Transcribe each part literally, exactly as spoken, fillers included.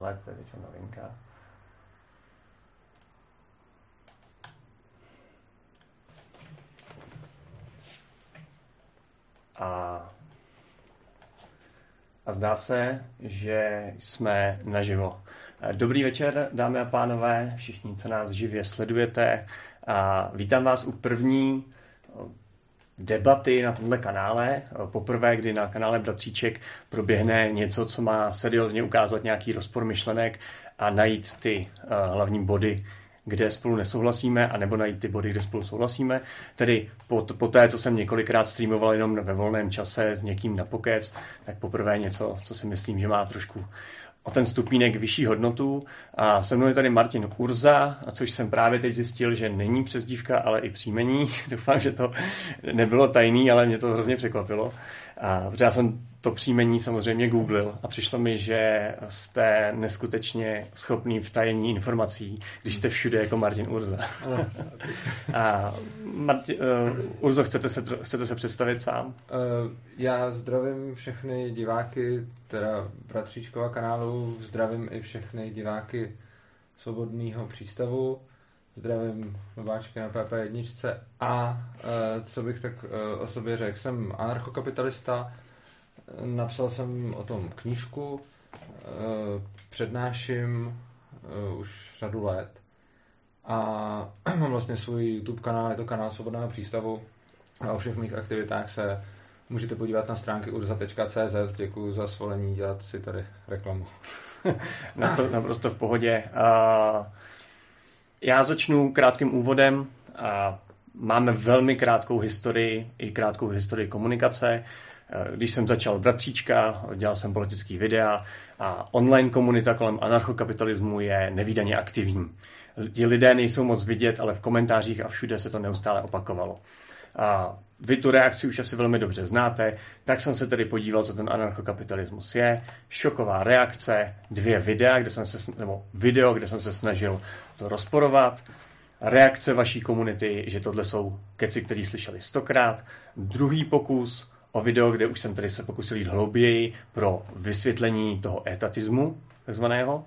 let, to je většinou novinka. A, a zdá se, že jsme naživo. Dobrý večer, dámy a pánové, všichni, co nás živě sledujete. A vítám vás u první debaty na tomhle kanále. Poprvé, kdy na kanále Bratříček proběhne něco, co má seriózně ukázat nějaký rozpor myšlenek a najít ty hlavní body, kde spolu nesouhlasíme, anebo najít ty body, kde spolu souhlasíme. Tedy po, po té, co jsem několikrát streamoval jenom ve volném čase s někým na pokec, tak poprvé něco, co si myslím, že má trošku o ten stupínek vyšší hodnotu. A se mnou je tady Martin Urza, a což jsem právě teď zjistil, že není přezdívka, ale i příjmení. Doufám, že to nebylo tajný, ale mě to hrozně překvapilo. A protože já jsem to příjmení samozřejmě googlil a přišlo mi, že jste neskutečně schopný v tajení informací, když jste všude jako Martin Urza. A Martin, uh, Urzo, chcete se, chcete se představit sám? Uh, já zdravím všechny diváky, teda Bratříčkova kanálu, zdravím i všechny diváky Svobodného přístavu, zdravím nováčky na P P jedna a uh, co bych tak uh, o sobě řekl, jsem anarchokapitalista, napsal jsem o tom knížku, přednáším už řadu let a mám vlastně svůj YouTube kanál, je to kanál Svobodného přístavu a o všech mých aktivitách se můžete podívat na stránky urza tečka cé zet. Děkuju za svolení dělat si tady reklamu. Naprosto, naprosto v pohodě. Já začnu krátkým úvodem. Máme velmi krátkou historii i krátkou historii komunikace. Když jsem začal Bratříčka, dělal jsem politický videa a online komunita kolem anarchokapitalismu je nevídaně aktivní. Ti lidé nejsou moc vidět, ale v komentářích a všude se to neustále opakovalo. A vy tu reakci už asi velmi dobře znáte, tak jsem se tedy podíval, co ten anarchokapitalismus je. Šoková reakce, dvě videa, kde jsem se, nebo video, kde jsem se snažil to rozporovat. Reakce vaší komunity, že tohle jsou keci, který slyšeli stokrát. Druhý pokus o video, kde už jsem tady se pokusil jít hlouběji pro vysvětlení toho etatismu, takzvaného.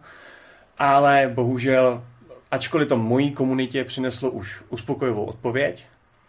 Ale bohužel, ačkoliv to mojí komunitě přineslo už uspokojivou odpověď,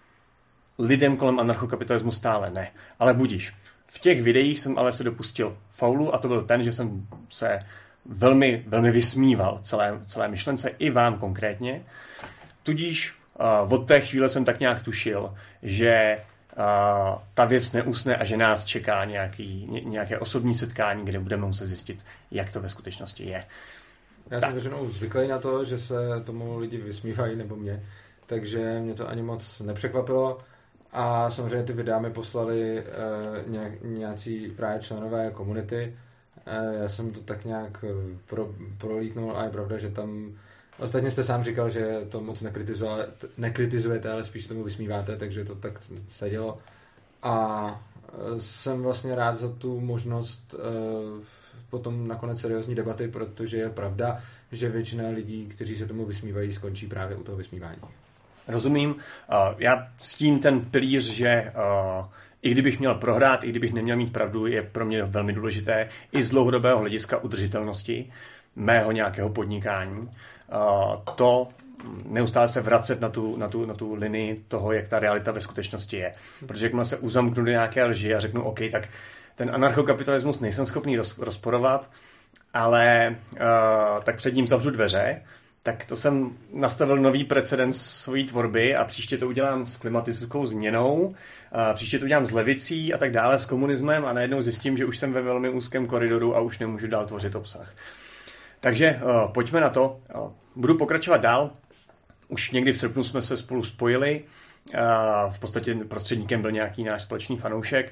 lidem kolem anarchokapitalismu stále ne. Ale budíš. V těch videích jsem ale se dopustil faulu a to byl ten, že jsem se velmi, velmi vysmíval celé, celé myšlence, i vám konkrétně. Tudíž uh, od té chvíle jsem tak nějak tušil, že Uh, ta věc neusne a že nás čeká nějaký, ně, nějaké osobní setkání, kde budeme muset zjistit, jak to ve skutečnosti je. Já tak. jsem většinou zvyklý na to, že se tomu lidi vysmívají, nebo mě, takže mě to ani moc nepřekvapilo a samozřejmě ty videa mi poslali uh, nějak, nějací právě členové komunity. Uh, já jsem to tak nějak pro, prolítnul a je pravda, že tam ostatně jste sám říkal, že to moc nekritizujete, ale spíš tomu vysmíváte, takže to tak sedělo. A jsem vlastně rád za tu možnost uh, potom nakonec seriózní debaty, protože je pravda, že většina lidí, kteří se tomu vysmívají, skončí právě u toho vysmívání. Rozumím. Uh, já s tím ten pilíř, že uh, i kdybych měl prohrát, i kdybych neměl mít pravdu, je pro mě velmi důležité i z dlouhodobého hlediska udržitelnosti mého nějakého podnikání. Uh, to neustále se vracet na tu, na, tu, na tu linii toho, jak ta realita ve skutečnosti je. Protože jakmile se uzamknu do nějaké lži a řeknu, OK, tak ten anarchokapitalismus nejsem schopný roz, rozporovat, ale uh, tak před ním zavřu dveře, tak to jsem nastavil nový precedens svojí tvorby a příště to udělám s klimatickou změnou, uh, příště to udělám s levicí a tak dále, s komunismem a najednou zjistím, že už jsem ve velmi úzkém koridoru a už nemůžu dál tvořit obsah. Takže uh, pojďme na to. Uh, budu pokračovat dál. Už někdy v srpnu jsme se spolu spojili. Uh, v podstatě prostředníkem byl nějaký náš společný fanoušek.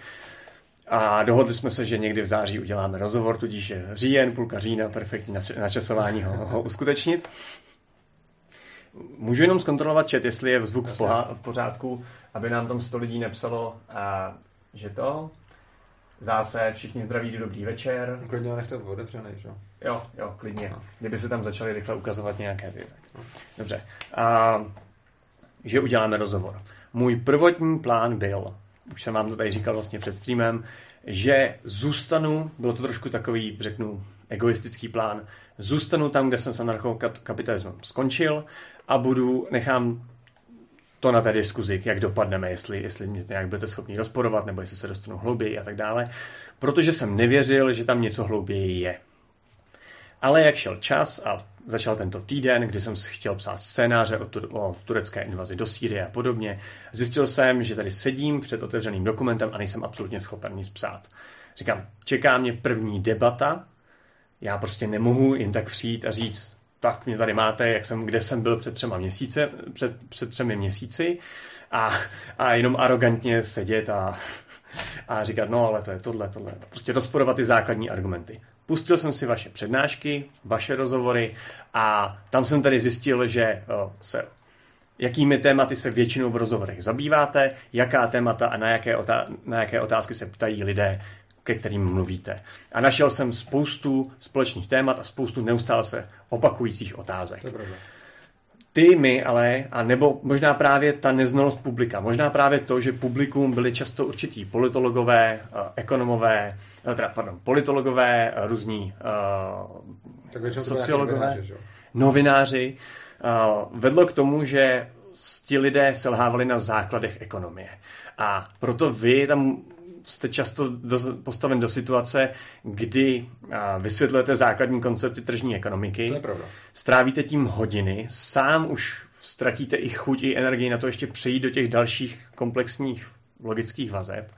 A dohodli jsme se, že někdy v září uděláme rozhovor, tudíž je říjen, půlka října, perfektní načasování ho, ho uskutečnit. Můžu jenom zkontrolovat chat, jestli je zvuk v, poha- v pořádku, aby nám tam sto lidí nepsalo, uh, že to... Zase všichni zdraví, dobrý večer. Klidně ho nechte otevřenej, že? Jo, jo, klidně. No. Kdyby se tam začali rychle ukazovat nějaké věci. No. Dobře. A, že uděláme rozhovor. Můj prvotní plán byl, už jsem vám to tady říkal vlastně před streamem, že zůstanu, bylo to trošku takový, řeknu, egoistický plán. Zůstanu tam, kde jsem s anarchokapitalismem skončil a budu, nechám to na té diskuzi, jak dopadneme, jestli, jestli mě nějak budete schopni rozporovat, nebo jestli se dostanu hlouběji a tak dále, protože jsem nevěřil, že tam něco hlouběji je. Ale jak šel čas a začal tento týden, kdy jsem chtěl psát scénáře o, tu, o turecké invazi do Sýrie a podobně, zjistil jsem, že tady sedím před otevřeným dokumentem a nejsem absolutně schopen nic psát. Říkám, čeká mě první debata, já prostě nemohu jen tak přijít a říct, tak mě tady máte, jak jsem, kde jsem byl před třema měsíce, před, před třemi měsíci a, a jenom arrogantně sedět a, a říkat, no ale to je tohle, tohle. Prostě rozporovat ty základní argumenty. Pustil jsem si vaše přednášky, vaše rozhovory a tam jsem tady zjistil, že se, jakými tématy se většinou v rozhovorech zabýváte, jaká témata a na jaké, otá- na jaké otázky se ptají lidé, ke kterým mluvíte. A našel jsem spoustu společných témat a spoustu neustále se opakujících otázek. To je pravda. Ty, my ale, a nebo možná právě ta neznalost publika, možná právě to, že publikum byli často určitý politologové, ekonomové, teda, pardon, politologové, různí uh, sociologové, novináři, novináři uh, vedlo k tomu, že ti lidé selhávali na základech ekonomie. A proto vy tam jste často do, postaven do situace, kdy a, vysvětlujete základní koncepty tržní ekonomiky. To je pravda. Strávíte tím hodiny, sám už ztratíte i chuť, i energii na to ještě přejít do těch dalších komplexních logických vazeb.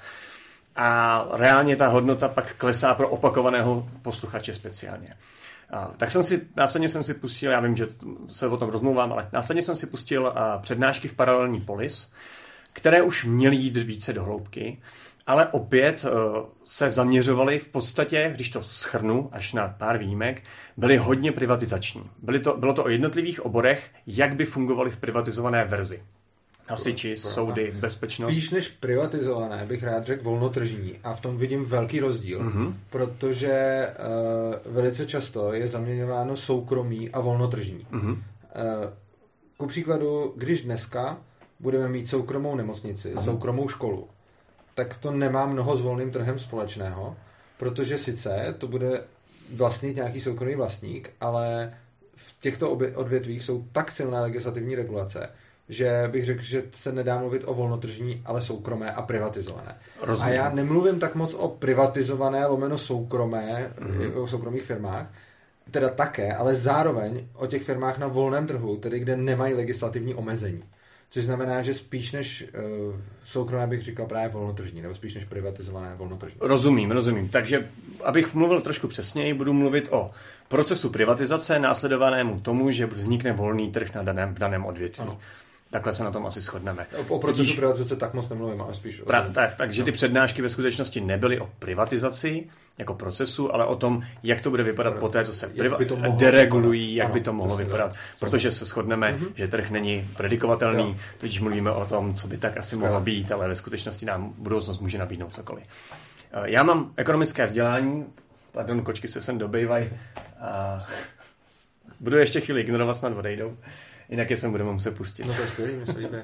A reálně ta hodnota pak klesá pro opakovaného posluchače speciálně. A, tak jsem si, následně jsem si pustil, já vím, že se o tom rozmluvám, ale následně jsem si pustil a, přednášky v Paralelní polis, které už měly jít více do hloubky, ale opět uh, se zaměřovali v podstatě, když to shrnu až na pár výjimek, byly hodně privatizační. Byly to, bylo to o jednotlivých oborech, jak by fungovaly v privatizované verzi. Hasiči, soudy, bezpečnost. Spíš než privatizované bych rád řekl volnotržní a v tom vidím velký rozdíl, mm-hmm. protože uh, velice často je zaměňováno soukromí a volnotržní. Mm-hmm. Uh, ku příkladu, když dneska budeme mít soukromou nemocnici, mm-hmm. soukromou školu, tak to nemá mnoho s volným trhem společného, protože sice to bude vlastnit nějaký soukromý vlastník, ale v těchto odvětvích jsou tak silné legislativní regulace, že bych řekl, že se nedá mluvit o volnotržní, ale soukromé a privatizované. Rozumím. A já nemluvím tak moc o privatizované lomeno soukromé, mm-hmm. o soukromých firmách, teda také, ale zároveň o těch firmách na volném trhu, tedy kde nemají legislativní omezení. Což znamená, že spíš než uh, soukromé bych říkal právě volnotržní, nebo spíš než privatizované volnotržní. Rozumím, rozumím. Takže, abych mluvil trošku přesněji, budu mluvit o procesu privatizace následovanému tomu, že vznikne volný trh na daném, v daném odvětví. Ano. Takhle se na tom asi shodneme. O, o procesu Tudíž, privatizace tak moc nemluvím, ale spíš... Pra, tak, takže no. ty přednášky ve skutečnosti nebyly o privatizaci jako procesu, ale o tom, jak to bude vypadat Pravda. poté, co se priva- deregulují, jak ano, by to mohlo vypadat. Tak. Protože se shodneme, mm-hmm. že trh není predikovatelný, jo. Tudíž mluvíme o tom, co by tak asi Skvěle. mohlo být, ale ve skutečnosti nám budoucnost může nabídnout cokoliv. Já mám ekonomické vzdělání, pardon, kočky se sem dobejvají a budu ještě chvíli ignorovat, snad odejdou. Jinak je sem budeme muset pustit. No to je skvělý, mi se líbí.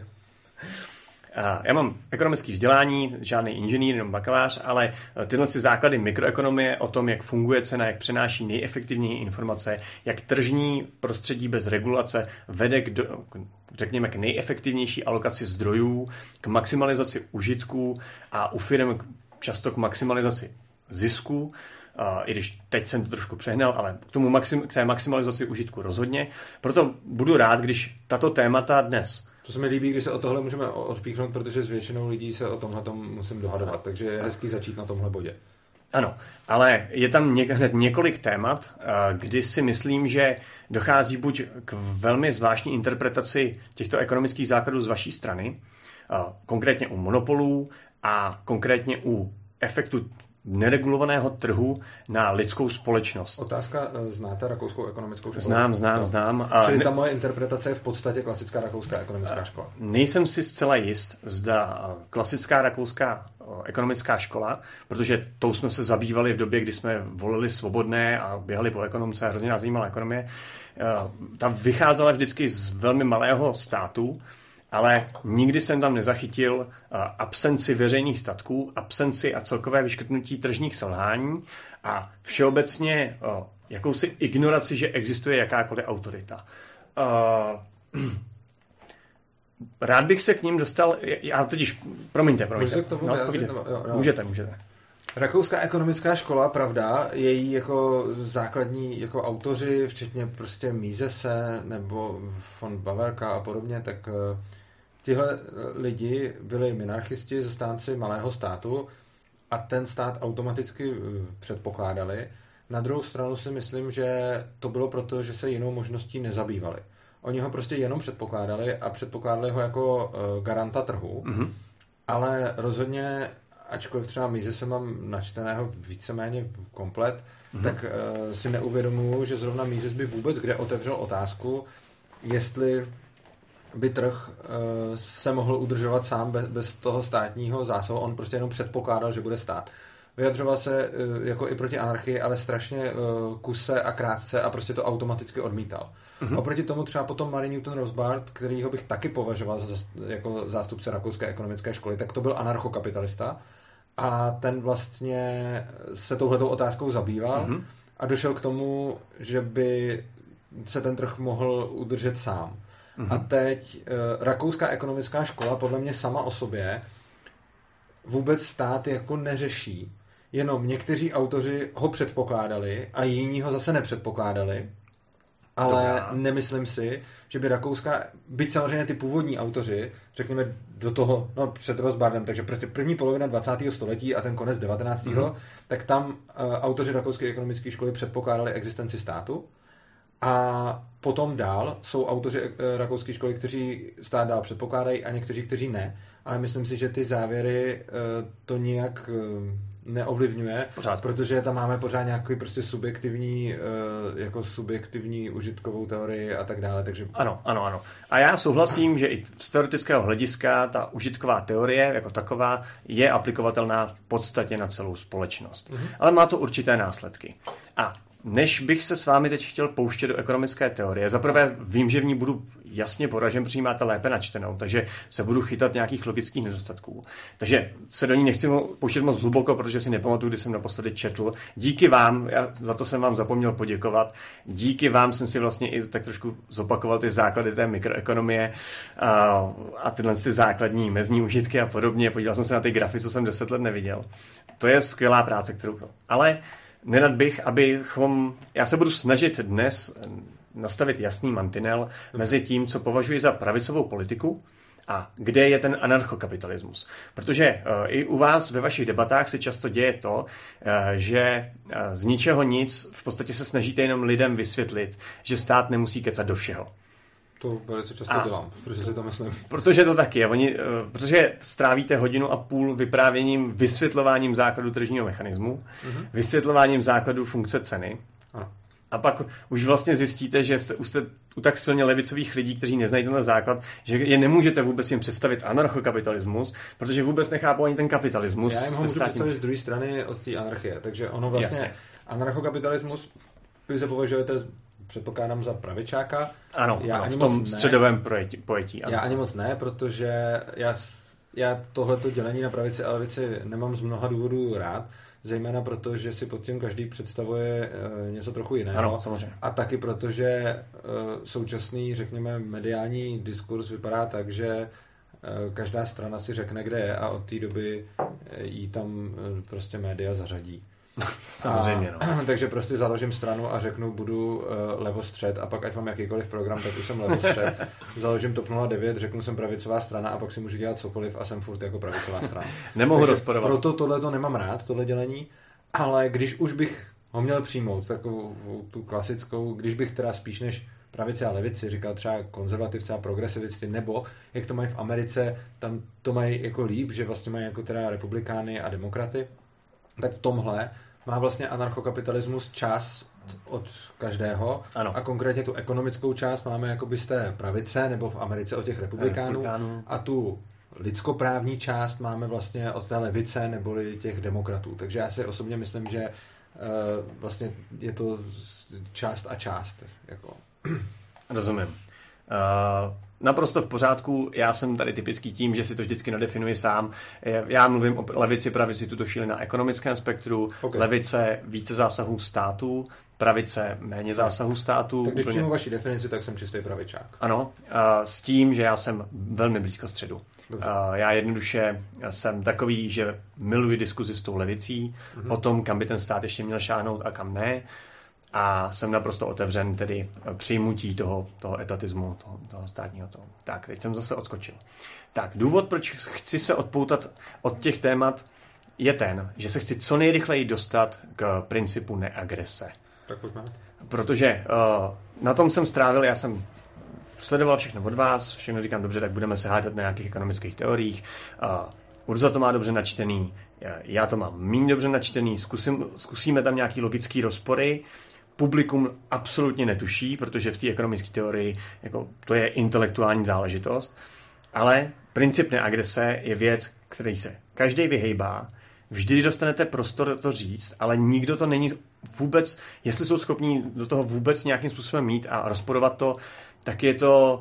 Já mám ekonomické vzdělání, žádný inženýr, jenom bakalář, ale tyhle si základy mikroekonomie o tom, jak funguje cena, jak přenáší nejefektivněji informace, jak tržní prostředí bez regulace vede k, do, řekněme, k nejefektivnější alokaci zdrojů, k maximalizaci užitků a u firm často k maximalizaci zisků. Uh, i když teď jsem to trošku přehnal, ale k, tomu maxim, k té maximalizaci užitku rozhodně. Proto budu rád, když tato témata dnes... To se mi líbí, když se o tohle můžeme odpíchnout, protože s většinou lidí se o tomhle musím dohadovat, takže je hezký začít na tomhle bodě. Ano, ale je tam něk- hned několik témat, uh, kdy si myslím, že dochází buď k velmi zvláštní interpretaci těchto ekonomických základů z vaší strany, uh, konkrétně u monopolů a konkrétně u efektu neregulovaného trhu na lidskou společnost. Otázka, znáte rakouskou ekonomickou školu? Znám, znám, no. znám. A Čili ta moje interpretace je v podstatě klasická rakouská ekonomická škola. Nejsem si zcela jist, zda klasická rakouská ekonomická škola, protože tou jsme se zabývali v době, kdy jsme volili svobodné a běhali po ekonomce a hrozně nás zajímala ekonomie. Ta vycházela vždycky z velmi malého státu ale nikdy jsem tam nezachytil absenci veřejných statků, absenci a celkové vyškrtnutí tržních selhání a všeobecně jakousi ignoraci, že existuje jakákoliv autorita. Rád bych se k ním dostal, já totiž, promiňte, promiňte. Můžete k tomu no, vyjádřit, nebo, jo, no. Můžete, můžete. Rakouská ekonomická škola, pravda, její jako základní jako autoři, včetně prostě Misese nebo von Baverka a podobně, tak tihle lidi byli minarchisti, zastánci malého státu a ten stát automaticky předpokládali. Na druhou stranu si myslím, že to bylo proto, že se jinou možností nezabývali. Oni ho prostě jenom předpokládali a předpokládali ho jako garanta trhu, mm-hmm. ale rozhodně, ačkoliv třeba Misese mám načteného víceméně komplet, mm-hmm. tak uh, si neuvědomuji, že zrovna Mises by vůbec kde otevřel otázku, jestli by trh uh, se mohl udržovat sám bez, bez toho státního zásahu. On prostě jenom předpokládal, že bude stát. Vyjadřoval se uh, jako i proti anarchii, ale strašně uh, kuse a krátce a prostě to automaticky odmítal. Mm-hmm. Oproti tomu třeba potom Marie Newton Rothbard, kterýho bych taky považoval za, jako zástupce Rakouské ekonomické školy, tak to byl anarchokapitalista a ten vlastně se touhletou otázkou zabýval mm-hmm. a došel k tomu, že by se ten trh mohl udržet sám. Mm-hmm. A teď uh, Rakouská ekonomická škola podle mě sama o sobě vůbec stát jako neřeší. Jenom někteří autoři ho předpokládali a jiní ho zase nepředpokládali. Ale Dobrá. nemyslím si, že by rakouská, byť samozřejmě ty původní autoři, řekněme do toho, no před Rothbardem, takže první polovina dvacátého století a ten konec devatenáctého Mm-hmm. tak tam uh, autoři Rakouské ekonomické školy předpokládali existenci státu a potom dál jsou autoři uh, Rakouské školy, kteří stát dál předpokládají a někteří, kteří ne. Ale myslím si, že ty závěry uh, to nějak uh, neovlivňuje, pořád. Protože tam máme pořád nějaký prostě subjektivní jako subjektivní užitkovou teorii a tak dále, takže... Ano, ano, ano. A já souhlasím, že i z teoretického hlediska ta užitková teorie jako taková je aplikovatelná v podstatě na celou společnost. Mhm. Ale má to určité následky. A než bych se s vámi teď chtěl pouštět do ekonomické teorie, zaprvé vím, že v ní budu jasně poražen, protože máte lépe načtenou, takže se budu chytat nějakých logických nedostatků. Takže se do ní nechci pouštět moc hluboko, protože si nepamatuju, kdy jsem naposledy četl. Díky vám, já za to jsem vám zapomněl poděkovat, díky vám jsem si vlastně i tak trošku zopakoval ty základy té mikroekonomie a, a tyhle ty základní mezní užitky a podobně. Podíval jsem se na ty grafy, co jsem deset let neviděl. To je skvělá práce, kterou to... Ale nerad bych, abychom... Já se budu snažit dnes nastavit jasný mantinel mezi tím, co považuji za pravicovou politiku a kde je ten anarchokapitalismus. Protože uh, i u vás ve vašich debatách se často děje to, uh, že uh, z ničeho nic v podstatě se snažíte jenom lidem vysvětlit, že stát nemusí kecat do všeho. To velice často a, dělám, protože si to myslím. Protože to taky je. Oni, uh, protože strávíte hodinu a půl vyprávěním, vysvětlováním základu tržního mechanismu, mm-hmm. vysvětlováním základu funkce ceny. Ano. A pak už vlastně zjistíte, že jste, už jste u tak silně levicových lidí, kteří neznají tenhle základ, že je nemůžete vůbec jim představit anarchokapitalismus, protože vůbec nechápou ani ten kapitalismus. Já jim ho můžu státní... představit z druhé strany od té anarchie. Takže ono vlastně Jasně. anarchokapitalismus, vy se považujete, předpokládám, za pravičáka. Ano, já ano ani v tom středovém pojetí. pojetí já ani moc ne, protože já, já tohleto dělení na pravici a levici nemám z mnoha důvodů rád. Zejména proto, že si pod tím každý představuje uh, něco trochu jiného. Ano, samozřejmě. A taky proto, že uh, současný, řekněme, mediální diskurs vypadá tak, že uh, každá strana si řekne, kde je a od té doby uh, jí tam uh, prostě média zařadí. Samozřejmě, no. A, takže prostě založím stranu a řeknu, budu uh, levostřed a pak ať mám jakýkoliv program, tak už jsem levostřed. Založím TOP nula devět, řeknu, jsem pravicová strana a pak si můžu dělat cokoliv a jsem furt jako pravicová strana. Nemohu takže rozporovat. Proto tohleto nemám rád, tohle dělení, ale když už bych ho měl přijmout, takovou tu klasickou, když bych teda spíš než pravici a levici říkal třeba konzervativci a progresivisti, nebo jak to mají v Americe, tam to mají jako líp, že vlastně mají jako teda republikány a demokraty, tak v tomhle má vlastně anarchokapitalismus část od každého. Ano. A konkrétně tu ekonomickou část máme jakoby z té pravice nebo v Americe od těch republikánů, republikánů. A tu lidskoprávní část máme vlastně od té levice neboli těch demokratů. Takže já si osobně myslím, že uh, vlastně je to část a část. Jako. Rozumím. Uh, naprosto v pořádku, já jsem tady typický tím, že si to vždycky nadefinuji sám. Já mluvím o levici, pravici tuto chvíli na ekonomickém spektru, okay. Levice více zásahů států, pravice méně zásahů států. Tak když přijmu vaši definici, tak jsem čistý pravičák. Ano, s tím, že já jsem velmi blízko středu. Dobře. Já jednoduše jsem takový, že miluji diskuzi s tou levicí, mm-hmm. o tom, kam by ten stát ještě měl šáhnout a kam ne. A jsem naprosto otevřen tedy přijmutí toho, toho etatismu, toho, toho státního toho. Tak, teď jsem zase odskočil. Tak, důvod, proč chci se odpoutat od těch témat, je ten, že se chci co nejrychleji dostat k principu neagrese. Tak pojďme. Protože uh, na tom jsem strávil, já jsem sledoval všechno od vás, všechno říkám dobře, tak budeme se hádat na nějakých ekonomických teoriích. Uh, Urza to má dobře načtený, já to mám méně dobře načtený, zkusím, zkusíme tam nějaký logický rozpory. Publikum absolutně netuší, protože v té ekonomické teorii jako, to je intelektuální záležitost, ale princip neagrese je věc, který se každý vyhejbá, vždy dostanete prostor to říct, ale nikdo to není vůbec, jestli jsou schopní do toho vůbec nějakým způsobem mít a rozporovat to, tak je to,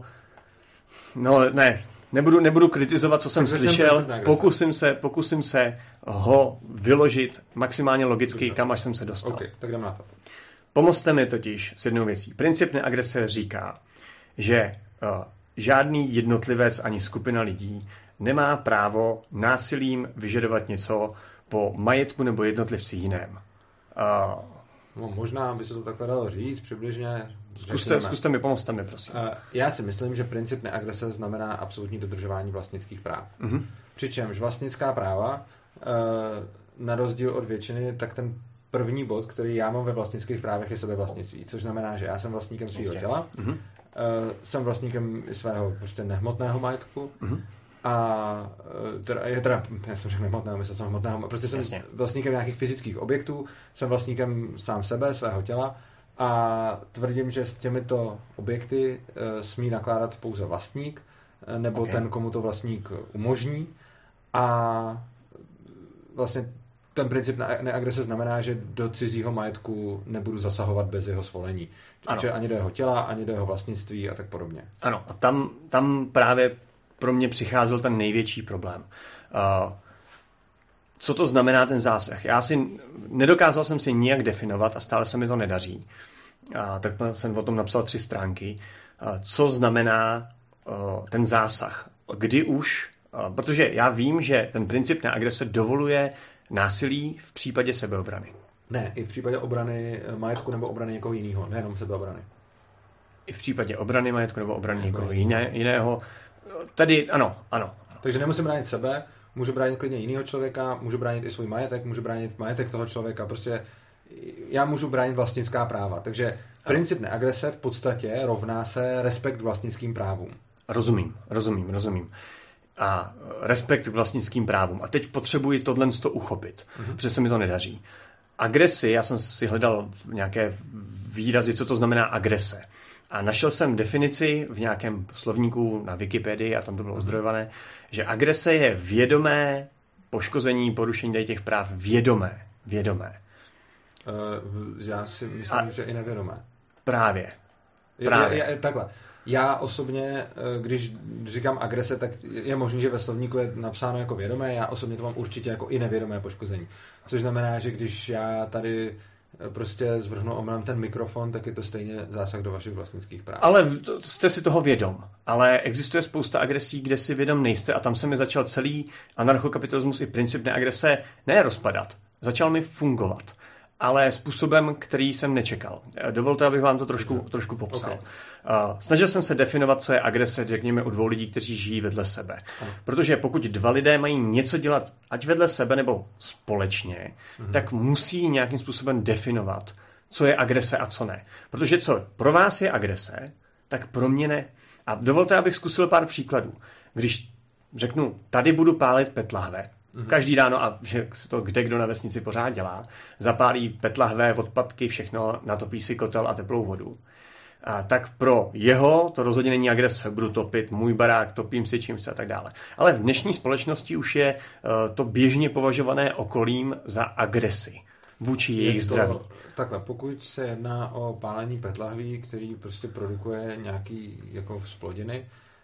no ne, nebudu, nebudu kritizovat, co jsem tak slyšel, pokusím se, pokusím se ho vyložit maximálně logicky, Dobře. kam až jsem se dostal. Okay, tak jdeme na to. Pomozte mi totiž s jednou věcí. Princip neagrese říká, že uh, žádný jednotlivec ani skupina lidí nemá právo násilím vyžadovat něco po majetku nebo jednotlivci jiném. Uh, no, možná by se to takhle dalo říct, přibližně. Zkuste, zkuste mi, pomozte mi, prosím. Uh, já si myslím, že princip neagrese znamená absolutní dodržování vlastnických práv. Uh-huh. Přičemž vlastnická práva, uh, na rozdíl od většiny, tak ten první bod, který já mám ve vlastnických právech, je sebevlastnictví, což znamená, že já jsem vlastníkem svého těla, uh-huh. uh, jsem vlastníkem svého prostě nehmotného majetku uh-huh. a uh, teda, je teda, já jsem řekl nehmotného, myslel jsem hmotného, prostě jsem Jasně. vlastníkem nějakých fyzických objektů, jsem vlastníkem sám sebe, svého těla a tvrdím, že s těmito objekty uh, smí nakládat pouze vlastník, uh, nebo okay. ten, komu to vlastník umožní a vlastně ten princip neagrese znamená, že do cizího majetku nebudu zasahovat bez jeho svolení. Takže ani do jeho těla, ani do jeho vlastnictví a tak podobně. Ano, a tam, tam právě pro mě přicházel ten největší problém. Uh, co to znamená ten zásah? Já si nedokázal jsem si nijak definovat a stále se mi to nedaří. Uh, tak jsem o tom napsal tři stránky. Uh, co znamená uh, ten zásah? Kdy už, uh, protože já vím, že ten princip neagrese dovoluje násilí v případě sebeobrany. Ne, i v případě obrany majetku nebo obrany někoho jiného, nejenom sebeobrany. I v případě obrany majetku nebo obrany jako někoho jiné, jiného. Tady ano, ano. Takže nemusím bránit sebe, můžu bránit klidně jiného člověka, můžu bránit i svůj majetek, můžu bránit majetek toho člověka, prostě já můžu bránit vlastnická práva. Takže ano. Princip neagrese v podstatě rovná se respekt k vlastnickým právům. Rozumím, rozumím, rozumím. A respekt k vlastnickým právům. A teď potřebuji tohle to uchopit, uh-huh. protože se mi to nedaří. Agresi, já jsem si hledal nějaké výrazy, co to znamená agrese. A našel jsem definici v nějakém slovníku na Wikipedii, a tam to bylo ozdrojované, že agrese je vědomé poškození, porušení těch práv vědomé. Vědomé. Uh, já si myslím, a že i nevědomé. Právě. právě. Je, je, je, takhle. Já osobně, když říkám agrese, tak je možné, že ve slovníku je napsáno jako vědomé, já osobně to mám určitě jako i nevědomé poškození. Což znamená, že když já tady prostě zvrhnu omylem ten mikrofon, tak je to stejně zásah do vašich vlastnických práv. Ale jste si toho vědom. Ale existuje spousta agresí, kde si vědom nejste a tam se mi začal celý anarchokapitalismus i princip neagrese ne rozpadat. Začal mi fungovat. Ale způsobem, který jsem nečekal. Dovolte, abych vám to trošku, trošku popsal. Okay. Uh, snažil jsem se definovat, co je agrese, řekněme, u dvou lidí, kteří žijí vedle sebe. Uh. Protože pokud dva lidé mají něco dělat, ať vedle sebe nebo společně, uh-huh. tak musí nějakým způsobem definovat, co je agrese a co ne. Protože co pro vás je agrese, tak pro mě ne. A dovolte, abych zkusil pár příkladů. Když řeknu, tady budu pálit PET lahve, každý ráno, a že to kde kdo na vesnici pořád dělá, zapálí PET lahve, odpadky, všechno, natopí si kotel a teplou vodu. A tak pro jeho to rozhodně není agrese, budu topit můj barák, topím si čím se a tak dále. Ale v dnešní společnosti už je uh, to běžně považované okolím za agresi vůči jejich to, zdraví. Takhle, pokud se jedná o pálení PET lahví, který prostě produkuje nějaký jako splodiny,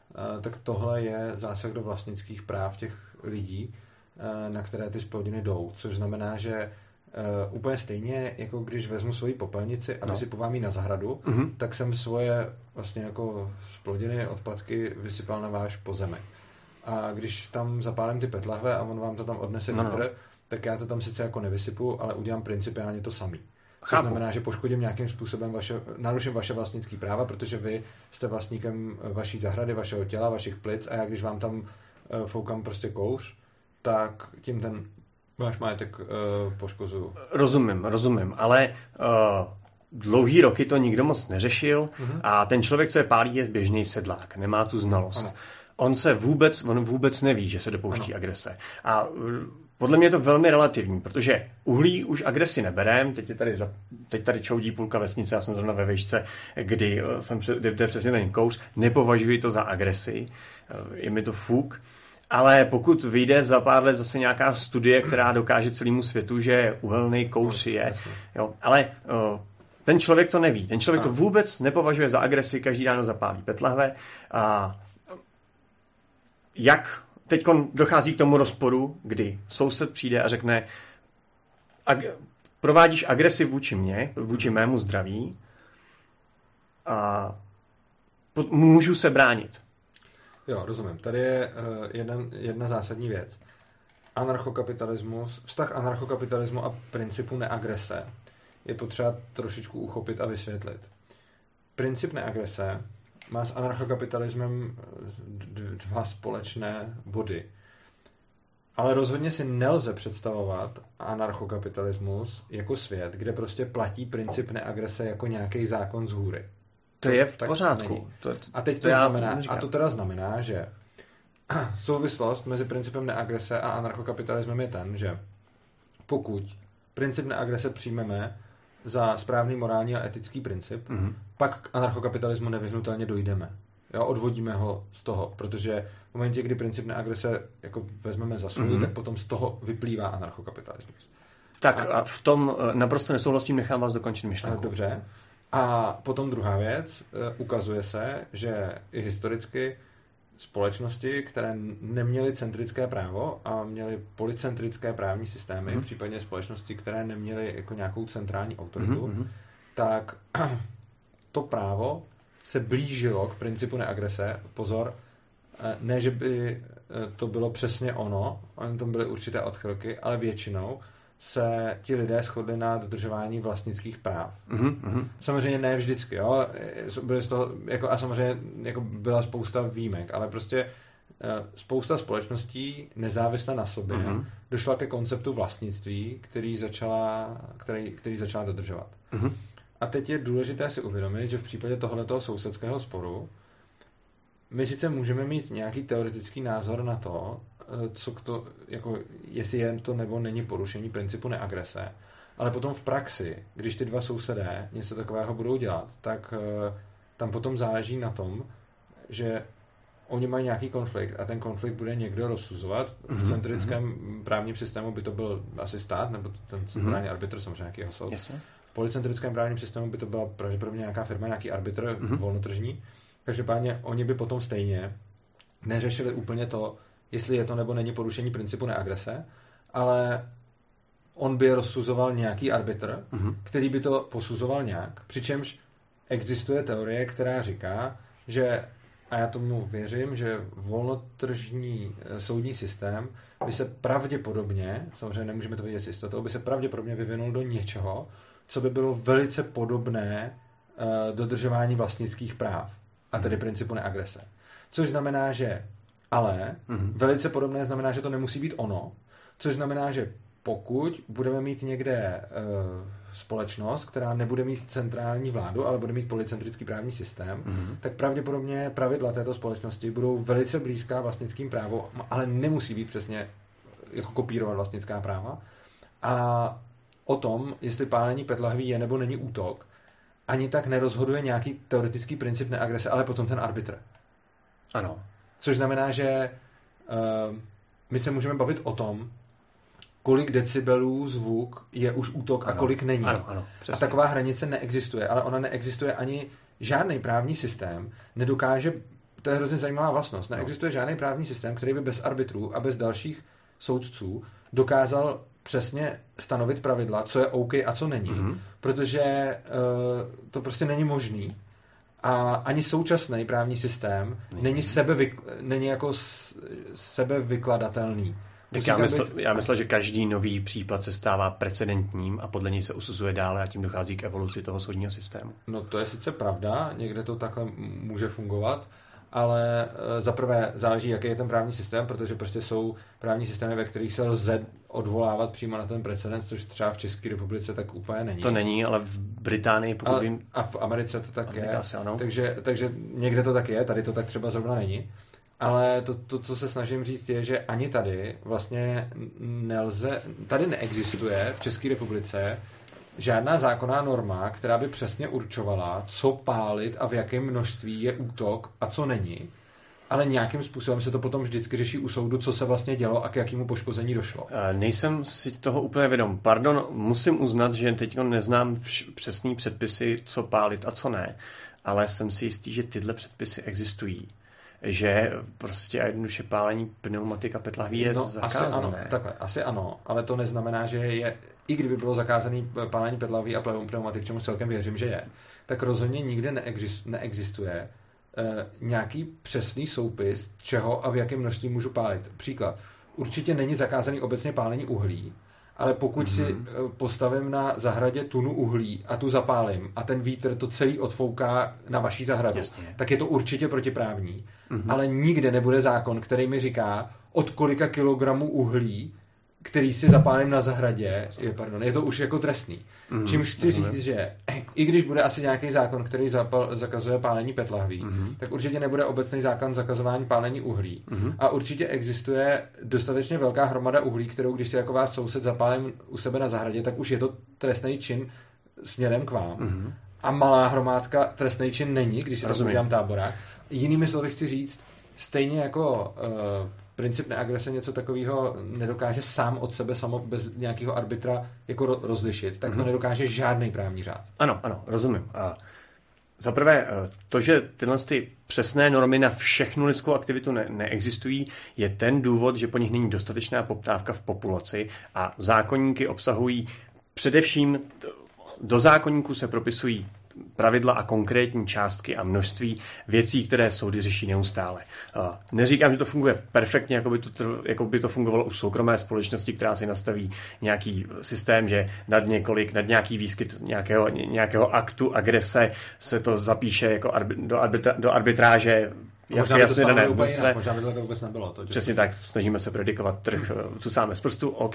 tak tohle je zásah do vlastnických práv těch lidí, na které ty zplodiny jdou. Což znamená, že Uh, úplně stejně, jako když vezmu svoji popelnici a no. vysypovám ji na zahradu, uh-huh. tak jsem svoje vlastně jako splodiny, odpadky vysypal na váš pozemek. A když tam zapálím ty petlahve a on vám to tam odnese no, vítr, no. tak já to tam sice jako nevysypu, ale udělám principiálně to samý. Což Chápu. znamená, že poškodím nějakým způsobem vaše, naruším vaše vlastnické práva, protože vy jste vlastníkem vaší zahrady, vašeho těla, vašich plic a já když vám tam uh, foukám prostě kouř, tak tím ten váš majetek uh, poškozuju. Rozumím, rozumím, ale uh, dlouhý roky to nikdo moc neřešil uh-huh. a ten člověk, co je pálí, je běžný sedlák, nemá tu znalost. Ano. On se vůbec, on vůbec neví, že se dopouští ano. agrese. A uh, podle mě je to velmi relativní, protože uhlí už agresi neberem, teď, je tady za, teď tady čoudí půlka vesnice, já jsem zrovna ve výšce, kdy uh, jsem před, kde přesně ten kouř, nepovažuji to za agresi, uh, je mi to fuk. Ale pokud vyjde za pár let zase nějaká studie, která dokáže celému světu, že uhelný kouř je, jo, ale uh, ten člověk to neví. Ten člověk to vůbec nepovažuje za agresi, každý ráno zapálí petlahve. A jak teď dochází k tomu rozporu, kdy soused přijde a řekne, ag- provádíš agresi vůči mně, vůči mému zdraví a můžu se bránit. Jo, rozumím. Tady je uh, jedna, jedna zásadní věc. Anarchokapitalismus, vztah anarchokapitalismu a principu neagrese je potřeba trošičku uchopit a vysvětlit. Princip neagrese má s anarchokapitalismem dva společné body. Ale rozhodně si nelze představovat anarchokapitalismus jako svět, kde prostě platí princip neagrese jako nějaký zákon z hůry. To je v pořádku. To, a teď to, to znamená, a to teda znamená, že souvislost mezi principem neagrese a anarchokapitalismem je ten, že pokud princip neagrese přijmeme za správný morální a etický princip, mm-hmm. pak k anarchokapitalismu nevyhnutelně dojdeme. Jo, odvodíme ho z toho, protože v momentě, kdy princip neagrese jako vezmeme za svůj, mm-hmm. tak potom z toho vyplývá anarchokapitalismus. Tak a, a v tom naprosto nesouhlasím, nechám vás dokončit myšlenku. Dobře. A potom druhá věc, ukazuje se, že i historicky společnosti, které neměly centrické právo a měly polycentrické právní systémy, mm. případně společnosti, které neměly jako nějakou centrální autoritu, mm-hmm. tak to právo se blížilo k principu neagrese. Pozor, ne, že by to bylo přesně ono, oni tam byly určité odchylky, ale většinou se ti lidé shodli na dodržování vlastnických práv. Mm-hmm. Samozřejmě ne vždycky, jo. Byly z toho, jako, a samozřejmě jako byla spousta výjimek, ale prostě spousta společností nezávisle na sobě mm-hmm. došla ke konceptu vlastnictví, který začala, který, který začala dodržovat. Mm-hmm. A teď je důležité si uvědomit, že v případě tohoto sousedského sporu my sice můžeme mít nějaký teoretický názor na to, co to, jako, jestli je to nebo není porušení principu neagrese, ale potom v praxi, když ty dva sousedé něco takového budou dělat, tak uh, tam potom záleží na tom, že oni mají nějaký konflikt a ten konflikt bude někdo rozsuzovat. V centrickém mm-hmm. právním systému by to byl asi stát, nebo ten centrální mm-hmm. arbitr, samozřejmě nějaký jeho soud. Jasně. V polycentrickém právním systému by to byla pravděpodobně nějaká firma, nějaký arbitr mm-hmm. volnotržní. Každopádně oni by potom stejně neřešili úplně to, jestli je to nebo není porušení principu neagrese, ale on by rozsuzoval nějaký arbitr, mm-hmm. který by to posuzoval nějak, přičemž existuje teorie, která říká, že, a já tomu věřím, že volnotržní soudní systém by se pravděpodobně, samozřejmě nemůžeme to vědět s jistotou, by se pravděpodobně vyvinul do něčeho, co by bylo velice podobné uh, dodržování vlastnických práv, a tedy principu neagrese. Což znamená, že ale mm-hmm. velice podobné znamená, že to nemusí být ono, což znamená, že pokud budeme mít někde uh, společnost, která nebude mít centrální vládu, ale bude mít polycentrický právní systém, mm-hmm. tak pravděpodobně pravidla této společnosti budou velice blízká vlastnickým právu, ale nemusí být přesně jako kopírovat vlastnická práva. A o tom, jestli pálení petlahví je nebo není útok, ani tak nerozhoduje nějaký teoretický princip neagrese, ale potom ten arbitr. Ano. Což znamená, že uh, my se můžeme bavit o tom, kolik decibelů zvuk je už útok ano. a kolik není. Ano, ano, a taková hranice neexistuje, ale ona neexistuje ani žádný právní systém, nedokáže to je hrozně zajímavá vlastnost. Neexistuje žádný právní systém, který by bez arbitrů a bez dalších soudců dokázal přesně stanovit pravidla, co je OK a co není, mm-hmm. protože uh, to prostě není možný. A ani současný právní systém není, není, sebevykl, není jako sebevykladatelný. Tak já, mysl, být... já myslel, že každý nový případ se stává precedentním a podle něj se usuzuje dále a tím dochází k evoluci toho soudního systému. No to je sice pravda, někde to takhle může fungovat, ale za prvé záleží, jaký je ten právní systém, protože prostě jsou právní systémy, ve kterých se lze odvolávat přímo na ten precedens, což třeba v České republice tak úplně není. To není, ale v Británii, pokud a, vím... A v Americe to tak Amerika je. Asi, ano. Takže, takže někde to tak je, tady to tak třeba zrovna není. Ale to, to, co se snažím říct, je, že ani tady vlastně nelze, tady neexistuje v České republice žádná zákonná norma, která by přesně určovala, co pálit a v jakém množství je útok a co není. Ale nějakým způsobem se to potom vždycky řeší u soudu, co se vlastně dělo a k jakému poškození došlo. Nejsem si toho úplně vědom. Pardon, musím uznat, že teď neznám přesný předpisy, co pálit a co ne, ale jsem si jistý, že tyhle předpisy existují. Že prostě a jednoduše pálení pneumatik a PET lahví je no, zakázané. Asi ano, takhle, asi ano, ale to neznamená, že je, i kdyby bylo zakázané pálení PET lahví a pneumatik, čemu celkem věřím, že je, tak rozhodně nikde neexistuje eh, nějaký přesný soupis, čeho a v jakém množství můžu pálit. Příklad. Určitě není zakázaný obecně pálení uhlí, ale pokud mm-hmm. si postavím na zahradě tunu uhlí a tu zapálím a ten vítr to celý odfouká na vaší zahradu, Jasně. tak je to určitě protiprávní. Mm-hmm. Ale nikde nebude zákon, který mi říká, od kolika kilogramů uhlí, který si zapálím na zahradě, je, pardon, je to už jako trestný. Mm-hmm. Čímž chci mm-hmm. říct, že i když bude asi nějaký zákon, který zapal, zakazuje pálení PET lahví, mm-hmm. tak určitě nebude obecný zákon zakazování pálení uhlí. Mm-hmm. A určitě existuje dostatečně velká hromada uhlí, kterou když si jako váš soused zapálím u sebe na zahradě, tak už je to trestný čin směrem k vám. Mm-hmm. A malá hromádka trestný čin není, když si to udělám táborák. Jinými slovy chci říct, stejně jako uh, princip neagrese něco takového nedokáže sám od sebe samo bez nějakého arbitra jako ro- rozlišit, tak mm-hmm. to nedokáže žádný právní řád. Ano, ano, rozumím. A za prvé, to, že tyhle ty přesné normy na všechnu lidskou aktivitu ne- neexistují, je ten důvod, že po nich není dostatečná poptávka v populaci a zákonníky obsahují především, do zákonníků se propisují pravidla a konkrétní částky a množství věcí, které soudy řeší neustále. Neříkám, že to funguje perfektně, jako by to, jako by to fungovalo u soukromé společnosti, která si nastaví nějaký systém, že nad několik, nad nějaký výskyt nějakého, nějakého aktu agrese se to zapíše jako arbi, do, arbitra, do arbitráže. Možná by to stalo úplně jinak, možná by to tak vůbec nebylo. To, Přesně tak, snažíme se predikovat trh, co sáme z prstu, OK.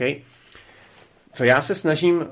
Co já se snažím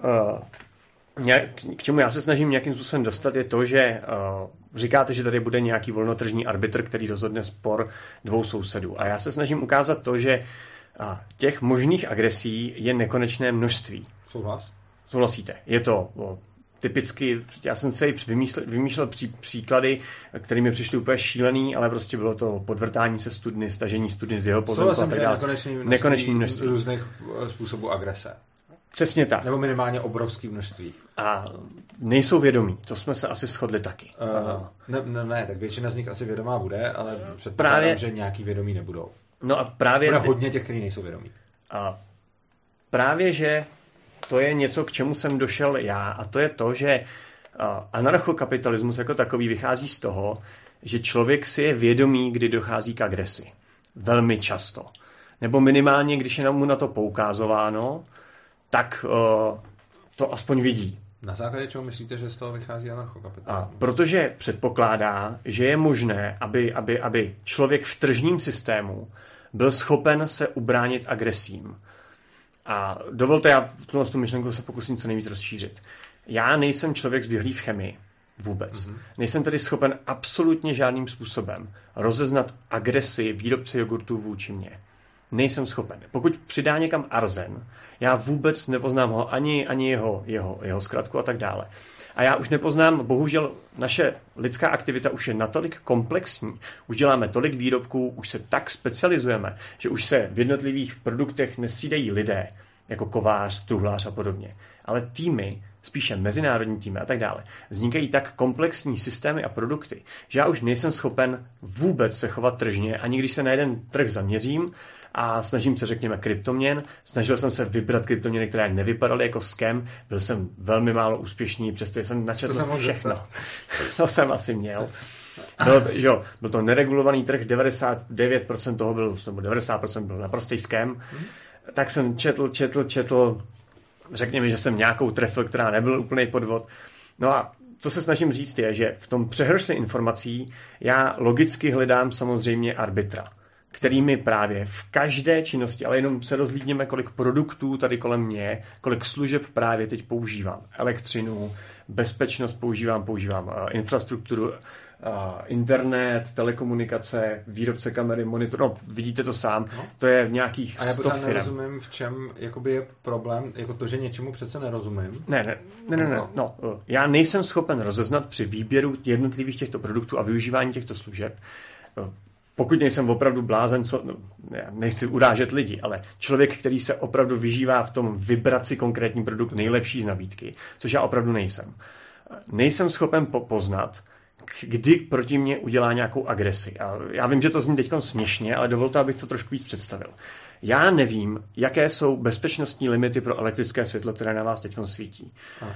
K čemu já se snažím nějakým způsobem dostat, je to, že uh, říkáte, že tady bude nějaký volnotržní arbitr, který rozhodne spor dvou sousedů. A já se snažím ukázat to, že uh, těch možných agresí je nekonečné množství. Souhlas? Souhlasíte. Je to uh, typicky, já jsem si vymýšlel, vymýšlel pří, příklady, které mi přišly úplně šílený, ale prostě bylo to podvrtání se studny, stažení studny z jeho pozemku a tak dále. Nekonečný množství, nekonečný množství různých způsobů agrese. Přesně tak. Nebo minimálně obrovský množství. A nejsou vědomí. To jsme se asi shodli taky. Uh, ne, ne, ne, tak většina z nich asi vědomá bude, ale předpokládám, právě, že nějaký vědomí nebudou. No a právě... Bude hodně těch, kteří nejsou vědomí. A právě, že to je něco, k čemu jsem došel já, a to je to, že anarchokapitalismus jako takový vychází z toho, že člověk si je vědomý, kdy dochází k agresi. Velmi často. Nebo minimálně, když je mu na to poukázováno, tak uh, to aspoň vidí. Na základě čeho myslíte, že z toho vychází anarchokapitalismus? A protože předpokládá, že je možné, aby, aby, aby člověk v tržním systému byl schopen se ubránit agresím. A dovolte, já tuhle tu myšlenku se pokusím co nejvíc rozšířit. Já nejsem člověk zběhlý v chemii. Vůbec. Mm-hmm. Nejsem tedy schopen absolutně žádným způsobem rozeznat agresi výrobce jogurtu vůči mně. Nejsem schopen. Pokud přidá někam arzen, já vůbec nepoznám ho ani, ani jeho, jeho, jeho zkratku a tak dále. A já už nepoznám, bohužel naše lidská aktivita už je natolik komplexní, už děláme tolik výrobků, už se tak specializujeme, že už se v jednotlivých produktech nestřídají lidé, jako kovář, truhlář a podobně. Ale týmy spíše mezinárodní týmy a tak dále, vznikají tak komplexní systémy a produkty, že já už nejsem schopen vůbec se chovat tržně, ani když se na jeden trh zaměřím a snažím se, řekněme, kryptoměn. Snažil jsem se vybrat kryptoměny, které nevypadaly jako scam. Byl jsem velmi málo úspěšný, přestože jsem načetl všechno. To jsem asi měl. Bylo to, že jo, byl to neregulovaný trh, devadesát devět procent toho byl, nebo devadesát procent byl naprostý scam. Hmm. Tak jsem četl, četl, četl, řekněme, že jsem nějakou trefil, která nebyl úplný podvod. No a co se snažím říct je, že v tom přehršli informací já logicky hledám samozřejmě arbitra, kterými právě v každé činnosti, ale jenom se rozhlídněme, kolik produktů tady kolem mě, kolik služeb právě teď používám. Elektřinu, bezpečnost používám, používám uh, infrastrukturu, uh, internet, telekomunikace, výrobce kamery, monitor, no vidíte to sám, no. To je v nějakých a já sto firem. A já nerozumím, v čem jakoby je problém, jako to, že něčemu přece nerozumím. Ne, ne, ne, ne, ne, no. no. Já nejsem schopen rozeznat při výběru jednotlivých těchto produktů a využívání těchto služeb, pokud nejsem opravdu blázen, co, no, já nechci urážet lidi, ale člověk, který se opravdu vyžívá v tom vybrat si konkrétní produkt nejlepší z nabídky, což já opravdu nejsem. Nejsem schopen po- poznat, kdy proti mně udělá nějakou agresi. A já vím, že to zní teď směšně, ale dovolte, abych to trošku víc představil. Já nevím, jaké jsou bezpečnostní limity pro elektrické světlo, které na vás teď svítí.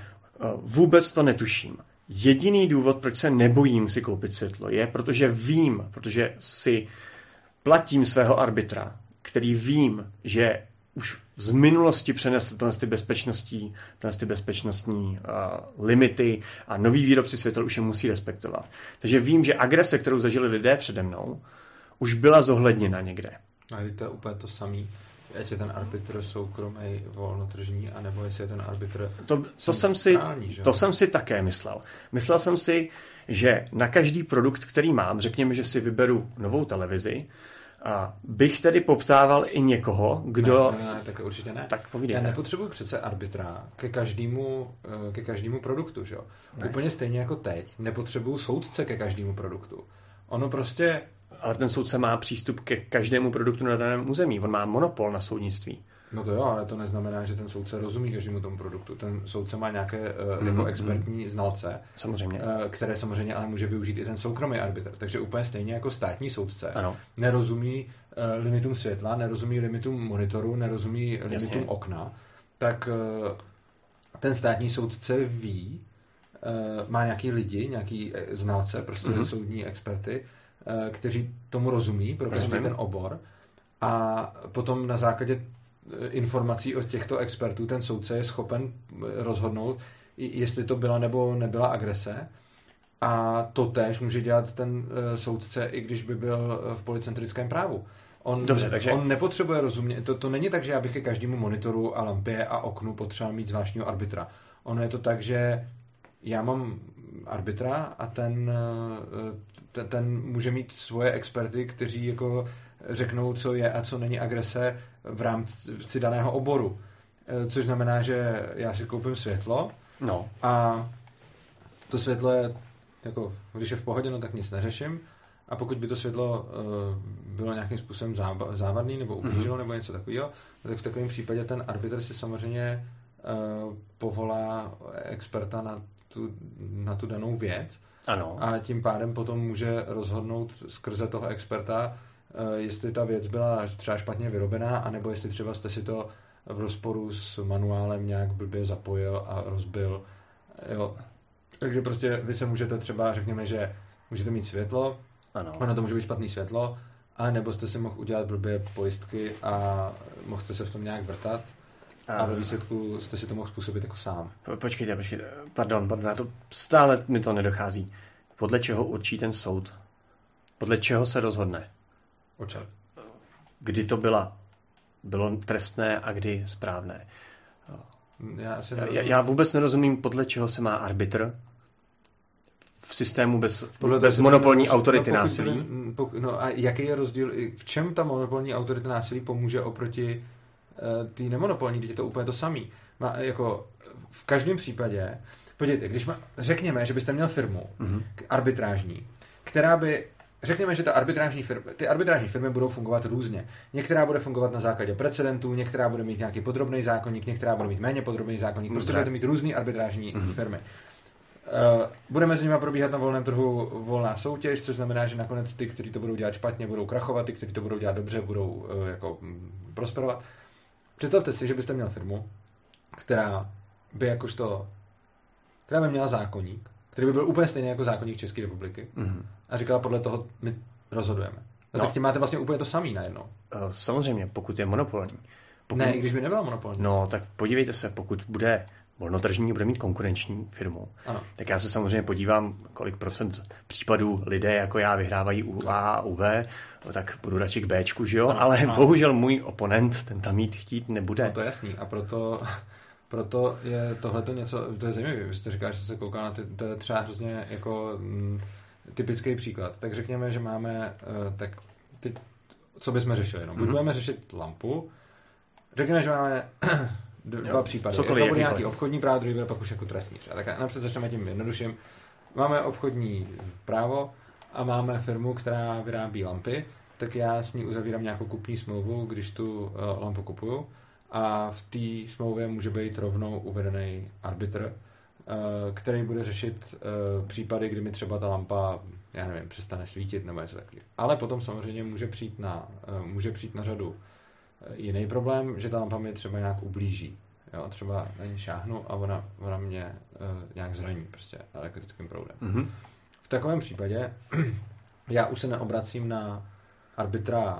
Vůbec to netuším. Jediný důvod, proč se nebojím si koupit světlo, je, protože vím, protože si platím svého arbitra, který vím, že už z minulosti přenesl tyhle ty bezpečnostní, tyhle ty bezpečnostní uh, limity a noví výrobci světel už je musí respektovat. Takže vím, že agrese, kterou zažili lidé přede mnou, už byla zohledněna někde. A to je úplně to samý. Ať je ten arbitr soukromý, volnotržní, anebo jestli je ten arbitr to, to, jsem si, to jsem si také myslel. Myslel jsem si, že na každý produkt, který mám, řekněme, že si vyberu novou televizi, a bych tedy poptával i někoho, kdo... Ne, ne, ne, tak určitě ne. Tak povídej. Já nepotřebuji přece arbitra ke každému, ke každému produktu, že jo? Úplně stejně jako teď nepotřebuji soudce ke každému produktu. Ono prostě... Ale ten soudce má přístup ke každému produktu na daném území. On má monopol na soudnictví. No to jo, ale to neznamená, že ten soudce rozumí každému tomu produktu. Ten soudce má nějaké uh, jako mm-hmm. expertní znalce, samozřejmě. Uh, které samozřejmě ale může využít i ten soukromý arbitr. Takže úplně stejně jako státní soudce ano. nerozumí uh, limitům světla, nerozumí limitům monitoru, nerozumí Jasně. limitům okna, tak uh, ten státní soudce ví, uh, má nějaký lidi, nějaký znalce, prostě mm-hmm. soudní experty, uh, kteří tomu rozumí, pro každý ten obor, a potom na základě informací od těchto expertů ten soudce je schopen rozhodnout, jestli to byla nebo nebyla agrese. A to též může dělat ten soudce, i když by byl v policentrickém právu. On, Dobře, takže... on nepotřebuje rozumět. To, to není tak, že já bych ke každému monitoru a lampě a oknu potřeboval mít zvláštního arbitra. Ono je to tak, že já mám arbitra a ten, ten, ten může mít svoje experty, kteří jako řeknou, co je a co není agrese v rámci daného oboru. Což znamená, že já si koupím světlo no. a to světlo je jako, když je v pohodě, no tak nic neřeším. A pokud by to světlo uh, bylo nějakým způsobem zába- závadný nebo ublížilo mm-hmm. nebo něco takového, tak v takovém případě ten arbitr si samozřejmě uh, povolá experta na tu, na tu danou věc. Ano. A tím pádem potom může rozhodnout skrze toho experta, jestli ta věc byla třeba špatně vyrobená, anebo jestli třeba jste si to v rozporu s manuálem nějak blbě zapojil a rozbil. Jo. Takže prostě vy se můžete třeba, řekněme, že můžete mít světlo, ano. ono to může být špatný světlo, a nebo jste si mohl udělat blbě pojistky a mohl jste se v tom nějak vrtat a, a ve výsledku jste si to mohl způsobit jako sám. Počkejte, počkejte, pardon, pardon, na to stále mi to nedochází. Podle čeho určí ten soud? Podle čeho se rozhodne? O čem? Kdy to byla, bylo trestné a kdy správné. Já, já, já vůbec nerozumím, podle čeho se má arbitr v systému bez, bez monopolní autority no, násilí. Pokud, no a jaký je rozdíl, v čem ta monopolní autorita násilí pomůže oproti uh, té nemonopolní, když je to úplně to samý. Má, jako v každém případě, podívejte, když má, řekněme, že byste měl firmu mm-hmm. arbitrážní, která by řekněme, že ta arbitrážní firmy, ty arbitrážní firmy budou fungovat různě. Některá bude fungovat na základě precedentů, některá bude mít nějaký podrobný zákonník, některá bude mít méně podrobný zákonník. Prostě budete mít různý arbitrážní mm-hmm. firmy. Uh, bude mezi nimi probíhat na volném trhu volná soutěž, což znamená, že nakonec ty, kteří to budou dělat špatně, budou krachovat, ty, kteří to budou dělat dobře, budou uh, jako mm, prosperovat. Představte si, že byste měl firmu, která by jakožto, která by měla zákonník, který by byl úplně stejný jako zákonník České republiky mm-hmm. a říkala, podle toho my rozhodujeme. No, no. Tak tím máte vlastně úplně to samý najednou. Uh, samozřejmě, pokud je monopolní. Pokud... Ne, i když by nebyla monopolní. No, tak podívejte se, pokud bude volnotržní, bude mít konkurenční firmu, ano. tak já se samozřejmě podívám, kolik procent případů lidé jako já vyhrávají u A a u B, tak budu radši k Bčku, že jo? Ano, ale ano. bohužel můj oponent ten tam mít chtít nebude. No to je jasný a proto... Proto je tohleto něco, to je zajímavé, vy jste říkal, že jste se koukal na ty, to je třeba hrozně jako m, typický příklad. Tak řekněme, že máme, uh, tak ty, co bychom řešili, no, buď mm-hmm. budeme řešit lampu, řekněme, že máme dva jo, případy. Jedno bude nějaký obchodní právo, druhý bude pak už jako trestní třeba. Tak napřed začneme tím jednodušším. Máme obchodní právo a máme firmu, která vyrábí lampy, tak já s ní uzavírám nějakou kupní smlouvu, když tu uh, lampu kupuju. A v té smlouvě může být rovnou uvedený arbitr, který bude řešit případy, kdy mi třeba ta lampa, já nevím, přestane svítit nebo něco takového. Ale potom samozřejmě může přijít na, může přijít na řadu jiný problém, že ta lampa mi třeba nějak ublíží. Jo? Třeba na ní šáhnu a ona, ona mě nějak zraní prostě elektrickým proudem. Mm-hmm. V takovém případě já už se neobracím na arbitra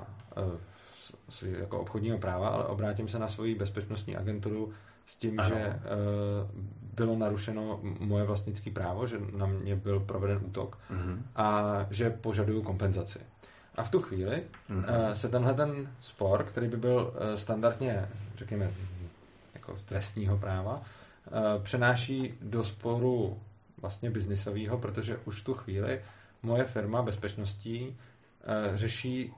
jako obchodního práva, ale obrátím se na svoji bezpečnostní agenturu s tím, ano. že uh, bylo narušeno moje vlastnické právo, že na mě byl proveden útok uh-huh. a že požaduju kompenzaci. A v tu chvíli uh-huh. uh, se tenhle ten spor, který by byl uh, standardně, řekněme, jako trestního práva, uh, přenáší do sporu vlastně biznisového, protože už v tu chvíli moje firma bezpečností uh, řeší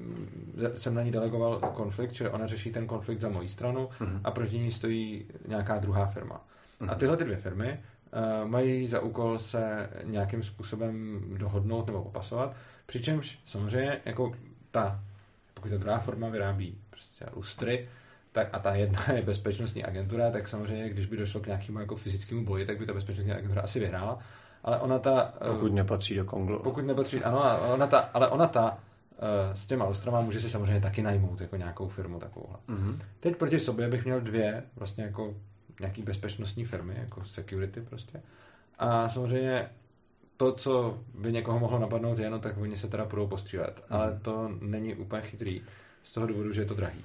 jsem na ní delegoval konflikt, čili ona řeší ten konflikt za mojí stranu uh-huh. a proti ní stojí nějaká druhá firma. Uh-huh. A tyhle ty dvě firmy uh, mají za úkol se nějakým způsobem dohodnout nebo popasovat, přičemž samozřejmě jako ta, pokud ta druhá firma vyrábí prostě lustry, tak a ta jedna je bezpečnostní agentura, tak samozřejmě, když by došlo k nějakému jako fyzickému boji, tak by ta bezpečnostní agentura asi vyhrála, ale ona ta... Pokud nepatří do konglu. Pokud nepatří, ano, ona ta, ale ona ta s těma lustrama může si samozřejmě taky najmout jako nějakou firmu takovouhle. Mm-hmm. Teď proti sobě bych měl dvě vlastně jako nějaký bezpečnostní firmy, jako security prostě. A samozřejmě to, co by někoho mohlo napadnout, je, no tak oni se teda budou postřílet. Mm-hmm. Ale to není úplně chytrý z toho důvodu, že je to drahý.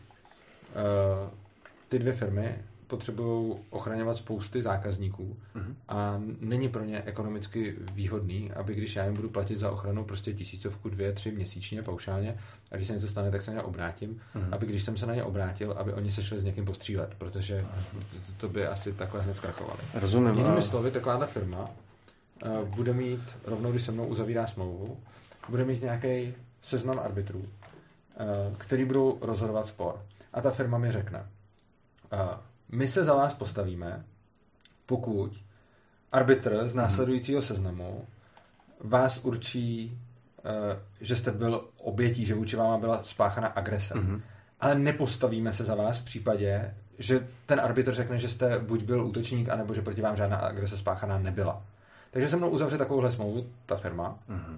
Uh, ty dvě firmy potřebují ochraňovat spousty zákazníků mm-hmm. a není pro ně ekonomicky výhodný, aby když já jim budu platit za ochranu prostě tisícovku, dvě, tři měsíčně, paušálně, a když se něco stane, tak se na ně obrátím, mm-hmm. aby když jsem se na ně obrátil, aby oni se šli s někým postřílet, protože to by asi takhle hned zkrachovali. Rozumím. Jinými slovy, taková firma uh, bude mít, rovnou když se mnou uzavírá smlouvu, bude mít nějaký seznam arbitrů, uh, který budou rozhodovat spor. A ta firma mi řekne, uh, my se za vás postavíme, pokud arbitr z následujícího seznamu vás určí, že jste byl obětí, že vůči váma byla spáchaná agrese. Mm-hmm. Ale nepostavíme se za vás v případě, že ten arbitr řekne, že jste buď byl útočník, anebo že proti vám žádná agrese spáchaná nebyla. Takže se mnou uzavře takovouhle smlouvu ta firma. Mm-hmm.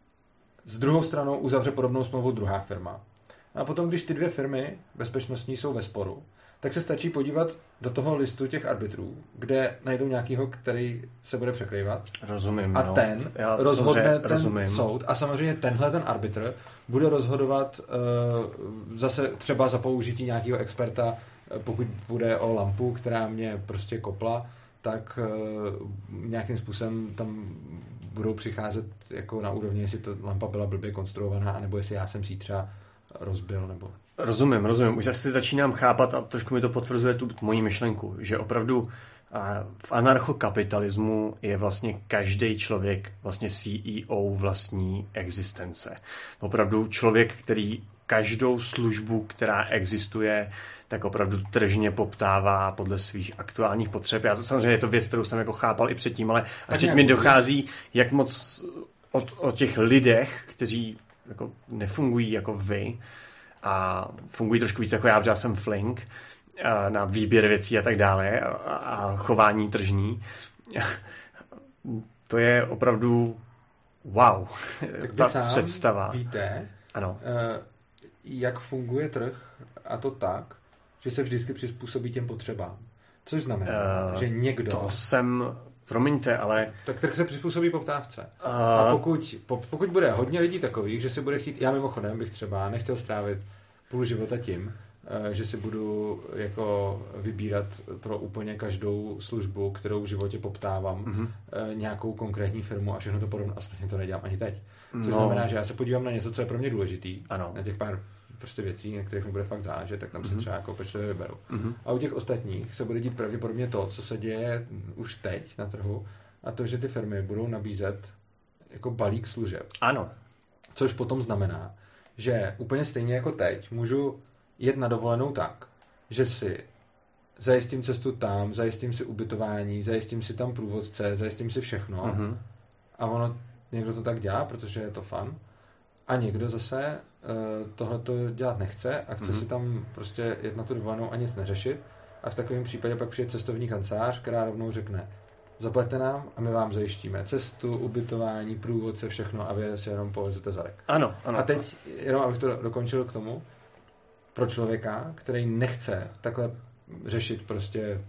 S druhou stranou uzavře podobnou smlouvu druhá firma. A potom, když ty dvě firmy bezpečnostní jsou ve sporu, tak se stačí podívat do toho listu těch arbitrů, kde najdou nějakýho, který se bude překrývat. Rozumím. A no. ten Já rozhodne dobře, ten rozumím. soud. A samozřejmě tenhle ten arbitr bude rozhodovat uh, zase třeba za použití nějakého experta, pokud bude o lampu, která mě prostě kopla, tak uh, nějakým způsobem tam budou přicházet jako na úrovni, jestli to lampa byla blbě konstruovaná, anebo jestli já jsem si ji třeba rozbil, nebo... Rozumím, rozumím. Už asi začínám chápat a trošku mi to potvrzuje tu moji myšlenku, že opravdu v anarchokapitalismu je vlastně každý člověk vlastně C E O vlastní existence. Opravdu člověk, který každou službu, která existuje, tak opravdu tržně poptává podle svých aktuálních potřeb. Já to samozřejmě je to věc, kterou jsem jako chápal i předtím, ale až teď mi dochází, jak moc o, o těch lidech, kteří jako nefungují jako vy a fungují trošku víc jako já, protože já jsem flink a na výběr věcí a tak dále a, a chování tržní. To je opravdu wow. Tak ta sám představa. Víte, ano. jak funguje trh, a to tak, že se vždycky přizpůsobí těm potřebám. Což znamená, uh, že někdo... To jsem... Promiňte, ale... Tak trh se přizpůsobí poptávce. Uh... A pokud, pokud bude hodně lidí takových, že si bude chtít... Já mimochodem bych třeba nechtěl strávit půl života tím, že si budu jako vybírat pro úplně každou službu, kterou v životě poptávám, mm-hmm. nějakou konkrétní firmu a všechno to podobně. A stejně to nedělám ani teď. Což no. znamená, že já se podívám na něco, co je pro mě důležitý. Ano. Na těch pár prostě věcí, na kterých mi bude fakt záležet, tak tam mm-hmm. si třeba jako pečlivě vyberu. Mm-hmm. A u těch ostatních se bude dít pravděpodobně to, co se děje už teď na trhu, a to, že ty firmy budou nabízet jako balík služeb. Ano. Což potom znamená, že úplně stejně jako teď můžu jet na dovolenou tak, že si zajistím cestu tam, zajistím si ubytování, zajistím si tam průvodce, zajistím si všechno. Mm-hmm. A ono, někdo to tak dělá, protože je to fun. A někdo zase uh, tohleto dělat nechce a chce mm-hmm. si tam prostě jet na tu dovolenou a nic neřešit. A v takovém případě pak přijde cestovní kancelář, která rovnou řekne: zaplaťte nám a my vám zajištíme cestu, ubytování, průvodce, všechno a vy si jenom povezete zadek. Ano, ano. A teď, jenom abych to dokončil k tomu, pro člověka, který nechce takhle řešit prostě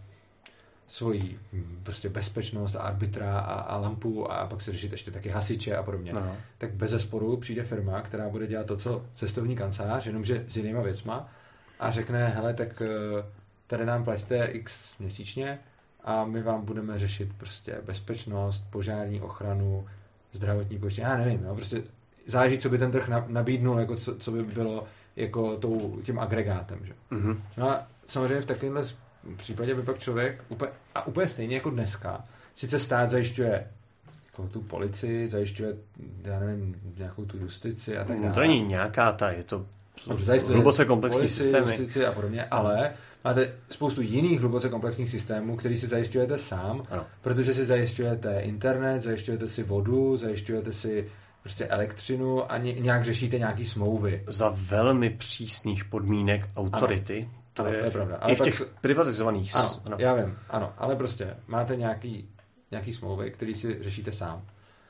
svoji prostě bezpečnost a arbitra a, a lampu a pak se řešit ještě taky hasiče a podobně, no. tak bezesporu přijde firma, která bude dělat to, co cestovní kancelář, jenomže s jinýma věcma a řekne: hele, tak tady nám platíte x měsíčně a my vám budeme řešit prostě bezpečnost, požární ochranu, zdravotní pojištění, já nevím, no, prostě záleží, co by ten trh nabídnul, jako co, co by bylo jako tou, tím agregátem. Že? Mm-hmm. No a samozřejmě v takovémhle případě by pak člověk, úplně, a úplně stejně jako dneska, sice stát zajišťuje jako tu policii, zajišťuje, já nevím, nějakou tu justici a tak dále. No to není nějaká ta, je to hluboce komplexní policii, systémy. Justici a podobně, ale máte spoustu jiných hluboce komplexních systémů, který si zajišťujete sám, ano. protože si zajišťujete internet, zajišťujete si vodu, zajišťujete si prostě elektřinu a nějak řešíte nějaký smlouvy. Za velmi přísných podmínek autority. Ano. To, ano, je, to je pravda. Ale i v těch pak... privatizovaných. Ano, ano, já vím, ano, ale prostě máte nějaký, nějaký smlouvy, který si řešíte sám.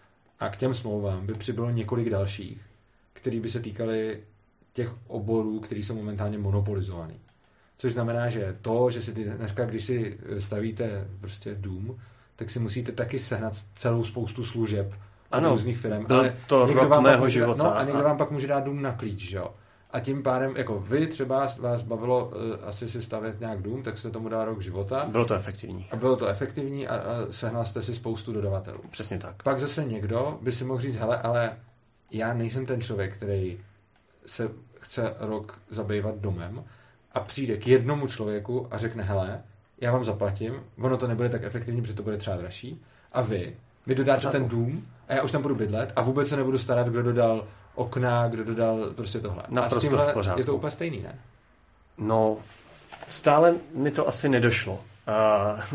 A k těm smlouvám by přibylo několik dalších, který by se týkaly těch oborů, který jsou momentálně monopolizovaný. Což znamená, že to, že si ty dneska, když si stavíte prostě dům, tak si musíte taky sehnat celou spoustu služeb od různých firm. Ale to někdo vám mého může, života. No, a někdo a... vám pak může dát dům na klíč, že jo? A tím pádem, jako vy třeba vás bavilo uh, asi si stavět nějak dům, tak se tomu dá rok života. Bylo to efektivní. A bylo to efektivní a, a sehnal jste si spoustu dodavatelů. Přesně tak. Pak zase někdo by si mohl říct: hele, ale já nejsem ten člověk, který se chce rok zabývat domem a přijde k jednomu člověku a řekne: hele, já vám zaplatím, ono to nebude tak efektivní, protože to bude třeba dražší, a vy mi dodáte ten dům a já už tam budu bydlet a vůbec se nebudu starat, kdo dodal okna, kdo dodal prostě tohle. Naprosto a s tímhle v pořádku. Je to úplně stejný, ne? No, stále mi to asi nedošlo. Uh,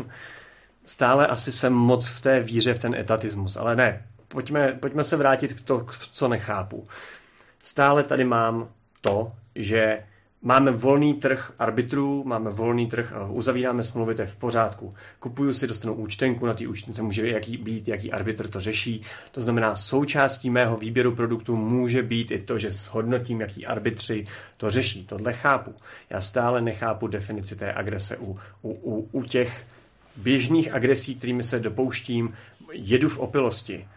stále asi jsem moc v té víře, v ten etatismus, ale ne. Pojďme, pojďme se vrátit k to, co nechápu. Stále tady mám to, že máme volný trh arbitrů, máme volný trh, uzavíráme smlouvy, to je v pořádku. Kupuju si, dostanu účtenku, na té účtence může jaký být, jaký arbitr to řeší. To znamená, součástí mého výběru produktů může být i to, že shodnotím, jaký arbitři to řeší. Tohle chápu. Já stále nechápu definici té agrese u, u, u, u těch běžných agresí, kterými se dopouštím. Jedu v opilosti,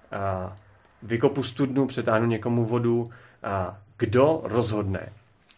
a vykopu studnu, přetáhnu někomu vodu. A kdo rozhodne,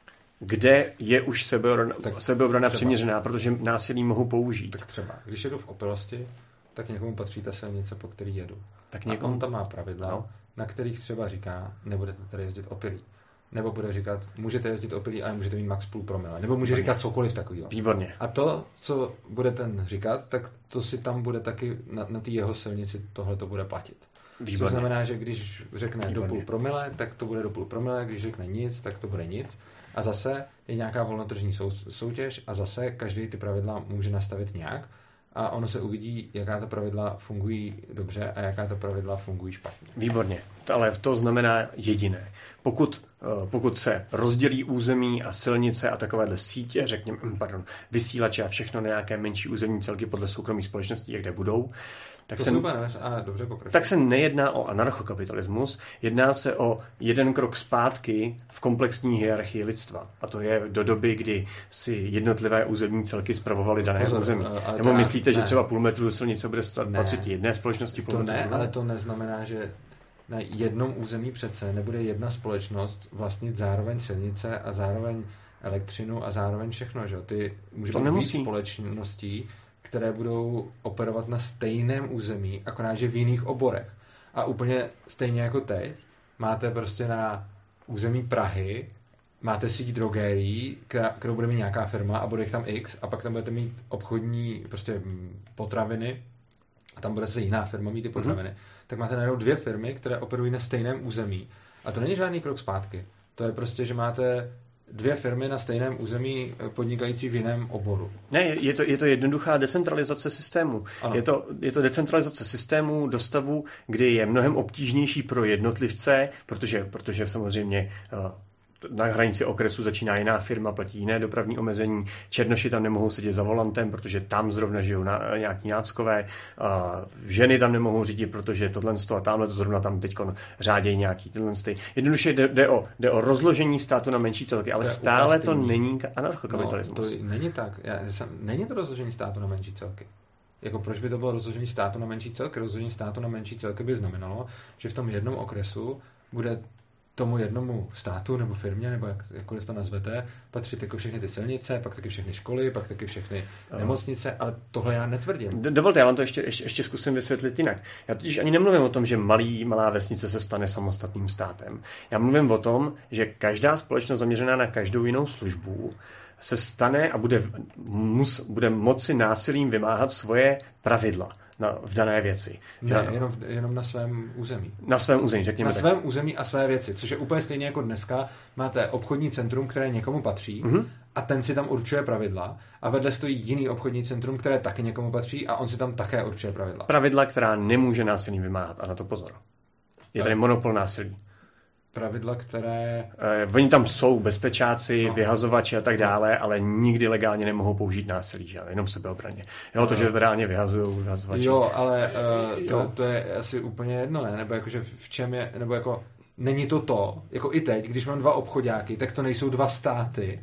kde je už sebeobrana, sebeobrana přiměřená, protože násilí mohu použít. Tak třeba, když jedu v opilosti, tak někomu patří ta silnice, po který jedu. Tak někomu... A on tam má pravidla, no. na kterých třeba říká: nebudete tady jezdit opilí. Nebo bude říkat: můžete jezdit opilí, ale můžete mít max půl promile. Nebo může říkat cokoliv takového. Výborně. A to, co bude ten říkat, tak to si tam bude taky na, na té jeho silnici tohle to bude platit. Výborně. To znamená, že když řekne Výborně. do půl promile, tak to bude do půl promile, když řekne nic, tak to bude nic. A zase je nějaká volnotržní sou, soutěž a zase každý ty pravidla může nastavit nějak. a ono se uvidí, jaká ta pravidla fungují dobře a jaká ta pravidla fungují špatně. Výborně, ale to znamená jediné. Pokud, pokud se rozdělí území a silnice a takovéhle sítě, řekněme, pardon, vysílače a všechno na nějaké menší územní celky podle soukromých společností, kde budou, tak se, a dobře tak se nejedná o anarchokapitalismus, jedná se o jeden krok zpátky v komplexní hierarchii lidstva. A to je do doby, kdy si jednotlivé územní celky spravovaly dané Pozor, území. Nebo myslíte, ne. že třeba půl metru silnice bude patřit jedné společnosti? Půl to metru ne, druhé? Ale to neznamená, že na jednom území přece nebude jedna společnost vlastnit zároveň silnice a zároveň elektřinu a zároveň všechno. Že? Ty může být víc společností, které budou operovat na stejném území, akorát, že v jiných oborech. A úplně stejně jako teď, máte prostě na území Prahy, máte síť drogérií, kterou bude mít nějaká firma a bude jich tam X, a pak tam budete mít obchodní prostě potraviny a tam bude se jiná firma mít ty potraviny. Mm-hmm. Tak máte najednou dvě firmy, které operují na stejném území. A to není žádný krok zpátky. To je prostě, že máte dvě firmy na stejném území podnikající v jiném oboru. Ne, je to, je to jednoduchá decentralizace systému. Je to, je to decentralizace systému do stavu, kdy je mnohem obtížnější pro jednotlivce, protože, protože samozřejmě na hranici okresu začíná jiná firma, platí jiné dopravní omezení. Černoši tam nemohou sedět za volantem, protože tam zrovna žijou na, nějaký náckové. Ženy tam nemohou řídit, protože tohle a tamhle to zrovna tam teď řádějí nějaký tyhle. Jednoduše jde, jde, o, jde o rozložení státu na menší celky, ale to stále to není anarchokapitalismus. No, to není tak. Já, jsem, není to rozložení státu na menší celky. Jako proč by to bylo rozložení státu na menší celky? Rozložení státu na menší celky by znamenalo, že v tom jednom okresu bude tomu jednomu státu nebo firmě, nebo jak, jakkoliv to nazvete, patří jako všechny ty silnice, pak taky všechny školy, pak taky všechny nemocnice, ale tohle já netvrdím. Dovolte, já vám to ještě, ještě, ještě zkusím vysvětlit jinak. Já totiž ani nemluvím o tom, že malý, malá vesnice se stane samostatným státem. Já mluvím o tom, že každá společnost zaměřená na každou jinou službu se stane a bude, mus, bude moci násilím vymáhat svoje pravidla na, v dané věci. Ne, jenom, jenom na svém území. Na svém území, řekněme Na tak. svém území a své věci, což je úplně stejně jako dneska. Máte obchodní centrum, které někomu patří, mm-hmm. a ten si tam určuje pravidla, a vedle stojí jiný obchodní centrum, které taky někomu patří, a on si tam také určuje pravidla. Pravidla, která nemůže násilím vymáhat, a na to pozor. Je tady monopol násilí. Pravidla, které... Eh, oni tam jsou bezpečáci, no. vyhazovači a tak dále, ale nikdy legálně nemohou použít násilí, že? Jenom sebeobraně. Jo, no. To, že reálně vyhazují vyhazovači. Jo, ale uh, to, jo. to je asi úplně jedno, ne? Nebo jakože v čem je, nebo jako není to to, jako i teď, když mám dva obchodáky, tak to nejsou dva státy.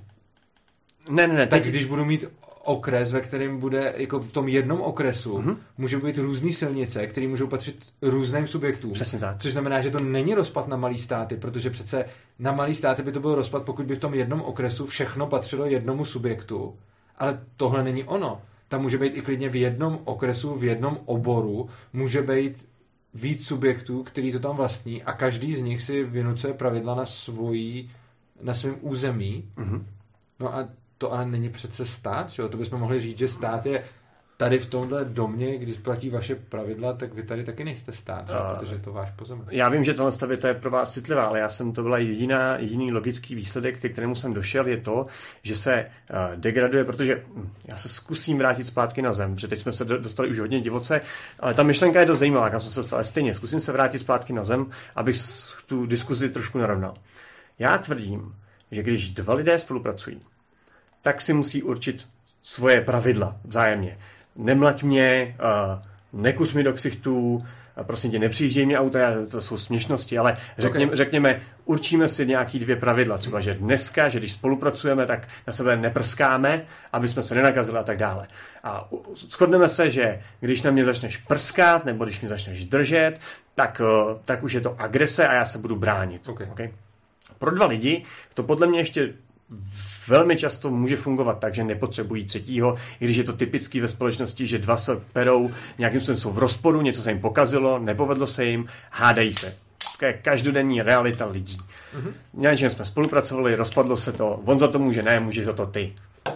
Ne, ne, ne. Tak teď... když budu mít okres, ve kterém bude, jako v tom jednom okresu, mm-hmm. může být různý silnice, které můžou patřit různým subjektům. Přesně tak. Což znamená, že to není rozpad na malý státy, protože přece na malý státy by to byl rozpad, pokud by v tom jednom okresu všechno patřilo jednomu subjektu. Ale tohle není ono. Tam může být i klidně v jednom okresu, v jednom oboru, může být víc subjektů, který to tam vlastní, a každý z nich si vynucuje pravidla na svojí, na svém území. Mm-hmm. No a to ale není přece stát, že jo? To bychom mohli říct, že stát je tady v tomhle domě, když platí vaše pravidla, tak vy tady taky nejste stát, že? Protože je to váš pozemek. Já vím, že tohle stavita je pro vás citlivá, ale já jsem to byla jediná, jediný logický výsledek, ke kterému jsem došel, je to, že se uh, degraduje, protože hm, já se zkusím vrátit zpátky na zem, protože teď jsme se dostali už hodně divoce, ale ta myšlenka je dost zajímavá, já jsem se dostal, ale stejně zkusím se vrátit zpátky na zem, abych tu diskuzi trošku narovnal. Já tvrdím, že když dva lidé spolupracují, tak si musí určit svoje pravidla vzájemně. Nemlaď mě, uh, nekuř mi do ksichtů, uh, prosím tě, nepřijížděj mě auta, to jsou směšnosti, ale řekněme, okay. řekněme, určíme si nějaký dvě pravidla. Třeba, že dneska, že když spolupracujeme, tak na sebe neprskáme, aby jsme se nenakazili a tak dále. A shodneme se, že když na mě začneš prskat, nebo když mě začneš držet, tak, uh, tak už je to agrese a já se budu bránit. Okay. Okay? Pro dva lidi to podle mě ještě velmi často může fungovat tak, že nepotřebují třetího, i když je to typický ve společnosti, že dva se perou, nějakým způsobem jsou v rozporu, něco se jim pokazilo, nepovedlo se jim, hádají se. To je každodenní realita lidí. Mm-hmm. Nějakým jsme spolupracovali, rozpadlo se to, on za to může, ne, může za to ty.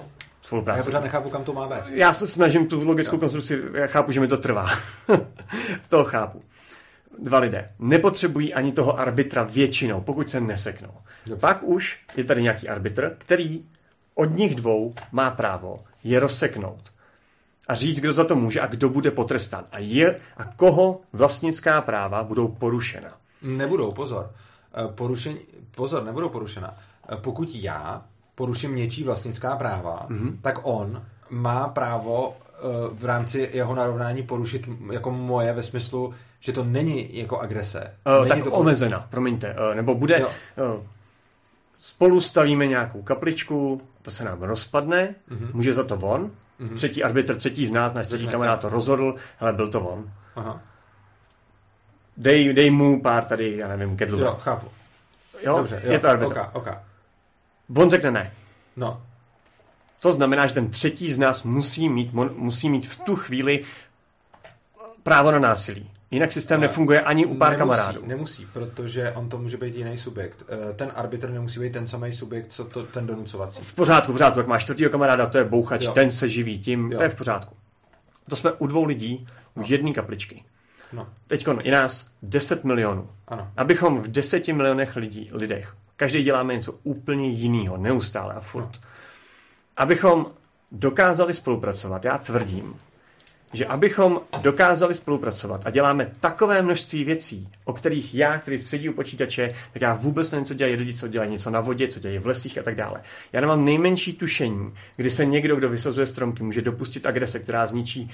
Já pořád nechápu, kam to má vést. Já se snažím tu logickou no. konstrukci, já chápu, že mi to trvá. To chápu. Dva lidé nepotřebují ani toho arbitra většinou, pokud se neseknou. Dobře. Pak už je tady nějaký arbitr, který od nich dvou má právo je rozseknout. a říct, kdo za to může a kdo bude potrestán. A, je, a koho vlastnická práva budou porušena. Nebudou, pozor. Porušení, pozor, nebudou porušena. Pokud já poruším něčí vlastnická práva, mm-hmm. tak on má právo v rámci jeho narovnání porušit jako moje ve smyslu, že to není jako agrese. Uh, není tak to omezena, promiňte. Uh, nebo bude... Uh, spolu stavíme nějakou kapličku, to se nám rozpadne, mm-hmm. může za to on, mm-hmm. třetí arbitr, třetí z nás, náš třetí kamarád to rozhodl, ale byl to on. Aha. Dej, dej mu pár tady, já nevím, kedlu. Jo, chápu. Jo, dobře, jo, je to arbitr. Okay, okay. On řekne ne. No. To znamená, že ten třetí z nás musí mít, musí mít v tu chvíli právo na násilí. Jinak systém nefunguje ani u pár nemusí, kamarádů. Nemusí, protože on to může být jiný subjekt. Ten arbitr nemusí být ten samý subjekt, co to, ten donucovací. V pořádku, v pořádku. Jak máš čtvrtýho kamaráda, to je bouchač, jo. Ten se živí tím, jo. To je v pořádku. To jsme u dvou lidí, u no. jedné kapličky. No. Teďkon je nás deset milionů. Ano. Abychom v deseti milionech lidí, lidech, každý děláme něco úplně jiného, neustále a furt. No. Abychom dokázali spolupracovat, já tvrdím, že abychom dokázali spolupracovat a děláme takové množství věcí, o kterých já, který sedí u počítače, tak já vůbec nevím, co dělají lidi, co dělají něco na vodě, co dělají v lesích a tak dále. Já nemám nejmenší tušení, kdy se někdo, kdo vysazuje stromky, může dopustit agrese, která zničí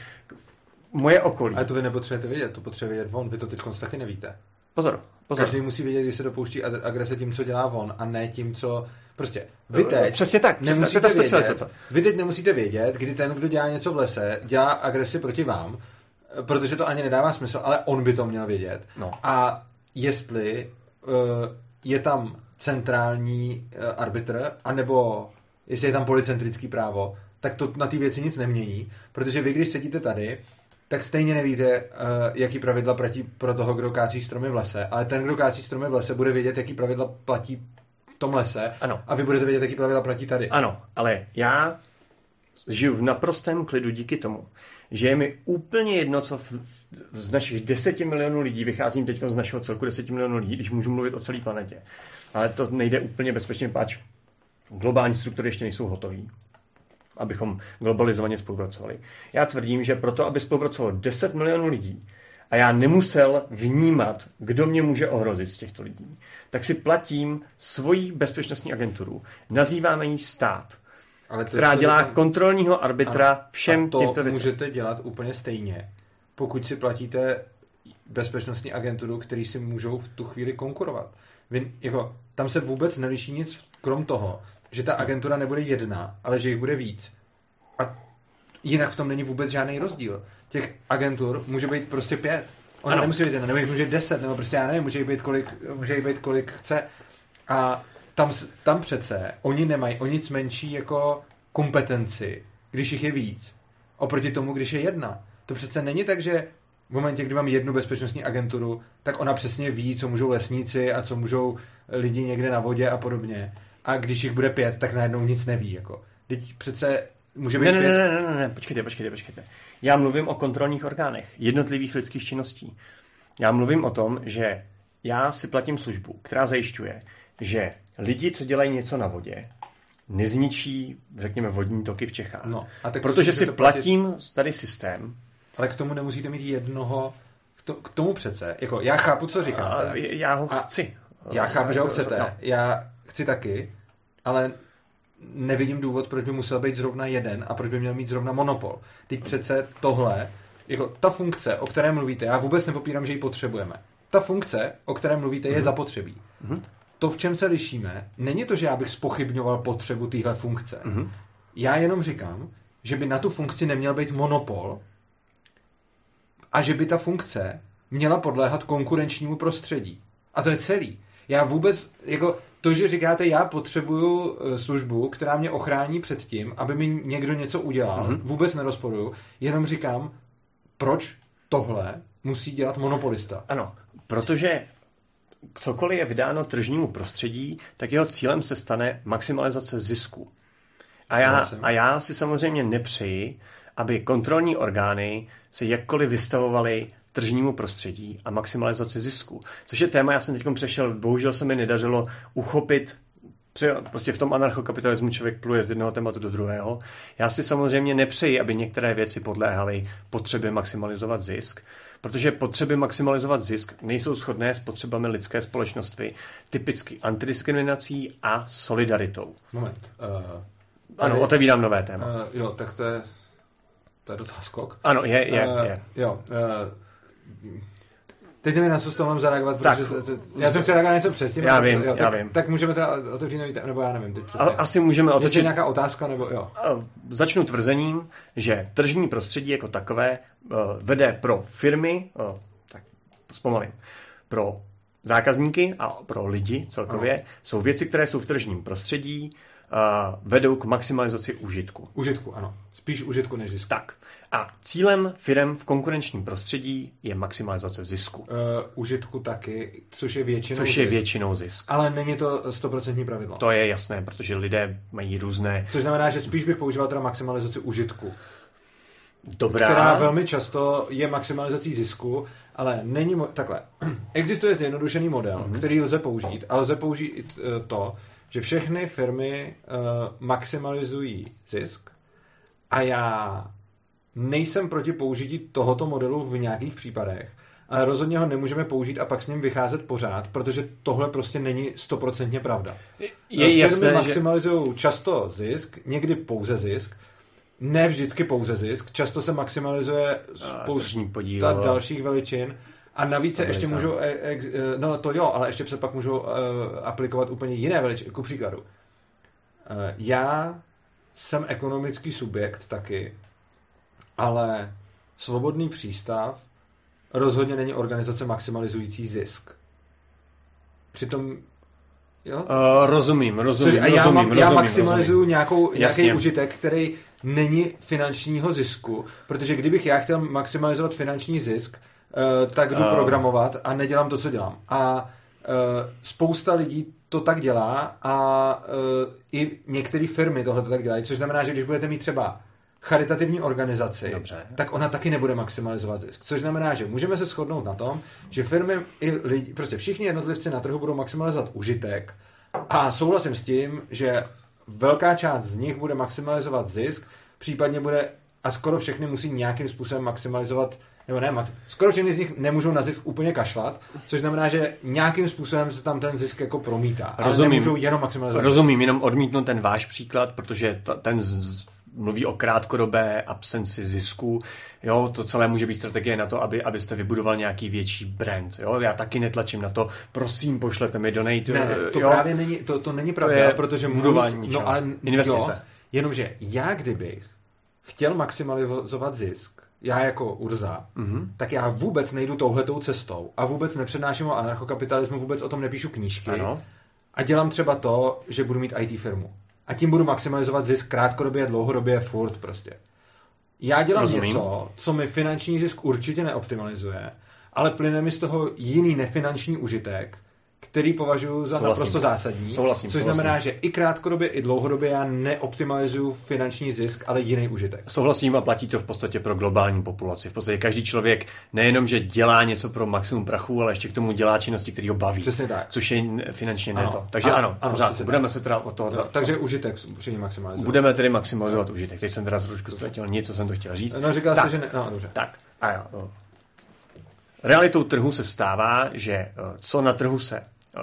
moje okolí. Ale to vy nepotřebujete vědět, to potřebuje vědět on, vy to teď taky nevíte. Pozor, pozor. Každý musí vědět, když se dopouští agrese tím, co dělá on, a ne tím, co... Prostě vy teď přesně tak, nemusíte přesně, vědět, vy teď nemusíte vědět, kdy ten, kdo dělá něco v lese, dělá agresi proti vám, protože to ani nedává smysl, ale on by to měl vědět. No. A jestli uh, je tam centrální uh, arbitr, anebo jestli je tam polycentrický právo, tak to na ty věci nic nemění, protože vy, když sedíte tady, tak stejně nevíte, uh, jaký pravidla platí pro toho, kdo kácí stromy v lese, ale ten, kdo kácí stromy v lese, bude vědět, jaký pravidla platí v tom lese, ano. A vy budete vědět, jaký pravidla platí tady. Ano, ale já žiju v naprostém klidu díky tomu, že je mi úplně jedno, co v, z našich deseti milionů lidí, vycházím teď z našeho celku deseti milionů lidí, když můžu mluvit o celé planetě. Ale to nejde úplně bezpečně, páč globální struktury ještě nejsou hotový, abychom globalizovaně spolupracovali. Já tvrdím, že proto, aby spolupracovalo deset milionů lidí, a já nemusel vnímat, kdo mě může ohrozit z těchto lidí, tak si platím svoji bezpečnostní agenturu. Nazýváme ji stát, ale to, která dělá tam... kontrolního arbitra a, všem a to těmto věcem. Můžete dělat úplně stejně, pokud si platíte bezpečnostní agenturu, který si můžou v tu chvíli konkurovat. Vy, jako, tam se vůbec neliší nic, krom toho, že ta agentura nebude jedna, ale že jich bude víc. A jinak v tom není vůbec žádný rozdíl. Těch agentur může být prostě pět. Ona nemusí být jedna, nebo jich může deset, nebo prostě já nevím, může jich být kolik, může jich být kolik chce. A tam, tam přece oni nemají o nic menší jako kompetenci, když jich je víc, oproti tomu, když je jedna. To přece není tak, že v momentě, kdy mám jednu bezpečnostní agenturu, tak ona přesně ví, co můžou lesníci a co můžou lidi někde na vodě a podobně. A když jich bude pět, tak najednou nic neví. Jako. Teď přece může být ne, ne, pět... Ne, ne, ne, ne, počkejte, počkejte, počkejte. Já mluvím o kontrolních orgánech jednotlivých lidských činností. Já mluvím o tom, že já si platím službu, která zajišťuje, že lidi, co dělají něco na vodě, nezničí, řekněme, vodní toky v Čechách. No, a tak protože si platím platit... tady systém. Ale k tomu nemusíte mít jednoho, k, to, k tomu přece, jako já chápu, co říkáte. A já ho chci. Já chápu, že ho chcete. No. Já chci taky, ale nevidím důvod, proč by musel být zrovna jeden a proč by měl mít zrovna monopol. Teď přece tohle, jako ta funkce, o které mluvíte, já vůbec nepopírám, že ji potřebujeme. Ta funkce, o které mluvíte, je mm-hmm. zapotřebí. Mm-hmm. To, v čem se lišíme, není to, že já bych zpochybňoval potřebu téhle funkce. Mm-hmm. Já jenom říkám, že by na tu funkci neměl být monopol a že by ta funkce měla podléhat konkurenčnímu prostředí. A to je celý. Já vůbec, jako to, že říkáte, já potřebuju službu, která mě ochrání před tím, aby mi někdo něco udělal, mm-hmm. vůbec nerozporuju, jenom říkám, proč tohle musí dělat monopolista. Ano, protože cokoliv je vydáno tržnímu prostředí, tak jeho cílem se stane maximalizace zisku. A já, a já si samozřejmě nepřeji, aby kontrolní orgány se jakkoliv vystavovaly tržnímu prostředí a maximalizaci zisku. Což je téma, já jsem teď přešel, bohužel se mi nedařilo uchopit Prostě v tom anarchokapitalismu člověk pluje z jednoho tématu do druhého. Já si samozřejmě nepřeji, aby některé věci podléhaly potřebě maximalizovat zisk, protože potřeby maximalizovat zisk nejsou shodné s potřebami lidské společnosti, typicky antidiskriminací a solidaritou. Moment. Uh, ano, otevírám nové téma. Uh, jo, tak to je, to je docela skok. Ano, je, je, uh, je. Jo, uh, teď nevím, na co s tom mám zareagovat, tak, protože to, to, já jsem chtěl reagovat něco předtím. Já vím, co, jo, já tak, vím. Tak můžeme teda otevřít nový téma, nebo já nevím teď přesně. Asi můžeme otevřít. Jestli nějaká otázka, nebo jo. Začnu tvrzením, že tržní prostředí jako takové uh, vede pro firmy, uh, tak zpomalím, pro zákazníky a pro lidi celkově, ano. Jsou věci, které jsou v tržním prostředí, uh, vedou k maximalizaci užitku. Užitku, ano. Spíš užitku než zisku. Tak. A cílem firem v konkurenčním prostředí je maximalizace zisku. Uh, užitku taky, což je většinou Což je zisk. většinou zisk. Ale není to stoprocentní pravidlo. To je jasné, protože lidé mají různé... Což znamená, že spíš bych používal teda maximalizaci užitku. Dobrá. Která velmi často je maximalizací zisku, ale není... Mo- takhle. Existuje zjednodušený model, mm-hmm. který lze použít, ale lze použít uh, to, že všechny firmy uh, maximalizují zisk a já nejsem proti použití tohoto modelu v nějakých případech, ale rozhodně ho nemůžeme použít a pak s ním vycházet pořád, protože tohle prostě není stoprocentně pravda. Je Firmy jasné, že... maximalizují často zisk, někdy pouze zisk, ne vždycky pouze zisk, často se maximalizuje spousta dalších veličin a navíc se ještě můžou, no to jo, ale ještě se pak můžou uh, aplikovat úplně jiné veličiny. Ku příkladu, uh, já jsem ekonomický subjekt taky, ale Svobodný přístav rozhodně není organizace maximalizující zisk. Přitom jo? Uh, rozumím, rozumím, a já, rozumím, mám, rozumím, já maximalizuju rozumím. Nějakou, nějaký užitek, který není finančního zisku, protože kdybych já chtěl maximalizovat finanční zisk, uh, tak jdu uh. programovat a nedělám to, co dělám. A uh, spousta lidí to tak dělá a uh, i některé firmy tohle to tak dělají, což znamená, že když budete mít třeba charitativní organizaci, Dobře. tak ona taky nebude maximalizovat zisk. Což znamená, že můžeme se shodnout na tom, že firmy i lidi, prostě všichni jednotlivci na trhu budou maximalizovat užitek a souhlasím s tím, že velká část z nich bude maximalizovat zisk, případně bude a skoro všechny musí nějakým způsobem maximalizovat, nebo ne, skoro všechny z nich nemůžou na zisk úplně kašlat, což znamená, že nějakým způsobem se tam ten zisk jako promítá. Rozumím, ale nemůžou jenom maximalizovat. Rozumím, jenom odmítnu ten váš příklad, protože ta, ten z, mluví o krátkodobé absenci zisku. Jo, to celé může být strategie na to, aby, abyste vybudoval nějaký větší brand. Jo, já taky netlačím na to, prosím, pošlete mi donate. Ne, to jo? právě není, to, to není pravda, to protože budování můj, ničeho. No, ale, investice. Jo, jenomže já kdybych chtěl maximalizovat zisk, já jako Urza, mm-hmm. tak já vůbec nejdu touhletou cestou a vůbec nepřednáším o anarchokapitalismu, vůbec o tom nepíšu knížky ano. A dělám třeba to, že budu mít í té firmu. A tím budu maximalizovat zisk krátkodobě, dlouhodobě, furt prostě. Já dělám Rozumím. něco, co mi finanční zisk určitě neoptimalizuje, ale plyne mi z toho jiný nefinanční užitek, který považuji za souhlasím. naprosto zásadní. Souhlasím, což souhlasím. znamená, že i krátkodobě, i dlouhodobě já neoptimalizuju finanční zisk, ale jiný užitek. Souhlasím a platí to v podstatě pro globální populaci. V podstatě každý člověk nejenom, že dělá něco pro maximum prachu, ale ještě k tomu dělá činnosti, které ho baví. Přesně tak. Což je finančně ano. neto. Takže ano, ano, ano pořád. Budeme tak. se teda od toho... Jo, takže užitek všichni maximalizovat. Budeme tedy maximalizovat no. užitek. Teď jsem teda trošku ztratil něco, jsem to chtěl říct. No říkal jste, že ne... No, dobře. Tak. A jo. No. Realitou trhu se stává, že co na trhu se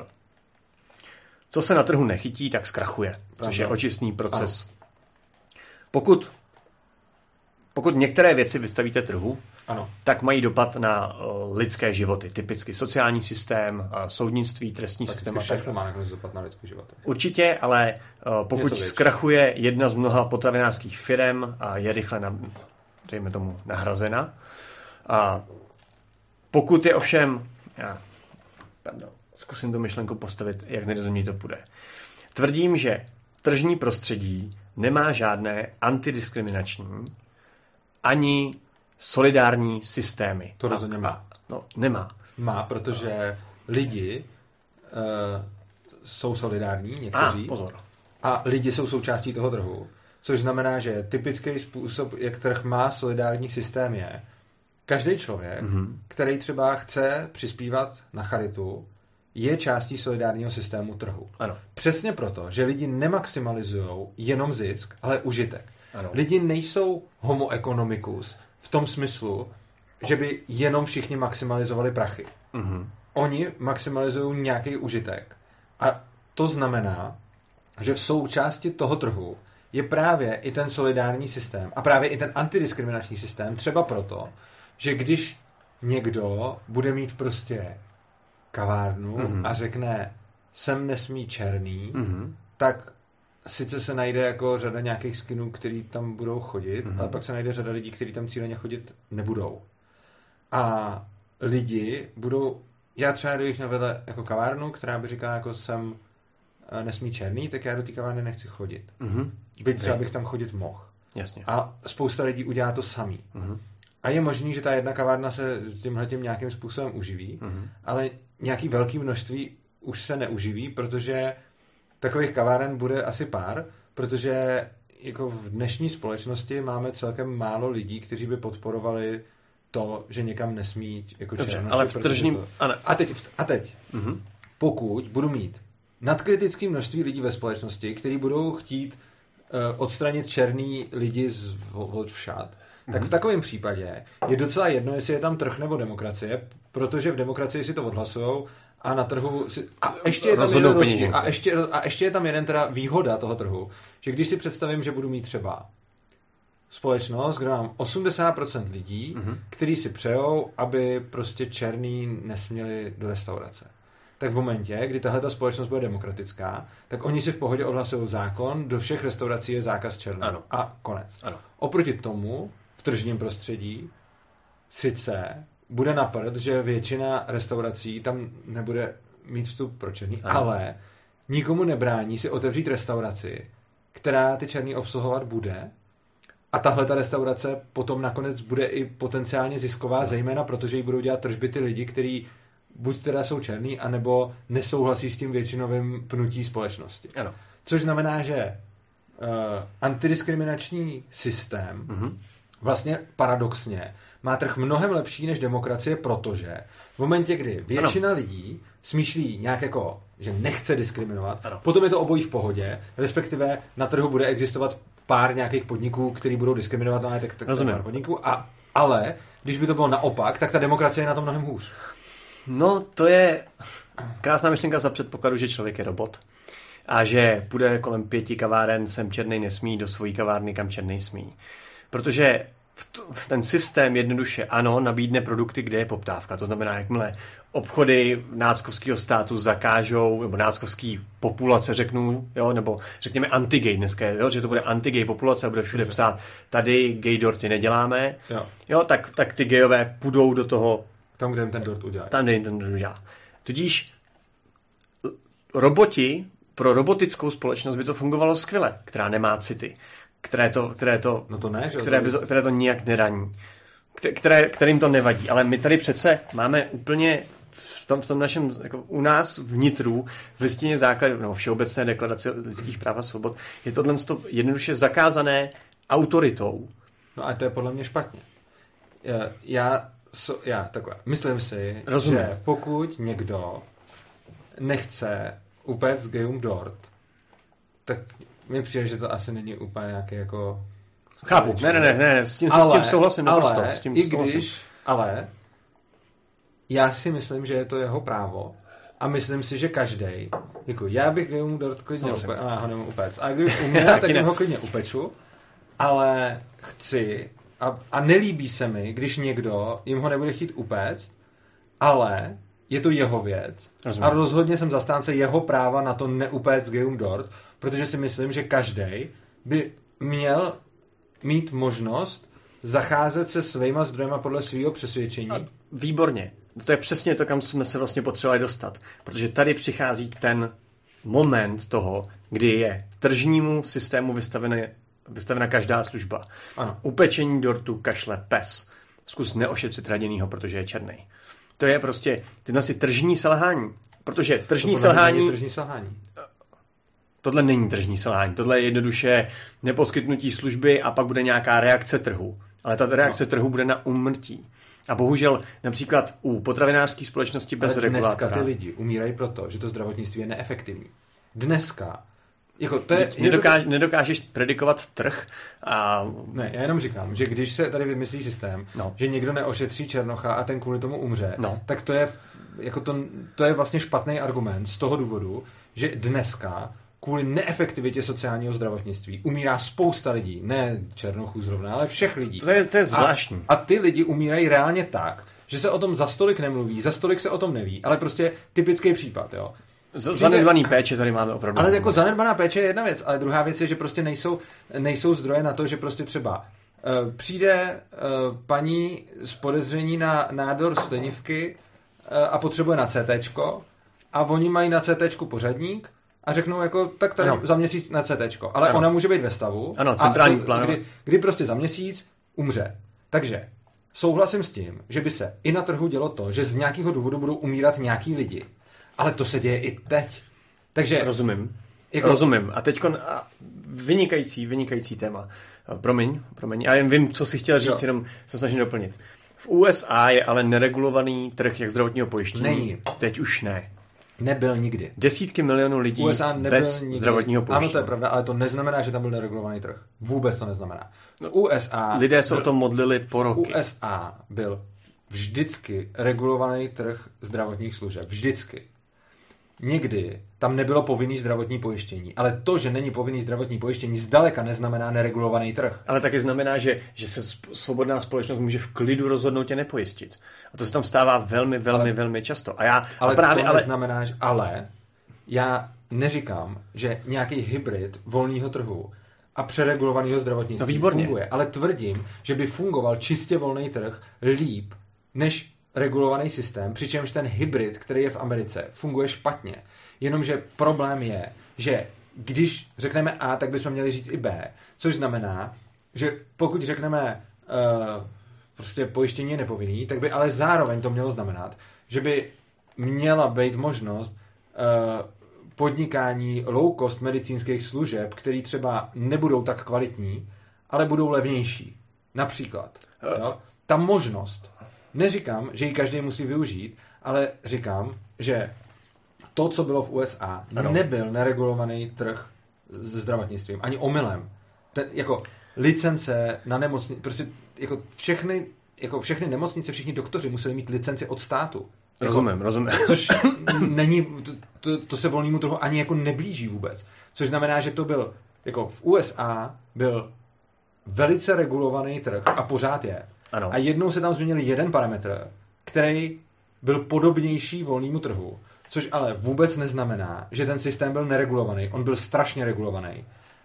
Co se na trhu nechytí, tak zkrachuje, což je očistný proces. Ano. Pokud, pokud některé věci vystavíte trhu, ano. tak mají dopad na uh, lidské životy. Typicky sociální systém, uh, soudnictví, trestní tak systém. Všechno má nakonec dopad na lidské životy. Určitě, ale uh, pokud zkrachuje jedna z mnoha potravinářských firem a je rychle, na, dejme tomu, nahrazena. A pokud je ovšem... Já, pardon, zkusím tu myšlenku postavit, jak nerozumí to půjde. Tvrdím, že tržní prostředí nemá žádné antidiskriminační ani solidární systémy. To rozhodně má. No, nemá. Má, protože lidi uh, jsou solidární, někteří. A, pozor. A lidi jsou součástí toho trhu. Což znamená, že typický způsob, jak trh má solidární systém je, každý člověk, mm-hmm. který třeba chce přispívat na charitu, je částí solidárního systému trhu. Ano. Přesně proto, že lidi nemaximalizují jenom zisk, ale užitek. Ano. Lidi nejsou homo economicus v tom smyslu, že by jenom všichni maximalizovali prachy. Mm-hmm. Oni maximalizují nějaký užitek. A to znamená, že v součásti toho trhu je právě i ten solidární systém a právě i ten antidiskriminační systém, třeba proto, že když někdo bude mít prostě kavárnu mm-hmm. a řekne, sem nesmí černý, mm-hmm. tak sice se najde jako řada nějakých skinů, který tam budou chodit, mm-hmm. ale pak se najde řada lidí, kteří tam cíleně chodit nebudou. A lidi budou, já třeba kdybych měl vedle jako kavárnu, která by říkala, jako sem nesmí černý, tak já do té kavárny nechci chodit. Mm-hmm. Byť třeba bych tam chodit mohl. Jasně. A spousta lidí udělá to samý. Mm-hmm. A je možný, že ta jedna kavárna se tímhletím nějakým způsobem uživí, mm-hmm. ale nějaký velký množství už se neuživí, protože takových kaváren bude asi pár, protože jako v dnešní společnosti máme celkem málo lidí, kteří by podporovali to, že někam nesmí jako černoši. Ale v tržním... To... A teď, a teď mm-hmm. pokud budu mít nadkritické množství lidí ve společnosti, kteří budou chtít uh, odstranit černý lidi z všad, mm-hmm. tak v takovém případě je docela jedno, jestli je tam trh nebo demokracie, protože v demokracii si to odhlasujou a na trhu si... A ještě je tam jeden rozdíl, a ještě, a ještě je tam jeden teda výhoda toho trhu, že když si představím, že budu mít třeba společnost, kde mám osmdesát procent lidí, mm-hmm. kteří si přejou, aby prostě černý nesměli do restaurace. Tak v momentě, kdy tahle společnost bude demokratická, tak oni si v pohodě odhlasují zákon, do všech restaurací je zákaz černého. A konec. Ano. Oproti tomu v tržním prostředí sice bude na prd, že většina restaurací tam nebude mít vstup pro černý, ano. ale nikomu nebrání si otevřít restauraci, která ty černý obsluhovat bude, a tahle ta restaurace potom nakonec bude i potenciálně zisková, ano. zejména protože jí budou dělat tržby ty lidi, kteří buď teda jsou černý, anebo nesouhlasí s tím většinovým pnutí společnosti. Ano. Což znamená, že uh, antidiskriminační systém uh-huh. vlastně paradoxně má trh mnohem lepší než demokracie, protože v momentě, kdy většina ano. lidí smýšlí nějak jako, že nechce diskriminovat, ano. potom je to obojí v pohodě, respektive na trhu bude existovat pár nějakých podniků, který budou diskriminovat, no, tak, tak pár podniků, a, ale když by to bylo naopak, tak ta demokracie je na tom mnohem hůř. No, to je krásná myšlenka za předpokladu, že člověk je robot a že půjde kolem pěti kaváren, sem černej nesmí, do svojí kavárny, kam černej smí. Protože ten systém jednoduše, ano, nabídne produkty, kde je poptávka. To znamená, jakmile obchody náckovského státu zakážou, nebo náckovský populace řeknu, jo, nebo řekněme anti-gay dneska, jo, že to bude anti-gay populace a bude všude psát, tady gay dorty neděláme, jo, jo tak, tak ty gayové půjdou do toho tam, kde jim ten dort udělá. Tam, kde jim ten dort udělá. Tudíž roboti, pro robotickou společnost by to fungovalo skvěle, která nemá city, které to, které to, no to, ne, že které, by to, které to nijak neraní, které, kterým to nevadí. Ale my tady přece máme úplně v tom, v tom našem, jako u nás vnitru, v listině základů, no, Všeobecné deklaraci lidských práv a svobod, je tohle jednoduše zakázané autoritou. No a to je podle mě špatně. Já So, já takhle. Myslím si, Rozumím. že pokud někdo nechce upéct gayům dort, tak mi přijde, že to asi není úplně nějaký jako... Chápu. Ne, ne, ne, ne, s tím, ale, s tím souhlasím naprosto. Ale, s tím i souhlasím. když, ale já si myslím, že je to jeho právo a myslím si, že každej, jako já bych gayům dort klidně upéct, a já ho nemůžu upéct. A kdybych uměl, tak jim ho klidně upeču, ale chci... A, a nelíbí se mi, když někdo jim ho nebude chtít upéct, ale je to jeho věc. Rozumím. A rozhodně jsem zastánce jeho práva na to neupéct gayům dort, protože si myslím, že každej by měl mít možnost zacházet se svýma zdrojema podle svého přesvědčení. A výborně. To je přesně to, kam jsme se vlastně potřebovali dostat. Protože tady přichází ten moment toho, kdy je tržnímu systému vystavený vystavena každá služba. Ano. Upečení dortu kašle pes. Zkus neošetřit raněnýho, protože je černý. To je prostě tyhle si tržní selhání. Protože tržní to selhání... tržní selhání. Tohle není tržní selhání. Tohle je jednoduše neposkytnutí služby a pak bude nějaká reakce trhu. ale ta reakce no. trhu bude na úmrtí. A bohužel například u potravinářské společnosti bez ale regulátora... dneska ty lidi umírají proto, že to zdravotnictví je neefektivní. Dneska jako to je, Nedokáž, to... nedokážeš predikovat trh a... Ne, já jenom říkám, že když se tady vymyslí systém, no. že někdo neošetří černocha a ten kvůli tomu umře, no. tak to je, jako to, to je vlastně špatný argument z toho důvodu, že dneska kvůli neefektivitě sociálního zdravotnictví umírá spousta lidí, ne černochů zrovna, ale všech lidí. To je, to je zvláštní. A, a ty lidi umírají reálně tak, že se o tom za stolik nemluví, za stolik se o tom neví, ale prostě typický případ, jo. Z- zanedbaný péče tady máme opravdu. Ale jako zanedbaná péče je jedna věc, ale druhá věc je, že prostě nejsou, nejsou zdroje na to, že prostě třeba uh, přijde uh, paní z podezření na nádor slinivky uh, a potřebuje na CTčko a oni mají na CTčku pořadník a řeknou jako, tak tady ano. za měsíc na CTčko. Ale ano. ona může být ve stavu, ano, centrální a plán. Kdy, kdy prostě za měsíc umře. Takže souhlasím s tím, že by se i na trhu dělo to, že z nějakého důvodu budou umírat nějaký lidi. Ale to se děje i teď. Takže... Rozumím. Jako... Rozumím. A teďko vynikající, vynikající téma. Promiň, promiň. Já jen vím, co si chtěl říct, jo. jenom se snažím doplnit. V U S A je ale neregulovaný trh jak zdravotního pojištění. Není. Teď už ne. Nebyl nikdy. Desítky milionů lidí U S A bez nikdy. zdravotního pojištění. Ano, to je pravda, ale to neznamená, že tam byl neregulovaný trh. Vůbec to neznamená. V U S A... Lidé se byl... o tom modlili po roky. V U S A byl vždycky regulovaný trh zdravotních služeb. Vždycky. Někdy tam nebylo povinný zdravotní pojištění, ale to, že není povinný zdravotní pojištění, zdaleka neznamená neregulovaný trh. Ale taky znamená, že, že se svobodná společnost může v klidu rozhodnout tě nepojistit. A to se tam stává velmi, velmi, ale, velmi často. A já, ale a právě, to ale... neznamená, že, ale já neříkám, že nějaký hybrid volného trhu a přeregulovaného zdravotnictví no, funguje, ale tvrdím, že by fungoval čistě volný trh líp, než regulovaný systém, přičemž ten hybrid, který je v Americe, funguje špatně. Jenomže problém je, že když řekneme A, tak bychom měli říct i B, což znamená, že pokud řekneme uh, prostě pojištění je nepovinný, tak by ale zároveň to mělo znamenat, že by měla být možnost uh, podnikání low cost medicínských služeb, které třeba nebudou tak kvalitní, ale budou levnější. Například. Jo? Ta možnost. Neříkám, že ji každý musí využít, ale říkám, že to, co bylo v U S A, ano. nebyl neregulovaný trh s zdravotnictvím. Ani omylem. Ten, jako licence na nemocnice, prostě jako všechny, jako všechny nemocnice, všichni doktoři museli mít licenci od státu. Jako, rozumím, rozumím. Což není, to, to, to se volnému trhu ani jako neblíží vůbec. Což znamená, že to byl, jako v U S A byl velice regulovaný trh a pořád je. Ano. A jednou se tam změnil jeden parametr, který byl podobnější volnému trhu, což ale vůbec neznamená, že ten systém byl neregulovaný. On byl strašně regulovaný.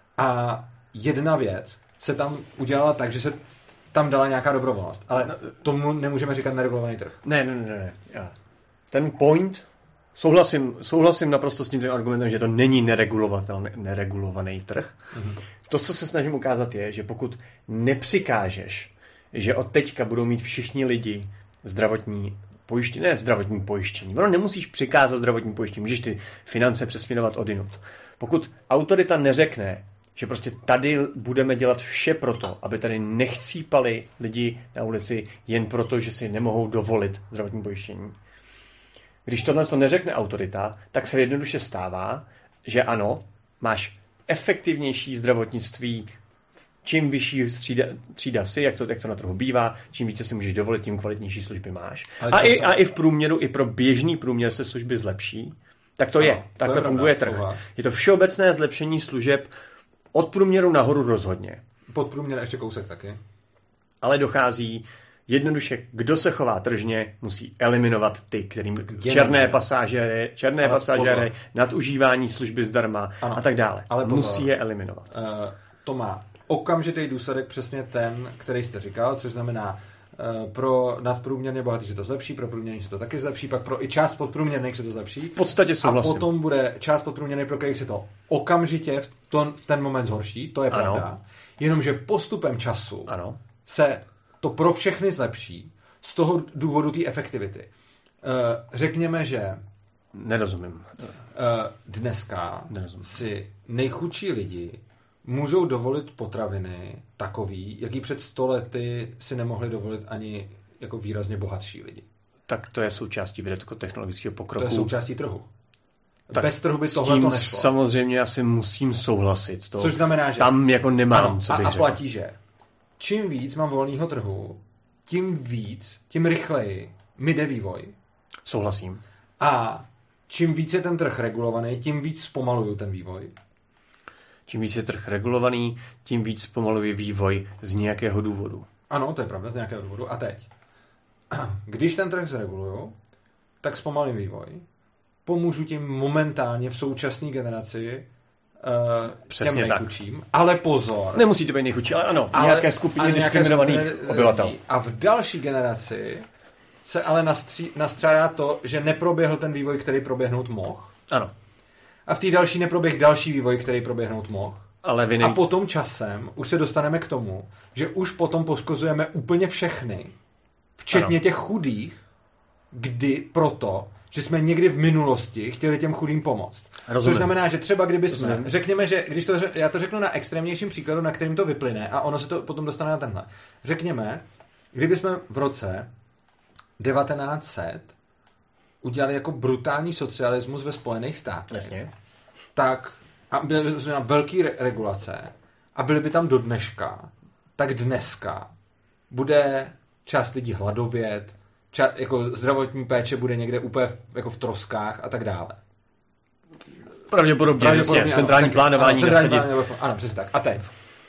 A jedna věc se tam udělala tak, že se tam dala nějaká dobrovolnost. Ale tomu nemůžeme říkat neregulovaný trh. Ne, ne, ne. ne. Ten point, souhlasím, souhlasím naprosto s tím argumentem, že to není neregulovatelný, neregulovaný trh. Mhm. To, co se snažím ukázat, je, že pokud nepřikážeš, že od teďka budou mít všichni lidi zdravotní pojištění, ne zdravotní pojištění. Ono nemusíš přikázat zdravotní pojištění, můžeš ty finance přesměrovat odinut. Pokud autorita neřekne, že prostě tady budeme dělat vše proto, aby tady nechcípali lidi na ulici jen proto, že si nemohou dovolit zdravotní pojištění. Když tohle to neřekne autorita, tak se jednoduše stává, že ano, máš efektivnější zdravotnictví, čím vyšší třída, třída si, jak to, jak to na trhu bývá, čím více si můžeš dovolit, tím kvalitnější služby máš. A i, a i v průměru, i pro běžný průměr se služby zlepší. Tak to ano, je. Takhle funguje trh. Je to všeobecné zlepšení služeb od průměru nahoru rozhodně. Pod průměr ještě kousek taky. Ale dochází jednoduše, kdo se chová tržně, musí eliminovat ty, kterým černé pasažéry, černé pasažéry, nadužívání služby zdarma ano, a tak dále. Ale musí je eliminovat. Uh, to má okamžitý důsledek přesně ten, který jste říkal, což znamená uh, pro nadprůměrně bohatý se to zlepší, pro průměrných se to taky zlepší, pak pro i část podprůměrných se to zlepší. V podstatě souhlasím. A potom bude část podprůměrných, pro kterých se to okamžitě v, to, v ten moment zhorší, to je ano. pravda. Jenomže postupem času ano. se to pro všechny zlepší z toho důvodu té efektivity. Uh, řekněme, že nerozumím. Uh, dneska Nerozumím. si nejchudší lidi můžou dovolit potraviny takový, jaký před sto lety si nemohli dovolit ani jako výrazně bohatší lidi. Tak to je součástí vědecko-technologického pokroku. To je součástí trhu. Tak bez trhu by tohle to nešlo. Samozřejmě asi musím souhlasit. To Což znamená, že tam jako nemám, ano, co a, bych a řekl. platí, že čím víc mám volného trhu, tím víc, tím rychleji mi jde vývoj. Souhlasím. A čím víc je ten trh regulovaný, tím víc zpomaluju ten vývoj. Čím víc je trh regulovaný, tím víc zpomaluje vývoj z nějakého důvodu. Ano, to je pravda, z nějakého důvodu. A teď, když ten trh zreguluju, tak zpomalím vývoj. Pomůžu tím momentálně v současné generaci uh, těm nejchudším. Ale pozor. Nemusí to být nejchudší, ale ano, ale, nějaké skupině diskriminovaných obyvatel. A v další generaci se ale nastří, nastřádá to, že neproběhl ten vývoj, který proběhnout mohl. Ano. A v té další neproběh další vývoj, který proběhnout mohl. Ale vy nej... A potom časem už se dostaneme k tomu, že už potom poškozujeme úplně všechny, včetně ano. těch chudých, kdy proto, že jsme někdy v minulosti chtěli těm chudým pomoct. Rozumím. Což znamená, že třeba kdyby jsme, Rozumím. řekněme, že když to, já to řeknu na extrémnějším příkladu, na kterým to vyplyne a ono se to potom dostane na tenhle. Řekněme, kdyby jsme v roce devatenáct set udělali jako brutální socialismus ve Spojených státech, Jasně. tak a byly jsme na velký re- regulace a byly by tam do dneška, tak dneska bude část lidí hladovět, ča- jako zdravotní péče bude někde úplně v, jako v troskách a tak dále. Pravděpodobně, Pravděpodobně jasně, centrální ano, plánování ano, centrální nasadit. plánování, ano, přesně tak. A teď. Uh,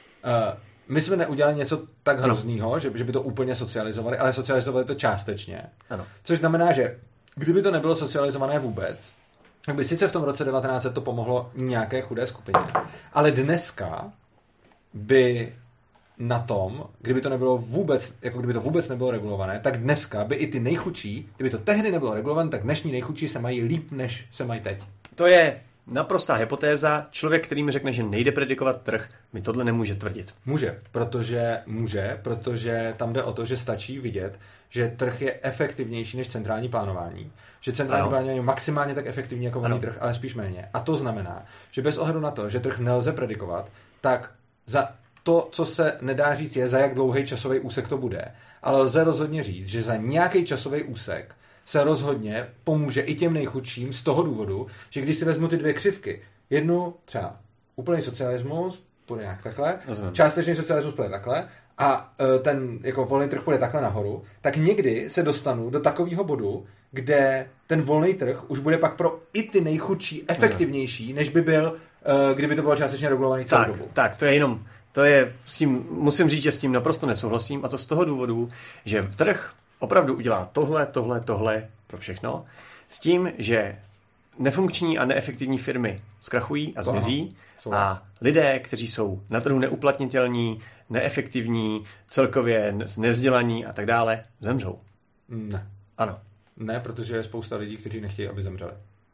my jsme neudělali něco tak hroznýho, že, že by to úplně socializovali, ale socializovali to částečně. Ano. Což znamená, že kdyby to nebylo socializované vůbec, tak by sice v tom roce devatenáct set to pomohlo nějaké chudé skupině, ale dneska by na tom, kdyby to nebylo vůbec, jako kdyby to vůbec nebylo regulované, tak dneska by i ty nejchudší, kdyby to tehdy nebylo regulované, tak dnešní nejchudší se mají líp, než se mají teď. To je naprostá hypotéza. Člověk, který mi řekne, že nejde predikovat trh, mi tohle nemůže tvrdit. Může, protože může, protože tam jde o to, že stačí vidět, že trh je efektivnější než centrální plánování. Že centrální ano. plánování je maximálně tak efektivní jako volný trh, ale spíš méně. A to znamená, že bez ohledu na to, že trh nelze predikovat, tak za to, co se nedá říct, je, za jak dlouhý časový úsek to bude. Ale lze rozhodně říct, že za nějaký časový úsek se rozhodně pomůže i těm nejchudším z toho důvodu, že když si vezmu ty dvě křivky, jednu třeba úplný socialismus půjde nějak takhle, Rozumím. částečný socialismus půjde takhle a ten jako volný trh půjde takhle nahoru, tak někdy se dostanu do takového bodu, kde ten volný trh už bude pak pro i ty nejchudší efektivnější, než by byl, kdyby to bylo částečně regulovaný celou tak, dobu. Tak, to je jenom, to je, s tím, musím říct, že s tím naprosto nesouhlasím, a to z toho důvodu, že trh opravdu udělá tohle, tohle, tohle pro všechno, s tím, že nefunkční a neefektivní firmy zkrachují a zmizí a lidé, kteří jsou na trhu neuplatnitelní, neefektivní, celkově nevzdělaní a tak dále, zemřou. Ne. Ano. Ne, protože je spousta lidí, kteří nechtějí, aby zemřeli.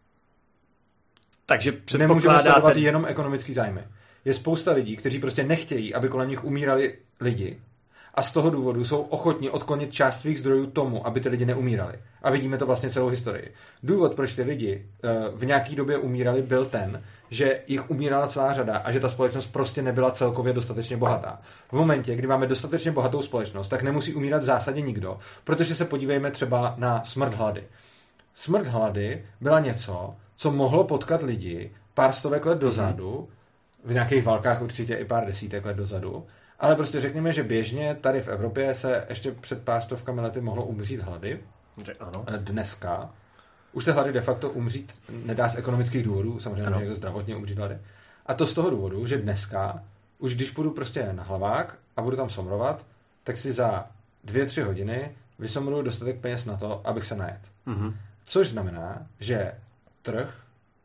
Takže nemůžeme předpokládáte... sledovat jenom ekonomický zájmy. Je spousta lidí, kteří prostě nechtějí, aby kolem nich umírali lidi a z toho důvodu jsou ochotni odklonit část svých zdrojů tomu, aby ty lidi neumírali. A vidíme to vlastně celou historii. Důvod, proč ty lidi v nějaký době umírali, byl ten, že jich umírala celá řada a že ta společnost prostě nebyla celkově dostatečně bohatá. V momentě, kdy máme dostatečně bohatou společnost, tak nemusí umírat v zásadě nikdo, protože se podívejme třeba na smrt hlady. Smrt hlady byla něco, co mohlo potkat lidi pár stovek let dozadu, v nějakých válkách určitě i pár desítek let dozadu, ale prostě řekněme, že běžně tady v Evropě se ještě před pár stovkami lety mohlo umřít hlady. Ano. Dneska už se hlady de facto umřít nedá z ekonomických důvodů, samozřejmě může někdo zdravotně umřít hlady. A to z toho důvodu, že dneska, už když půjdu prostě na hlavák a budu tam somrovat, tak si za dvě, tři hodiny vysomruju dostatek peněz na to, abych se najet. Mm-hmm. Což znamená, že trh,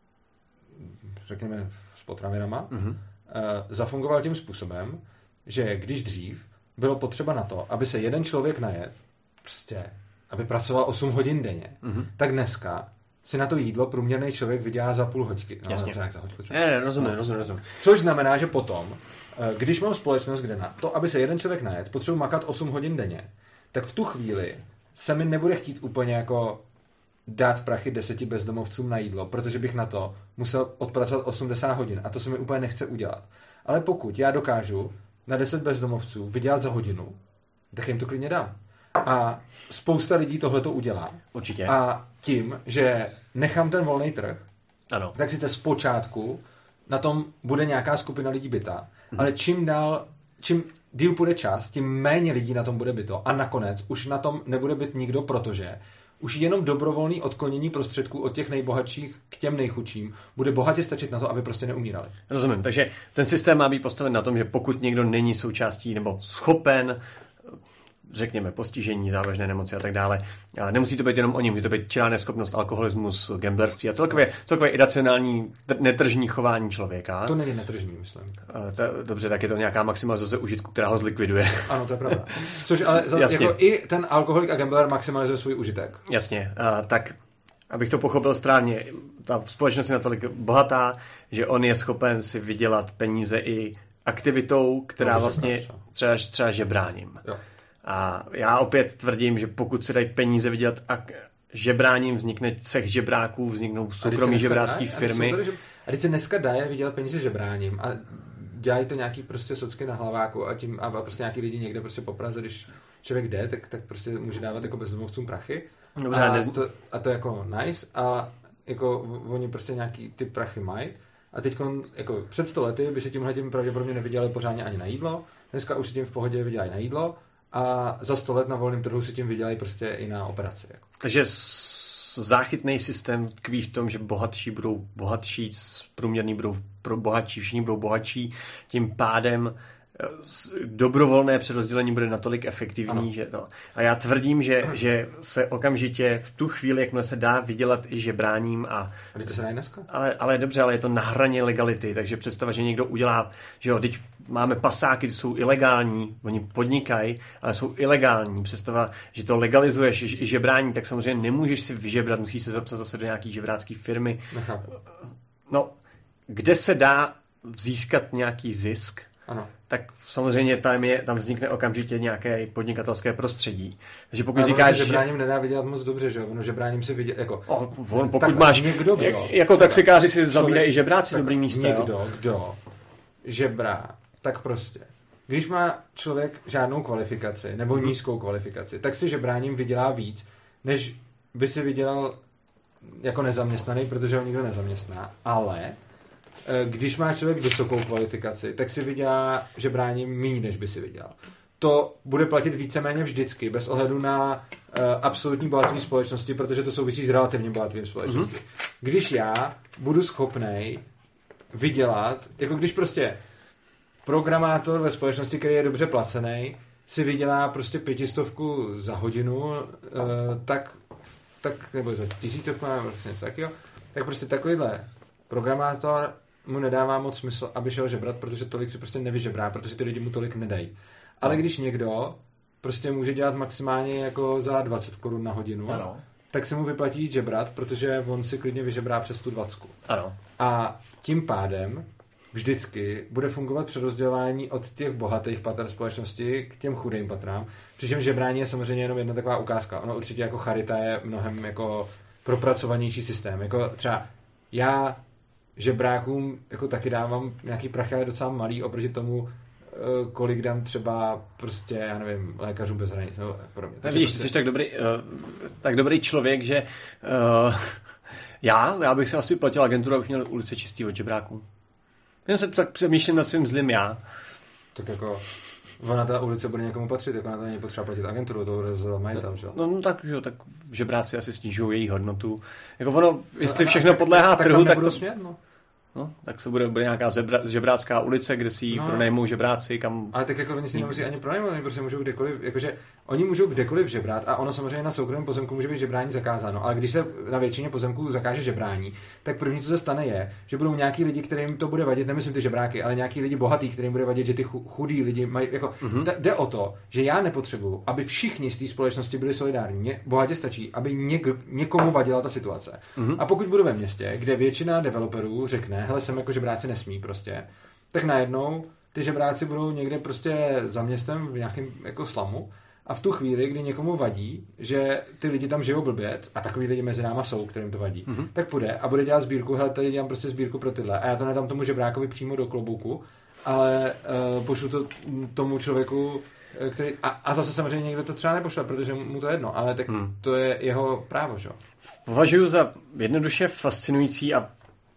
řekněme s potravinama, mm-hmm. zafungoval tím způsobem, že když dřív bylo potřeba na to, aby se jeden člověk najet, prostě, aby pracoval osm hodin denně, mm-hmm. tak dneska si na to jídlo průměrný člověk vydělá za půl hoďky. No, Jasně. Za hoďku, ne, ne, rozumím, no. rozumím, rozumím. Což znamená, že potom, když mám společnost, kde na to, aby se jeden člověk najet, potřebuji makat osm hodin denně, tak v tu chvíli se mi nebude chtít úplně jako dát prachy deseti bezdomovcům na jídlo, protože bych na to musel odpracovat osmdesát hodin a to se mi úplně nechce udělat. Ale pokud já dokážu na deset bezdomovců vydělat za hodinu, tak jim to klidně dám. A spousta lidí tohle to udělá. Určitě. A tím, že nechám ten volný trh, ano. tak sice zpočátku na tom bude nějaká skupina lidí bytá, hmm. ale čím dál, čím díl půjde čas, tím méně lidí na tom bude byto. A nakonec už na tom nebude být nikdo, protože už jenom dobrovolný odklonění prostředků od těch nejbohatších k těm nejchudším bude bohatě stačit na to, aby prostě neumírali. Rozumím. Takže ten systém má být postaven na tom, že pokud někdo není součástí nebo schopen, řekněme, postižení, závažné nemoci a tak dále. A nemusí to být jenom o něm, může to být čirá neschopnost, alkoholismus, gamblerství a celkově, celkově iracionální, netržní chování člověka. To není netržní, myslím. To, dobře, tak je to nějaká maximalizace užitku, která ho zlikviduje. Ano, to je pravda. Což ale za, jako i ten alkoholik a gambler maximalizuje svůj užitek. Jasně, a, tak abych to pochopil správně, ta společnost je natolik bohatá, že on je schopen si vydělat peníze i aktivitou, která no, vlastně třeba, třeba žebráním. Jo. A já opět tvrdím, že pokud se dají peníze vydělat a žebráním, vznikne cech žebráků, vzniknou soukromí žebrácké firmy. A teď se dneska dá vydělat peníze žebráním a dělají to nějaký prostě socky na hlaváku a tím a prostě nějaký lidi někde prostě po Praze, když člověk jde, tak, tak prostě může dávat jako bezdomovcům prachy. Dobře, a, to, a to je jako nice a jako oni prostě nějaký ty prachy mají. A teď jako před sto lety by si tímhle tím pravděpodobně nevydělali pořádně ani na jídlo. Dneska už si tím v pohodě vydělají na jídlo. A za sto let na volném trhu si tím vydělají prostě i na operaci. Jako. Takže záchytný systém tkví v tom, že bohatší budou bohatší, průměrní budou bohatší, všichni budou bohatší, tím pádem dobrovolné přerozdělení bude natolik efektivní, ano. že to. A já tvrdím, že, že se okamžitě v tu chvíli, jakmile se dá vydělat i žebráním a... A to se dá i dneska? Ale, ale dobře, ale je to na hraně legality, takže představa, že někdo udělá, že jo, teď máme pasáky, ty jsou ilegální, oni podnikají, ale jsou ilegální. Představa, že to legalizuješ i žebrání, tak samozřejmě nemůžeš si vyžebrat, musíš se zapsat zase do nějaký žebrácké firmy. Nechápu. No, kde se dá získat nějaký zisk, ano. tak samozřejmě tam, je, tam vznikne okamžitě nějaké podnikatelské prostředí. Takže pokud ale říkáš, že žebráním nedá vydělat moc dobře, že jo? Ono žebráním si vydělat, jako... O, on, pokud máš... Někdo, kdo, jak, jako taxikáři si zabírají i žebráci tak, dobrý místo. Někdo, jo? kdo žebrá, tak prostě. Když má člověk žádnou kvalifikaci, nebo hmm. nízkou kvalifikaci, tak si žebráním vydělá víc, než by si vydělal jako nezaměstnaný, protože ho nikdo nezaměstná. Ale když má člověk vysokou kvalifikaci, tak si vydělá žebráním méně, než by si vydělal. To bude platit víceméně vždycky, bez ohledu na uh, absolutní bohatství společnosti, protože to souvisí s relativním bohatstvím společnosti. Mm-hmm. Když já budu schopnej vydělat, jako když prostě programátor ve společnosti, který je dobře placený, si vydělá prostě pětistovku za hodinu, uh, tak, tak, nebo za tisícovku, prostě něco takového, tak prostě takovýhle programátor mu nedává moc smysl, aby šel žebrat, protože tolik si prostě nevyžebrá, protože ty lidi mu tolik nedají. Ale když někdo prostě může dělat maximálně jako za dvacet korun na hodinu, ano. tak se mu vyplatí jít žebrat, protože on si klidně vyžebrá přes tu dvacku. Ano. A tím pádem vždycky bude fungovat přerozdělování od těch bohatých patr společnosti k těm chudým patrám. Přičemž žebrání je samozřejmě jenom jedna taková ukázka. Ono určitě jako charita je mnohem jako propracovanější systém. Jako třeba já žebrákům jako taky dávám nějaký prachy, ale docela malý oproti tomu, kolik dám třeba prostě, já nevím, lékařům bez hranic. No, víš, ty jsi tak dobrý, uh, tak dobrý člověk, že uh, já, já bych si asi platil agenturu, abych měl ulice čistý od žebráků. Jen se tak přemýšlím nad svým zlým já. Tak jako ona ta ulice bude někomu patřit, jako na to není potřeba platit agenturu, to bude rozhodovat majitel, že? No, no tak, že tak žebráci asi snižují její hodnotu. Jako ono, jestli všechno podléhá tak, trhu, tak, tak to... Smět, no. No, tak se bude, bude nějaká zebra, žebrácká ulice, kde si no. pronajmou žebráci, kam... Ale tak jako oni si nemusí ani pronajmout, oni prostě můžou kdekoliv, jakože oni můžou kdekoliv žebrat a ono samozřejmě na soukromém pozemku může být žebrání zakázáno, ale když se na většině pozemků zakáže žebrání, tak první, co se stane je, že budou nějaký lidi, kterým to bude vadit, nemyslím ty žebráky, ale nějaký lidi bohatý, kterým bude vadit, že ty chudí lidi mají, jako, mm-hmm. t- jde o to, že já nepotřebuji, aby všichni z té společnosti byli solidární. Mě bohatě stačí, aby něk- někomu vadila ta situace. Mm-hmm. A pokud budu ve městě, kde většina developerů řekne, hele, sem jako žebráci nesmí prostě, tak najednou ty žebráci budou někde prostě za městem v nějakém jako slamu A v tu chvíli, kdy někomu vadí, že ty lidi tam žijou blbě, a takový lidi mezi náma jsou, kterým to vadí, mm-hmm. tak půjde a bude dělat sbírku, hele, tady dělám prostě sbírku pro tyhle. A já to nedám tomu žebrákovi přímo do klobouku, ale uh, pošlu to tomu člověku, který, a, a zase samozřejmě někdo to třeba nepošle, protože mu to je jedno, ale tak hmm. to je jeho právo, že? Považuji za jednoduše fascinující a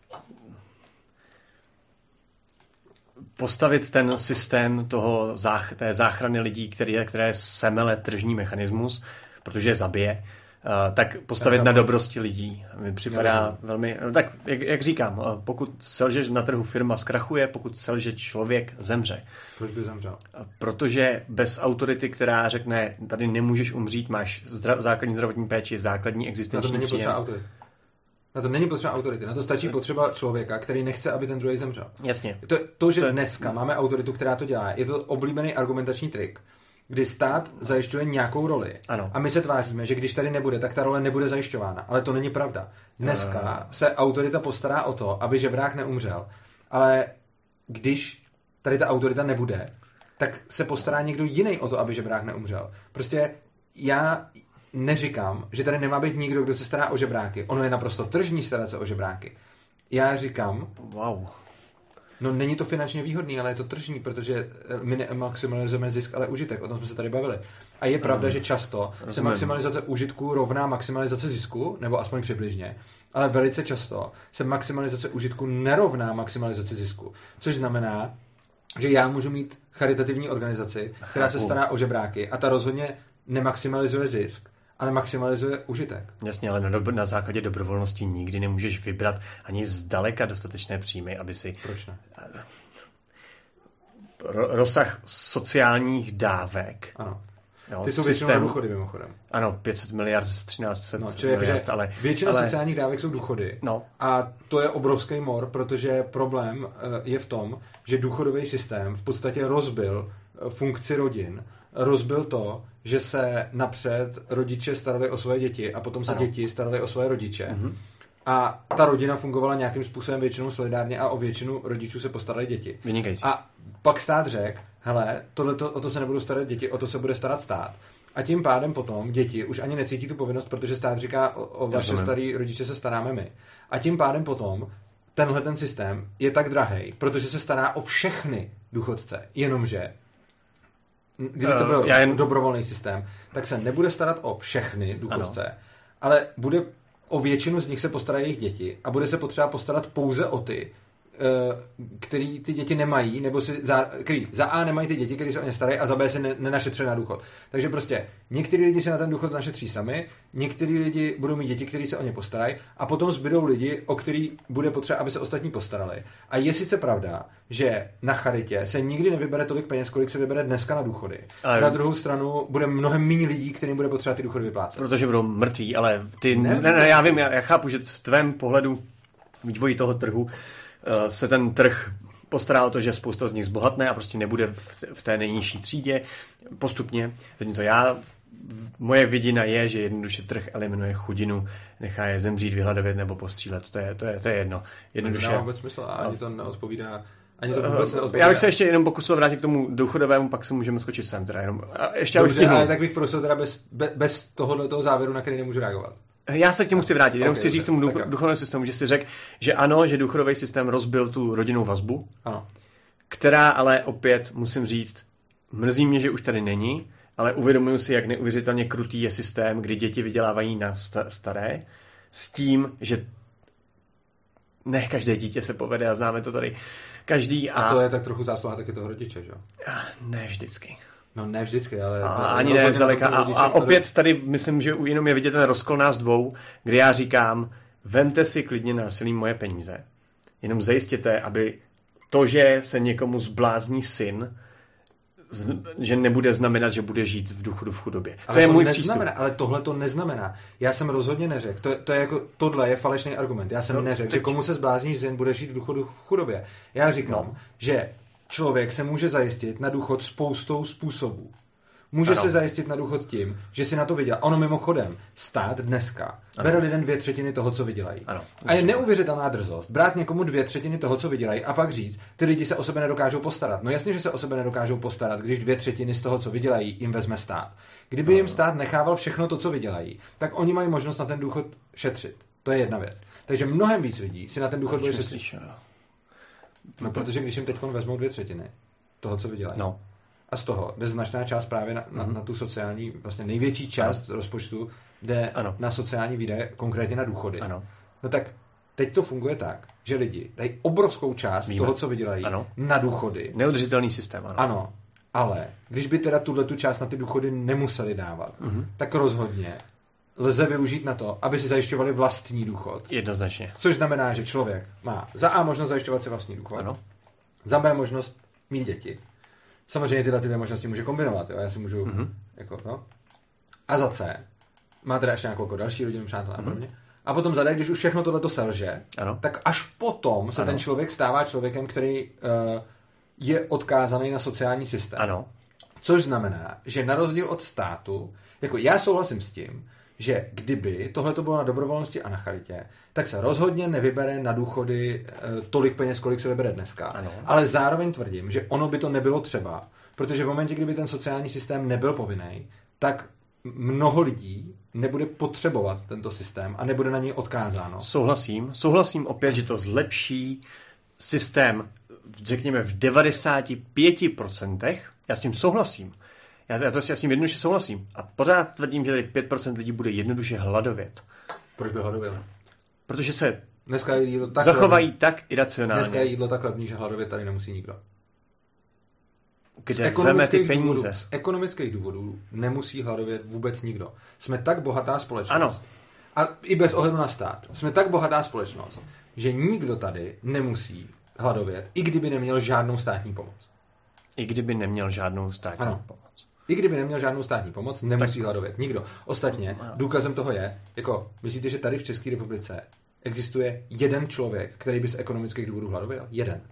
postavit ten systém toho zách, té záchrany lidí, který, které semele tržní mechanismus, protože je zabije, Uh, tak postavit tak na dobrosti lidí mi připadá no, velmi... No, tak, jak, jak říkám, pokud selže na trhu firma zkrachuje, pokud selže člověk zemře. Proč by zemřel? Protože bez autority, která řekne, tady nemůžeš umřít, máš zdra, základní zdravotní péči, základní existenční příjem. Na to není potřeba autority. Na to není potřeba autority. Na to stačí potřeba člověka, který nechce, aby ten druhý zemřel. Jasně. To, to že to je... dneska máme autoritu, která to dělá, je to oblíbený argumentační trik, kdy stát zajišťuje nějakou roli. Ano. A my se tváříme, že když tady nebude, tak ta role nebude zajišťována. Ale to není pravda. Dneska se autorita postará o to, aby žebrák neumřel. Ale když tady ta autorita nebude, tak se postará někdo jiný o to, aby žebrák neumřel. Prostě já neříkám, že tady nemá být nikdo, kdo se stará o žebráky. Ono je naprosto tržní starat se o žebráky. Já říkám... Wow. No není to finančně výhodný, ale je to tržní, protože my nemaximalizujeme zisk, ale užitek. O tom jsme se tady bavili. A je pravda, že často Rozumím. se maximalizace užitku rovná maximalizace zisku, nebo aspoň přibližně, ale velice často se maximalizace užitku nerovná maximalizaci zisku. Což znamená, že já můžu mít charitativní organizaci, která se stará o žebráky a ta rozhodně nemaximalizuje zisk, ale maximalizuje užitek. Jasně, ale na, do, na základě dobrovolnosti nikdy nemůžeš vybrat ani zdaleka dostatečné příjmy, aby si... Proč ne? Ro, rozsah sociálních dávek. Ano. Jo, ty jsou většinou na důchody, mimochodem. Ano, pět set miliard z třináct set no, miliard, ale... Většina ale... sociálních dávek jsou důchody. No. A to je obrovský mor, protože problém je v tom, že důchodový systém v podstatě rozbil funkci rodin, rozbil to, že se napřed rodiče starali o svoje děti a potom se ano. děti starali o svoje rodiče. Mm-hmm. A ta rodina fungovala nějakým způsobem většinou solidárně a o většinu rodičů se postarali děti. Vynikající. A pak stát řekl, hele, tohleto, o to se nebudou starat děti, o to se bude starat stát. A tím pádem potom děti už ani necítí tu povinnost, protože stát říká, o, o vaše starý rodiče se staráme my. A tím pádem potom tenhle ten systém je tak drahej, protože se stará o všechny důchodce. Jenomže kdyby to byl uh, jen... dobrovolný systém, tak se nebude starat o všechny důchodce, ano. ale bude o většinu z nich se postarají jejich děti a bude se potřeba postarat pouze o ty, který ty děti nemají, nebo si za, který za A nemají ty děti, který se o ně starají a za B se ne, nenašetří na důchod. Takže prostě některý lidi se na ten důchod našetří sami, některý lidi budou mít děti, který se o ně postarají a potom zbydou lidi, o který bude potřeba, aby se ostatní postarali. A je sice pravda, že na charitě se nikdy nevybere tolik peněz, kolik se vybere dneska na důchody. Ale... Na druhou stranu bude mnohem méně lidí, kterým bude potřeba ty důchody vyplácet. Protože budou mrtví, ale ty ne, ne, ne já vím, já, já chápu, že v tvém pohledu vývoji toho trhu se ten trh postará o to, že spousta z nich zbohatne a prostě nebude v té nejnižší třídě postupně. Zatímco já, moje vidina je, že jednoduše trh eliminuje chudinu, nechá je zemřít, vyhladovět nebo postřílet. To je, to je, to je jedno. Jednoduše... To nemá vůbec smysl a ani to neodpovídá. Ani to vůbec neodpovídá. Já bych se ještě jenom pokusil vrátit k tomu důchodovému, pak se můžeme skočit sem. Teda jenom. A ještě Dobře, ale tak bych prosil teda bez, bez tohoto závěru, na který nemůžu reagovat. Já se k němu chci vrátit, jenom okay, chci říct k tomu důchodovém systému, že si řekl, že ano, že důchodový systém rozbil tu rodinnou vazbu, ano. která ale opět, musím říct, mrzí mě, že už tady není, ale uvědomuji si, jak neuvěřitelně krutý je systém, kdy děti vydělávají na staré, s tím, že ne každé dítě se povede a známe to tady každý. A, a to je tak trochu zásluha taky toho rodiče, že? Ne vždycky. No ne vždycky, ale... A ani ne zdaleka. A, a opět tady myslím, že jenom je vidět ten rozkol nás dvou, kdy já říkám, vemte si klidně násilím moje peníze. Jenom zajistěte, aby to, že se někomu zblázní syn, že nebude znamenat, že bude žít v důchodu v chudobě. Ale to je to můj neznamená, přístup. Ale tohle to neznamená. Já jsem rozhodně neřekl. To, to je jako, tohle je falešný argument. Já jsem no, neřekl, teď... že komu se zblázní syn, bude žít v důchodu v chudobě. Já říkám, no. že člověk se může zajistit na důchod spoustou způsobů. Může ano. se zajistit na důchod tím, že si na to vydělá. Ono mimochodem, stát dneska ano. bere lidem dvě třetiny toho, co vydělají. Ano. A je neuvěřitelná drzost brát někomu dvě třetiny toho, co vydělají a pak říct, ty lidi se o sebe nedokážou postarat. No jasně, že se o sebe nedokážou postarat, když dvě třetiny z toho, co vydělají, jim vezme stát. Kdyby ano. jim stát nechával všechno to, co vydělají, tak oni mají možnost na ten důchod šetřit. To je jedna věc. Takže mnohem víc lidí si na ten důchod bude šetřit. No, protože když jim teď vezmou dvě třetiny toho, co vydělají. No. A z toho jde značná část právě na, na, na tu sociální, vlastně největší část ano. rozpočtu jde ano. na sociální výdaje, konkrétně na důchody. Ano. No tak teď to funguje tak, že lidi dají obrovskou část Víme. toho, co vydělají, ano. na důchody. Neudržitelný systém, ano. Ano, ale když by teda tuhletu část na ty důchody nemuseli dávat, uh-huh. tak rozhodně lze využít na to, aby si zajišťovali vlastní důchod. Jednoznačně. Což znamená, že člověk má za A možnost zajišťovat si vlastní důchod, ano. za B možnost mít děti. Samozřejmě tyhle ty dvě možnosti může kombinovat, jo? Já si můžu, mm-hmm. jako, no. A za C má teda ještě nějakou jako další rodinu, přátelé a podobně. A potom za D, když už všechno tohleto selže, ano. tak až potom se ano. ten člověk stává člověkem, který uh, je odkázaný na sociální systém. Ano. Což znamená, že na rozdíl od státu, jako já souhlasím s tím, že kdyby tohle to bylo na dobrovolnosti a na charitě, tak se rozhodně nevybere na důchody e, tolik peněz, kolik se vybere dneska. Ano. Ale zároveň tvrdím, že ono by to nebylo třeba, protože v momentě, kdyby ten sociální systém nebyl povinný, tak mnoho lidí nebude potřebovat tento systém a nebude na něj odkázáno. Souhlasím. Souhlasím opět, že to zlepší systém, řekněme, v devadesát pět procent. Já s tím souhlasím. Já, já to si s tím jednoduše souhlasím. A pořád tvrdím, že tady pět procent lidí bude jednoduše hladovět. Proč by hladověl? Protože se dneska je jídlo tak zachovají levný. tak iracionálně. Dneska je jídlo tak levný, že hladovět tady nemusí nikdo. Kde veme ty peníze? Důvodů, z ekonomických důvodů nemusí hladovět vůbec nikdo. Jsme tak bohatá společnost. Ano. A i bez ohledu na stát. Jsme tak bohatá společnost, že nikdo tady nemusí hladovět, i kdyby neměl žádnou státní pomoc. I kdyby neměl žádnou státní ano. pomoc. I kdyby neměl žádnou státní pomoc, nemusí tak hladovět. Nikdo. Ostatně, ano. důkazem toho je, jako, myslíte, že tady v České republice existuje jeden člověk, který by z ekonomických důvodů hladověl? Jeden.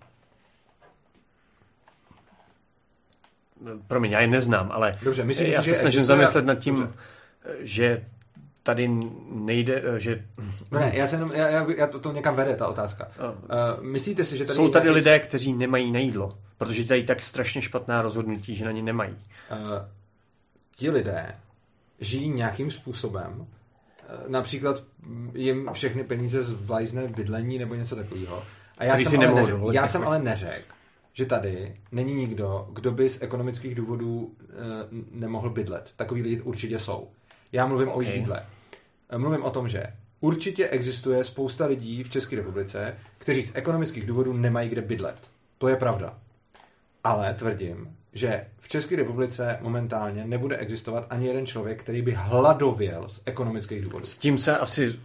Promiň, já je neznám, ale Dobře, myslím, já že se snažím zamyslet nad tím, Dobře. že tady nejde, že... No ne, já, se jenom, já, já to, to někam vede, ta otázka. Uh, myslíte si, že tady... Jsou tady nějaký... lidé, kteří nemají na jídlo, protože tady tak strašně špatná rozhodnutí, že na ně nemají. Uh, ti lidé žijí nějakým způsobem, uh, například jim všechny peníze zvlajzne bydlení nebo něco takového. A já, jsem ale, neřek, já jsem ale neřekl, že tady není nikdo, kdo by z ekonomických důvodů uh, nemohl bydlet. Takový lidi určitě jsou. Já mluvím okay. o jídle. Mluvím o tom, že určitě existuje spousta lidí v České republice, kteří z ekonomických důvodů nemají kde bydlet. To je pravda. Ale tvrdím, že v České republice momentálně nebude existovat ani jeden člověk, který by hladověl z ekonomických důvodů. S tím se asi...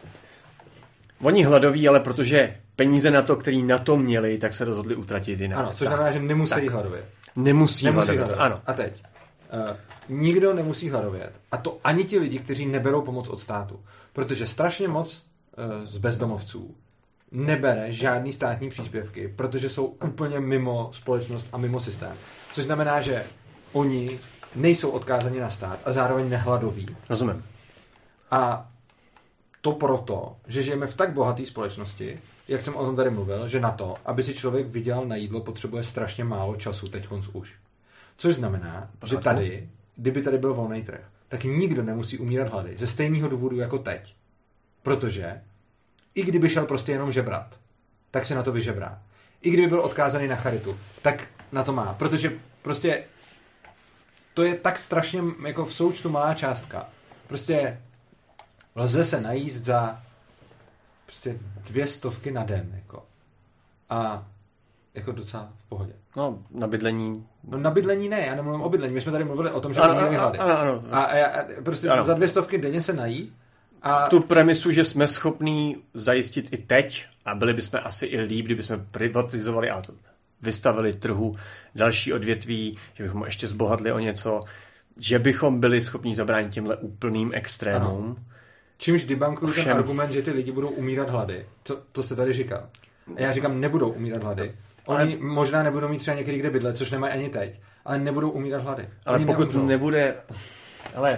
Oni hladoví, ale protože peníze na to, který na to měli, tak se rozhodli utratit jinak. Ano, což znamená, že nemusí hladovět. Nemusí, nemusí hladovět. hladovět. Ano. A teď... Uh, nikdo nemusí hladovět. A to ani ti lidi, kteří neberou pomoc od státu. Protože strašně moc uh, z bezdomovců nebere žádný státní příspěvky, protože jsou úplně mimo společnost a mimo systém. Což znamená, že oni nejsou odkázaní na stát a zároveň nehladoví. Rozumím. A to proto, že žijeme v tak bohaté společnosti, jak jsem o tom tady mluvil, že na to, aby si člověk vydělal na jídlo, potřebuje strašně málo času, teďkonc už. Což znamená, že tady, kdyby tady byl volný trh, tak nikdo nemusí umírat hlady. Ze stejného důvodu jako teď. Protože i kdyby šel prostě jenom žebrat, tak se na to vyžebrá. I kdyby byl odkázaný na charitu, tak na to má. Protože prostě to je tak strašně jako v součtu malá částka. Prostě lze se najíst za prostě dvě stovky na den. Jako. A jako docela v pohodě. No, na bydlení... No na bydlení ne, já nemluvím o bydlení. My jsme tady mluvili o tom, že umírají hlady. Ano, ano. A, a, a prostě ano. Za dvě stovky denně se nají. A... Tu premisu, že jsme schopní zajistit i teď a byli bychom asi i líp, kdyby jsme privatizovali a vystavili trhu další odvětví, že bychom ještě zbohatli o něco, že bychom byli schopni zabránit těmhle úplným extrémům. Ano. Čímž debunkuju ten argument, že ty lidi budou umírat hlady. To, to jste tady říkal. A já říkám, nebudou umírat hlady. Oni ale... možná nebudou mít třeba někdy kde bydlet, což nemají ani teď, ale nebudou umírat hlady. Ale Oni pokud neumřou. nebude... Ale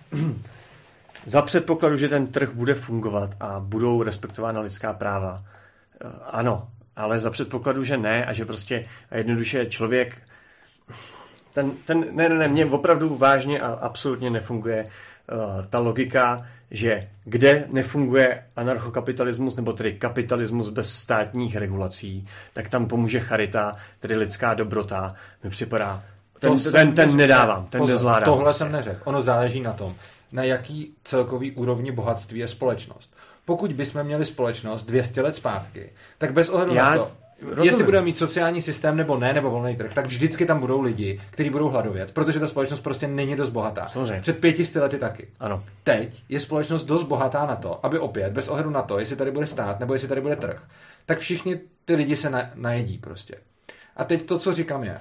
za předpokladu, že ten trh bude fungovat a budou respektována lidská práva, ano, ale za předpokladu, že ne a že prostě jednoduše člověk... Ten, ten, ne, ne, ne, mně opravdu vážně a absolutně nefunguje uh, ta logika, že kde nefunguje anarchokapitalismus, nebo tedy kapitalismus bez státních regulací, tak tam pomůže charita, tedy lidská dobrota. Mi připadá, ten, ten, ten, ten nedávám, ten pozor, nezvládám. Tohle jsem neřekl. Ono záleží na tom, na jaký celkový úrovni bohatství je společnost. Pokud bychom měli společnost dvě stě let zpátky, tak bez ohledu Já... na to, Rozumím. Jestli budeme mít sociální systém nebo ne, nebo volný trh, tak vždycky tam budou lidi, kteří budou hladovět, protože ta společnost prostě není dost bohatá. Samozřejmě. Před pěti lety taky. Ano. Teď je společnost dost bohatá na to, aby opět, bez ohledu na to, jestli tady bude stát nebo jestli tady bude trh, tak všichni ty lidi se na, najedí prostě. A teď to, co říkám je,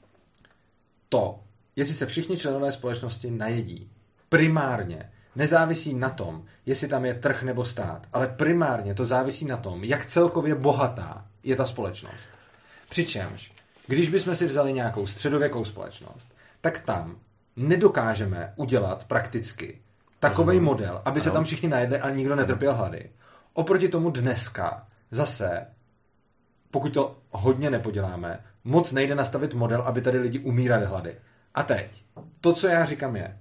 to, jestli se všichni členové společnosti najedí, primárně nezávisí na tom, jestli tam je trh nebo stát, ale primárně to závisí na tom, jak celkově bohatá je ta společnost. Přičemž, když bychom si vzali nějakou středověkou společnost, tak tam nedokážeme udělat prakticky takovej model, aby se tam všichni najedli a nikdo netrpěl hlady. Oproti tomu dneska zase, pokud to hodně nepoděláme, moc nejde nastavit model, aby tady lidi umírali hlady. A teď, to, co já říkám je,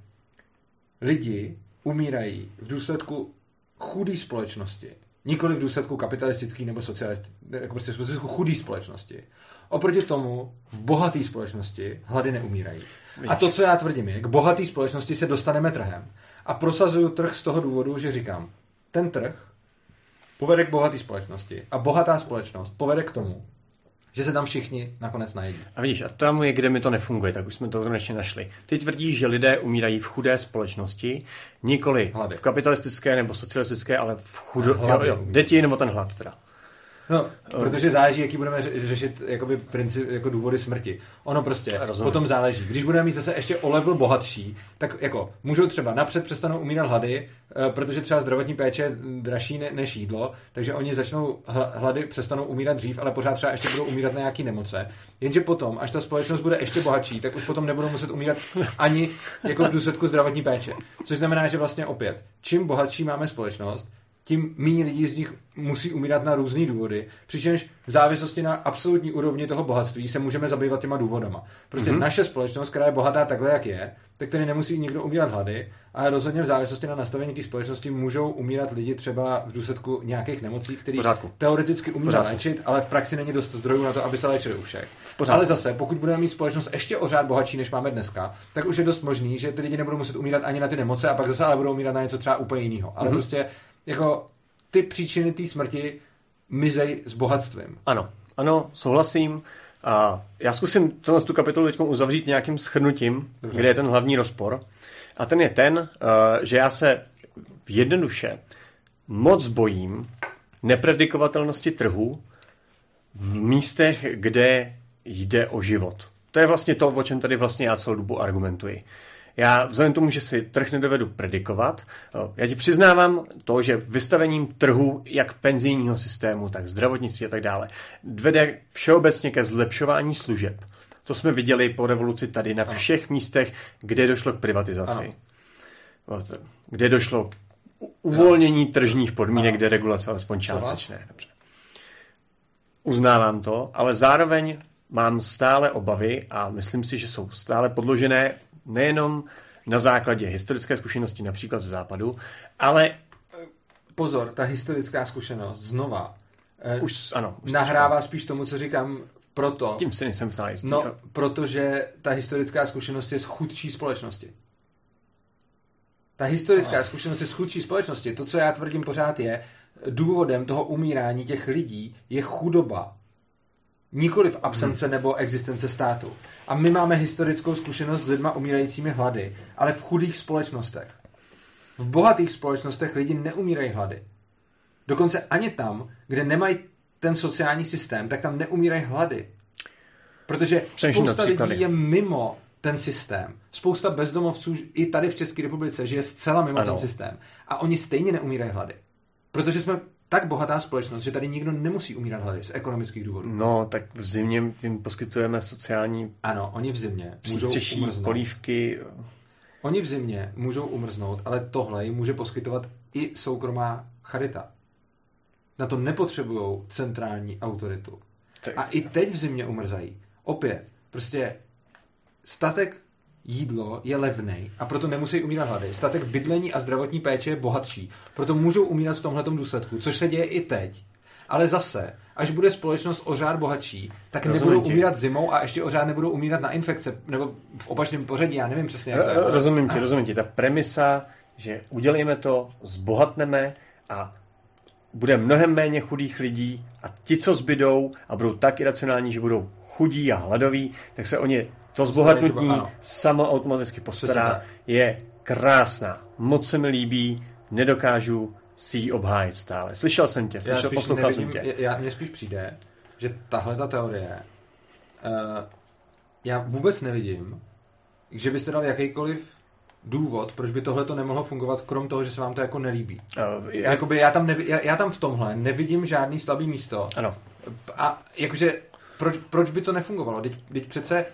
lidi umírají v důsledku chudé společnosti, nikoli v důsledku kapitalistické nebo socialistické, jako prostě v důsledku chudé společnosti. Oproti tomu v bohaté společnosti hlady neumírají. A to, co já tvrdím, je, k bohaté společnosti se dostaneme trhem. A prosazuju trh z toho důvodu, že říkám, ten trh povede k bohaté společnosti a bohatá společnost povede k tomu, že se tam všichni nakonec najedí. A vidíš, a tam je, kde mi to nefunguje, tak už jsme to konečně našli. Ty tvrdíš, že lidé umírají v chudé společnosti, nikoli hlady. V kapitalistické nebo socialistické, ale v chudo... Jo, jo, děti nebo ten hlad teda. No, protože záleží, jaký budeme řešit jakoby princip, jako důvody smrti. Ono prostě Rozumím. Potom záleží. Když budeme mít zase ještě o level bohatší, tak jako můžou třeba napřed přestanou umírat hlady, protože třeba zdravotní péče je dražší než jídlo, takže oni začnou hlady, přestanou umírat dřív, ale pořád třeba ještě budou umírat na nějaký nemoce. Jenže potom, až ta společnost bude ještě bohatší, tak už potom nebudou muset umírat ani jako v důsledku zdravotní péče. Což znamená, že vlastně opět, čím bohatší máme společnost, tím méně lidí z nich musí umírat na různý důvody, přičemž v závislosti na absolutní úrovni toho bohatství se můžeme zabývat těma důvodama. Prostě mm-hmm. naše společnost, která je bohatá takhle, jak je, tak tady nemusí nikdo umírat hlady, ale rozhodně v závislosti na nastavení té společnosti můžou umírat lidi třeba v důsledku nějakých nemocí, které teoreticky umí léčit, ale v praxi není dost zdrojů na to, aby se léčili u všech. Ale zase, pokud budeme mít společnost ještě o řád bohatší, než máme dneska, tak už je dost možný, že ty lidi nebudou muset umírat ani na ty nemoce a pak zase ale budou umírat na něco třeba úplně jiného. Ale mm-hmm. prostě jako ty příčiny té smrti mizej s bohatstvím. Ano, ano, souhlasím. A já zkusím tu kapitolu teď uzavřít nějakým shrnutím, Dobře. Kde je ten hlavní rozpor. A ten je ten, že já se jednoduše moc bojím nepredikovatelnosti trhu v místech, kde jde o život. To je vlastně to, o čem tady vlastně já celou dobu argumentuji. Já vzhledem tomu, že si trh nedovedu predikovat, já ti přiznávám to, že vystavením trhu jak penzijního systému, tak zdravotnictví a tak dále vede všeobecně ke zlepšování služeb. To jsme viděli po revoluci tady na všech místech, kde došlo k privatizaci. Ano. Kde došlo k uvolnění tržních podmínek, kde regulace alespoň částečné. Dobře. Uznávám to, ale zároveň mám stále obavy a myslím si, že jsou stále podložené nejenom na základě historické zkušenosti například ze západu, ale... Pozor, ta historická zkušenost znova už, ano, už nahrává spíš tomu, co říkám proto... Tím si nejsem stále jistý. No, protože ta historická zkušenost je z chudší společnosti. Ta historická no. zkušenost je z chudší společnosti. To, co já tvrdím pořád je, důvodem toho umírání těch lidí je chudoba. Nikoli v absence hmm. nebo existence státu. A my máme historickou zkušenost s lidma umírajícími hlady, ale v chudých společnostech. V bohatých společnostech lidi neumírají hlady. Dokonce ani tam, kde nemají ten sociální systém, tak tam neumírají hlady. Protože spousta lidí je mimo ten systém. Spousta bezdomovců i tady v České republice žije zcela mimo ano. ten systém. A oni stejně neumírají hlady. Protože jsme tak bohatá společnost, že tady nikdo nemusí umírat hlady z ekonomických důvodů. No, tak v zimě jim poskytujeme sociální... Ano, oni v zimě můžou umrznout. Polívky. Oni v zimě můžou umrznout, ale tohle jim může poskytovat i soukromá charita. Na to nepotřebujou centrální autoritu. Tak. A i teď v zimě umrzají. Opět, prostě statek jídlo je levnej a proto nemusí umírat hlady. Statek bydlení a zdravotní péče je bohatší. Proto můžou umírat v tomhletom důsledku, což se děje i teď. Ale zase, až bude společnost o řád bohatší, tak Rozumím nebudou ti. umírat zimou a ještě o řád nebudou umírat na infekce, nebo v opačném pořadí, já nevím přesně. Jak to je. Rozumím ti, rozumím ti. Ta premisa, že udělejme to, zbohatneme a bude mnohem méně chudých lidí a ti, co zbydou a budou tak iracionální, že budou chudí a hladoví, tak se o ně to zbohatnutí samo automaticky postará, je krásná. Moc se mi líbí, nedokážu si ji obhájit stále. Slyšel jsem tě, slyšel, poslouchal jsem tě. Já, mně spíš přijde, že tahle ta teorie uh, já vůbec nevidím, že byste dali jakýkoliv důvod, proč by tohle to nemohlo fungovat, krom toho, že se vám to jako nelíbí. Uh, já... Jakoby já, tam nevi, já, já tam v tomhle nevidím žádný slabý místo. Ano. A jakože proč, proč by to nefungovalo? Teď, teď přece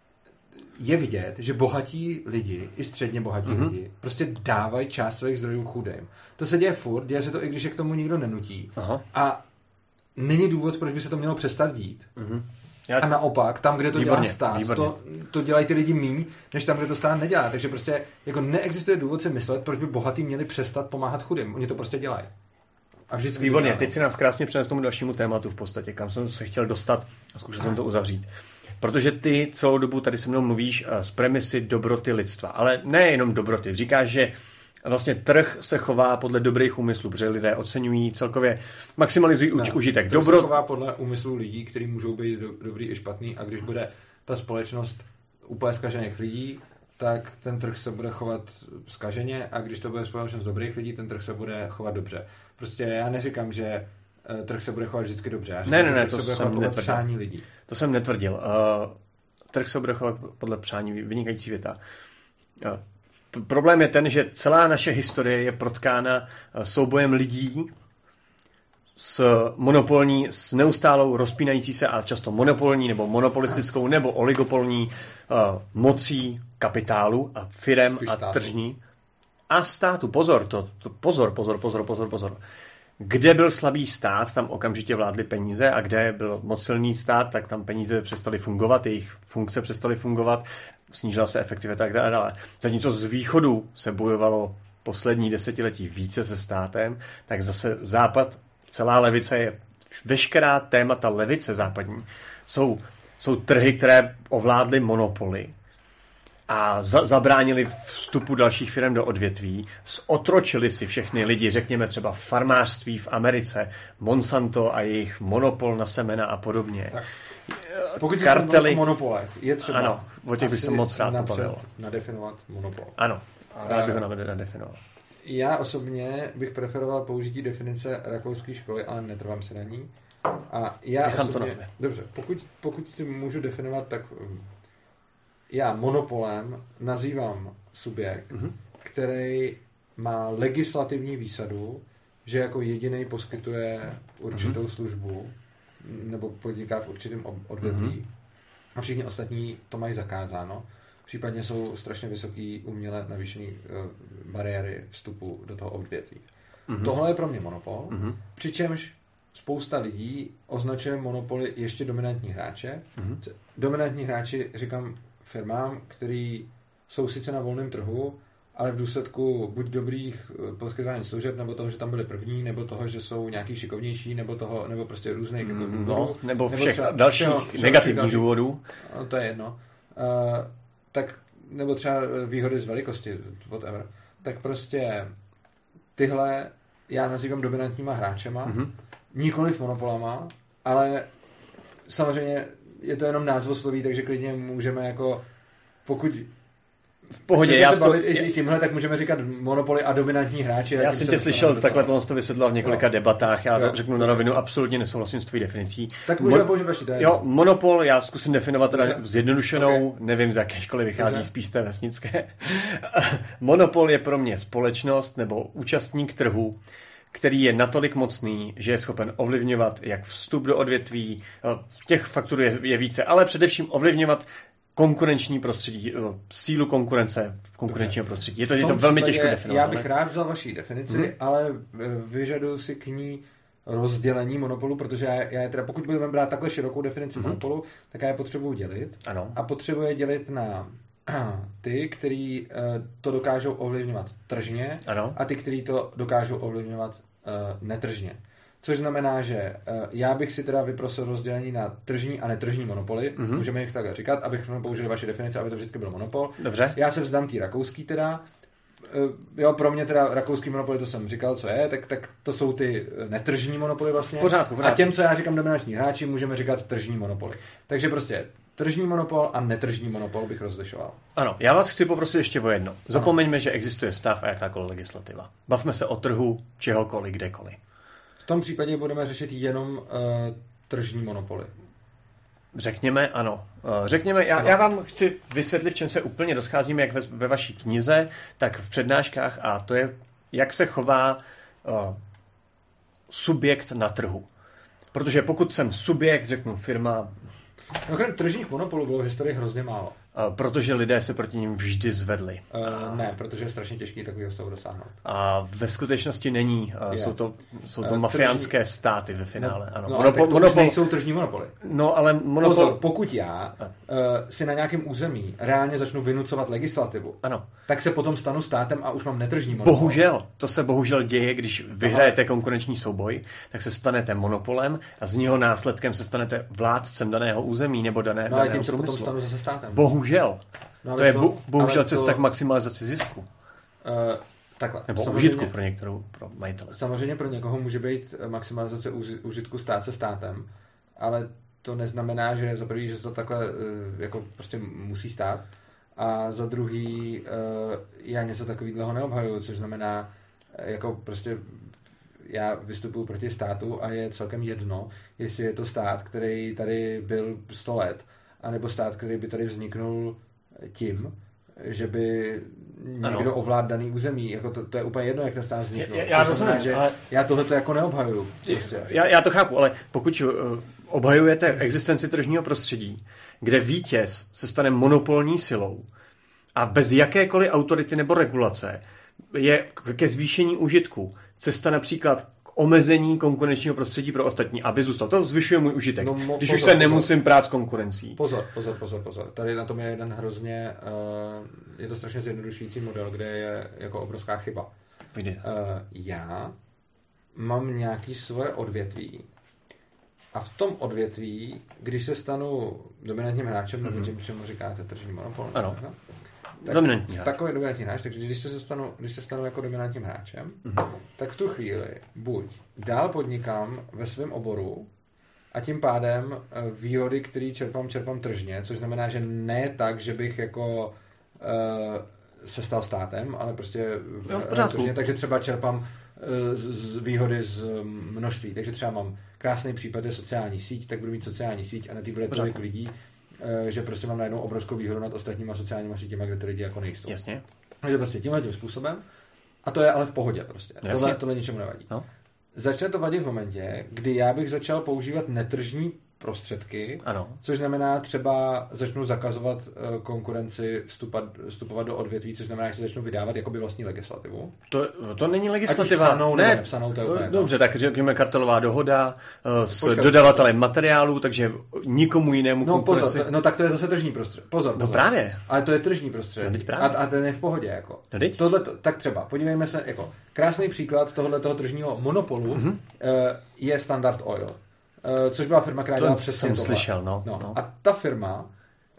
je vidět, že bohatí lidi, i středně bohatí mm-hmm. lidi, prostě dávají část svých zdrojů chudým. To se děje furt, děje se to, i když je k tomu nikdo nenutí. Aha. A není důvod, proč by se to mělo přestat dít. Mm-hmm. Já a naopak, tam, kde to výborně, dělá stát, to, to dělají ty lidi míň, než tam, kde to stát nedělá. Takže prostě jako neexistuje důvod si myslet, proč by bohatí měli přestat pomáhat chudým. Oni to prostě dělají. A vždycky výborně, teď si nás krásně přenes tomu dalšímu tématu v podstatě, kam jsem se chtěl dostat a zkoušel jsem to uzavřít. Protože ty celou dobu tady se mnou mluvíš z premisy dobroty lidstva. Ale nejenom dobroty. Říkáš, že vlastně trh se chová podle dobrých úmyslů, protože lidé oceňují celkově, maximalizují ne, užitek. Trh Dobro... se chová podle úmyslů lidí, kteří můžou být do, dobrý i špatný, a když bude ta společnost úplně zkažených lidí, tak ten trh se bude chovat zkaženě, a když to bude společnost dobrých lidí, ten trh se bude chovat dobře. Prostě já neříkám, že trh se bude chovat vždycky dobře. Já říkám, ne, ne, ne, trh to se bude jsem chovat podle přání lidí. To jsem netvrdil. Uh, trh se bude chovat podle přání, vynikající věta. Uh, problém je ten, že celá naše historie je protkána soubojem lidí s monopolní, s neustálou rozpínající se a často monopolní nebo monopolistickou nebo oligopolní uh, mocí kapitálu a firem a státu. Tržní a státu. Pozor, to, to, pozor, pozor, pozor, pozor, pozor. Kde byl slabý stát, tam okamžitě vládly peníze, a kde byl moc silný stát, tak tam peníze přestaly fungovat, jejich funkce přestaly fungovat, snížila se efektivita a tak dále. Zatímco z východu se bojovalo poslední desetiletí více se státem, tak zase západ, celá levice je, veškerá témata levice západní, jsou, jsou trhy, které ovládly monopoly a za, zabránili vstupu dalších firm do odvětví, zotročili si všechny lidi, řekněme třeba farmářství v Americe, Monsanto a jejich monopol na semena a podobně. Tak. Pokud kartely... o monopolech, je třeba ano, o těch bych se moc rád pobavil. Nadefinovat monopol. Ano, rád bych ho nadefinoval. Já osobně bych preferoval použití definice rakouské školy, ale netrvám se na ní. A já Nechám osobně... to na Dobře, pokud, pokud si můžu definovat, tak já monopolem nazývám subjekt, mm-hmm. který má legislativní výsadu, že jako jediný poskytuje určitou mm-hmm. službu nebo podniká v určitém odvětví mm-hmm. a všichni ostatní to mají zakázáno. Případně jsou strašně vysoký uměle navýšený uh, bariéry vstupu do toho odvětví. Mm-hmm. Tohle je pro mě monopol, mm-hmm. přičemž spousta lidí označuje monopoly ještě dominantní hráče. Mm-hmm. Dominantní hráči říkám firmám, který jsou sice na volném trhu, ale v důsledku buď dobrých poskytování služeb, nebo toho, že tam byli první, nebo toho, že jsou nějaký šikovnější, nebo toho, nebo prostě různých no, důvodů. Nebo všech třeba, dalších všeho, negativních dalších, důvodů. No, to je jedno. Uh, tak, nebo třeba výhody z velikosti, whatever. Tak prostě tyhle já nazývám dominantníma hráčema, mm-hmm. nikoliv monopolama, ale samozřejmě je to jenom názvosloví, takže klidně můžeme jako, pokud v pohodě, já se bavit to... i tímhle, tak můžeme říkat monopoly a dominantní hráči. Já jsem tě slyšel, takhle to to vysvětlil v několika no. debatách, já jo. řeknu na rovinu, absolutně nesouhlasím s tvojí definicí. Tak můžeme Mon... používat ještě. Jo, monopol, já zkusím definovat teda zjednodušenou, okay. nevím, z jaké školy vychází, okay. spíš z té vesnické. Monopol je pro mě společnost nebo účastník trhu, který je natolik mocný, že je schopen ovlivňovat jak vstup do odvětví, těch faktorů je, je více, ale především ovlivňovat konkurenční prostředí, sílu konkurence v konkurenčním prostředí. Je to, je to velmi těžko definovat. Já bych ne? rád vzal vaši definici, hmm. ale vyžaduju si k ní rozdělení monopolu, protože já, já je teda, pokud budeme brát takhle širokou definici hmm. monopolu, tak já je potřebuji dělit. Ano. A potřebuji je dělit na ty, který to dokážou ovlivňovat tržně ano. a ty, který to dokážou ovlivňovat netržně. Což znamená, že uh, já bych si teda vyprosil rozdělení na tržní a netržní monopoly. Mm-hmm. Můžeme jich takhle říkat, abychom použili vaše definice, aby to vždycky byl monopol. Dobře. Já se vzdám tý rakouský teda. Uh, jo, pro mě teda rakouský monopoly, to jsem říkal, co je, tak, tak to jsou ty netržní monopoly vlastně. Pořádku, pořádku. A těm, co já říkám dominantní hráči, můžeme říkat tržní monopoly. Takže prostě tržní monopol a netržní monopol bych rozlišoval. Ano, já vás chci poprosit ještě o jedno. Zapomeňme, ano. že existuje stav a jakákoliv legislativa. Bavme se o trhu čehokoliv, kdekoliv. V tom případě budeme řešit jenom uh, tržní monopoly. Řekněme, ano. Uh, řekněme, já, ano. já vám chci vysvětlit, v čem se úplně rozcházíme, jak ve, ve vaší knize, tak v přednáškách, a to je, jak se chová uh, subjekt na trhu. Protože pokud jsem subjekt, řeknu firma... No, tržních monopolů bylo v historii hrozně málo. Uh, protože lidé se proti ním vždy zvedli. Uh, a... Ne, protože je strašně těžký takového stavu dosáhnout. A ve skutečnosti není. Uh, jsou to, jsou to uh, mafiánské tržní... státy ve finále. No, ano. no, Monopol, ale tak to monopol... nejsou tržní monopoly. No, ale monopol... Pozor, pokud já uh, si na nějakém území reálně začnu vynucovat legislativu, ano. tak se potom stanu státem a už mám netržní monopol. Bohužel. To se bohužel děje, když vyhrajete Aha. konkurenční souboj, tak se stanete monopolem a z něho následkem se stanete vládcem daného území nebo dané, no, daného tím se průmyslu. potom stanu zase státem. Bohužel. No, to je to, bohužel cesta to, k maximalizaci zisku. Uh, takhle. Nebo užitku pro některou, pro majitele. Samozřejmě pro někoho může být maximalizace užitku stát se státem, ale to neznamená, že za prvý, že se to takhle uh, jako prostě musí stát, a za druhý uh, já něco takového neobhajuju, což znamená, jako prostě já vystupuji proti státu a je celkem jedno, jestli je to stát, který tady byl sto let, anebo stát, který by tady vzniknul tím, že by někdo ano. ovládl daný území. Jako to, to je úplně jedno, jak ten stát vznikl. Já, já, rozumím, že ale... já tohleto jako neobhajuju. Prostě. Já, já to chápu, ale pokud obhajujete existenci tržního prostředí, kde vítěz se stane monopolní silou a bez jakékoliv autority nebo regulace je ke zvýšení užitku cesta například omezení konkurenčního prostředí pro ostatní, aby zůstal. To zvyšuje můj užitek. No, mo, když pozor, už se pozor. nemusím prát s konkurencí. Pozor, pozor, pozor, pozor. Tady na tom je jeden hrozně, uh, je to strašně zjednodušující model, kde je jako obrovská chyba. Uh, já mám nějaký svoje odvětví a v tom odvětví, když se stanu dominantním hráčem, mm-hmm. nebo tím, čemu říkáte tržní monopol, ano. Ne? Tak dominantní takový dominantní hráč, takže když se stanu, když se stanu jako dominantním hráčem, mm-hmm. tak v tu chvíli buď dál podnikám ve svém oboru a tím pádem výhody, které čerpám, čerpám tržně, což znamená, že ne tak, že bych jako uh, se stal státem, ale prostě jo, v pořádku. Tržně, takže třeba čerpám uh, z, z výhody z množství, takže třeba mám krásný případ je sociální síť, tak budu mít sociální síť a na té bude tolik lidí, že prostě mám najednou obrovskou výhodu nad ostatníma sociálníma sítěma, kde ty lidi jako nejsou. Jasně. Takže prostě tímhle tím způsobem. A to je ale v pohodě prostě. Tohle, tohle ničemu nevadí. No. Začne to vadit v momentě, kdy já bych začal používat netržní prostředky, ano. což znamená třeba začnu zakazovat konkurenci vstupat, vstupovat do odvětví, což znamená, že se začnu vydávat jakoby vlastní legislativu. To, to není legislativa. Psanou, ne, nepsanou, to je úplně, dobře, no. tak řekněme kartelová dohoda uh, s Počkat, dodavatelem materiálu, takže nikomu jinému no, konkurenci. Pozor, to, no tak to je zase tržní prostředek. Pozor, pozor. No právě. Ale to je tržní prostředek. No, a, a ten je v pohodě. Jako. No, Tohleto, tak třeba, podívejme se, jako krásný příklad tohoto tržního monopolu mm-hmm. uh, je Standard Oil. Uh, což byla firma, která dělala přesně tohle. Slyšel, no, no. no. A ta firma uh,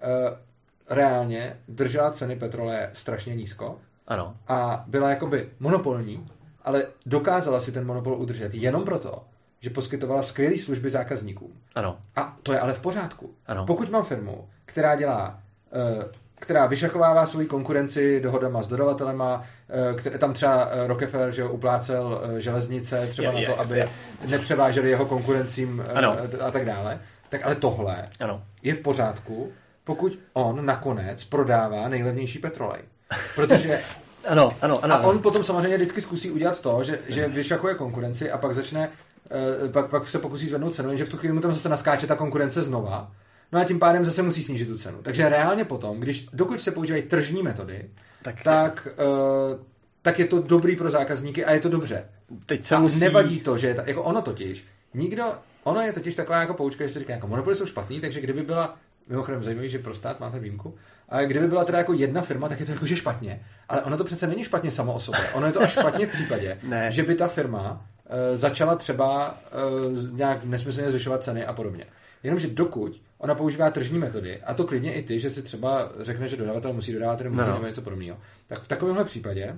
reálně držela ceny petroleje strašně nízko. Ano. A byla jakoby monopolní, ale dokázala si ten monopol udržet jenom proto, že poskytovala skvělé služby zákazníkům. Ano. A to je ale v pořádku. Ano. Pokud mám firmu, která dělá uh, která vyšachovává svoji konkurenci dohodama s dodavatelema, které tam třeba Rockefeller, že uplácel železnice třeba je, je, na to, aby je. nepřeváželi jeho konkurencím ano. a tak dále. Tak ale tohle ano. je v pořádku, pokud on nakonec prodává nejlevnější petrolej. Protože Ano, ano, ano. A on potom samozřejmě vždycky zkusí udělat to, že, že vyšachuje konkurenci a pak začne, uh, pak, pak se pokusí zvednout cenu, jenže v tu chvíli mu tam zase naskáče ta konkurence znova. No a tím pádem zase musí snížit tu cenu. Takže reálně potom, když dokud se používají tržní metody, tak, tak, uh, tak je to dobrý pro zákazníky a je to dobře. Teď se a musí... nevadí to, že je ta, jako ono totiž, nikdo, ono je totiž taková jako poučka, že se říká, jako monopoly jsou špatný, takže kdyby byla, mimochodem zajímavý, že pro stát máte výjimku, a kdyby byla teda jako jedna firma, tak je to jakože špatně. Ale ono to přece není špatně samo o sobě. Ono je to až špatně v případě, že by ta firma uh, začala třeba uh, nějak nesmyslně zvyšovat ceny a podobně. Jenomže dokud ona používá tržní metody, a to klidně i ty, že si třeba řekne, že dodavatel musí dodávat nebo no. nebo něco podobného, tak v takovémhle případě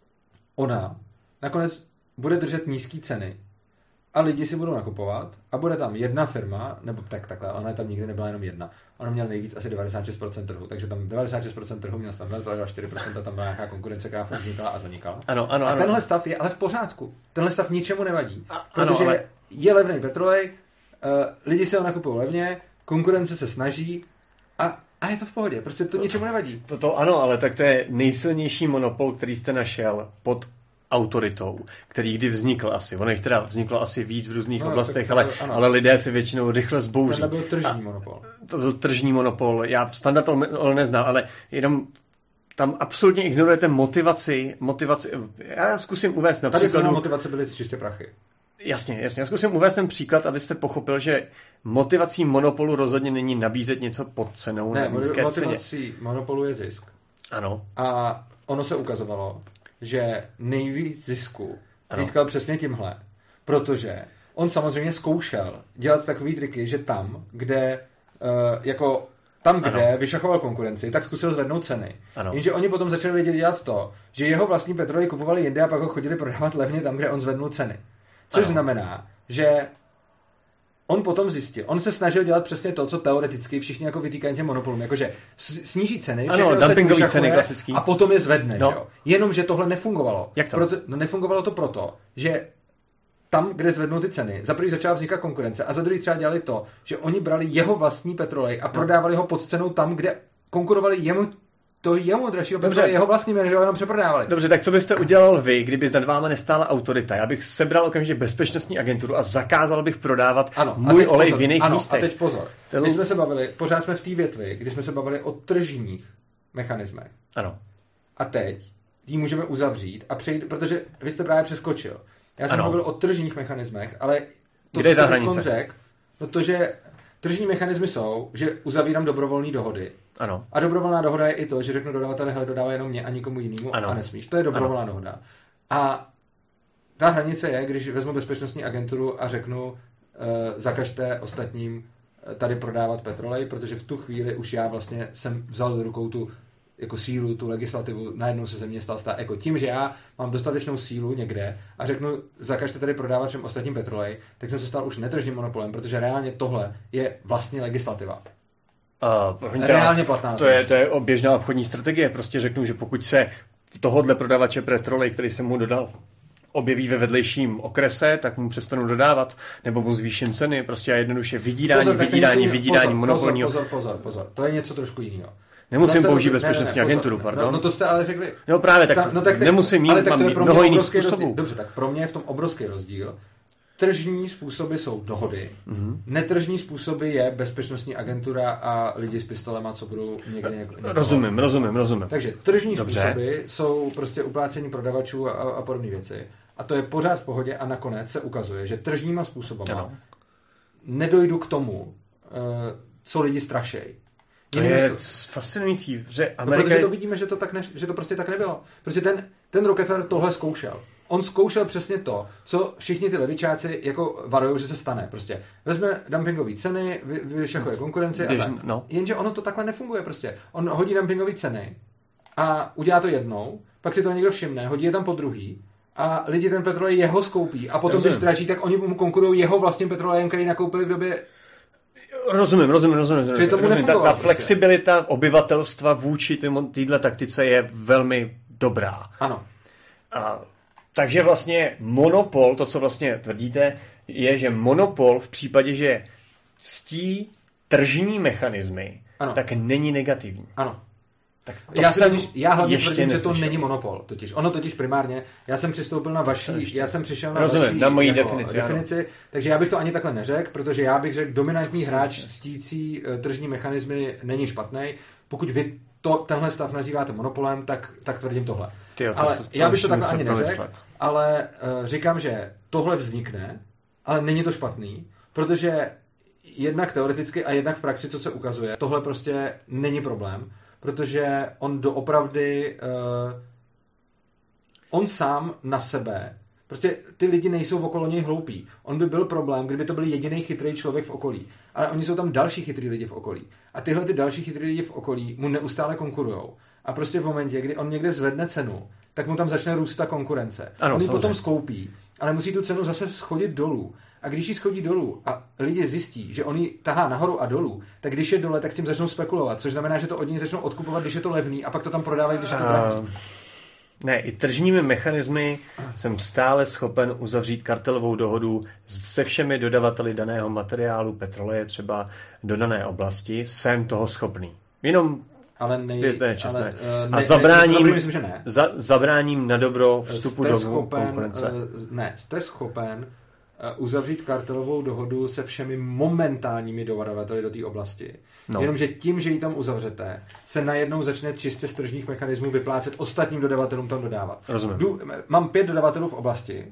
ona nakonec bude držet nízké ceny a lidi si budou nakupovat a bude tam jedna firma, nebo tak takhle, ona tam nikdy nebyla jenom jedna. Ona měla nejvíc asi devadesát šest procent trhu, takže tam devadesát šest procent trhu měl tam dva, čtyři procenta tam byla nějaká konkurence, která vznikala a zanikala. Ano, ano, a ano. tenhle stav je ale v pořádku. Tenhle stav ničemu nevadí, a, protože ano, ale... je levný petrolej, uh, lidi si ho nakupují levně, konkurence se snaží a, a je to v pohodě. Prostě to, to ničemu nevadí. To, to ano, ale tak to je nejsilnější monopol, který jste našel pod autoritou, který kdy vznikl asi. Ono jich teda vzniklo asi víc v různých no, oblastech, ale, ale lidé si většinou rychle zbouří. To byl tržní a monopol. To byl tržní monopol. Já standard neznám, ale jenom tam absolutně ignorujete motivaci. motivaci. Já zkusím uvést na příkladu. Tady motivace byly čistě prachy. Jasně, jasně. Já zkusím uvést ten příklad, abyste pochopil, že motivací monopolu rozhodně není nabízet něco pod cenou ne, na nízké motivací ceně. monopolu je zisk. Ano. A ono se ukazovalo, že nejvíc zisku ano. získal přesně tímhle, protože on samozřejmě zkoušel dělat takový triky, že tam, kde uh, jako tam, kde ano. vyšachoval konkurenci, tak zkusil zvednout ceny. Ano. Jenže oni potom začali vědět dělat to, že jeho vlastní petroly kupovali jinde a pak ho chodili prodávat levně tam, kde on zvednul ceny. Což ano. znamená, že on potom zjistil, on se snažil dělat přesně to, co teoreticky všichni jako vytýkají těm monopolům, jakože sníží ceny, ano, dumpingový ceny klasický. A potom je zvedne. No. Jo? Jenomže tohle nefungovalo. Jak to? Proto, no nefungovalo to proto, že tam, kde zvednou ty ceny, za první začala vznikat konkurence a za druhý třeba dělali to, že oni brali jeho vlastní petrolej a prodávali ho pod cenou tam, kde konkurovali jemu to jemu dražšího petroleje, jeho vlastní manažer jenom přeprodávali. Dobře, tak co byste udělal vy, kdyby nad váma nestála autorita? Já bych sebral okamžitě bezpečnostní agenturu a zakázal bych prodávat ano, můj olej pozor, v jiných ano, místech. A teď pozor. Telu... My jsme se bavili, pořád jsme v té větvi, kdy jsme se bavili o tržních mechanismech. Ano. A teď ji můžeme uzavřít a přejít, protože vy jste právě přeskočil. Já jsem ano. mluvil o tržních mechanismech, ale to, kde je ta hranice? Řek, protože tržní mechanismy jsou, že uzavírám dobrovolné dohody. Ano. A dobrovolná dohoda je i to, že řeknu dodavateli, hele, dodává jenom mě a nikomu jinému a nesmíš. To je dobrovolná ano. dohoda. A ta hranice je, když vezmu bezpečnostní agenturu a řeknu, uh, zakažte ostatním tady prodávat petrolej, protože v tu chvíli už já vlastně jsem vzal do rukou tu jako sílu, tu legislativu, najednou se ze mě stal stát. Jako tím, že já mám dostatečnou sílu někde a řeknu, zakažte tady prodávat všem ostatním petrolej, tak jsem se stal už netržním monopolem, protože reálně tohle je vlastně legislativa. Uh, reálně platná. To je, to je běžná obchodní strategie. Prostě řeknu, že pokud se tohodle prodavače petrolej, který jsem mu dodal, objeví ve vedlejším okrese, tak mu přestanu dodávat, nebo mu zvýším ceny. Prostě a jednoduše vydírání, pozor, vydírání, vydírání pozor, monopolního. Pozor, pozor, pozor. To je něco trošku jiného. Nemusím zase použít bezpečnostní ne, ne, agenturu, pardon. No, no to jste ale řekli. No právě, tak, no, tak nemusím mít, ale tak mám mnoho jiných způsobů. Dobře, tak pro mě je v tom obrovský rozdíl. Tržní způsoby jsou dohody, mm-hmm. netržní způsoby je bezpečnostní agentura a lidi s pistolema, co budou někde někoho. Rozumím, rozumím, rozumím. Takže tržní Dobře. způsoby jsou prostě uplácení prodavačů a, a podobné věci. A to je pořád v pohodě a nakonec se ukazuje, že tržníma způsobama ano. nedojdu k tomu, co lidi strašejí. To Jiným je mysl... fascinující, že Amerika... No, protože to vidíme, že to, tak ne, že to prostě tak nebylo. Prostě ten, ten Rockefeller tohle zkoušel. On zkoušel přesně to, co všichni ty levičáci jako varují, že se stane. Prostě vezme dumpingové ceny, vy, vyšachuje konkurenci a tak. No. Jenže ono to takhle nefunguje prostě. On hodí dumpingové ceny a udělá to jednou, pak si to někdo všimne, hodí je tam po druhý a lidi ten petrolej jeho skoupí a potom, když zdraží, tak oni mu konkurují jeho vlastním petrolejem, který nakoupili v době. Rozumím, rozumím, rozumím. rozumím. rozumím. Ta, ta prostě. flexibilita obyvatelstva vůči této taktice je velmi dobrá. Ano. A, takže vlastně monopol, to, co vlastně tvrdíte, je, že monopol v případě, že ctí tržní mechanismy, ano. tak není negativní. Ano. Tak já, si totiž, já hlavně tvrdím, že to neslyšel. není monopol. Totiž. Ono totiž primárně, já jsem přistoupil na vaší, já jsem přišel na Rozumím, vaší na mojí jako definici, definici, takže já bych to ani takhle neřekl, protože já bych řekl, dominantní hráč ctící uh, tržní mechanismy není špatný. Pokud vy to, tenhle stav nazýváte monopolem, tak, tak tvrdím tohle. Tyjo, to, ale to, to, já bych to to takhle ani neřekl, ale uh, říkám, že tohle vznikne, ale není to špatný, protože jednak teoreticky a jednak v praxi, co se ukazuje, tohle prostě není problém, protože on doopravdy uh, on sám na sebe, prostě ty lidi nejsou okolo něj hloupí. On by byl problém, kdyby to byl jediný chytrý člověk v okolí. Ale oni jsou tam další chytrý lidi v okolí. A tyhle ty další chytrý lidi v okolí mu neustále konkurujou. A prostě v momentě, kdy on někde zvedne cenu, tak mu tam začne růst ta konkurence. Ano, on ji samozřejmě. potom skoupí, ale musí tu cenu zase schodit dolů. A když ji schodí dolů a lidi zjistí, že on ji tahá nahoru a dolů, tak když je dole, tak s tím začnou spekulovat, což znamená, že to od něj začnou odkupovat, když je to levný, a pak to tam prodávají, když je to drahý. Uh, ne, i tržními mechanismy jsem stále schopen uzavřít kartelovou dohodu se všemi dodavateli daného materiálu, petroleje třeba do dané oblasti. Jsem toho schopný. Jenom ale nej, to je čestné. ale, uh, a ne, zabráním, ne, myslím, že ne. za, zabráním na dobro vstupu jste do schopen, konkurence. Uh, ne, jste schopen uzavřít kartelovou dohodu se všemi momentálními dodavateli do té oblasti. No. Jenomže tím, že ji tam uzavřete, se najednou začne čistě z tržních mechanismů vyplácet ostatním dodavatelům tam dodávat. Rozumím. Jdu, mám pět dodavatelů v oblasti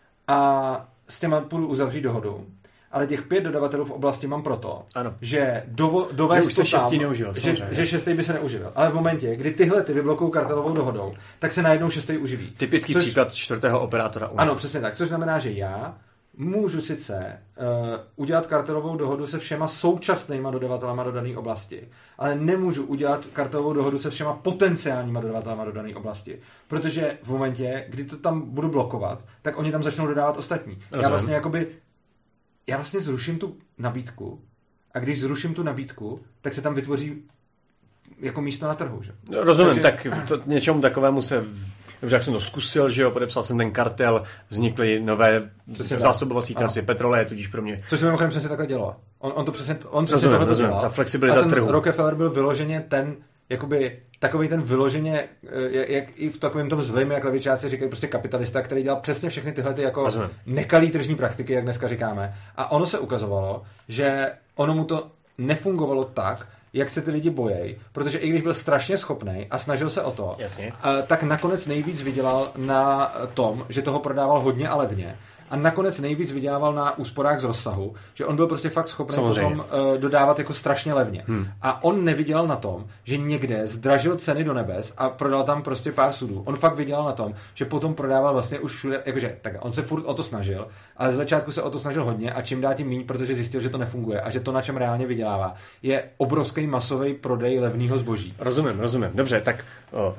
a s těma půjdu uzavřít dohodu, ale těch pět dodavatelů v oblasti mám proto, ano. že dovo, dovést to tam, neužil, že, že šestý by se neuživil. Ale v momentě, kdy tyhle ty vyblokují kartelovou dohodou, tak se najednou šestý uživí. Typický což, příklad čtvrtého operátora. U. Ano, přesně tak. Což znamená, že já můžu sice uh, udělat kartelovou dohodu se všema současnýma dodavatelama do dané oblasti, ale nemůžu udělat kartelovou dohodu se všema potenciálníma dodavatelama do dané oblasti. Protože v momentě, kdy to tam budu blokovat, tak oni tam začnou dodávat ostatní. Rozumím. Já vlastně jakoby já vlastně zruším tu nabídku a když zruším tu nabídku, tak se tam vytvoří jako místo na trhu. Že? Rozumím, takže tak to, něčemu takovému se... Už jak jsem to zkusil, že jo, podepsal jsem ten kartel, vznikly nové zásobovací trasy petroleje, tudíž pro mě. Což se mimochodem přesně takhle dělo. On, on to přesně, on přesně rozumím, tohle rozumím, dělal. Ta flexibilita a ten trhu. Rockefeller byl vyloženě ten, jakoby takový ten vyloženě, jak, jak i v takovém tom zlým, jak levičáci říkají, prostě kapitalista, který dělal přesně všechny tyhle ty jako rozumím. Nekalý tržní praktiky, jak dneska říkáme. A ono se ukazovalo, že ono mu to nefungovalo tak, jak se ty lidi bojejí, protože i když byl strašně schopný a snažil se o to, Jasně. tak nakonec nejvíc vydělal na tom, že toho prodával hodně a levně. A nakonec nejvíc vydělával na úsporách z rozsahu, že on byl prostě fakt schopný potom uh, dodávat jako strašně levně. Hmm. A on nevydělal na tom, že někde zdražil ceny do nebes a prodal tam prostě pár sudů. On fakt vydělal na tom, že potom prodával vlastně už všude, jakože, tak on se furt o to snažil, ale z začátku se o to snažil hodně a čím dál tím míň, protože zjistil, že to nefunguje a že to, na čem reálně vydělává, je obrovský masový prodej levného zboží. Rozumím, rozumím. Dobře, tak... Oh.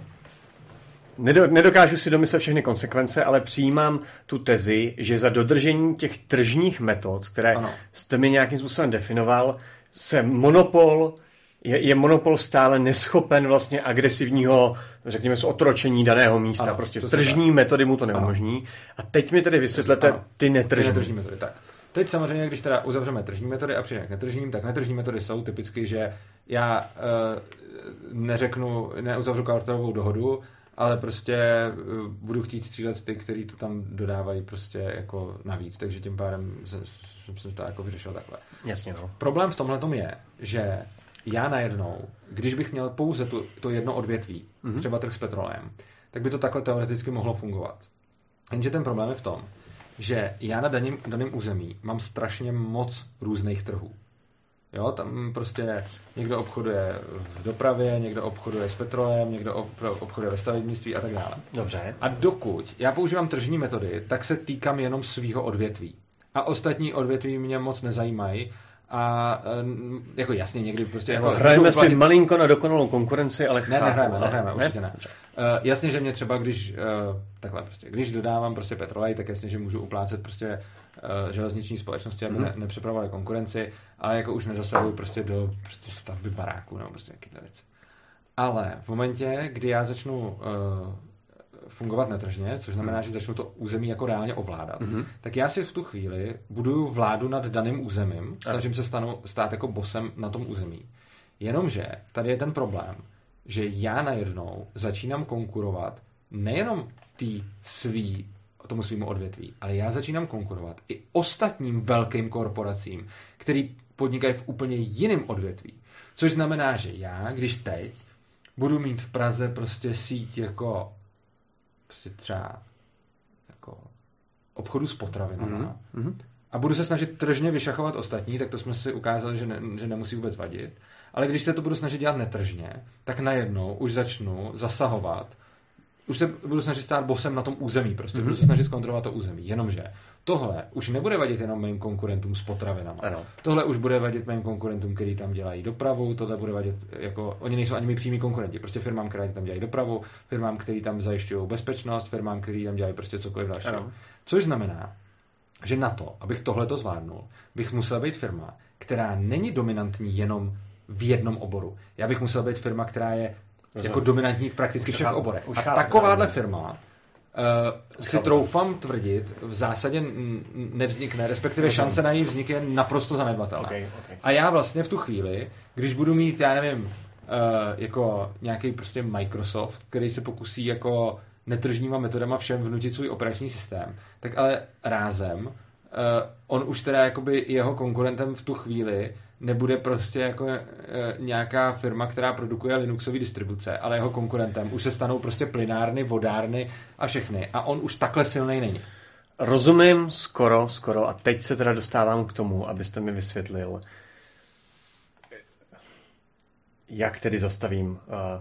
Nedokážu si domyslet všechny konsekvence, ale přijímám tu tezi, že za dodržení těch tržních metod, které ano. jste mi nějakým způsobem definoval, se monopol, je, je monopol stále neschopen vlastně agresivního, řekněme, otročení daného místa. Ano, prostě tržní tak. metody mu to neumožní. Ano. A teď mi tedy vysvětlete ano. ty netržní. Ty netržní metody, tak. Teď samozřejmě, když teda uzavřeme tržní metody a přijdeme k netržním, tak netržní metody jsou typicky, že já uh, neřeknu, neuzavřu kartelovou dohodu, ale prostě budu chtít střílet ty, kteří to tam dodávají prostě jako navíc, takže tím pádem jsem se to jako vyřešil takhle. Jasně, no. Problém v tomhletom je, že já najednou, když bych měl pouze tu, to jedno odvětví, mm-hmm. třeba trh s petrolejem, tak by to takhle teoreticky mohlo fungovat. Jenže ten problém je v tom, že já na daném, daném území mám strašně moc různých trhů. Jo, tam prostě někdo obchoduje v dopravě, někdo obchoduje s petrolem, někdo obchoduje ve stavebnictví a tak dále. Dobře. A dokud já používám tržní metody, tak se týkám jenom svýho odvětví. A ostatní odvětví mě moc nezajímají. A jako jasně někdy prostě... Jako, hrajeme si uplatit... malinko na dokonalou konkurenci, ale Ne, nehrajeme, nehrajeme, určitě ne. Uh, jasně, že mě třeba, když uh, takhle prostě, když dodávám prostě petrolej, tak jasně, že můžu uplácet prostě uh, železniční společnosti, aby mm-hmm. ne, nepřepravovali konkurenci, ale jako už nezasahuju prostě do prostě stavby baráku nebo prostě nějaké věci. Ale v momentě, kdy já začnu uh, fungovat netržně, což znamená, mm. že začnu to území jako reálně ovládat, mm-hmm. tak já si v tu chvíli buduju vládu nad daným územím, snažím se stanu, stát jako bosem na tom území. Jenomže tady je ten problém, že já najednou začínám konkurovat nejenom tý svý, tomu svýmu odvětví, ale já začínám konkurovat i ostatním velkým korporacím, který podnikají v úplně jiném odvětví. Což znamená, že já, když teď budu mít v Praze prostě síť jako prostě třeba jako obchodu s potravinama mm-hmm. a budu se snažit tržně vyšachovat ostatní, tak to jsme si ukázali, že, ne, že nemusí vůbec vadit. Ale když se to budu snažit dělat netržně, tak najednou už začnu zasahovat. Už se budu snažit stát bosem na tom území, prostě mm-hmm. budu se snažit kontrolovat to území. Jenomže tohle už nebude vadit jenom mým konkurentům s potravinama. Ano. Tohle už bude vadit mým konkurentům, kteří tam dělají dopravu, tohle bude vadit jako oni nejsou ani mý přímí konkurenti, prostě firmám, které tam dělají dopravu, firmám, které tam zajišťují bezpečnost, firmám, které tam dělají prostě cokoliv dalšího. Což znamená, že na to, abych tohleto zvládnul, bych musel být firma, která není dominantní jenom v jednom oboru. Já bych musel být firma, která je Rozumím. jako dominantní v prakticky všech oborech. A takováhle firma Uh, si troufám tvrdit, v zásadě nevznikne, respektive šance na její vznik je naprosto zanedbatelná. Okay, okay. A já vlastně v tu chvíli, když budu mít, já nevím, uh, jako nějaký prostě Microsoft, který se pokusí jako netržníma metodama všem vnutit svůj operační systém, tak ale rázem uh, on už teda jakoby jeho konkurentem v tu chvíli nebude prostě jako e, nějaká firma, která produkuje Linuxové distribuce, ale jeho konkurentem už se stanou prostě plynárny, vodárny a všechny. A on už takhle silnej není. Rozumím skoro, skoro. A teď se teda dostávám k tomu, abyste mi vysvětlil, jak tedy zastavím. Uh,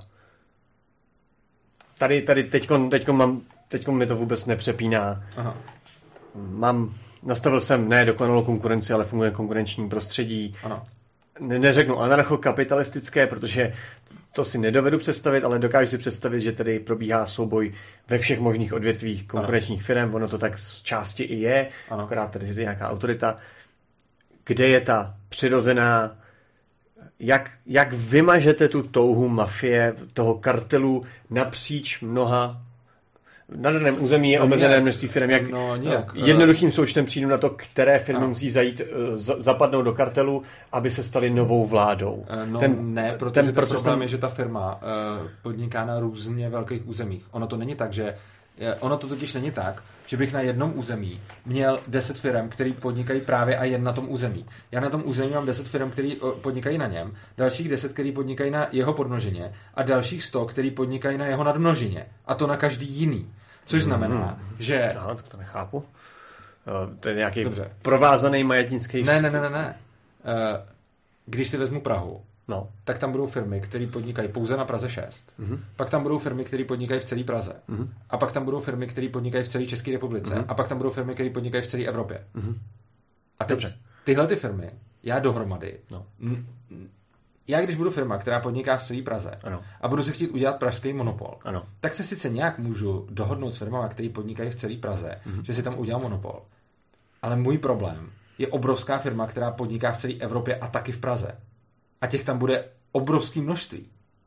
tady, tady teďkon, teďkon, mám, teďkon mi to vůbec nepřepíná. Aha. Mám... Nastavil jsem ne dokonalou konkurenci, ale funguje konkurenční prostředí. Ano. Ne, neřeknu anarchokapitalistické, protože to si nedovedu představit, ale dokážu si představit, že tady probíhá souboj ve všech možných odvětvích konkurenčních firm. Ono to tak z části i je, ano. Akorát tady je nějaká autorita. Kde je ta přirozená, jak, jak vymažete tu touhu mafie, toho kartelu napříč mnoha na daném území je no omezené nějak, množství firm. Jak no, nějak, jednoduchým součtem přijdu na to, které firmy no. musí zajít, z, zapadnout do kartelu, aby se staly novou vládou. No ten, ne, protože ten proces problém tam... je, že ta firma uh, podniká na různě velkých územích. Ono to není tak, že ono to totiž není tak, že bych na jednom území měl deset firm, který podnikají právě a jen na tom území. Já na tom území mám deset firm, který podnikají na něm, dalších deset, který podnikají na jeho podmnožině a dalších sto, který podnikají na jeho nadmnožině. A to na každý jiný. Což znamená, hmm. že... Aha, to nechápu. To je nějaký Dobře. provázaný majetnický... Ne, ne, ne, ne, ne. Když si vezmu Prahu, no. tak tam budou firmy, které podnikají pouze na Praze šest. Mm-hmm. Pak tam budou firmy, které podnikají v celé Praze. Mm-hmm. A pak tam budou firmy, které podnikají v celé České republice. Mm-hmm. A pak tam budou firmy, které podnikají v celé Evropě. Mm-hmm. A teď Dobře. tyhle ty firmy, já dohromady... No. N- Já když budu firma, která podniká v celé Praze ano. a budu si chtít udělat pražský monopol, ano. tak se sice nějak můžu dohodnout s firmama, které podnikají v celé Praze, mm-hmm. že si tam udělám monopol. Ale můj problém je obrovská firma, která podniká v celé Evropě a taky v Praze. A těch tam bude obrovské množství.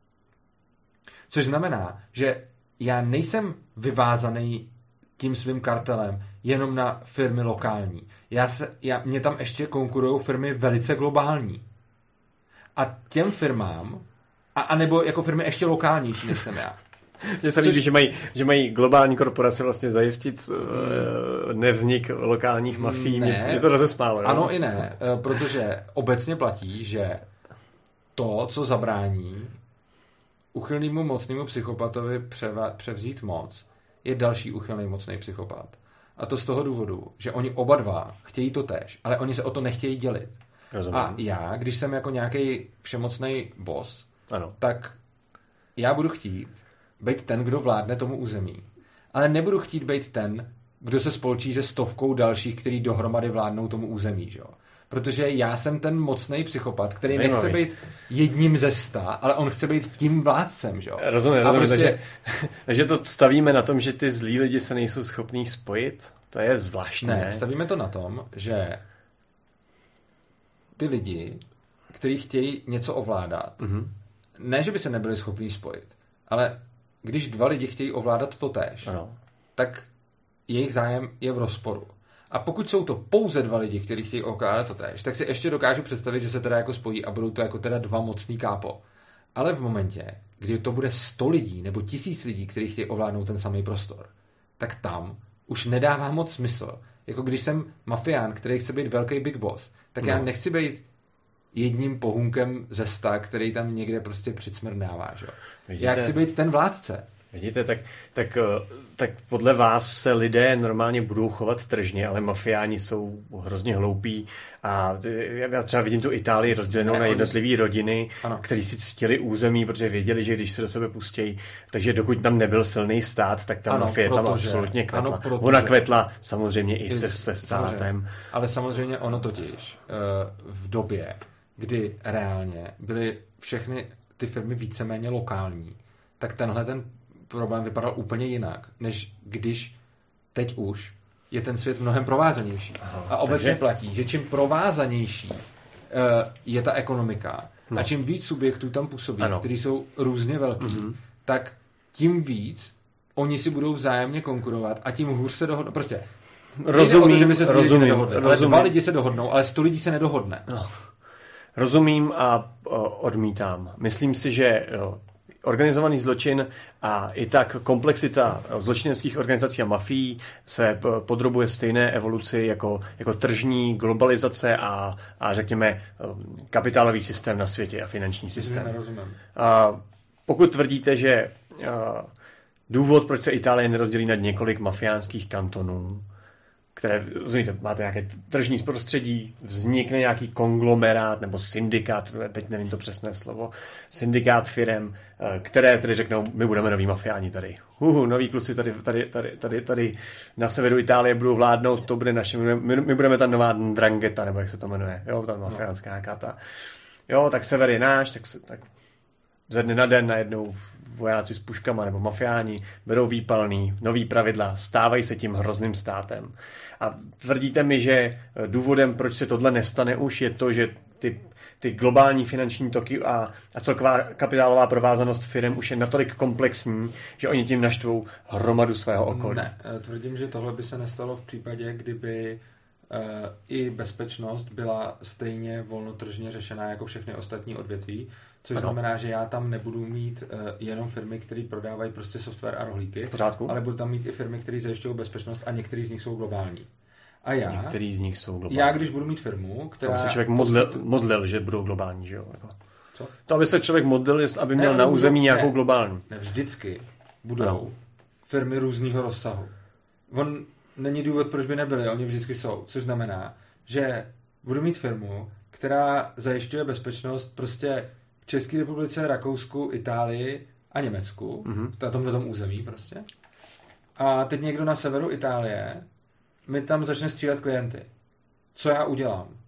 Což znamená, že já nejsem vyvázaný tím svým kartelem jenom na firmy lokální. Já se, já, mě tam ještě konkurují firmy velice globální. A těm firmám, a, a nebo jako firmy ještě lokálnější, než jsem já. Mně se líbí, že mají, že mají globální korporace vlastně zajistit uh, nevznik lokálních mafií. Ne, mě, mě to rozesmálo. Ano i ne, protože obecně platí, že to, co zabrání uchylnému mocnému psychopatovi převa, převzít moc, je další uchylný mocný psychopat. A to z toho důvodu, že oni oba dva chtějí to též, ale oni se o to nechtějí dělit. Rozumím. A já, když jsem jako nějaký všemocný boss, ano. tak já budu chtít být ten, kdo vládne tomu území. Ale nebudu chtít být ten, kdo se spolčí se stovkou dalších, který dohromady vládnou tomu území. Že? Protože já jsem ten mocný psychopat, který Zajímavý. nechce být jedním ze sta, ale on chce být tím vládcem. Že? Rozumím, rozumím. Prostě... Takže, takže to stavíme na tom, že ty zlí lidi se nejsou schopní spojit? To je zvláštní. Ne, ne? Stavíme to na tom, že ty lidi, kteří chtějí něco ovládat, mm-hmm. ne, že by se nebyli schopní spojit, ale když dva lidi chtějí ovládat to též, ano. tak jejich zájem je v rozporu. A pokud jsou to pouze dva lidi, kteří chtějí ovládat to též, tak si ještě dokážu představit, že se teda jako spojí a budou to jako teda dva mocný kápo. Ale v momentě, kdy to bude sto lidí nebo tisíc lidí, kteří chtějí ovládnout ten samý prostor, tak tam už nedává moc smysl. Jako když jsem mafián, který chce být velký big boss, tak no. já nechci být jedním pohůnkem ze sta, který tam někde prostě přicmrdává. Že? Já chci být ten vládce. Vidíte, tak, tak, tak podle vás se lidé normálně budou chovat tržně, ale mafiáni jsou hrozně hloupí a já třeba vidím tu Itálii rozdělenou ne, na jednotlivé rodiny, ano. který si ctili území, protože věděli, že když se do sebe pustějí, takže dokud tam nebyl silný stát, tak ta ano, mafie protože, tam absolutně kvetla. Ano, protože, Ona kvetla samozřejmě i se, se státem. Samozřejmě. Ale samozřejmě ono totiž v době, kdy reálně byly všechny ty firmy víceméně lokální, tak tenhle ten problém vypadal úplně jinak, než když teď už je ten svět mnohem provázanější. Aha, a obecně takže... platí, že čím provázanější uh, je ta ekonomika no. a čím víc subjektů tam působí, ano. kteří jsou různě velký, mm-hmm. tak tím víc oni si budou vzájemně konkurovat a tím hůř se dohodnou. Prostě rozumím, to, že by se rozumím, nedohodli, rozumím. Ale dva lidi se dohodnou, ale sto lidí se nedohodne. No. Rozumím a o, odmítám. Myslím si, že jo, organizovaný zločin a i tak komplexita zločineckých organizací a mafií se podrobuje stejné evoluci jako, jako tržní globalizace a, a řekněme kapitálový systém na světě a finanční systém. Nerozumím. A pokud tvrdíte, že důvod, proč se Itálie nerozdělí na několik mafiánských kantonů, které, rozumíte, máte nějaké tržní prostředí, vznikne nějaký konglomerát nebo syndikát, teď nevím to přesné slovo, syndikát firem, které tedy řeknou, my budeme noví mafiáni tady. Uhu, noví kluci tady, tady, tady, tady, tady na severu Itálie budou vládnout, to bude naše, my, my budeme ta nová Ndrangheta, nebo jak se to jmenuje, jo, ta mafiánská nějaká ta. Jo, tak sever je náš, tak, se, tak ze dne na den najednou vojáci s puškama nebo mafiáni berou výpalný, nový pravidla, stávají se tím hrozným státem. A tvrdíte mi, že důvodem, proč se tohle nestane už, je to, že ty, ty globální finanční toky a, a celková kapitálová provázanost firem už je natolik komplexní, že oni tím naštvou hromadu svého okolí. Ne, tvrdím, že tohle by se nestalo v případě, kdyby uh, i bezpečnost byla stejně volnotržně řešená jako všechny ostatní odvětví, což ano. znamená, že já tam nebudu mít uh, jenom firmy, které prodávají prostě software a rohlíky, ale budu tam mít i firmy, které zajišťují bezpečnost a některé z nich jsou globální. A já, některý z nich jsou globální. Já, když budu mít firmu, která... Tam se člověk modlil, modlil, že budou globální, že jo? Jako. Co? To, aby se člověk modlil, aby měl ne, na území budou, nějakou ne, globální. Ne, vždycky budou no. firmy různého rozsahu. On není důvod, proč by nebyly, oni vždycky jsou. Což znamená, že budu mít firmu, která zajišťuje bezpečnost prostě v České republice, Rakousku, Itálii a Německu, mm-hmm. na tomhle tom území prostě. A teď někdo na severu Itálie mi tam začne střílet klienty. Co já udělám? Uh,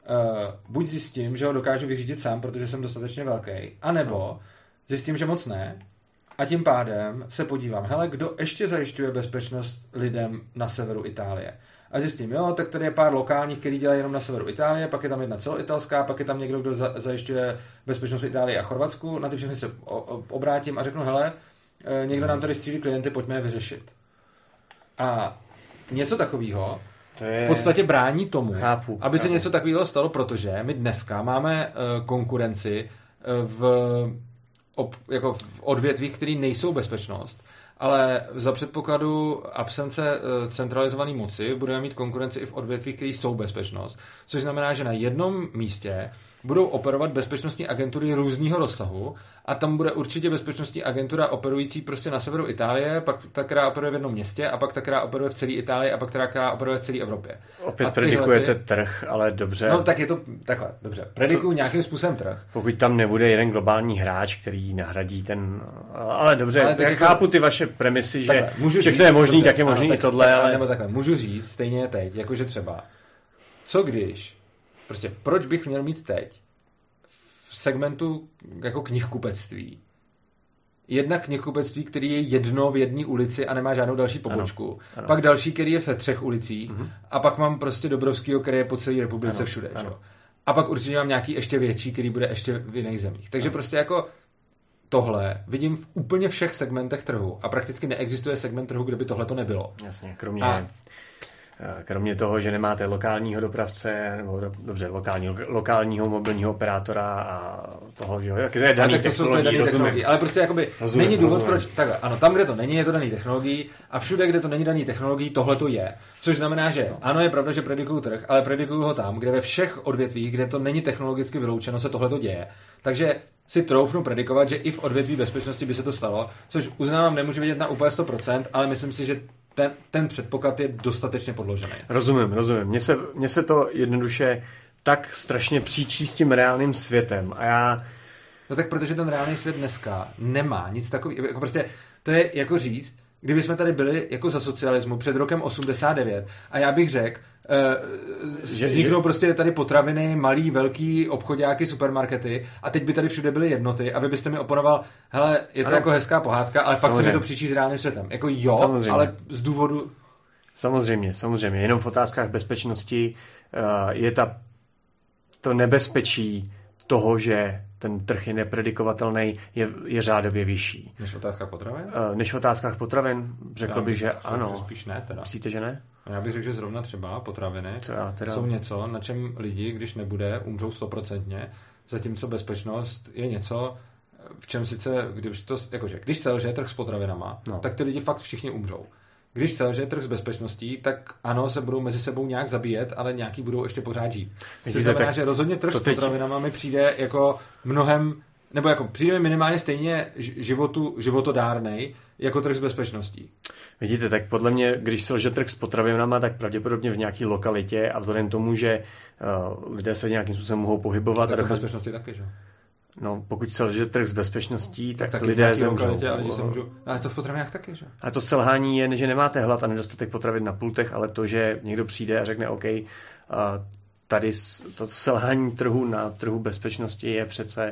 buď zjistím, že ho dokážu vyřídit sám, protože jsem dostatečně velký, anebo zjistím, že moc ne, a tím pádem se podívám, hele, kdo ještě zajišťuje bezpečnost lidem na severu Itálie. A zjistím, jo, tak tady je pár lokálních, který dělají jenom na severu Itálie, pak je tam jedna celoitalská, pak je tam někdo, kdo za, zajišťuje bezpečnost v Itálii a Chorvatsku, na ty všechny se o, o, obrátím a řeknu, hele, e, někdo nám tady střílí klienty, pojďme je vyřešit. A něco takového je... v podstatě brání tomu, chápu, aby chápu. se něco takového stalo, protože my dneska máme uh, konkurenci uh, v, ob, jako v odvětvích, které nejsou bezpečnost, ale za předpokladu absence uh, centralizované moci budeme mít konkurenci i v odvětvích, které jsou bezpečnost, což znamená, že na jednom místě budou operovat bezpečnostní agentury různého rozsahu a tam bude určitě bezpečnostní agentura operující prostě na severu Itálie, pak ta, která operuje v jednom městě, a pak ta, která operuje v celé Itálii, a pak ta, která operuje v celé Evropě. Opět predikujete ty... trh, ale dobře. No tak je to takhle, dobře. Predikuju nějakým způsobem trh. Pokud tam nebude jeden globální hráč, který nahradí ten... Ale dobře, ale já jako... chápu ty vaše premisy, takhle, že všechno je možný, tak je možný i tohle, tak, ale... Nebo takhle, můžu říct, stejně je teď, jakože třeba, co když, prostě proč bych měl mít teď v segmentu jako knihkupectví jedna knihkupectví, který je jedno v jedné ulici a nemá žádnou další pobočku. Ano, ano. Pak další, který je ve třech ulicích. Uh-huh. A pak mám prostě Dobrovskýho, který je po celé republice ano, všude. Ano. A pak určitě mám nějaký ještě větší, který bude ještě v jiných zemích. Takže ano. prostě jako tohle vidím v úplně všech segmentech trhu a prakticky neexistuje segment trhu, kde by tohle to nebylo. Jasně, kromě... A kromě toho, že nemáte lokálního dopravce, nebo dobře, lokální, lokálního mobilního operátora a toho, že tak je daný technologií, rozumím. Ale prostě jakoby rozumím, není důvod, rozumím. Proč, takhle, ano, tam, kde to není, je to daný technologií a všude, kde to není daný technologií, tohle to je. Což znamená, že ano, je pravda, že predikuju trh, ale predikuju ho tam, kde ve všech odvětvích, kde to není technologicky vyloučeno, se tohle to děje. Takže si troufnu predikovat, že i v odvětví bezpečnosti by se to stalo, což uznávám, nemůžu vidět na úplně sto procent, ale myslím si, že ten, ten předpoklad je dostatečně podložený. Rozumím, rozumím. Mně se, mně se to jednoduše tak strašně příčí s tím reálným světem a já... No tak protože ten reálný svět dneska nemá nic takového, jako prostě to je jako říct, kdyby jsme tady byli jako za socialismu před rokem osmdesát devět a já bych řekl, uh, vzniknou prostě tady potraviny, malý, velký obchodáky, supermarkety a teď by tady všude byly jednoty, aby byste mi oponoval, hele, je to ano. Jako hezká pohádka, ale samozřejmě. Fakt se mi to příčí s reálným světem. Jako jo, samozřejmě. Ale z důvodu... Samozřejmě, samozřejmě. Jenom v otázkách bezpečnosti uh, je ta, to nebezpečí toho, že ten trh je nepredikovatelný, je, je řádově vyšší. Než v otázkách potravin? Uh, než v otázkách potravin, řekl bych, že ano. Spíš ne teda. Myslíte, že ne? Já bych řekl, že zrovna třeba potraviny teda... jsou něco, na čem lidi, když nebude, umřou stoprocentně, zatímco bezpečnost je něco, v čem sice, když to, jakože, když selže trh s potravinama, no. tak ty lidi fakt všichni umřou. Když selže trh s bezpečností, tak ano, se budou mezi sebou nějak zabíjet, ale nějaký budou ještě pořád žít. Což znamená, že rozhodně trh s potravinama mi přijde jako mnohem, nebo jako přijde mi minimálně stejně životu, životodárnej, jako trh s bezpečností. Vidíte, tak podle mě, když selže trh s potravinama, tak pravděpodobně v nějaké lokalitě a vzhledem tomu, že uh, lidé se nějakým způsobem mohou pohybovat. Tak a bezpečnosti taky, že? No, pokud selže trh s bezpečností, tak, tak lidé zemřou. A lidi se můžou... Ale to v potravinách taky, že? A to selhání je, že nemáte hlad a nedostatek potravin na pultech, ale to, že někdo přijde a řekne OK, tady to selhání trhu na trhu bezpečnosti je přece...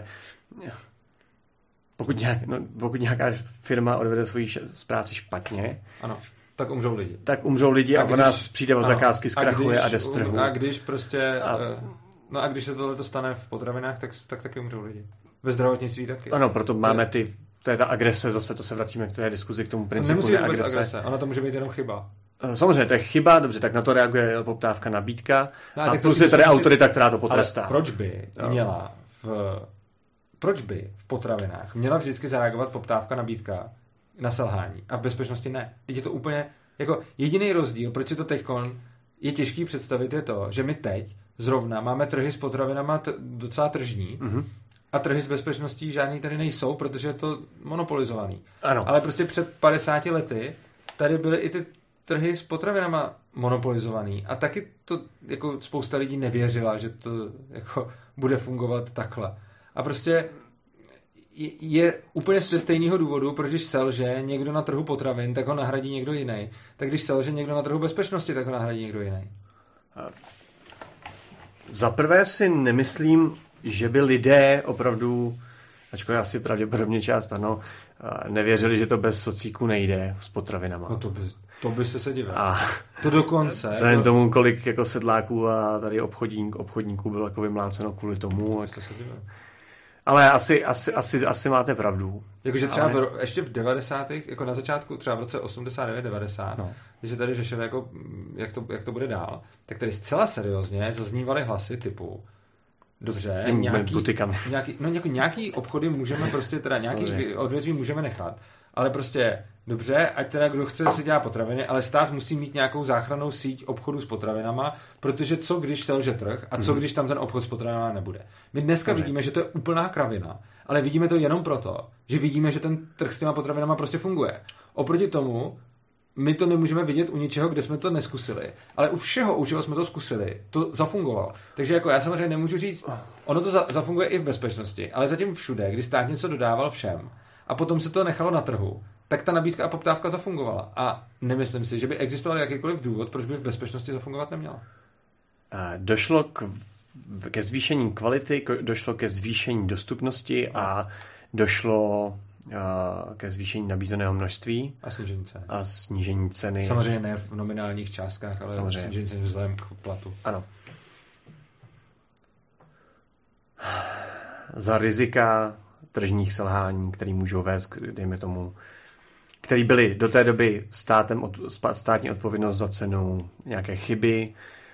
Pokud, nějak, no, pokud nějaká firma odvede svoji práci špatně, ano, tak umřou lidi. Tak umřou lidi a, a když, ona přijde o zakázky, zkrachuje a, a jde z trhu. A když prostě... A, no a když se tohle stane v potravinách, tak, tak taky umřou lidi. Ve zdravotnictví taky. Ano, proto máme ty... To je ta agrese, zase to se vracíme k té diskuzi, k tomu principu. Nemusí být agrese. agrese. Ono to může být jenom chyba. Samozřejmě, to je chyba, dobře, tak na to reaguje poptávka, nabídka. No, a plus je tady autorita, která to potrestá. Ale proč by měla v... Proč by v potravinách měla vždycky zareagovat poptávka, nabídka na selhání a v bezpečnosti ne? Teď je to úplně... Jako jediný rozdíl, proč si to teďkon je těžký představit, je to, že my teď zrovna máme trhy s potravinama t- docela tržní mm-hmm. a trhy s bezpečností žádný tady nejsou, protože je to monopolizovaný. Ano. Ale prostě před padesáti lety tady byly i ty trhy s potravinama monopolizovaný a taky to jako spousta lidí nevěřila, že to jako bude fungovat takhle. A prostě je, je úplně ze stejného důvodu, proč když selže někdo na trhu potravin, tak ho nahradí někdo jiný. Tak když selže někdo na trhu bezpečnosti, tak ho nahradí někdo jiný. Za prvé si nemyslím, že by lidé opravdu, ačkoliv asi pravděpodobně část ano, nevěřili, že to bez socíku nejde s potravinama. No to by, to by se se divil. A to dokonce. Vzhledem to... tomu, kolik jako sedláků a tady obchodník, obchodníků bylo jako vymláceno kvůli tomu. To se divil. Ale asi, asi, asi, asi máte pravdu. Jakože třeba ale... v, ještě v devadesátých jako na začátku, třeba v roce osmdesát devět devadesát, no. Když se tady řešili, jako, jak, to, jak to bude dál, tak tady zcela seriózně zaznívaly hlasy typu dobře, nějaký, nějaký, no nějaký, nějaký obchody můžeme prostě, teda nějaký odvětví můžeme nechat, ale prostě dobře, ať teda kdo chce si dělat potraviny, ale stát musí mít nějakou záchrannou síť obchodu s potravinama, protože co když selže trh a co když tam ten obchod s potravinama nebude. My dneska Dobře. vidíme, že to je úplná kravina, ale vidíme to jenom proto, že vidíme, že ten trh s těma potravinama prostě funguje. Oproti tomu my to nemůžeme vidět u ničeho, kde jsme to neskusili, ale u všeho, u čeho jsme to zkusili, to zafungovalo. Takže jako já samozřejmě nemůžu říct, ono to za, zafunguje i v bezpečnosti, ale zatím všude, kdy stát něco dodával všem a potom se to nechalo na trhu, tak ta nabídka a poptávka zafungovala. A nemyslím si, že by existoval jakýkoliv důvod, proč by v bezpečnosti zafungovat neměla. Došlo k, ke zvýšení kvality, došlo ke zvýšení dostupnosti a došlo ke zvýšení nabízeného množství. A snížení ceny. A snížení ceny. Samozřejmě ne v nominálních částkách, ale Samozřejmě. snížení ceny vzhledem k platu. Ano. Za rizika tržních selhání, které můžou vést, dejme tomu, který byly do té doby státem od, státní odpovědnost za cenu nějaké chyby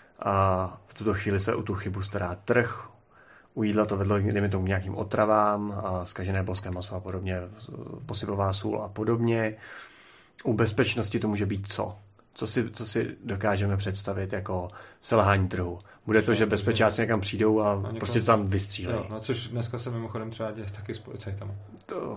a v tuto chvíli se o tu chybu stará trh. U jídla to vedlo dejme tomu k nějakým otravám, a zkažené polské maso a podobně, posypová sůl a podobně. U bezpečnosti to může být co? Co si, co si dokážeme představit jako selhání trhu? Bude to, že bezpečáci někam přijdou a no, prostě to tam vystřílejí. Jo, no což dneska se mimochodem třeba děje taky s policajtama. To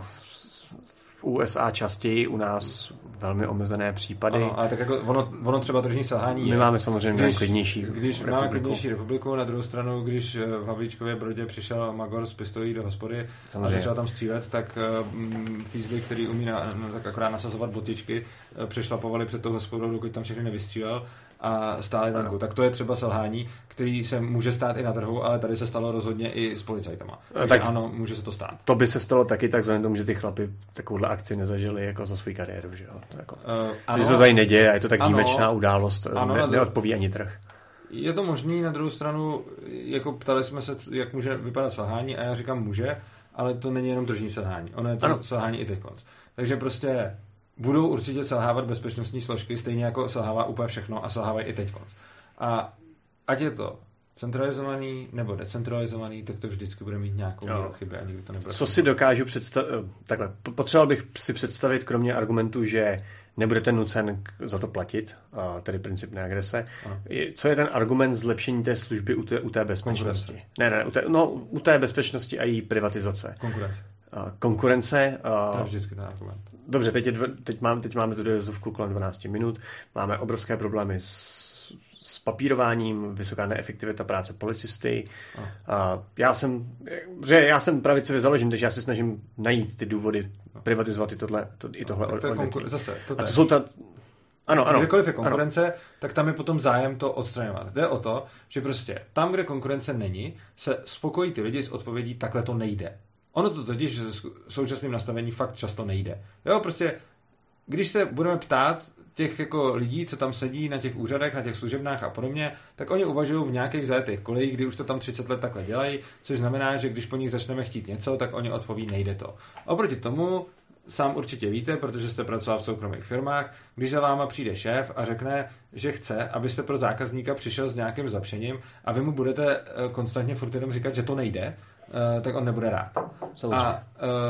v U S A častěji, u nás velmi omezené případy. Ano, ale tak jako ono, ono třeba tržní selhání My je. máme samozřejmě když, klidnější Když republiku. máme klidnější republiku, na druhou stranu, když v Havlíčkově Brodě přišel Magor s pistolí do hospody samozřejmě. a začal tam střílet, tak um, fízly, který umí na, no, tak akorát nasazovat botičky, přešlapovali před tou hospodou, dokud tam všechny nevystřílel a stáli venku. Tak to je třeba selhání, který se může stát i na trhu, ale tady se stalo rozhodně i s policajtama. Takže tak ano, může se to stát. To by se stalo taky tak vzhledem tomu, že ty chlapi takovouhle akci nezažili jako za svou kariéru, že jo? To jako, uh, ano, že to tady neděje a je to tak ano, výjimečná událost, ano, ne, neodpoví ani trh. Je to možný, na druhou stranu, jako ptali jsme se, jak může vypadat selhání a já říkám může, ale to není jenom tržní selhání. Ono je to ano. selhání i teď konc. Takže prostě budou určitě selhávat bezpečnostní složky, stejně jako selhává úplně všechno a selhávají i teď konc. A ať je to centralizovaný nebo decentralizovaný, tak to vždycky bude mít nějakou míru chyby a nikdy to nebude. Co si dokážu představit, takhle, potřeboval bych si představit, kromě argumentu, že nebudete nucen za to platit, tedy princip neagrese. Ano. Co je ten argument zlepšení té služby u té, u té bezpečnosti? Konkurence. Ne, ne, u té, no, u té bezpečnosti a její privatizace. Konkurence. Konkurence. To je vždycky ten argument. Dobře, teď, je dv, teď, mám, teď máme tu dojezovku kolem dvanáct minut, máme obrovské problémy s s papírováním, vysoká neefektivita práce policisty. Oh. A já jsem, že já jsem pravicově založen, takže já se snažím najít ty důvody, privatizovat i tohle, to, i tohle no, to konkur- zase, to A co jsou ta... Ano, ano. Kdykoliv je konkurence, ano. tak tam je potom zájem to odstraňovat. Jde o to, že prostě tam, kde konkurence není, se spokojí ty lidi s odpovědí, takhle to nejde. Ono to totiž v současném nastavení fakt často nejde. Jo, prostě, když se budeme ptát těch jako lidí, co tam sedí na těch úřadech, na těch služebnách a podobně, tak oni uvažují v nějakých zajetých kolejích, kdy už to tam třicet let takhle dělají, což znamená, že když po nich začneme chtít něco, tak oni odpoví, nejde to. Oproti tomu, sám určitě víte, protože jste pracoval v soukromých firmách, když za váma přijde šéf a řekne, že chce, abyste pro zákazníka přišel s nějakým zlepšením a vy mu budete konstantně furt jenom říkat, že to nejde, tak on nebude rád. Samozřejmě. A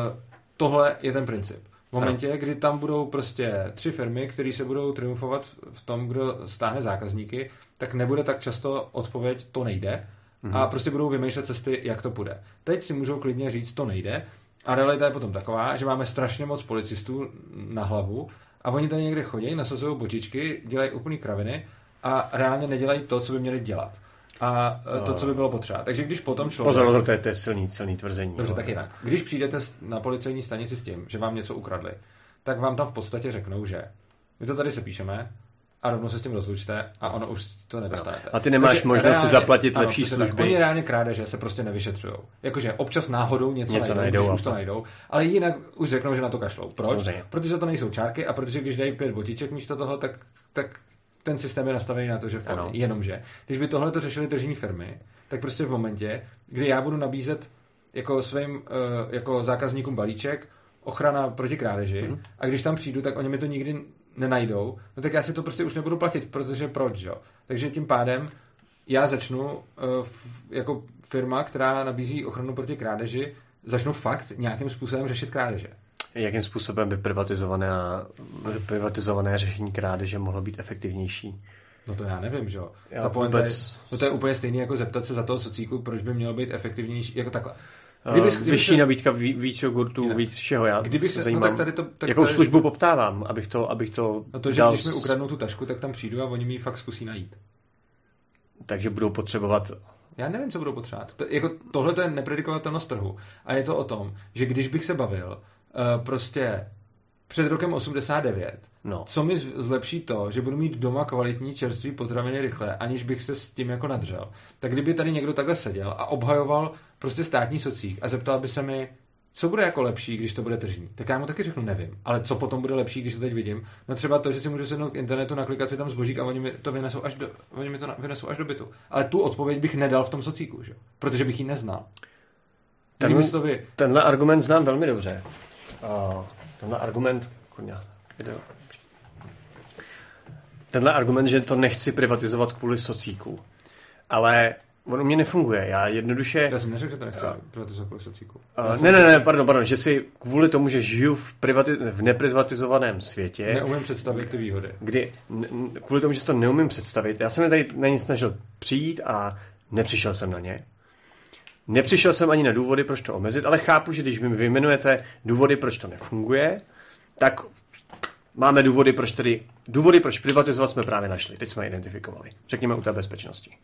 tohle je ten princip. V momentě, ano. kdy tam budou prostě tři firmy, které se budou triumfovat v tom, kdo stáhne zákazníky, tak nebude tak často odpověď, to nejde, mhm. a prostě budou vymýšlet cesty, jak to půjde. Teď si můžou klidně říct, to nejde, a realita je potom taková, že máme strašně moc policistů na hlavu a oni tady někde chodí, nasazují botičky, dělají úplný kraviny a reálně nedělají to, co by měli dělat. A to, co by bylo potřeba. Takže když potom člověk... Pozor, pozor, to je, to je silný, silný tvrzení. Dobře, tak jinak. Když přijdete na policejní stanici s tím, že vám něco ukradli, tak vám tam v podstatě řeknou, že my to tady se píšeme a rovnou se s tím rozlučte a ono už to nedostanete. A ty nemáš Takže možnost reálně, si zaplatit ano, lepší služby. Oni reálně krádeže se prostě nevyšetřujou. Jakože občas náhodou něco, něco najdou, najdou, když už to najdou, ale jinak už řeknou, že na to kašlou. Proč? Samozřejmě. Protože to nejsou čárky a protože když dají pět botiček místo toho, tak, tak ten systém je nastavený na to, že v pohodě. Jenomže, když by tohle to řešili tržní firmy, tak prostě v momentě, kdy já budu nabízet jako svým jako zákazníkům balíček, ochrana proti krádeži, mm. a když tam přijdu, tak oni mi to nikdy nenajdou, no tak já si to prostě už nebudu platit, protože proč, jo? Takže tím pádem já začnu jako firma, která nabízí ochranu proti krádeži, začnu fakt nějakým způsobem řešit krádeže. Jakým způsobem by privatizované, privatizované řešení krádeže mohlo být efektivnější? No to já nevím, že jo. Ta vůbec... je, no to je úplně stejný jako zeptat se za toho socíku, proč by mělo být efektivnější, jako takhle. Kdyby, kdyby Vyšší se... nabídka, víc jogurtů, víc všeho. Já kdybych se zajímám, no tak tady to, tak jakou tady... službu poptávám, abych to, abych to no to, že dal... když mi ukradnou tu tašku, tak tam přijdu a oni mi ji fakt zkusí najít. Takže budou potřebovat... Já nevím, co budou potřebovat. To, jako, tohle to je nepredikovatelnost trhu. A je to o tom, že když bych se bavil uh, prostě před rokem osmdesát devět, no. co mi zlepší to, že budu mít doma kvalitní čerství potraviny rychle, aniž bych se s tím jako nadřel. Tak kdyby tady někdo takhle seděl a obhajoval prostě státní socík a zeptal by se mi, co bude jako lepší, když to bude tržní, tak já mu taky řeknu, nevím. Ale co potom bude lepší, když to teď vidím? No třeba to, že si můžu sednout k internetu, naklikat si tam zbožík a oni mi to vynesou až do, oni mi to vynesou až do bytu. Ale tu odpověď bych nedal v tom socíku, že? Protože bych ji neznal. Ten, vy... Tenhle argument znám velmi dobře. Uh, tenhle argument, kurňa, video. Tenhle argument, že to nechci privatizovat kvůli socíku, ale on u mě nefunguje. Já jednoduše... Já jsem neřekl, že to nechci privatizovat kvůli socíku. Uh, ne, ne, ne, pardon, pardon, že si kvůli tomu, že žiju v, privati- v neprivatizovaném světě... Neumím představit ty výhody. Kdy, n- kvůli tomu, že si to neumím představit, já jsem mi tady na ně snažil přijít a nepřišel jsem na ně. Nepřišel jsem ani na důvody, proč to omezit, ale chápu, že když mi vyjmenujete důvody, proč to nefunguje, tak máme důvody, proč tedy, důvody, proč privatizovat jsme právě našli. Teď jsme je identifikovali. Řekněme u té bezpečnosti.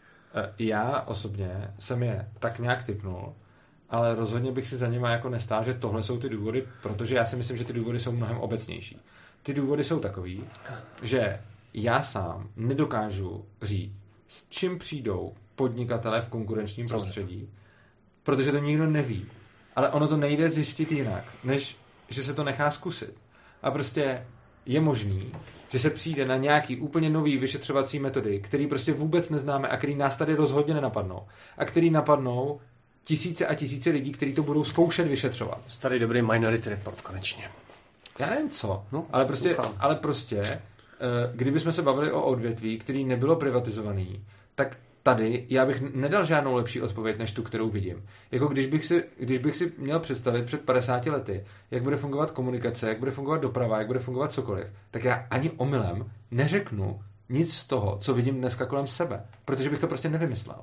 Já osobně jsem je tak nějak tipnul, ale rozhodně bych si za nima jako nestál, že tohle jsou ty důvody, protože já si myslím, že ty důvody jsou mnohem obecnější. Ty důvody jsou takový, že já sám nedokážu říct, s čím přijdou podnikatelé v konkurenčním prostředí, protože to nikdo neví. Ale ono to nejde zjistit jinak, než že se to nechá zkusit. A prostě je možný, že se přijde na nějaký úplně nový vyšetřovací metody, který prostě vůbec neznáme a který nás tady rozhodně nenapadnou. A který napadnou tisíce a tisíce lidí, kteří to budou zkoušet vyšetřovat. Starý dobrý Minority Report konečně. Já nevím co, no, ale prostě, ale prostě kdybychom se bavili o odvětví, který nebylo privatizovaný, tak tady já bych nedal žádnou lepší odpověď, než tu, kterou vidím. Jako když bych si, když bych si měl představit před padesáti lety, jak bude fungovat komunikace, jak bude fungovat doprava, jak bude fungovat cokoliv, tak já ani omylem neřeknu nic z toho, co vidím dneska kolem sebe, protože bych to prostě nevymyslel.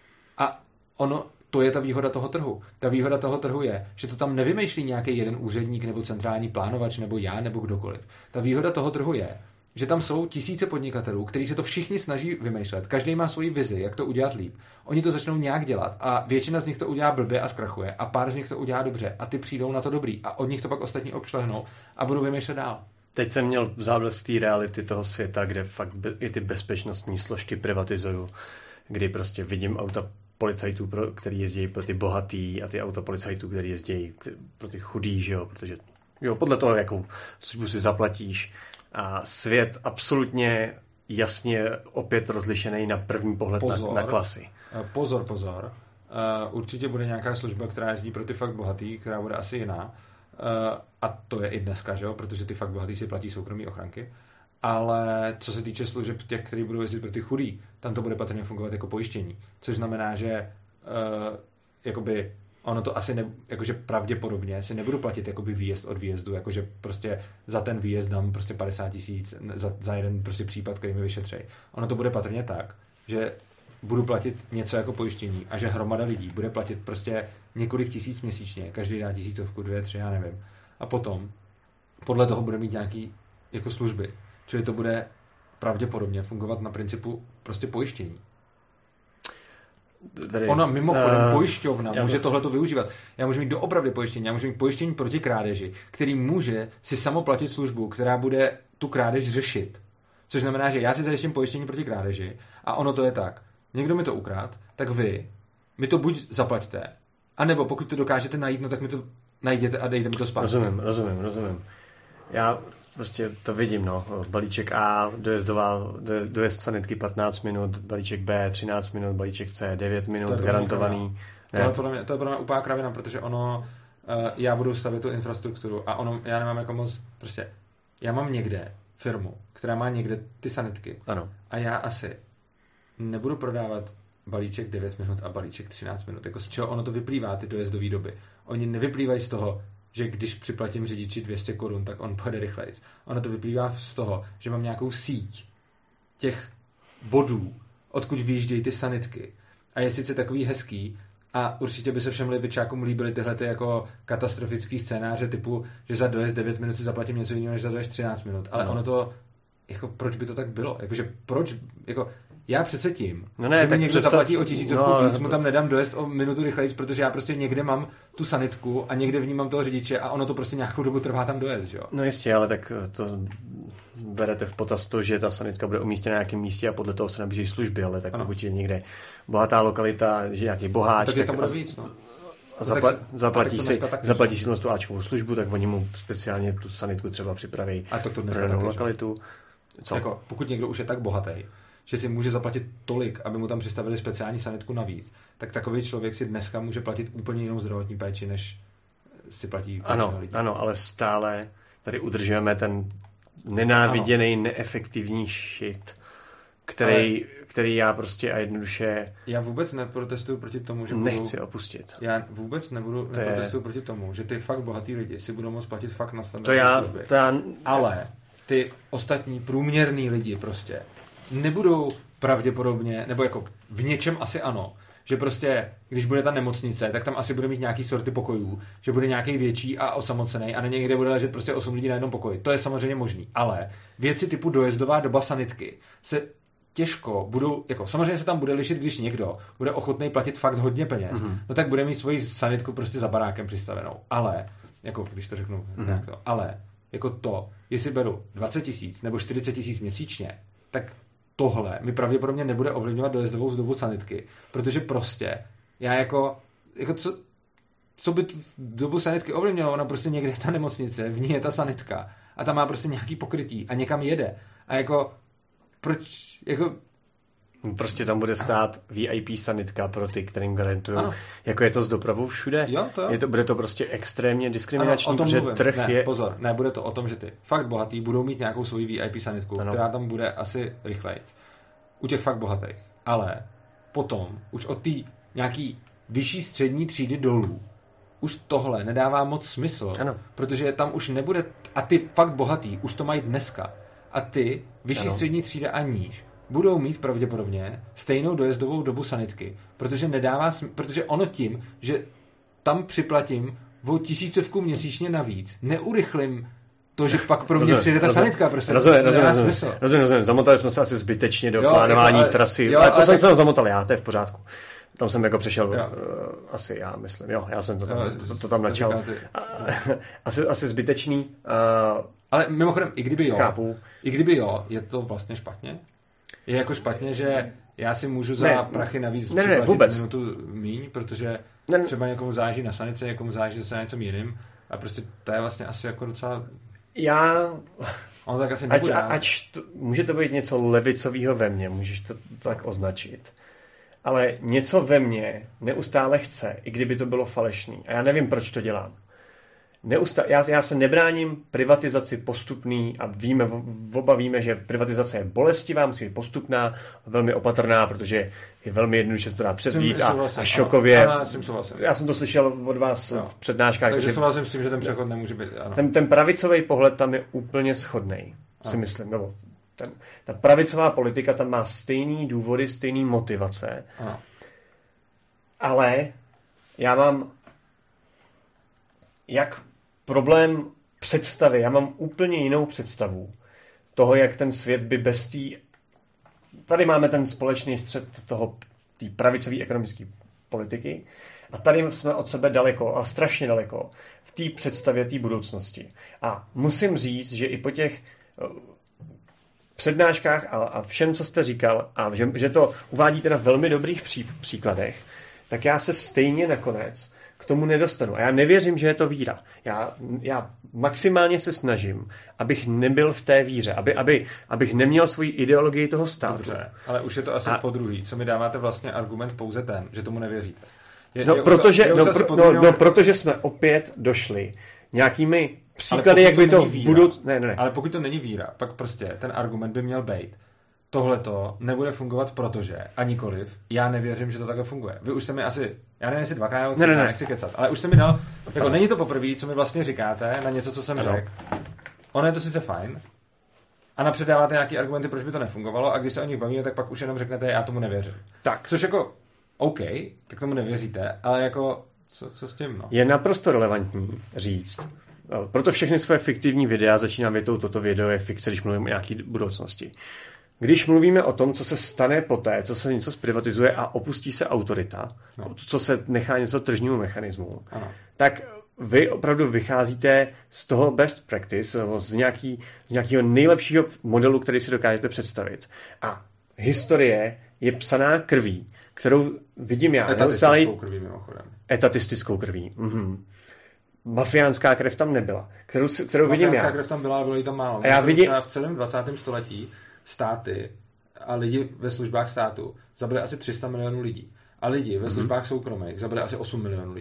A ono, to je ta výhoda toho trhu. Ta výhoda toho trhu je, že to tam nevymýšlí nějaký jeden úředník nebo centrální plánovač nebo já nebo kdokoliv. Ta výhoda toho trhu je, že tam jsou tisíce podnikatelů, kteří se to všichni snaží vymýšlet. Každý má svoji vizi, jak to udělat líp. Oni to začnou nějak dělat a většina z nich to udělá blbě a zkrachuje a pár z nich to udělá dobře a ty přijdou na to dobrý a od nich to pak ostatní obšlehnou a budou vymýšlet dál. Teď jsem měl záblesk té reality toho světa, kde fakt i ty bezpečnostní složky privatizuju, kdy prostě vidím auta policajtů, který jezdí pro ty bohatý a ty auta policajtů, který jezdí pro ty chudý, že jo, protože jo, podle toho, jakou službu si zaplatíš. A svět absolutně jasně opět rozlišený na první pohled pozor, na, na klasy. Pozor, pozor. Uh, určitě bude nějaká služba, která jezdí pro ty fakt bohatý, která bude asi jiná. Uh, a to je i dneska, že jo? Protože ty fakt bohatý si platí soukromí ochranky. Ale co se týče služeb těch, kteří budou jezdit pro ty chudý, tam to bude patrně fungovat jako pojištění. Což znamená, že uh, jakoby ono to asi ne, jakože pravděpodobně si nebudu platit jakoby výjezd od výjezdu, jakože prostě za ten výjezd dám prostě padesát tisíc za, za jeden prostě případ, který mi vyšetřej. Ono to bude patrně tak, že budu platit něco jako pojištění a že hromada lidí bude platit prostě několik tisíc měsíčně, každý dá tisícovku, dvě, tři, já nevím. A potom podle toho bude mít nějaký jako služby. Čili to bude pravděpodobně fungovat na principu prostě pojištění. Tady, Ona mimochodem uh, pojišťovna může to... tohleto využívat. Já můžu mít doopravdy pojištění, já můžu mít pojištění proti krádeži, který může si samo platit službu, která bude tu krádež řešit. Což znamená, že já si zajistím pojištění proti krádeži a ono to je tak. Někdo mi to ukrát, tak vy mi to buď zaplaťte, anebo pokud to dokážete najít, no tak mi to najděte a dejte mi to zpátky. Rozumím, rozumím, rozumím. Já prostě to vidím, no. Balíček A, dojezdová, dojezd sanitky patnáct minut, balíček B třináct minut, balíček C devět minut, garantovaný. To je podle mě, to je podle mě úplná kravina, protože ono, uh, já budu stavět tu infrastrukturu a ono, já nemám jako moc, prostě, já mám někde firmu, která má někde ty sanitky. Ano. A já asi nebudu prodávat balíček devět minut a balíček třináct minut. Jako z čeho ono to vyplývá, ty dojezdové doby. Oni nevyplývají z toho, že když připlatím řidiči dvě stě korun, tak on pojede rychleji. Ono to vyplývá z toho, že mám nějakou síť těch bodů, odkud vyjíždějí ty sanitky. A je sice takový hezký a určitě by se všem libičákům líbily tyhle ty jako katastrofický scénáře typu, že za dojezd devět minut si zaplatím něco jiného, než za dojezd třináct minut. Ale no. Ono to, jako proč by to tak bylo? Jakože proč, jako já přece tím, no ne, že mi někdo představ... zaplatí o tisícovku no, víc, mu tam nedám dojezd o minutu rychleji, protože já prostě někde mám tu sanitku a někde vnímám toho řidiče a ono to prostě nějakou dobu trvá tam dojet, že jo? No jistě, ale tak to berete v potaz to, že ta sanitka bude umístěna na nějakém místě a podle toho se nabízí služby, ale tak ano. Pokud je někde bohatá lokalita, že nějaký boháč, tak, tak tam bude víc, no. A zapla- zaplatí si, zaplatí si tu áčkovou službu, tak oni mu speciálně tu sanitku třeba připraví a to, to pro danou lokalitu. Co? Jako, pokud někdo už je tak bohatý, že si může zaplatit tolik, aby mu tam přistavili speciální sanitku navíc, tak takový člověk si dneska může platit úplně jinou zdravotní péči, než si platí ano, lidí. Ano, ale stále tady udržujeme ten nenáviděný, ano. neefektivní shit, který, ale který já prostě a jednoduše já vůbec neprotestuju proti tomu, že nechci budu, opustit. Já vůbec nebudu to neprotestuju je... proti tomu, že ty fakt bohatý lidi si budou moct platit fakt na standardní to já, služby. To já... Ale ty ostatní průměrný lidi prostě nebudou pravděpodobně, nebo jako v něčem asi ano, že prostě, když bude ta nemocnice, tak tam asi bude mít nějaký sorty pokojů, že bude nějaký větší a osamocený a na někde bude ležet prostě osm lidí na jednom pokoji. To je samozřejmě možný, ale věci typu dojezdová doba sanitky se těžko budou, jako samozřejmě se tam bude lišit, když někdo bude ochotný platit fakt hodně peněz, mm-hmm. no tak bude mít svoji sanitku prostě za barákem přistavenou. Ale, jako když to řeknu mm-hmm. nějak to, ale jako to, jestli beru dvacet tisíc nebo čtyřicet tisíc měsíčně, tak tohle mi pravděpodobně nebude ovlivňovat dojezdovou dobu sanitky, protože prostě já jako, jako co, co by tu dobu sanitky ovlivňovalo, ona prostě někde je ta nemocnice, v ní je ta sanitka a tam má prostě nějaký pokrytí a někam jede. A jako proč, jako prostě tam bude stát V I P sanitka pro ty, kterým garantují, jako je to s dopravou všude. Jo, to jo. Je to, bude to prostě extrémně diskriminační, ano, protože mluvím. trh ne, je... pozor, ne, bude to o tom, že ty fakt bohatý budou mít nějakou svoji V I P sanitku, ano. která tam bude asi rychleji. U těch fakt bohatých. Ale potom, už od té nějaký vyšší střední třídy dolů, už tohle nedává moc smysl, ano. protože tam už nebude, a ty fakt bohatý už to mají dneska, a ty vyšší ano. střední třída a níž budou mít pravděpodobně stejnou dojezdovou dobu sanitky, protože nedává sm- protože ono tím, že tam připlatím o tisícovku měsíčně navíc, neurychlím to, že pak pro mě rozumím, přijde ta rozumím, sanitka, prostě rozumím, rozumím, rozumím, rozumím, rozumím, zamotali jsme se asi zbytečně do jo, plánování jako, ale, trasy, jo, ale to ale jsem tak... se zamotal já, to je v pořádku. Tam jsem jako přešel, uh, jo. asi já myslím, jo, já jsem to tam, jo, to, to tam načal. asi, asi zbytečný. Uh, ale mimochodem, i kdyby jo, chápu. i kdyby jo, je to vlastně špatně? Je jako špatně, že já si můžu za ne, prachy navíc ne, ne, vůbec. minutu míň, protože ne, třeba někomu záží na sanice, někomu záží zase na něčem jiným a prostě to je vlastně asi jako docela... Já... On tak asi ať, ať to, může to být něco levicového ve mně, můžeš to tak označit. Ale něco ve mně neustále chce, i kdyby to bylo falešný. A já nevím, proč to dělám. Neustá- já, já se nebráním privatizaci postupný a víme, oba víme, že privatizace je bolestivá, musí být postupná, velmi opatrná, protože je velmi jednoduše se to dá převzít a, a šokově. Ano, ano, já jsem to slyšel od vás no. v přednáškách. Takže, takže souhlasím s tím, že ten přechod nemůže být. Ano. Ten, ten pravicový pohled tam je úplně shodnej, si myslím. Nebo ten, ta pravicová politika tam má stejný důvody, stejný motivace. Ano. Ale já mám jak problém představy. Já mám úplně jinou představu toho, jak ten svět by bez té... Tady máme ten společný střed toho, té pravicové ekonomické politiky a tady jsme od sebe daleko a strašně daleko v té představě té budoucnosti. A musím říct, že i po těch přednáškách a, a všem, co jste říkal, a že, že to uvádíte na velmi dobrých pří, příkladech, tak já se stejně nakonec k tomu nedostanu. A já nevěřím, že je to víra. Já, já maximálně se snažím, abych nebyl v té víře, aby, aby, abych neměl svoji ideologii toho státu. Dobře, ale už je to asi a... po druhý. Co mi dáváte vlastně argument pouze ten, že tomu nevěříte. Je, no, je protože, je no, pro, no, no, protože jsme opět došli nějakými příklady, jak by to v budoucnu... Ne, ne, ne. Ale pokud to není víra, pak prostě ten argument by měl být. Tohleto nebude fungovat, protože a nikoliv, já nevěřím, že to takhle funguje. Vy už jste mi asi, já nevím, jestli dvakrát nebo třikrát, nechci kecat, ale už jste mi dal, jako není to poprvé, co mi vlastně říkáte na něco, co jsem řekl. Ono je to sice fajn, a napřed dáváte nějaký argumenty, proč by to nefungovalo, a když se o nich bavíme, tak pak už jenom řeknete, já tomu nevěřím. Tak. Což jako, OK, tak tomu nevěříte, ale jako, co, co s tím, no? Je naprosto relevantní říct, proto všechny své fiktivní videa začínám větou, toto video je fikce, když mluvím o nějaké budoucnosti. Když mluvíme o tom, co se stane poté, co se něco zprivatizuje a opustí se autorita, no. co se nechá něco tržnímu mechanismu, ano. tak vy opravdu vycházíte z toho best practice, z, nějaký, z nějakého nejlepšího modelu, který si dokážete představit. A historie je psaná krví, kterou vidím já. Etatistickou krví, mimochodem. Etatistickou krví. Mhm. Mafiánská krev tam nebyla, kterou, kterou vidím já. Mafiánská krev tam byla, ale bylo jí tam málo. A já vidím... V celém dvacátém století státy a lidi ve službách státu zabili asi tři sta milionů lidí. A lidi ve službách mm-hmm. soukromých zabili asi osm milionů lidí.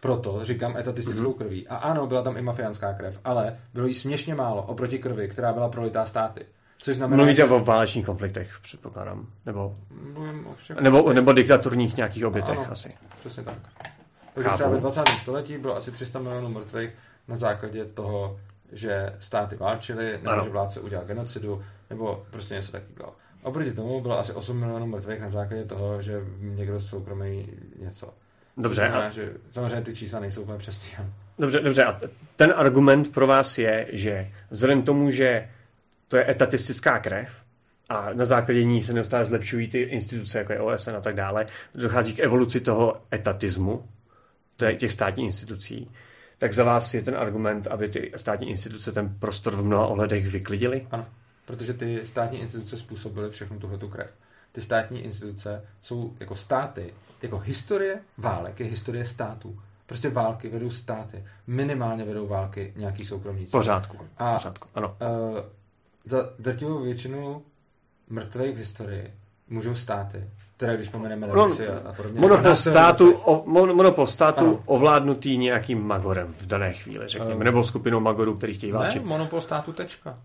proto říkám etatistickou mm-hmm. krví. A ano, byla tam i mafiánská krev, ale bylo jí směšně málo oproti krvi, která byla prolitá státy. Což znamená, mluvíte že... o válečných konfliktech, předpokládám. Nebo, všech... nebo, nebo diktaturních nějakých obětech ano, asi. Přesně tak. Takže třeba ve dvacátém století bylo asi tři sta milionů mrtvých na základě toho, že státy válčily, nebo ano. že vládce udělal genocidu, nebo prostě něco takového. Oproti tomu bylo asi osm milionů mrtvých na základě toho, že někdo soukromý něco. Dobře. Znamená, že samozřejmě ty čísla nejsou úplně přesný. Dobře, dobře. A ten argument pro vás je, že vzhledem tomu, že to je etatistická krev a na základě ní se neustále zlepšují ty instituce, jako je O S N a tak dále, dochází k evoluci toho etatismu, těch státních institucí, tak za vás je ten argument, aby ty státní instituce ten prostor v mnoha ohledech vyklidily? Ano, protože ty státní instituce způsobily všechnu tuhletu krev. Ty státní instituce jsou jako státy, jako historie válek, je historie států. Prostě války vedou státy. Minimálně vedou války nějaký soukromníci. Pořádku. A Pořádku. Ano. Uh, za drtivou většinu mrtvých v historii můžou státy, které když pomeneme Rusy a, a podobně. Monopol státu, o, mon, monopol státu ano. ovládnutý nějakým magorem v dané chvíli, řekněme. Uh, nebo skupinou magorů, který chtějí válčit. Ne, monopol státu tečka.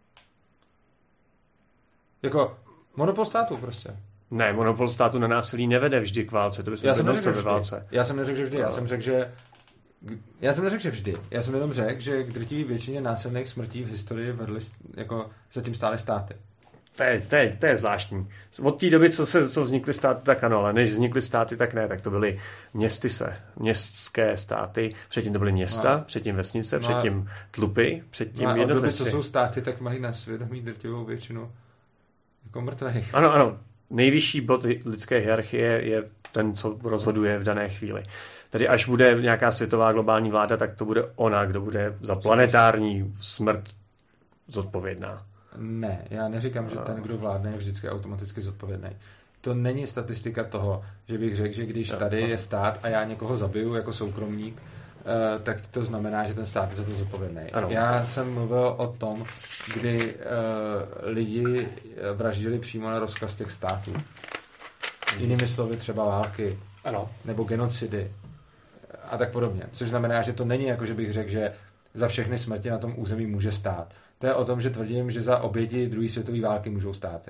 Jako monopol státu prostě. Ne, monopol státu na násilí nevede vždy k válce, to bychom byli ve válce. Já jsem neřekl, že vždy, já jsem řekl, že já jsem neřekl, že vždy. Já jsem jenom řekl, že k drtivé většině násilných smrtí v historii vedly jako zatím stále státy. To je, to, je, to je zvláštní. Od té doby, co, se, co vznikly státy, tak ano, ale než vznikly státy, tak ne, tak to byly městyse, městské státy, předtím to byly města, no. předtím vesnice, no. předtím tlupy, předtím no jednotlivci. Od doby, co jsou státy, tak mají na svědomí drtivou většinu jako mrtvých. Ano, ano. Nejvyšší bod lidské hierarchie je ten, co rozhoduje v dané chvíli. Tedy až bude nějaká světová globální vláda, tak to bude ona, kdo bude za planetární smrt zodpovědná. Ne, já neříkám, že ten, kdo vládne, je vždycky automaticky zodpovědný. To není statistika toho, že bych řekl, že když tady je stát a já někoho zabiju jako soukromník, tak to znamená, že ten stát je za to zodpovědný. Ano. Já jsem mluvil o tom, kdy uh, lidi vraždili přímo na rozkaz těch států. Jinými slovy třeba války, ano. nebo genocidy a tak podobně. Což znamená, že to není jako, že bych řekl, že za všechny smrti na tom území může stát. To je o tom, že tvrdím, že za oběti druhé světové války můžou státy.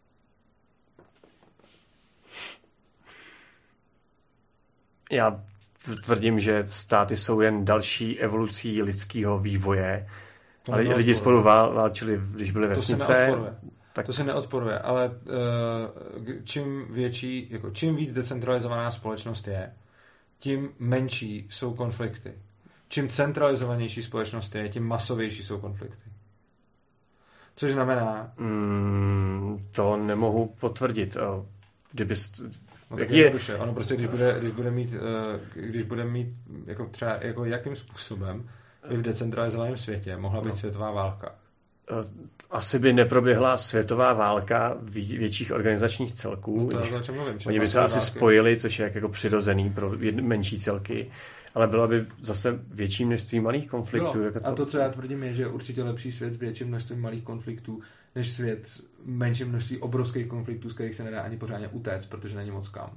Já tvrdím, že státy jsou jen další evolucí lidského vývoje. To ale lidi spolu válčili, když byly vesnice. To se neodporuje. Tak... To se neodporuje, ale uh, čím větší, jako čím víc decentralizovaná společnost je, tím menší jsou konflikty. Čím centralizovanější společnost je, tím masovější jsou konflikty. Což znamená... Mm, to nemohu potvrdit. Kdyby... No tak je jednoduše. Ono prostě, když bude, když bude mít, když bude mít jako třeba, jako jakým způsobem by v decentralizovaném světě mohla být no. světová válka? Asi by neproběhla světová válka větších organizačních celků. No to je, o čem mluvím. Oni by se asi války. spojili, což je jako přirozený pro menší celky, ale bylo by zase větší množství malých konfliktů. No, jako to... A to, co já tvrdím, je, že je určitě lepší svět s větším množstvím malých konfliktů, než svět s menším množství obrovských konfliktů, z kterých se nedá ani pořádně utéct, protože není moc kam.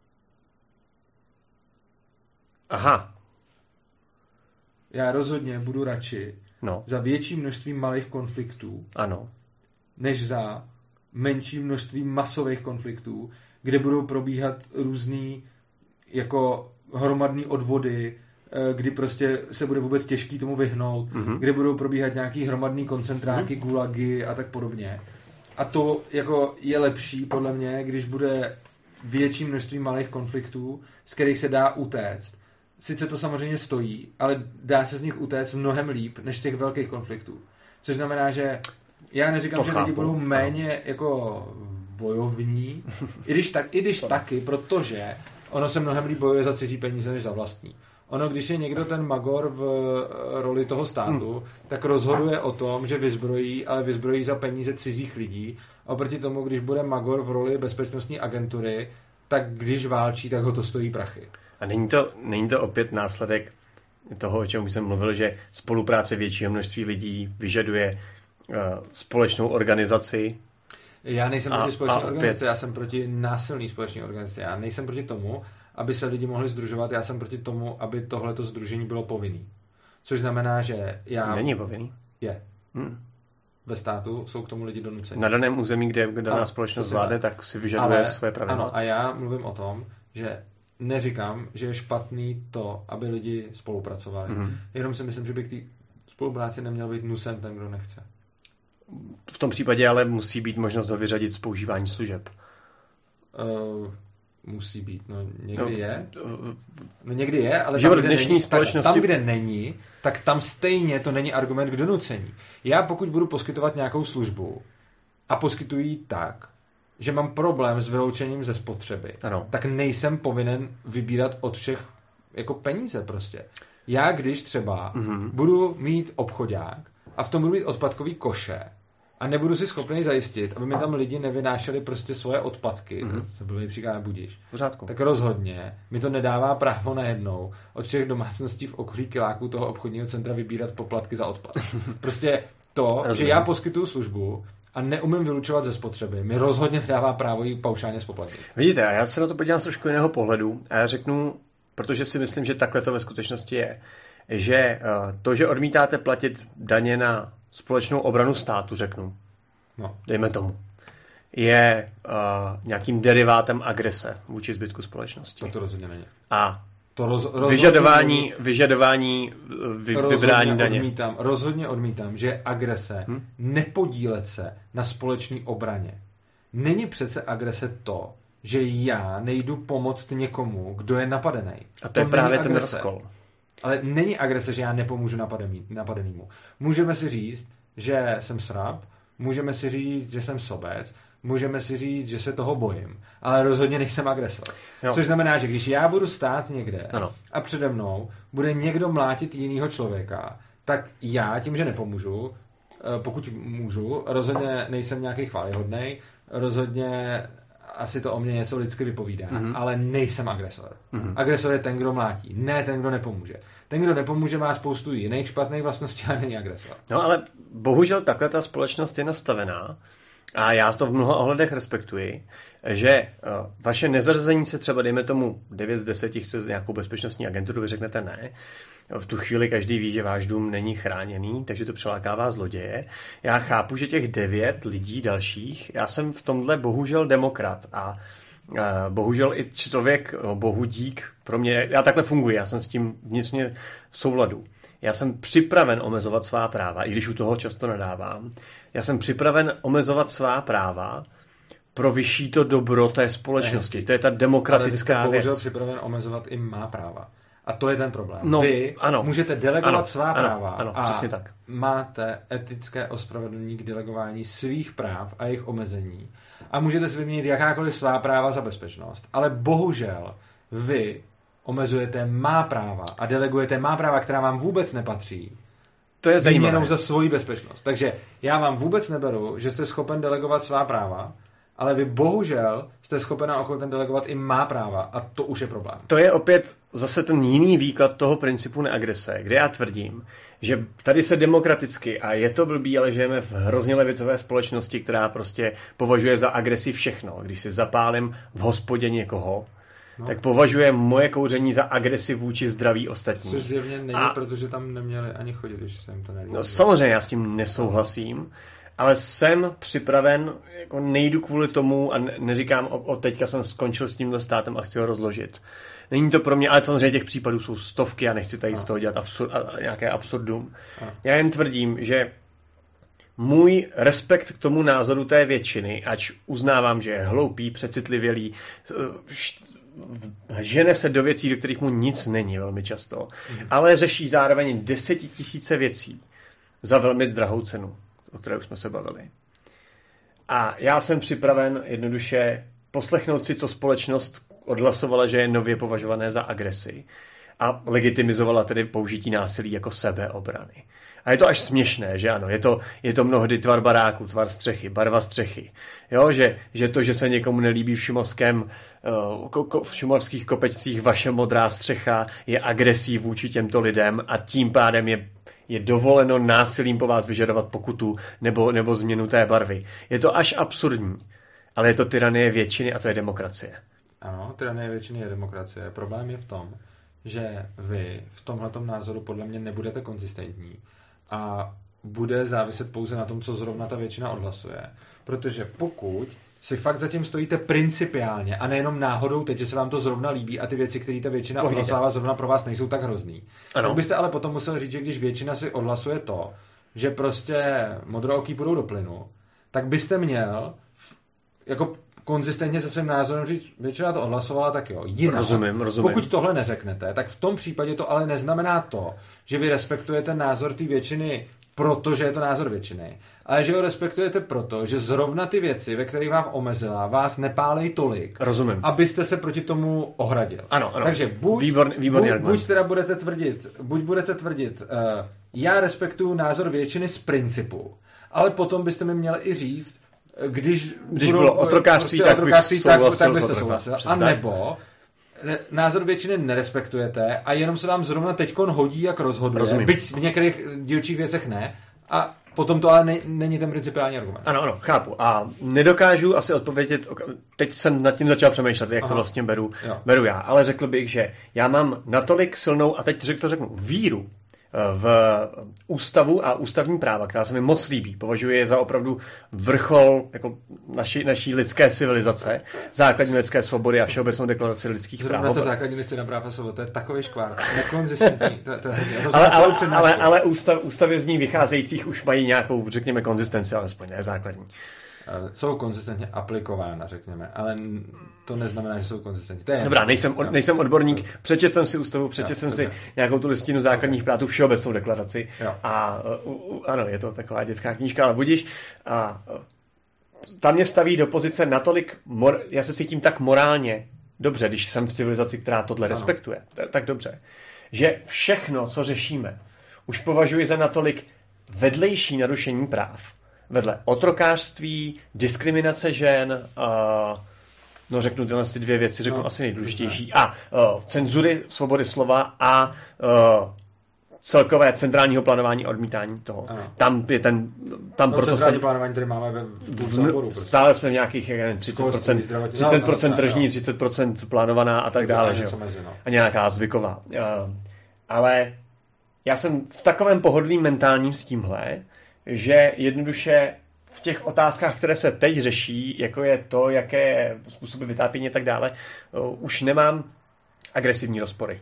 Aha. Já rozhodně budu radši no. za větší množství malých konfliktů, ano. než za menší množství masových konfliktů, kde budou probíhat různý jako hromadný odvody, kdy prostě se bude vůbec těžký tomu vyhnout, mm-hmm. kde budou probíhat nějaký hromadný koncentráky, mm-hmm. gulagy a tak podobně. A to jako je lepší podle mě, když bude větší množství malých konfliktů, z kterých se dá utéct. Sice to samozřejmě stojí, ale dá se z nich utéct mnohem líp, než z těch velkých konfliktů. Což znamená, že já neříkám, to že chápu. Lidi budou méně jako bojovní, i když, tak, i když taky, protože ono se mnohem líp bojuje za cizí peníze, než za vlastní. Ono, když je někdo ten magor v roli toho státu, hmm. tak rozhoduje o tom, že vyzbrojí, ale vyzbrojí za peníze cizích lidí. Oproti tomu, když bude magor v roli bezpečnostní agentury, tak když válčí, tak ho to stojí prachy. A není to, není to opět následek toho, o čem jsem mluvil, že spolupráce většího množství lidí vyžaduje uh, společnou organizaci? Já nejsem a, proti společné organizaci, já jsem proti násilné společné organizaci. Já nejsem proti tomu, aby se lidi mohli sdružovat. Já jsem proti tomu, aby tohleto sdružení bylo povinný. Což znamená, že já... Není povinný. Je. Hmm. Ve státu jsou k tomu lidi donuceni. Na daném území, kde daná společnost vládne, tak si vyžaduje ale, své pravidla. Ano, a já mluvím o tom, že neříkám, že je špatný to, aby lidi spolupracovali. Mm-hmm. Jenom si myslím, že by k té spolupráci neměl být nucen ten, kdo nechce. V tom případě ale musí být možnost ho vyřadit z používání služeb. Uh, musí být. No někdy no, je. Uh, no někdy je, ale život tam, kde dnešní není, společnosti... tak, tam, kde není, tak tam stejně to není argument k donucení. Já pokud budu poskytovat nějakou službu a poskytuji tak, že mám problém s vyloučením ze spotřeby, ano. tak nejsem povinen vybírat od všech jako peníze prostě. Já když třeba mm-hmm. budu mít obchodák a v tom budu mít odpadkový koše a nebudu si schopný zajistit, aby mi tam lidi nevynášeli prostě svoje odpadky, mm-hmm. to byl mi příklad budíš, tak rozhodně mi to nedává právo najednou od všech domácností v okolí kiláků toho obchodního centra vybírat poplatky za odpad. Prostě to, že já poskytuju službu a neumím vylučovat ze spotřeby, mi rozhodně nedává právo jí paušálně zpoplatnit. Vidíte, a já se na to podívám z trošku jiného pohledu a já řeknu, protože si myslím, že takhle to ve skutečnosti je, že to, že odmítáte platit daně na společnou obranu státu, řeknu, no. dejme tomu, je uh, nějakým derivátem agrese vůči zbytku společnosti. To to rozhodně není. A to roz, rozhodně vyžadování, není, vyžadování vy, vybrání daně. Odmítám, rozhodně odmítám, že agrese hm? nepodílet se na společné obraně. Není přece agrese to, že já nejdu pomoct někomu, kdo je napadený. A to, to je právě ten rozkol. Ale není agrese, že já nepomůžu napadenému. Můžeme si říct, že jsem srab, můžeme si říct, že jsem sobec, můžeme si říct, že se toho bojím, ale rozhodně nejsem agresor. Jo. Což znamená, že když já budu stát někde ano. a přede mnou bude někdo mlátit jinýho člověka, tak já tím, že nepomůžu, pokud můžu, rozhodně nejsem nějaký chvályhodnej, rozhodně asi to o mě něco lidsky vypovídá, mm-hmm. ale nejsem agresor. Mm-hmm. Agresor je ten, kdo mlátí, ne ten, kdo nepomůže. Ten, kdo nepomůže, má spoustu jiných špatných vlastností, ale není agresor. No ale bohužel takhle ta společnost je nastavená a já to v mnoha ohledech respektuji, že uh, vaše nezařazení se třeba, dejme tomu devět z deseti chce z nějakou bezpečnostní agenturu, vy řeknete ne. V tu chvíli každý ví, že váš dům není chráněný, takže to přelákává zloděje. Já chápu, že těch devět lidí dalších, já jsem v tomhle bohužel demokrat a uh, bohužel i člověk, no, bohudík, pro mě, já takhle funguji, já jsem s tím vnitřně v souladu. Já jsem připraven omezovat svá práva, i když u toho často nadávám. Já jsem připraven omezovat svá práva pro vyšší to dobro té společnosti. To je ta demokratická věc. Ale bohužel připraven omezovat i má práva. A to je ten problém. No, Vy ano, můžete delegovat ano, svá ano, práva ano, a přesně tak. máte etické ospravedlnění k delegování svých práv a jejich omezení. A můžete si vyměnit jakákoliv svá práva za bezpečnost. Ale bohužel vy omezujete má práva a delegujete má práva, která vám vůbec nepatří. To je zajímavé. Jenom za svoji bezpečnost. Takže já vám vůbec neberu, že jste schopen delegovat svá práva, ale vy bohužel jste schopen a ochoten delegovat i má práva a to už je problém. To je opět zase ten jiný výklad toho principu neagrese, kde já tvrdím, že tady se demokraticky, a je to blbý, ale žijeme v hrozně levicové společnosti, která prostě považuje za agresi všechno. Když si zapálím v hospodě někoho, no. tak považuje moje kouření za agresi vůči zdraví ostatní. Což zjevně není, a... protože tam neměli ani chodit, když se jim to nelíbí. No samozřejmě, já s tím nesouhlasím, ale jsem připraven, jako nejdu kvůli tomu a neříkám, od teďka jsem skončil s tímhle státem a chci ho rozložit. Není to pro mě, ale samozřejmě těch případů jsou stovky a nechci tady a. z toho dělat absur, a, nějaké absurdum. A. Já jen tvrdím, že můj respekt k tomu názoru té většiny, ač uznávám, že je hloupý, přecitlivělý, žene se do věcí, do kterých mu nic není velmi často, mm. ale řeší zároveň desetitisíce věcí za velmi drahou cenu, o které už jsme se bavili. A já jsem připraven jednoduše poslechnout si, co společnost odhlasovala, že je nově považované za agresi a legitimizovala tedy použití násilí jako sebeobrany. A je to až směšné, že ano, je to, je to mnohdy tvar baráku, tvar střechy, barva střechy. Jo, že, že to, že se někomu nelíbí v šumavském, v šumavských kopečcích vaše modrá střecha, je agresí vůči těmto lidem a tím pádem je, je dovoleno násilím po vás vyžadovat pokutu nebo, nebo změnu té barvy. Je to až absurdní, ale je to tyranie většiny a to je demokracie. ano, tyranie většiny je demokracie. Problém je v tom, že vy v tomhletom názoru podle mě nebudete konzistentní a bude záviset pouze na tom, co zrovna ta většina odhlasuje. Protože pokud si fakt zatím stojíte principiálně a nejenom náhodou teď, že se vám to zrovna líbí a ty věci, které ta většina odhlasává, zrovna pro vás nejsou tak hrozný. Ano. Tak byste ale potom musel říct, že když většina si odhlasuje to, že prostě modrooký půjdou do plynu, tak byste měl jako konzistentně se svým názorem říct, většina to odhlasovala, tak jo. Jinak, rozumím, rozumím. Pokud tohle neřeknete, tak v tom případě to ale neznamená to, že vy respektujete názor té většiny, protože je to názor většiny, ale že ho respektujete proto, že zrovna ty věci, ve kterých vám omezila, vás nepálej tolik, rozumím, abyste se proti tomu ohradil. Ano, ano. Takže buď, Výborný, výborný buď, buď teda budete tvrdit, buď budete tvrdit, uh, já respektuju názor většiny z principu, ale potom byste mi měli i říct, když, když budou, bylo otrokářství, prostě tak, otrokářství tak, tak byste souhlasil. A nebo názor většiny nerespektujete a jenom se vám zrovna teďkon hodí, jak rozhoduje. Rozumím. Byť v některých dílčích věcech ne. A potom to ale ne, není ten principiální argument. Ano, ano, chápu. A nedokážu asi odpovědět, teď jsem nad tím začal přemýšlet, jak Aha. to vlastně beru, beru já, ale řekl bych, že já mám natolik silnou, a teď to řeknu, víru v ústavu a ústavní práva, která se mi moc líbí. Považuji je za opravdu vrchol jako naší, naší lidské civilizace, základní lidské svobody a všeobecnou deklaraci lidských práv. Zrovna ta základní listina práv a svobod, to je takový škvár, nekonzistentní. To, to, to ale ale, ale, ale ústav, ústavy z ní vycházejících už mají nějakou, řekněme, konzistenci, alespoň ne základní. Jsou konzistentně aplikována, řekněme, ale to neznamená, že jsou konzistentní. To je Dobrá, nejsem, od, nejsem odborník, přečetl jsem si ústavu, přečetl jsem si nějakou tu listinu základních práv, tu všeobecnou deklaraci jo. a uh, ano, je to taková dětská knížka, ale budíš a uh, tam mě staví do pozice natolik, mor, já se cítím tak morálně dobře, když jsem v civilizaci, která tohle ano. respektuje, tak dobře, že všechno, co řešíme, už považuji za natolik vedlejší narušení práv, vedle otrokářství, diskriminace žen, uh, no řeknu tyhle ty dvě věci, řeknu no, asi nejdůležitější, a uh, cenzury, svobody slova a uh, celkové centrálního plánování a odmítání toho. Ano. Tam je ten, tam no, proto centrální jsem, plánování, který máme ve v, prostě. Stále jsme v nějakých nevím, třicet procent, třicet procent tržní, třicet procent plánovaná a tak dále, že jo? A nějaká zvyková. Uh, ale já jsem v takovém pohodlím mentálním s tímhle, že jednoduše v těch otázkách, které se teď řeší, jako je to, jaké způsoby vytápění a tak dále, uh, už nemám agresivní rozpory.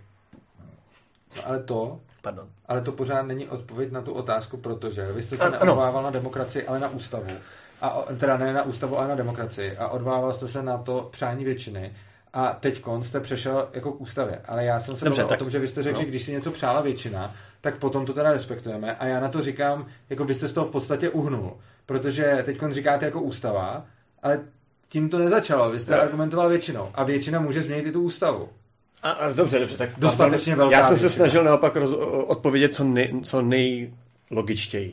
No, ale to, Pardon. ale to pořád není odpověď na tu otázku, protože vy jste se neodvolával na demokracii, ale na ústavu. A, teda ne na ústavu, ale na demokracii. A odvolával jste se na to přání většiny. A teď jste přešel jako k ústavě. Ale já jsem se Dobře, bavil o tom, že vy jste řekl, no. že když si něco přála většina, tak potom to teda respektujeme. A já na to říkám, jako byste z toho v podstatě uhnul. Protože teď říkáte jako ústava, ale tím to nezačalo. Vy jste no. argumentoval většinou. A většina může změnit i tu ústavu. A, a dobře, dobře. Tak dostatečně velká Já jsem většina. se snažil naopak roz, odpovědět co, nej, co nejlogičtěji.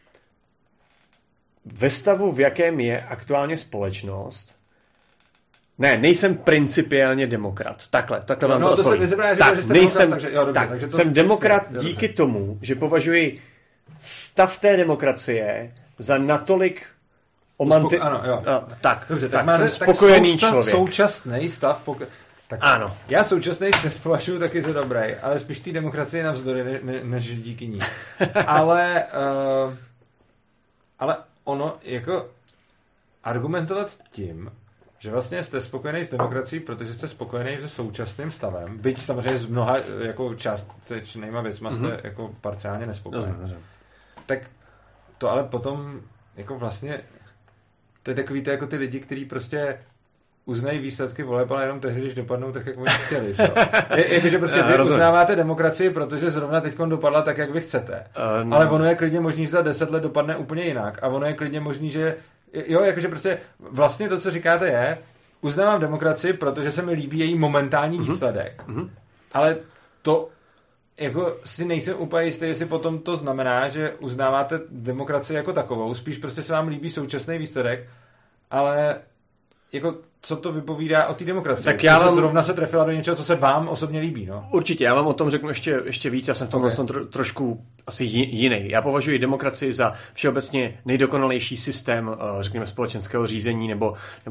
Ve stavu, v jakém je aktuálně společnost, ne, nejsem principiálně demokrat. Takhle, takhle no, vám no, to odpovím. Tak, tak, nejsem, demokrat, takže, jo, dobře, tak, takže to jsem demokrat jo, díky dobře. tomu, že považuji stav té demokracie za natolik omanty... Uspok- ano, jo. No, tak, dobře, tak, tak máte, jsem spokojený tak člověk. Současný stav... Pok- tak ano. Já současný stav považuji taky za dobrý, ale spíš té demokracie navzdory, ne, ne, než díky ní. ale... Uh, ale ono, jako... argumentovat tím, že vlastně jste spokojený s demokracií, protože jste spokojený se současným stavem, byť samozřejmě z mnoha jako částečnýma věcma jste mm-hmm. jako parciálně nespokojený. Mm-hmm. Tak to ale potom jako vlastně to je takový to jako ty lidi, kteří prostě uznají výsledky voleb, ale jenom tehdy, když dopadnou tak, jak oni chtěli. Je, je, že prostě vy uznáváte demokracii, protože zrovna teďkon dopadla tak, jak vy chcete. Uh, no. Ale ono je klidně možný, že za deset let dopadne úplně jinak. A ono je klidně možný, že jo, jakože prostě vlastně to, co říkáte je, uznávám demokracii, protože se mi líbí její momentální uh-huh. výsledek. Uh-huh. Ale to jako si nejsem úplně jistý, jestli potom to znamená, že uznáváte demokracii jako takovou, spíš prostě se vám líbí současný výsledek, ale jako co to vypovídá o té demokracii? Tak já vám... zrovna se trefila do něčeho, co se vám osobně líbí, no? Určitě, já vám o tom řeknu ještě, ještě víc, já jsem v tom okay. vlastně tro, trošku asi jiný. Já považuji demokracii za všeobecně nejdokonalejší systém, řekněme, společenského řízení, nebo, nebo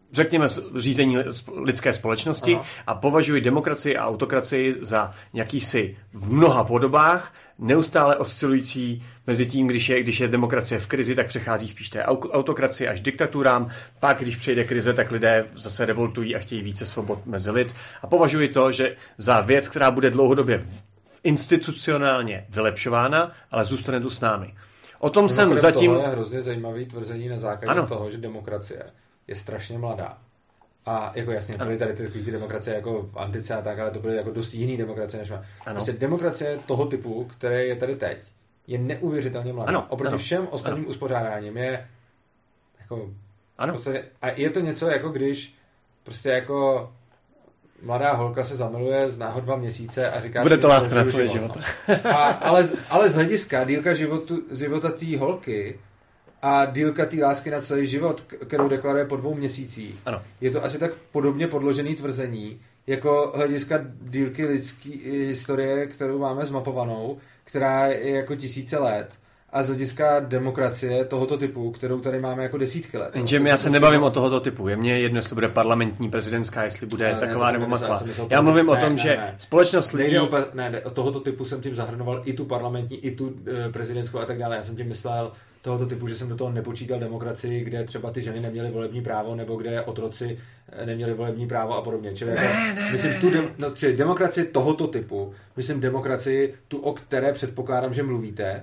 řekněme, řízení lidské společnosti Aha. a považuji demokracii a autokracii za jakýsi v mnoha podobách neustále oscilující mezi tím, když je, když je demokracie v krizi, tak přechází spíš té autokracie až diktaturám, pak když přijde krize, tak lidé zase revoltují a chtějí více svobod mezi lid a považuji to, že za věc, která bude dlouhodobě institucionálně vylepšována, ale zůstane tu s námi. O tom jsem zatím... Tohle je hrozně zajímavý tvrzení na základě ano. toho, že demokracie je strašně mladá. A jako jasně, byly tady ty, ty demokracie jako v antice a tak, ale to byly jako dost jiný demokracie než má. Prostě demokracie toho typu, které je tady teď, je neuvěřitelně mladá. Ano, Oproti ano, všem ostatním ano. uspořádáním je jako... Ano. Prostě, a je to něco jako když prostě jako mladá holka se zamiluje, zná ho dva měsíce a říká... Bude to láska na celý život. No. A, ale, ale z hlediska dílka životu, života té holky a dílka té lásky na celý život, kterou deklaruje po dvou měsících, ano. je to asi tak podobně podložený tvrzení, jako hlediska dílky lidské historie, kterou máme zmapovanou, která je jako tisíce let. A z hlediska demokracie tohoto typu, kterou tady máme jako desítky let. Jenže já se nebavím o tohoto typu. Je mně jedno, jestli bude parlamentní, prezidentská, jestli bude ne, taková ne, nebo maková. Já, já mluvím ne, o tom, ne, že ne. společnost lidí... Ne, ne, ne, tohoto typu jsem tím zahrnoval i tu parlamentní, i tu e, prezidentskou a tak dále. Já jsem tím myslel tohoto typu, že jsem do toho nepočítal demokracii, kde třeba ty ženy neměly volební právo, nebo kde otroci neměli volební právo a podobně. Čili ne, jako, ne, myslím, ne, tu de, no, čili demokracii tohoto typu, myslím demokracii, tu, o které předpokládám, že mluvíte.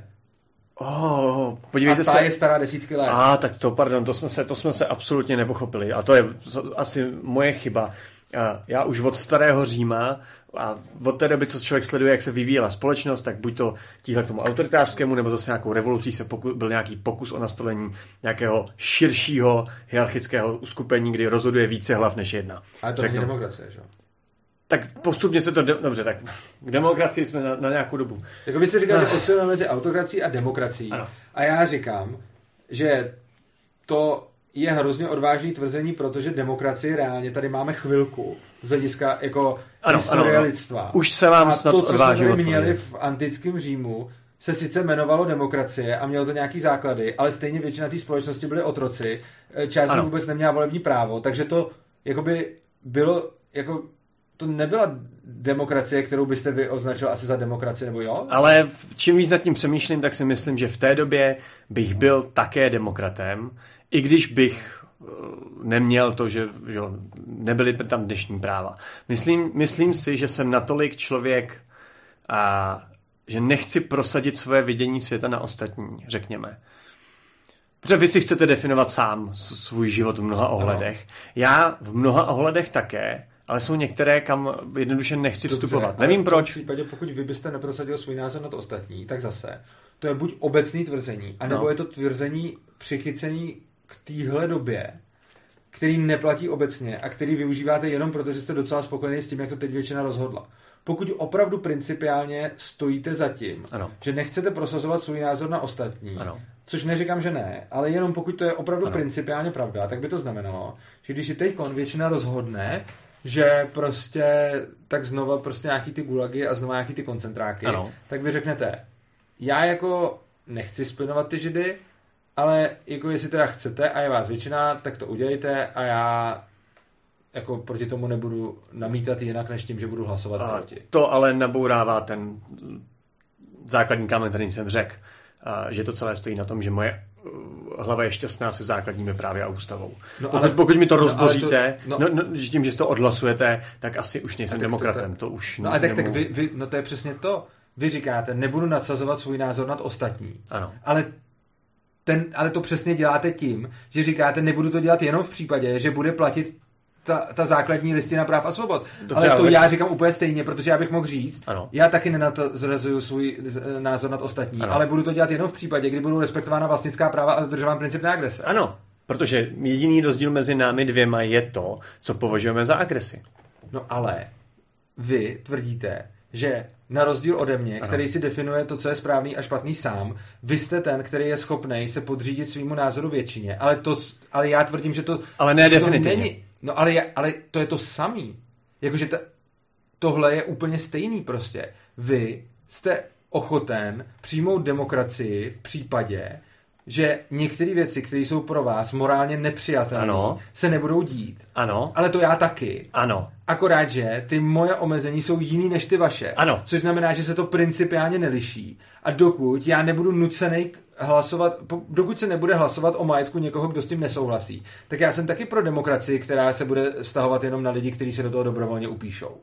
Oh, podívejte a ta se. je stará desítky let. A ah, tak to, pardon, to jsme, se, to jsme se absolutně nepochopili. A to je asi moje chyba. Já už od starého Říma a od té doby, co člověk sleduje, jak se vyvíjela společnost, tak buď to tíhle k tomu autoritářskému, nebo zase nějakou revolucí se pokus, byl nějaký pokus o nastolení nějakého širšího hierarchického uskupení, kdy rozhoduje více hlav než jedna. Ale to není demokracie, že jo? Tak postupně se to... De- Dobře, tak k demokracii jsme na, na nějakou dobu. Jako vy jste říkal, že oscilujeme mezi autokracií a demokracií. Ano. A já říkám, že to je hrozně odvážný tvrzení, protože demokracii reálně tady máme chvilku z hlediska jako ano, historie ano, lidstva. Už se vám a snad to, co jsme odpovědět. měli v antickém Římu, se sice jmenovalo demokracie a mělo to nějaký základy, ale stejně většina té společnosti byly otroci, část vůbec neměla volební právo, takže to jakoby bylo jako to nebyla demokracie, kterou byste vy označil asi za demokracii, nebo jo? Ale čím víc nad tím přemýšlím, tak si myslím, že v té době bych byl také demokratem, i když bych neměl to, že, že nebyly tam dnešní práva. Myslím, myslím si, že jsem natolik člověk, a, že nechci prosadit své vidění světa na ostatní, řekněme. Protože vy si chcete definovat sám svůj život v mnoha ohledech. Ano. Já v mnoha ohledech také, ale jsou některé, kam jednoduše nechci Dobře, vstupovat. Nevím proč. V případě, pokud vy byste neprosadil svůj názor nad ostatní, tak zase to je buď obecný tvrzení, anebo no. je to tvrzení přichycení k téhle době, který neplatí obecně a který využíváte jenom proto, že jste docela spokojení s tím, jak to teď většina rozhodla. Pokud opravdu principiálně stojíte za tím, ano. že nechcete prosazovat svůj názor na ostatní, ano. což neříkám, že ne, ale jenom pokud to je opravdu ano. principiálně pravda, tak by to znamenalo, že když si teďkon většina rozhodne, že prostě tak znova prostě nějaký ty gulagy a znova nějaký ty koncentráky, ano. tak vy řeknete, já jako nechci splynovat ty židy, ale jako jestli teda chcete a je vás většina, tak to udělejte a já jako proti tomu nebudu namítat jinak, než tím, že budu hlasovat a proti. To ale nabourává ten základní kámen, který jsem řekl, že to celé stojí na tom, že moje hlava je šťastná se základními právy a ústavou. No, pokud, ale, pokud mi to rozboříte, no, to, no, no, tím, že to odhlasujete, tak asi už nejsem demokratem. To, to už no a tak, tak vy, vy, no to je přesně to. Vy říkáte, nebudu nadsazovat svůj názor nad ostatní. Ano. Ale, ten, ale to přesně děláte tím, že říkáte, nebudu to dělat jenom v případě, že bude platit ta, ta základní listina práv a svobod. Dobře, ale to ale... já říkám úplně stejně, protože já bych mohl říct, ano. já taky nenadřazuju svůj názor nad ostatní, ano. ale budu to dělat jenom v případě, kdy budou respektována vlastnická práva a dodržován princip neagrese. Ano, protože jediný rozdíl mezi námi dvěma je to, co považujeme za agresi. No ale vy tvrdíte, že na rozdíl ode mě, ano. který si definuje to, co je správný a špatný sám, vy jste ten, který je schopný se podřídit svýmu názoru většině, ale, to, ale já tvrdím, že to, ale ne definitivně. Není, no ale, ale to je to samý. Jakože ta, tohle je úplně stejný prostě. Vy jste ochoten přijmout demokracii v případě, že některé věci, které jsou pro vás morálně nepřijatelné, se nebudou dít. Ano. Ale to já taky. Ano. Akorát, že ty moje omezení jsou jiný než ty vaše. Ano. Což znamená, že se to principiálně neliší. A dokud já nebudu nucený hlasovat, dokud se nebude hlasovat o majetku někoho, kdo s tím nesouhlasí, tak já jsem taky pro demokracii, která se bude vztahovat jenom na lidi, kteří se do toho dobrovolně upíšou.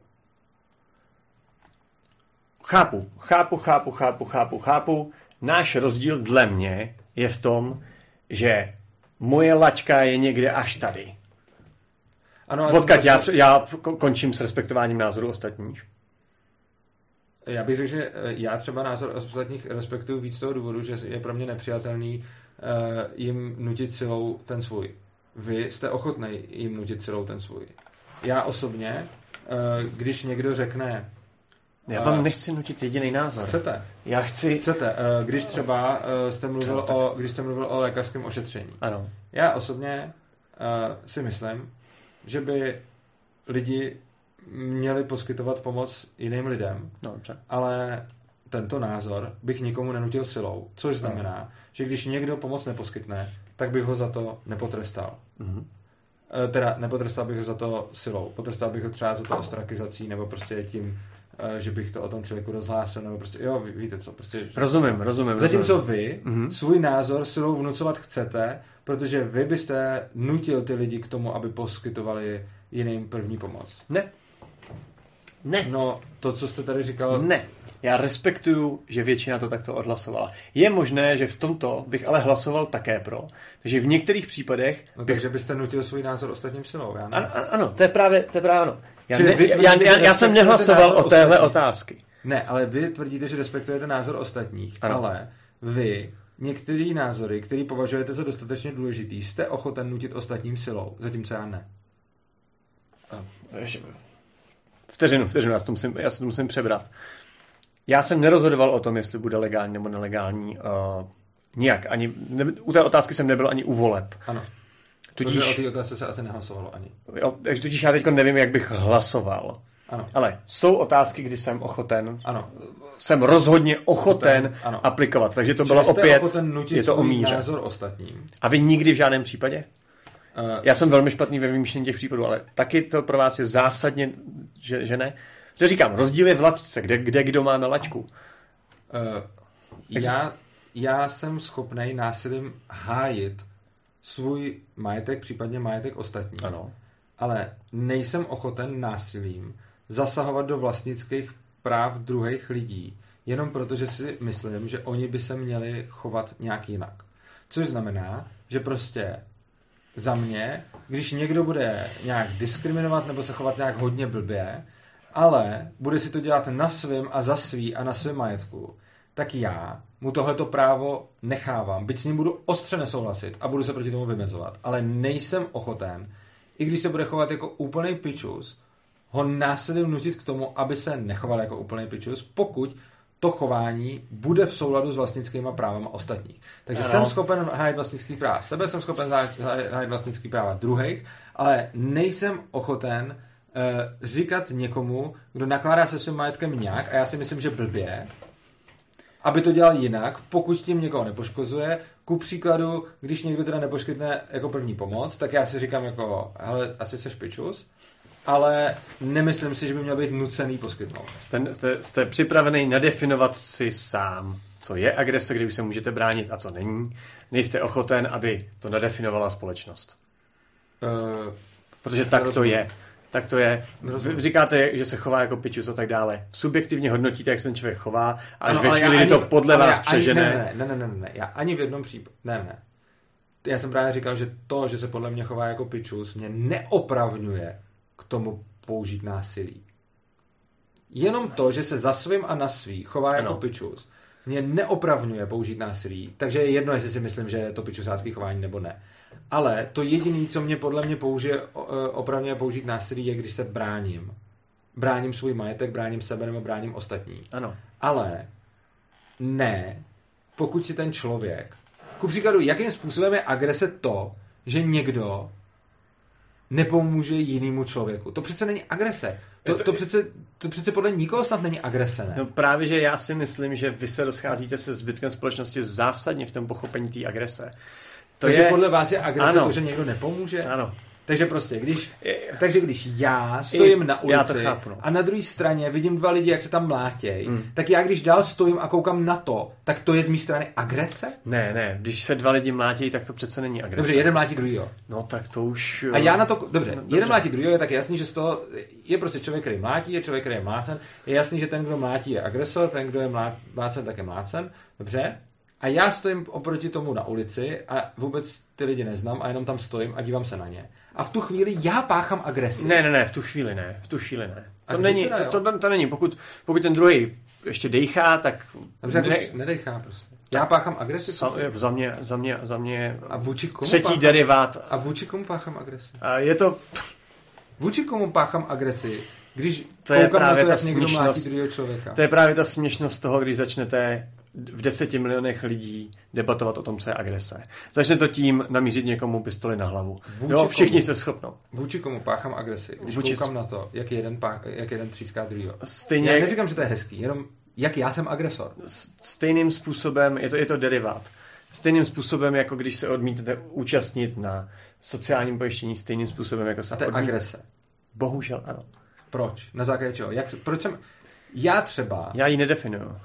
Chápu, chápu, chápu, chápu, chápu, chápu. Náš rozdíl dle mě je v tom, že moje laťka je někde až tady. Ano, Odkud já, já končím s respektováním názoru ostatních. Já bych řekl, že já třeba názor ostatních respektuju víc z toho důvodu, že je pro mě nepřijatelný uh, jim nutit silou ten svůj. Vy jste ochotnej jim nutit silou ten svůj. Já osobně, uh, když někdo řekne... Já vám uh, nechci nutit jediný názor. Chcete. Já chci... Chcete. Uh, když třeba uh, jste mluvil o, když jste mluvil o lékařském ošetření. Ano. Já osobně uh, si myslím, že by lidi měli poskytovat pomoc jiným lidem, no, ale tento názor bych nikomu nenutil silou, což znamená, no. že když někdo pomoc neposkytne, tak bych ho za to nepotrestal. Mm-hmm. E, teda nepotrestal bych ho za to silou, potrestal bych ho třeba za to ostrakizací, nebo prostě tím, e, že bych to o tom člověku rozhlásil, nebo prostě, jo, ví, víte co, prostě... Rozumím, rozumím. Zatímco vy mm-hmm. svůj názor silou vnucovat chcete, protože vy byste nutil ty lidi k tomu, aby poskytovali jiným první pomoc. Ne. Ne. No, to, co jste tady říkal... Ne. Já respektuju, že většina to takto odhlasovala. Je možné, že v tomto bych ale hlasoval také pro. Takže v některých případech... No, bych... takže byste nutil svůj názor ostatním silou, já ne? Ano, ano, to je právě, to je právě ano. Já, ne, já, já, já, já jsem nehlasoval o téhle otázky. Ne, ale vy tvrdíte, že respektujete názor ostatních, ano. Ale vy některý názory, který považujete za dostatečně důležitý, jste ochoten nutit ostatním silou, zatímco já ne. Vteřinu, vteřinu, já, to musím, já se to musím přebrat. Já jsem nerozhodoval o tom, jestli bude legální nebo nelegální. Uh, nijak. Ani, ne, u té otázky jsem nebyl ani u voleb. Ano. Tudíž, protože o té otázce se asi nehlasovalo ani. Jo, takže tudíž já teď nevím, jak bych hlasoval. Ano. Ale jsou otázky, kdy jsem ochoten. Ano. Jsem rozhodně ochoten ochoten aplikovat. Takže to bylo opět, je to o míře. Názor ostatním. A vy nikdy v žádném případě? Uh, já jsem velmi špatný ve vymýšlení těch případů, ale taky to pro vás je zásadně, že, že ne? Že říkám, rozdíl je v laťce, kde, kde kdo má na laťku. Uh, já, já jsem schopnej násilím hájit svůj majetek, případně majetek ostatní. Ano. Ale nejsem ochoten násilím zasahovat do vlastnických práv druhých lidí, jenom protože si myslím, že oni by se měli chovat nějak jinak. Což znamená, že prostě za mě, když někdo bude nějak diskriminovat nebo se chovat nějak hodně blbě, ale bude si to dělat na svém a za svý a na svém majetku, tak já mu tohleto právo nechávám. Byť s ním budu ostře nesouhlasit a budu se proti tomu vymezovat. Ale nejsem ochoten, i když se bude chovat jako úplnej pičus, ho násilím nutit k tomu, aby se nechoval jako úplnej pičus, pokud to chování bude v souladu s vlastnickýma právama ostatních. Takže ano. Jsem schopen hájit vlastnický práva sebe, jsem schopen hájit vlastnický práva druhých, ale nejsem ochoten uh, říkat někomu, kdo nakládá se svým majetkem nějak, a já si myslím, že blbě, aby to dělal jinak, pokud tím někoho nepoškozuje. Ku příkladu, když někdo teda neposkytne jako první pomoc, tak já si říkám jako, hele, asi seš pičus, ale nemyslím si, že by měl být nucený poskytnout. Jste, jste, jste připravený nadefinovat si sám, co je agrese, kdy už se můžete bránit a co není. Nejste ochoten, aby to nadefinovala společnost. Uh, Protože tak to je. Tak to je. Vy říkáte, že se chová jako pičus a tak dále. Subjektivně hodnotíte, jak se ten člověk chová, a až ano, ve chvíli, kdy to podle vás přežene. Ne, ne, ne, ne, ne, já ani v jednom případě. Ne, ne. Já jsem právě říkal, že to, že se podle mě chová jako pičus, mě neopravňuje k tomu použít násilí. Jenom to, že se za svým a na svý chová ano. jako pičus, mě neopravňuje použít násilí, takže je jedno, jestli si myslím, že je to pičusácký chování nebo ne. Ale to jediné, co mě podle mě použije, opravňuje použít násilí, je, když se bráním. Bráním svůj majetek, bráním sebe nebo bráním ostatní. Ano. Ale ne, pokud si ten člověk... Ku příkladu, jakým způsobem je agrese to, že někdo nepomůže jinému člověku. To přece není agrese. To, to, to, přece, to přece podle nikoho snad není agrese, ne? No právě, že já si myslím, že vy se rozcházíte se zbytkem společnosti zásadně v tom pochopení té agrese. To Takže je... podle vás je agrese ano. to, že někdo nepomůže? Ano. Takže prostě, když, takže když já stojím I, na ulici chápu, no. a na druhé straně vidím dva lidi, jak se tam mlátějí, mm. tak já když dál stojím a koukám na to, tak to je z mé strany agrese? Ne, ne, když se dva lidi mlátějí, tak to přece není agrese. Dobře, jeden mlátí druhýho. No tak to už... A já na to, dobře, no, jeden mlátí druhýho, je tak jasný, že z toho je prostě člověk, který mlátí, je člověk, který je mlácen, je jasný, že ten, kdo mlátí, je agresor, ten, kdo je mlácen, tak je mlácen, dobře? A já stojím oproti tomu na ulici a vůbec ty lidi neznám a jenom tam stojím a dívám se na ně. A v tu chvíli já páchám agresi. Ne, ne, ne, v tu chvíli ne, v tu chvíli ne. To, A není, teda, to, to, to není, pokud, pokud ten druhý ještě dejchá, tak... Dobře, ne, ne, nedejchá prostě. Já páchám agresi. Sa, za mě, za mě, za mě a vůči komu třetí páchám, derivát. A vůči komu páchám agresi? A je to... Vůči komu páchám agresi, když to je koukám na to, ta jak někdo mlátí druhého člověka. To je právě ta směšnost toho, když začnete v deseti milionech lidí debatovat o tom, co je agrese. Začne to tím namířit někomu pistoli na hlavu. Jo, všichni se schopnou. Vůči komu páchám agresi, když Vůči... koukám na to, jak jeden, pá... jak jeden tříská druhýho. Stejně... Já neříkám, že to je hezký, jenom jak já jsem agresor. Stejným způsobem, je to, je to derivát. Stejným způsobem, jako když se odmítnete účastnit na sociálním pojištění, stejným způsobem, jako se A to je odmít... agrese. Bohužel ano. Proč? Na základě čeho? Jak, proč jsem... Já třeba... Já ji nedefinuju.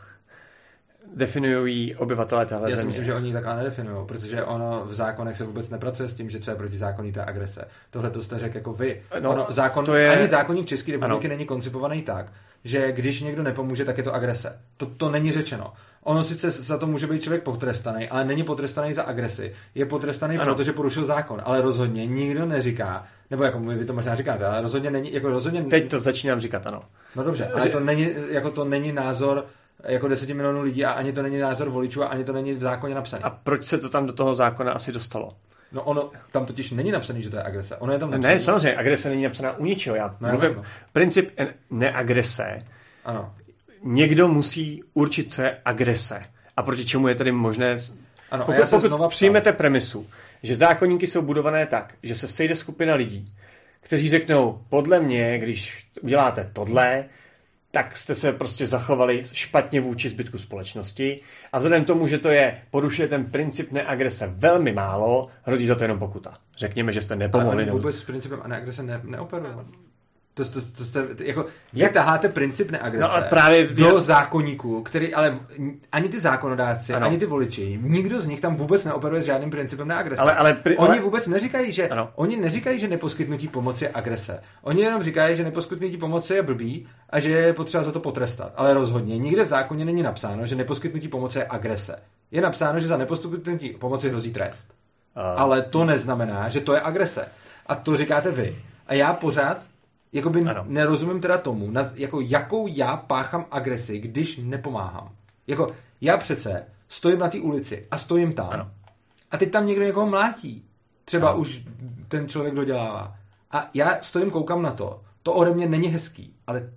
Definují ji obyvatelé téhle Já si země. myslím, že oni ji takhle nedefinují, protože ono v zákonech se vůbec nepracuje s tím, že třeba protizákonitá agrese. Tohle to jste řekl jako vy. No, ono, zákon, to je... Ani zákonník České republiky ano. není koncipovaný tak, že když někdo nepomůže, tak je to agrese. To, to není řečeno. Ono sice za to může být člověk potrestaný, ale není potrestaný za agresi. Je potrestaný, ano. protože porušil zákon. Ale rozhodně nikdo neříká, nebo jako vy to možná říkáte, ale rozhodně není, jako rozhodně... Teď to začínám říkat, ano. No dobře, ale to není, jako to není názor jako deseti milionů lidí a ani to není názor voličů a ani to není v zákoně napsané. A proč se to tam do toho zákona asi dostalo? No ono, tam totiž není napsaný, že to je agrese. Ono je tam napsaný. Ne, samozřejmě, agrese není napsaná u ničeho. Já no, mluvím, no. Princip neagrese. Ano. Někdo musí určit, co je agrese. A proti čemu je tedy možné... Ano, pokud já se pokud znova přijmete premisu, že zákoníky jsou budované tak, že se sejde skupina lidí, kteří řeknou, podle mě, když uděláte tohle, tak jste se prostě zachovali špatně vůči zbytku společnosti a vzhledem k tomu, že to je, porušuje ten princip neagrese velmi málo, hrozí za to jenom pokuta. Řekněme, že jste nepomohli. Ale vůbec s principem neagrese ne, neoperuje. To, to, to, to, to, jako, jak taháte princip neagrese no, právě do zákoníku, který ale ani ty zákonodáci, ano. ani ty voliči, nikdo z nich tam vůbec neoperuje s žádným principem neagrese. Ale, ale, pri, oni ale... vůbec neříkají, že ano. oni neříkají, že neposkytnutí pomoci je agrese. Oni jenom říkají, že neposkytnutí pomoci je blbý a že je potřeba za to potrestat. Ale rozhodně nikde v zákoně není napsáno, že neposkytnutí pomoci je agrese. Je napsáno, že za neposkytnutí pomoci hrozí trest. Uh... Ale to neznamená, že to je agrese. A to říkáte vy. A já pořád jakoby ano. nerozumím teda tomu, na, jako jakou já páchám agresi, když nepomáhám. Jako já přece stojím na té ulici a stojím tam ano. a teď tam někdo někoho mlátí. Třeba ano. už ten člověk dodělává. A já stojím, koukám na to. To ode mě není hezký, ale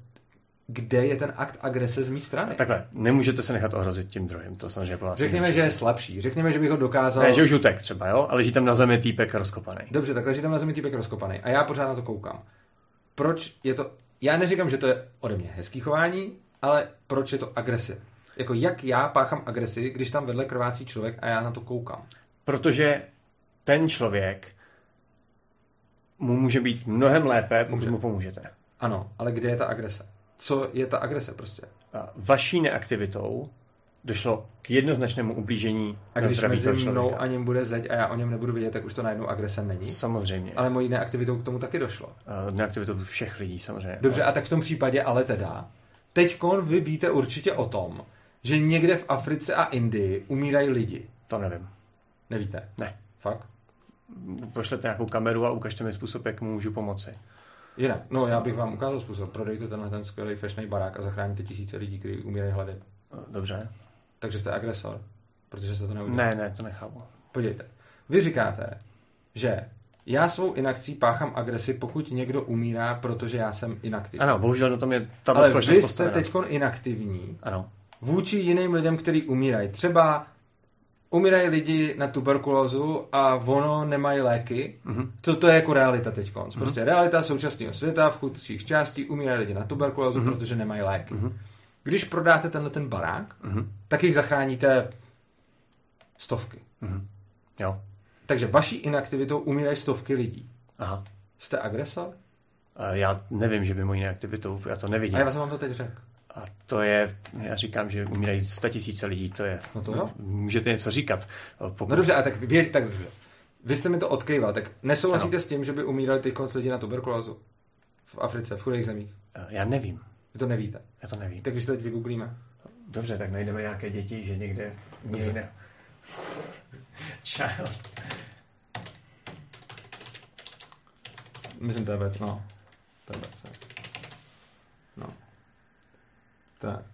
kde je ten akt agrese z mé strany? Takhle, nemůžete se nechat ohrozit tím druhým, to samozřejmě po vás. Řekněme, že je slabší. Řekněme, že bych ho dokázal... Ne, že už utek třeba, jo? Ale leží tam na zemi týpek rozkopaný. Dobře, tak leží tam na zemi týpek rozkopaný. A já pořád na to koukám. Proč je to... Já neříkám, že to je ode mě hezký chování, ale proč je to agrese? Jako jak já páchám agresi, když tam vedle krvácí člověk a já na to koukám? Protože ten člověk mu může být mnohem lépe, pokud může. mu pomůžete. Ano, ale kde je ta agrese? Co je ta agrese prostě? A vaší neaktivitou došlo k jednoznačnému ublížení a na když zdraví mezi toho člověka. mnou a ním bude zeď a já o něm nebudu vidět, tak už to najednou agrese není. Samozřejmě. Ale mojí neaktivitou k tomu taky došlo. A neaktivitou všech lidí samozřejmě. Dobře, a tak v tom případě ale teda, teďkon vy víte určitě o tom, že někde v Africe a Indii umírají lidi. To nevím. Nevíte? Ne. Fakt? Pošlete nějakou kameru a ukažte mi způsob, jak mu můžu pomoci. Jinak, no já bych vám ukázal způsob. Prodejte tenhle ten skvělý fešnej barák a zachráníte tisíce lidí, kteří umírají hlady. Dobře. Takže jste agresor, protože jste to neudělal. Ne, ne, to nechápu. Podívejte. Vy říkáte, že já svou inakcí páchám agresi, pokud někdo umírá, protože já jsem inaktivní. Ano, bohužel na tom je tato Ale společnost vy jste postavena. teďkon inaktivní ano. vůči jiným lidem, kteří umírají. Třeba umírají lidi na tuberkulózu a ono nemají léky. Mm-hmm. To, to je jako realita teď. Prostě mm-hmm. realita současného světa v chudších částí umírají lidi na tuberkulózu, mm-hmm. protože nemají léky. Mm-hmm. Když prodáte tenhle ten barák, mm-hmm. tak jich zachráníte stovky. Mm-hmm. Jo. Takže vaší inaktivitou umírají stovky lidí. Aha. Jste agresor? Já nevím, že by mojí neaktivitou, já to nevidím. A já vám to teď řekl. A to je, já říkám, že umírají statisíce lidí, to je, no to jo. Můžete něco říkat. Pokud... No dobře, a tak, vy, tak dobře. Vy jste mi to odkejval, tak nesouhlasíte ano. s tím, že by umírali ty konc lidi na tuberkulózu v Africe, v chudých zemích? Já nevím. Vy to nevíte? Já to nevím. Tak když to teď vygooglíme. Dobře, tak najdeme nějaké děti, že někde jiné. Child. Myslím tebe, no. Tebe, no. Tak.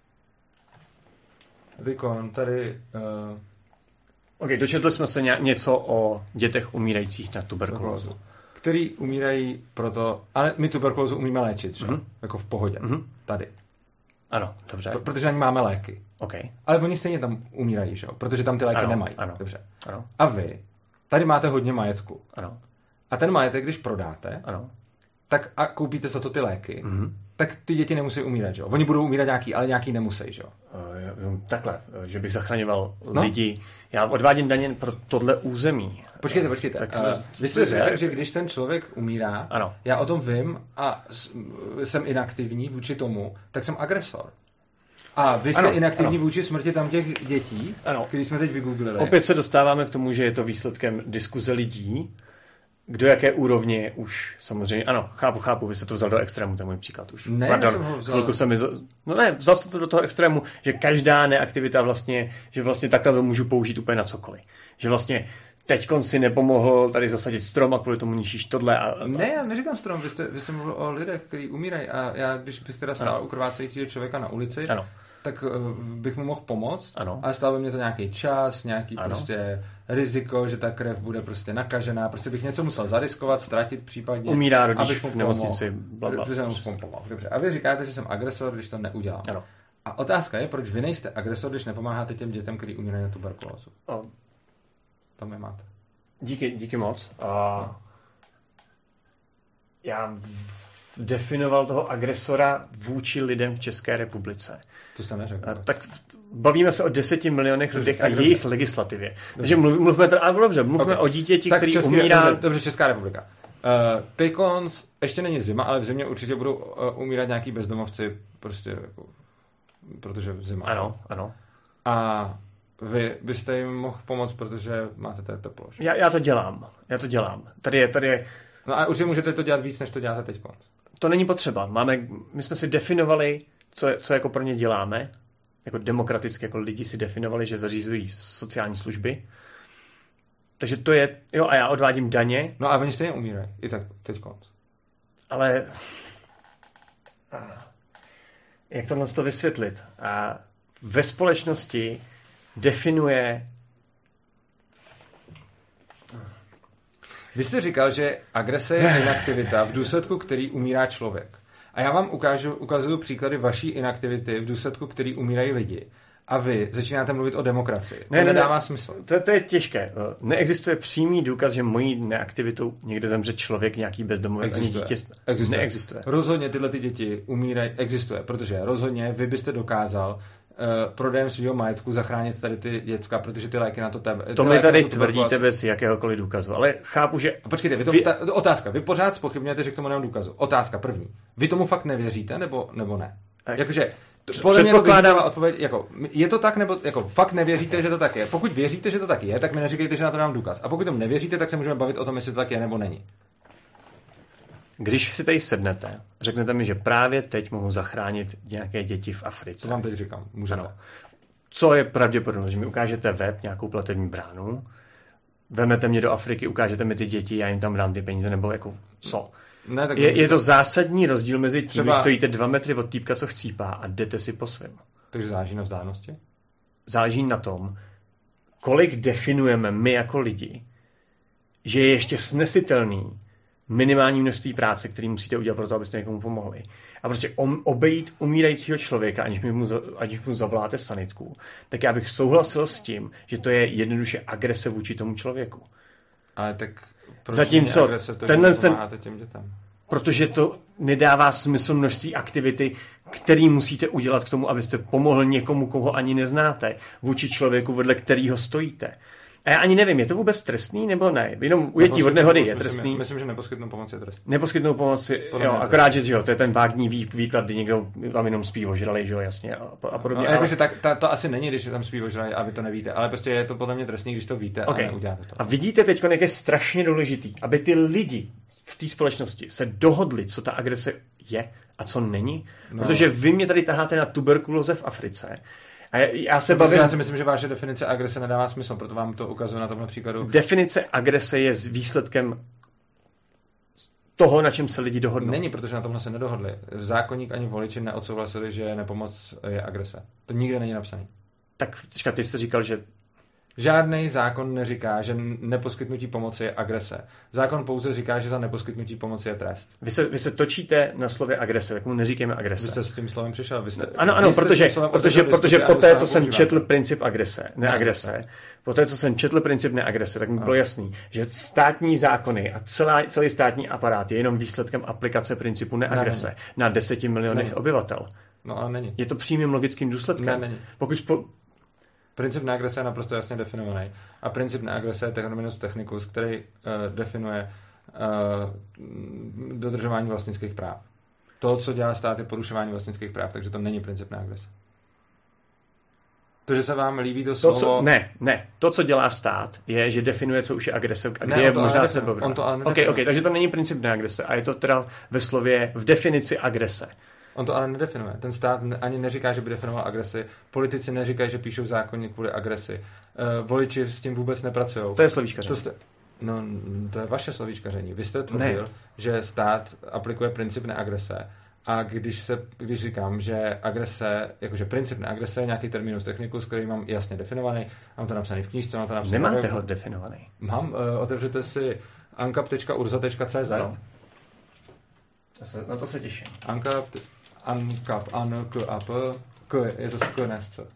A teďkon, tady... Uh... Ok, dočetli jsme se ně, něco o dětech umírajících na tuberkulózu. Který umírají proto... Ale my tuberkulózu umíme léčit, že? Mm-hmm. Jako v pohodě. Mm-hmm. Tady. Ano, dobře. P- protože na ní máme léky. Ok. Ale oni stejně tam umírají, že jo? Protože tam ty léky ano, nemají. Ano. Dobře. Ano. A vy tady máte hodně majetku. Ano. A ten majetek, když prodáte, ano. tak a koupíte za to ty léky, mm-hmm. tak ty děti nemusí umírat, že jo? Oni budou umírat nějaký, ale nějaký nemusí, že jo? Uh, takhle, že bych zachraňoval no? lidi. Já odvádím daně pro tohle území. Počkejte, počkejte. Tak, uh, vy jste řekl, že když ten člověk umírá, ano. já o tom vím a jsem inaktivní vůči tomu, tak jsem agresor. A vy jste ano, inaktivní ano. vůči smrti tam těch dětí, který jsme teď vygooglili. Opět se dostáváme k tomu, že je to výsledkem diskuze lidí, kdo jaké úrovně už samozřejmě, ano, chápu, chápu, vy jste to vzal do extrému, to je můj příklad už. Ne, Pardon, jsem ho vzal. Jsem mi, no ne, vzal jsem to do toho extrému, že každá neaktivita vlastně, že vlastně takhle to můžu použít úplně na cokoliv. Že vlastně teďkon si nepomohl tady zasadit strom a kvůli tomu ničíš tohle. A, a... Ne, já neříkám strom, vy jste, vy jste mluvil o lidech, kteří umírají a já, když bych teda stál u krvácejícího člověka na ulici, ano. tak uh, bych mu mohl pomoct, ano. ale stál by mě to nějaký čas, nějaký ano. prostě riziko, že ta krev bude prostě nakažená, prostě bych něco musel zariskovat, ztratit případně. Umírá rodič v nemocnici, blablabla. Dobře. A vy říkáte, že jsem agresor, když to neudělám. Ano. A otázka je, proč vy nejste agresor, když nepomáháte těm dětem, kteří umírají na tuberkulózu. O. Tam je máte. Díky, díky moc. Uh, já definoval toho agresora vůči lidem v České republice. To jste neřekl. Uh, tak bavíme se o deseti milionech lidech a jejich dobře. legislativě. Dobře. Takže mluv, mluvme teda, a dobře, mluvme okay. o dítěti, který Český, umírá... Dobře, dobře, Česká republika. Uh, Tejkons, ještě není zima, ale v zimě určitě budou uh, umírat nějaký bezdomovci, prostě jako, protože zima. Ano, ano. A vy byste jim mohl pomoct, protože máte tady teplo. Já, já to dělám, já to dělám. Tady je, tady je... No a určitě můžete to dělat víc, než to děláte teď. To není potřeba. Máme, my jsme si definovali, co, je, co jako pro ně děláme. Jako demokraticky, jako lidi si definovali, že zařizují sociální služby. Takže to je, jo, a já odvádím daně. No a oni stejně umírají, i tak teď konc. Ale jak tohle to vysvětlit? A ve společnosti definuje... Vy jste říkal, že agrese je inaktivita, v důsledku který umírá člověk. A já vám ukážu, ukazuju příklady vaší inaktivity, v důsledku který umírají lidi. A vy začínáte mluvit o demokracii. Ne, to ne, nedává ne, smysl. To, to je těžké. Neexistuje přímý důkaz, že mojí neaktivitou někde zemře člověk, nějaký bezdomovec, ani dítě. Existuje. Neexistuje. Rozhodně tyhle ty děti umírají, existuje, protože rozhodně vy byste dokázal uh, prodejem svého majetku zachránit tady ty děcka, protože ty léky na to tebe. To mi tady tvrdíte bez jakéhokoliv důkazu, ale chápu, že... A počkejte, vy to, vy... Ta, otázka, vy pořád zpochybňujete, že k tomu nemám důkazu. Otázka první. Vy tomu fakt nevěříte, nebo, nebo ne? Tak. Jakože... Podle mě to vyžadává odpověď, jako, je to tak, nebo jako, fakt nevěříte, že to tak je? Pokud věříte, že to tak je, tak mi neříkejte, že na to dám důkaz. A pokud tomu nevěříte, tak se můžeme bavit o tom, jestli to tak je, nebo není. Když si tady sednete, řeknete mi, že právě teď mohu zachránit nějaké děti v Africe. To vám teď říkám, můžete. Ano. Co je pravděpodobnost, že mi ukážete web, nějakou platební bránu, vemete mě do Afriky, ukážete mi ty děti, já jim tam dám ty peníze, nebo jako co? Ne, tak je, je to zásadní rozdíl mezi tím, třeba... když stojíte dva metry od týpka, co chcípá a jdete si po svém. Takže záleží na vzdálenosti? Záleží na tom, kolik definujeme my jako lidi, že je ještě snesitelný minimální množství práce, který musíte udělat pro to, abyste někomu pomohli. A prostě obejít umírajícího člověka, aniž mu, aniž mu zavoláte sanitku, tak já bych souhlasil s tím, že to je jednoduše agrese vůči tomu člověku. Ale tak proč zatímco agrese, to, tenhle ten, těm dětem? Protože to nedává smysl množství aktivity, který musíte udělat k tomu, abyste pomohl někomu, koho ani neznáte, vůči člověku, vedle kterého stojíte. A já ani nevím, je to vůbec trestný nebo ne? Jenom ujetí vodné hody je trestný. Myslím, myslím, že neposkytnou pomoc je trestný. Neposkytnou pomoc, jo, akorát, že jo, to je ten vágní vý, výklad, kdy někdo tam jenom spí ožralej, že jo, jasně, a, a podobně. No, ale... jakože tak, ta, to asi není, když tam spí ožralej a vy to nevíte, ale prostě je to podle mě trestný, když to víte okay. a neuděláte to. A vidíte teď, jak je strašně důležitý, aby ty lidi v té společnosti se dohodli, co ta agrese je a co není, no. Protože vy mě tady taháte na tuberkulóze v Africe. A já se bavím... Já si myslím, že vaše definice agrese nedává smysl, proto vám to ukazuju na tomhle příkladu. Definice agrese je s výsledkem toho, na čem se lidi dohodnou. Není, protože na tomhle se nedohodli. Zákonník ani voliči neodsouhlasili, že nepomoc je agrese. To nikde není napsaný. Tak počkat, ty jste říkal, že... Žádný zákon neříká, že neposkytnutí pomoci je agrese. Zákon pouze říká, že za neposkytnutí pomoci je trest. Vy se, vy se točíte na slově agrese, tak mu neříkejme agrese. Vy jste s tím slovem přišel. Vy jste, ano, ano, protože, protože, protože po té, co jsem četl princip agrese, neagrese, po té, co jsem četl princip neagrese, tak mi bylo jasný, že státní zákony a celá, celý státní aparát je jenom výsledkem aplikace principu neagrese ne, na deseti milionech obyvatel. No ale není. Je to přímým logickým důsledkem. Ne, není. Pokud spo... Princip neagrese je naprosto jasně definovaný. A princip neagrese je terminus technicus, který uh, definuje uh, dodržování vlastnických práv. To, co dělá stát, je porušování vlastnických práv, takže to není princip neagrese. To, že se vám líbí to, to slovo... Co, ne, ne. To, co dělá stát, je, že definuje, co už je agrese a kde ne, je možná sebeobrana. On to ale okay, okay, takže to není princip neagrese a je to teda ve slově v definici agrese. On to ale nedefinuje. Ten stát ani neříká, že by definoval agresi. Politici neříkají, že píšou zákonně kvůli agresi. Uh, voliči s tím vůbec nepracují. To je slovíčkaření. Jste... No, to je vaše slovíčkaření. Vy jste tvrdil, že stát aplikuje princip neagrese. A když, se, když říkám, že agrese, jakože princip neagrese je nějaký terminus technicus, který mám jasně definovaný, mám to napsaný v knížce, mám to napsaný... Nemáte ho definovaný. Mám, uh, otevřete si ankap tečka urza tečka cé zet. No. Na to se těším. Ankap... Ankap, an, k, a, p, k, je to s k, ne s c.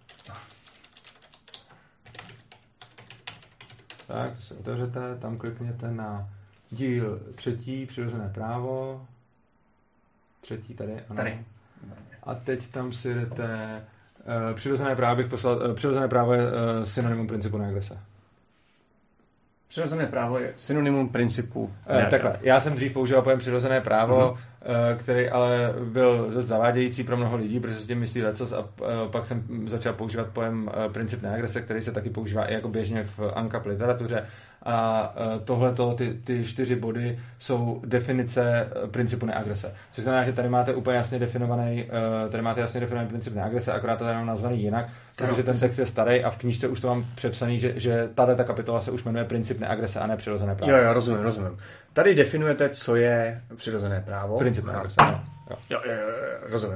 Tak, to si otevřete, tam klikněte na díl třetí, přirozené právo. Třetí tady, ano. Tady. A teď tam si jdete, uh, přirozené právo bych poslal, uh, přirozené právo je uh, synonymum principu neagrese. Přirozené právo je synonymum principu. E, takhle, já jsem dřív používal pojem přirozené právo, mm-hmm. který ale byl dost zavádějící pro mnoho lidí, protože si s tím myslí lecos a pak jsem začal používat pojem princip neagrese, který se taky používá i jako běžně v ANCAP literatuře. A tohleto, ty, ty čtyři body jsou definice principu neagrese. Což znamená, že tady máte úplně jasně definovaný, tady máte jasně definovaný princip neagrese, akorát to tady mám nazvaný jinak, protože ten text je starý a v knížce už to mám přepsaný, že, že tato kapitola se už jmenuje princip neagrese a ne přirozené právo. Jo, jo, rozumím, rozumím. Tady definujete, co je přirozené právo. Princip neagrese. Jo, jo, jo, jo, jo, rozumím.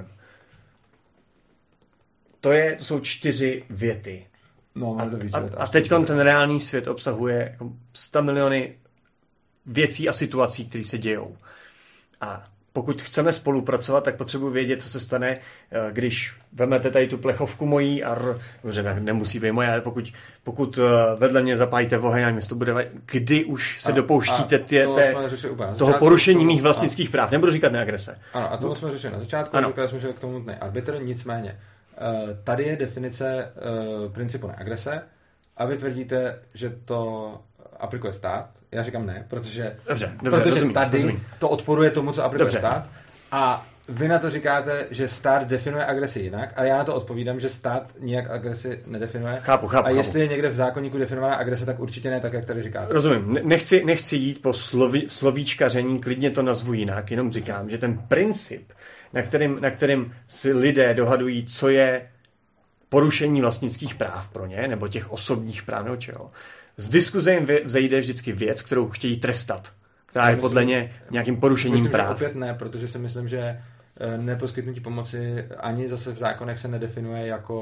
To, je, to jsou čtyři věty. No, a, a, a teď ten reálný svět obsahuje jako sto miliony věcí a situací, které se dějou. A pokud chceme spolupracovat, tak potřebuji vědět, co se stane, když vezmete tady tu plechovku mojí a dobře, nemusí být moje, ale pokud, pokud vedle mě zapálíte oheň a město bude, kdy už se a, dopouštíte tě, to té, toho porušení mých vlastnických a, práv. Nebudu říkat neagrese. Ano, a to jsme řešili na začátku, říkali jsme, že k tomu nutný arbitr, nicméně. Tady je definice uh, principu neagrese a vy tvrdíte, že to aplikuje stát. Já říkám ne, protože, dobře, dobře, protože rozumím, tady rozumím. to odporuje tomu, co aplikuje dobře. stát. A vy na to říkáte, že stát definuje agresi jinak a já na to odpovídám, že stát nijak agresi nedefinuje. Chápu, chápu, a jestli chápu. je někde v zákoníku definovaná agrese, tak určitě ne tak, jak tady říkáte. Rozumím. Nechci, nechci jít po sloví, slovíčkaření, klidně to nazvu jinak, jenom říkám, že ten princip, na kterým, na kterým si lidé dohadují, co je porušení vlastnických práv pro ně, nebo těch osobních práv, nebo čeho. Z diskuze jim vzejde vždycky věc, kterou chtějí trestat, která já je myslím, podle ně nějakým porušením myslím, práv. Myslím, že opět ne, protože si myslím, že neposkytnutí pomoci ani zase v zákonech se nedefinuje jako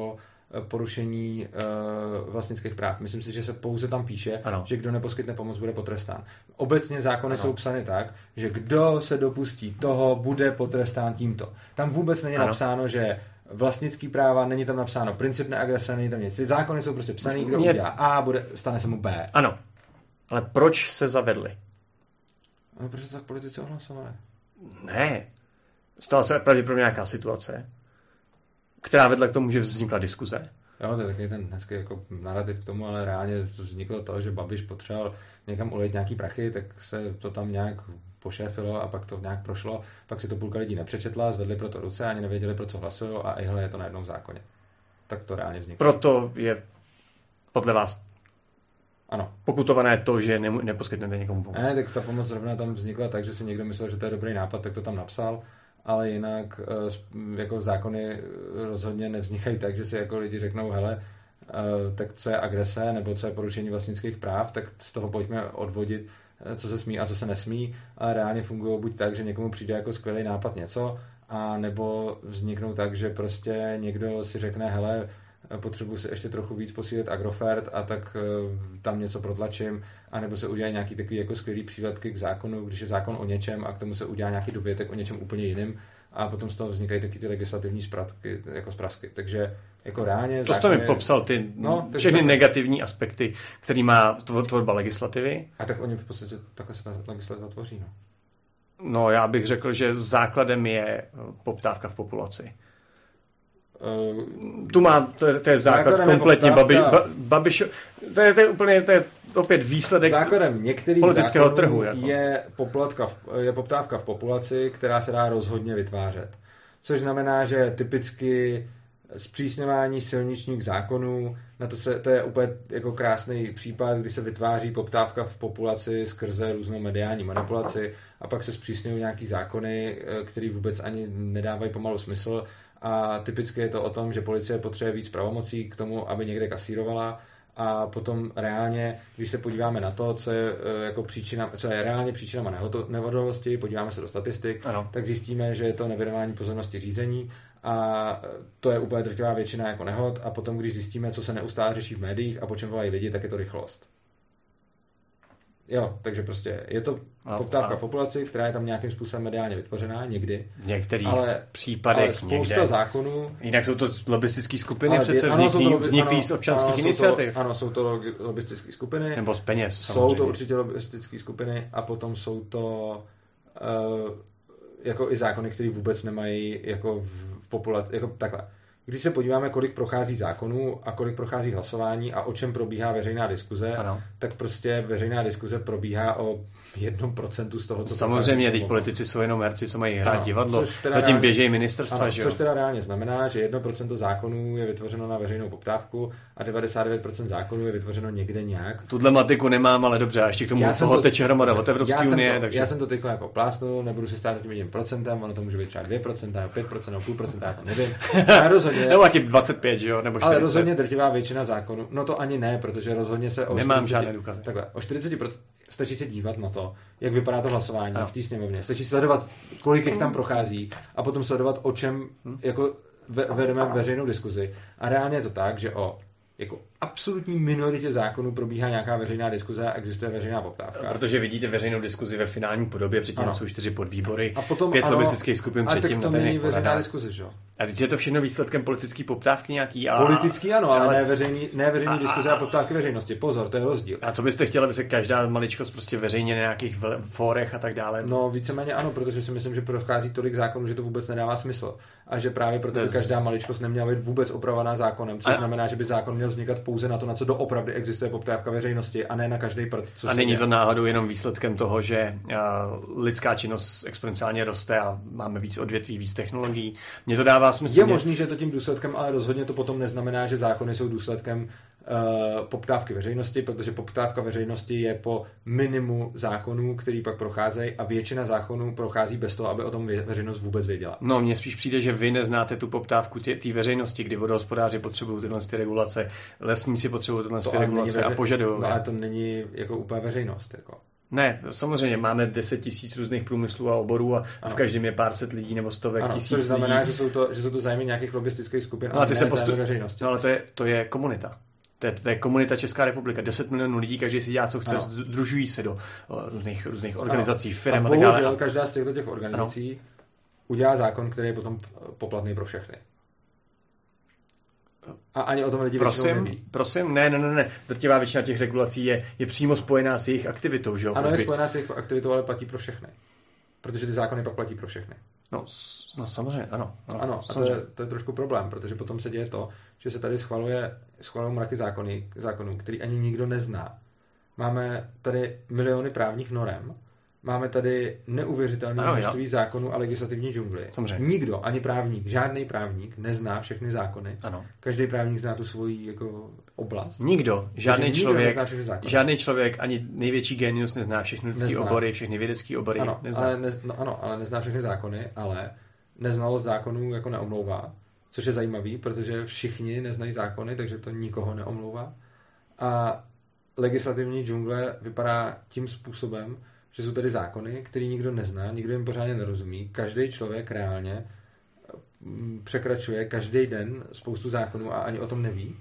porušení uh, vlastnických práv. Myslím si, že se pouze tam píše, ano. že kdo neposkytne pomoc, bude potrestán. Obecně zákony ano. jsou psány tak, že kdo se dopustí toho, bude potrestán tímto. Tam vůbec není ano. napsáno, že vlastnický práva, není tam napsáno princip neagrese, není tam nic. Ty zákony jsou prostě psaný, kdo Mě... udělá A, bude, stane se mu B. Ano, ale proč se zavedly? No, protože tak politici ohlasovali. Ne. Stala se pravděpodobně nějaká situace, která vedla k tomu, že vznikla diskuze. Jo, to je taky ten hezký jako narrativ k tomu, ale reálně vzniklo to, že Babiš potřeboval někam ulejt nějaký prachy, tak se to tam nějak pošéfilo a pak to nějak prošlo, pak si to půlka lidí nepřečetla, zvedli pro to ruce, ani nevěděli, pro co hlasují a ihle je to na jednom zákoně. Tak to reálně vzniklo. Proto je podle vás ano. pokutované to, že ne, neposkytnete někomu pomoc. Ne, tak ta pomoc zrovna tam vznikla tak, že si někdo myslel, že to je dobrý nápad, tak to tam napsal, ale jinak jako zákony rozhodně nevznikají tak, že si jako lidi řeknou, hele, tak co je agrese nebo co je porušení vlastnických práv, tak z toho pojďme odvodit, co se smí a co se nesmí, ale reálně fungují buď tak, že někomu přijde jako skvělý nápad něco, a nebo vzniknou tak, že prostě někdo si řekne, hele, potřebuji si ještě trochu víc posílit Agrofert a tak tam něco protlačím, anebo se udělají nějaký takový jako skvělý přílepky k zákonu, když je zákon o něčem a k tomu se udělá nějaký dovětek o něčem úplně jiným a potom z toho vznikají taky ty legislativní zprátky, jako zprasky. Takže jako reálně... To jste mi popsal ty no, všechny to... negativní aspekty, který má tvorba legislativy. A tak oni v podstatě takhle se ta legislativa tvoří, no. No, já bych řekl, že základem je poptávka v populaci. Uh, tu má, to, to je základ kompletně babi, ba, Babiš, to je, to je úplně, to je opět výsledek základem některých politického trhu. Jako. Je, poplatka, je poptávka v populaci, která se dá rozhodně vytvářet. Což znamená, že typicky zpřísňování silničních zákonů, na to, se, to je úplně jako krásný případ, kdy se vytváří poptávka v populaci skrze různou mediální manipulaci a pak se zpřísňují nějaký zákony, které vůbec ani nedávají pomalu smysl. A typicky je to o tom, že policie potřebuje víc pravomocí k tomu, aby někde kasírovala a potom reálně, když se podíváme na to, co je, jako příčina, co je reálně příčinama nehodovosti, podíváme se do statistik, ano. tak zjistíme, že je to nevěnování pozornosti řízení a to je úplně drtivá většina jako nehod a potom, když zjistíme, co se neustále řeší v médiích a po čem volají lidi, tak je to rychlost. Jo, takže prostě je to a, poptávka a... v populaci, která je tam nějakým způsobem mediálně vytvořená někdy. V některých ale, případech ale spousta někde. zákonů. Jinak jsou to lobbystické skupiny, ale, přece ano, vzniklí, lobby, vzniklí ano, z občanských ano, iniciativ. To, ano, jsou to lobbystické skupiny. Nebo z peněz. Jsou samozřejmě. to určitě lobbystické skupiny a potom jsou to uh, jako i zákony, které vůbec nemají jako v, v populaci, jako takhle. Když se podíváme, kolik prochází zákonů a kolik prochází hlasování a o čem probíhá veřejná diskuze, ano. tak prostě veřejná diskuze probíhá o jednom procentu z toho, co samozřejmě, teď politici jsou jenom herci, co mají hrát ano, divadlo. Zatím běžejí ministerstva, ano, že jo? Což teda reálně znamená, že jedno procento zákonů je vytvořeno na veřejnou poptávku a devadesát devět procent zákonů je vytvořeno někde nějak. Tuhle matiku nemám, ale dobře, a ještě k tomu toho teče hromada od Evropské unie. To, takže... Já jsem to teď jako plásnul, nebudu si stát tím jedním procentem, ono to může být třeba dvě procenta, nebo pět procent, nebo půl procenta, já to nevím. Já rozhodně, nebo taky dvacet pět, že jo? Nebo čtyřicet. Ale rozhodně drtivá většina zákonů, no to ani ne, protože rozhodně se o Nemám čtyřicet, žádné důkazy. Takhle, o čtyřicet procent stačí se dívat na to, jak vypadá to hlasování ano. v té sněmovně. Stačí sledovat, kolik jich tam prochází a potom sledovat, o čem jako vedeme veřejnou diskuzi. A reálně je to tak, že o jako absolutní minoritě zákonů probíhá nějaká veřejná diskuze a existuje veřejná poptávka. Protože vidíte veřejnou diskuzi ve finální podobě, předtím ano. jsou čtyři podvýbory, a potom, pět ano, lobistických skupin předtím. A tak to není veřejná diskuze, že jo? A teď je to všechno výsledkem politické poptávky nějaký? A... Politický ano, ale, ale... ne veřejný, ne veřejný a... diskuze a poptávky veřejnosti. Pozor, to je rozdíl. A co byste chtěli, aby se každá maličkost prostě veřejně na nějakých fórech a tak dále? No víceméně ano, protože si myslím, že prochází tolik zákonů, že to vůbec nedává smysl. A že právě proto by každá maličkost neměla být vůbec opravovaná zákonem, což a... znamená, že by zákon měl vznikat pouze na to, na co doopravdy existuje poptávka veřejnosti a ne na každý prd, co a není dělá. To náhodou jenom výsledkem toho, že uh, lidská činnost exponenciálně roste a máme víc odvětví, víc technologií. Mně to dává smysl. Je možný, že je to tím důsledkem, ale rozhodně to potom neznamená, že zákony jsou důsledkem uh, poptávky veřejnosti, protože poptávka veřejnosti je po minimu zákonů, který pak procházejí a většina zákonů prochází bez toho, aby o tom veřejnost vůbec věděla. No, mně spíš přijde, že vy neznáte tu poptávku té veřejnosti, kdy vodohospodáři potřebují tyhle ty regulace, lesníci potřebují tyhle ty regulace veři... a požadují. No, ale to není jako úplně veřejnost, jako. Ne, samozřejmě máme deset tisíc různých průmyslů a oborů a ano. v každém je pár set lidí nebo stovek ano, tisíc lidí. To znamená, lidí. že jsou to, že jsou to zájmy nějakých lobistických skupin, no, ale ne postu... zájmy veřejnosti. No ale to je, to je komunita. To je, to je komunita Česká republika. deset milionů lidí, každý si dělá, co chce, ano. Združují se do uh, různých, různých organizací, ano. firem a, a tak dále. A každá z těchto těch organizací ano. udělá zákon, který je potom poplatný pro všechny. A ani o tom lidi prosím, většinou neví. Prosím, ne, ne, ne, ne. Drtivá většina těch regulací je, je přímo spojená s jejich aktivitou, že jo? Ano, je spojená s jejich aktivitou, ale platí pro všechny. Protože ty zákony pak platí pro všechny. No, no samozřejmě, ano. Ano, ano a to je, to je trošku problém, protože potom se děje to, že se tady schvaluje, schvalují mraky zákony, zákonů, který ani nikdo nezná. Máme tady miliony právních norem, máme tady neuvěřitelné množství zákonů a legislativní džungly. Samozřejmě. Nikdo, ani právník, žádný právník nezná všechny zákony. Ano. Každý právník zná tu svoji jako oblast. Nikdo, žádný nikdo člověk, nezná žádný člověk, ani největší genius nezná všechny lidské nezná. obory, všechny vědecké obory. Ano, nezná. ale nez, no, ano, ale nezná všechny zákony, ale neznalost zákonů jako neomlouvá, což je zajímavý, protože všichni neznají zákony, takže to nikoho neomlouvá. A legislativní džungle vypadá tím způsobem, že jsou tady zákony, který nikdo nezná, nikdo jim pořádně nerozumí. Každý člověk reálně překračuje každý den spoustu zákonů a ani o tom neví.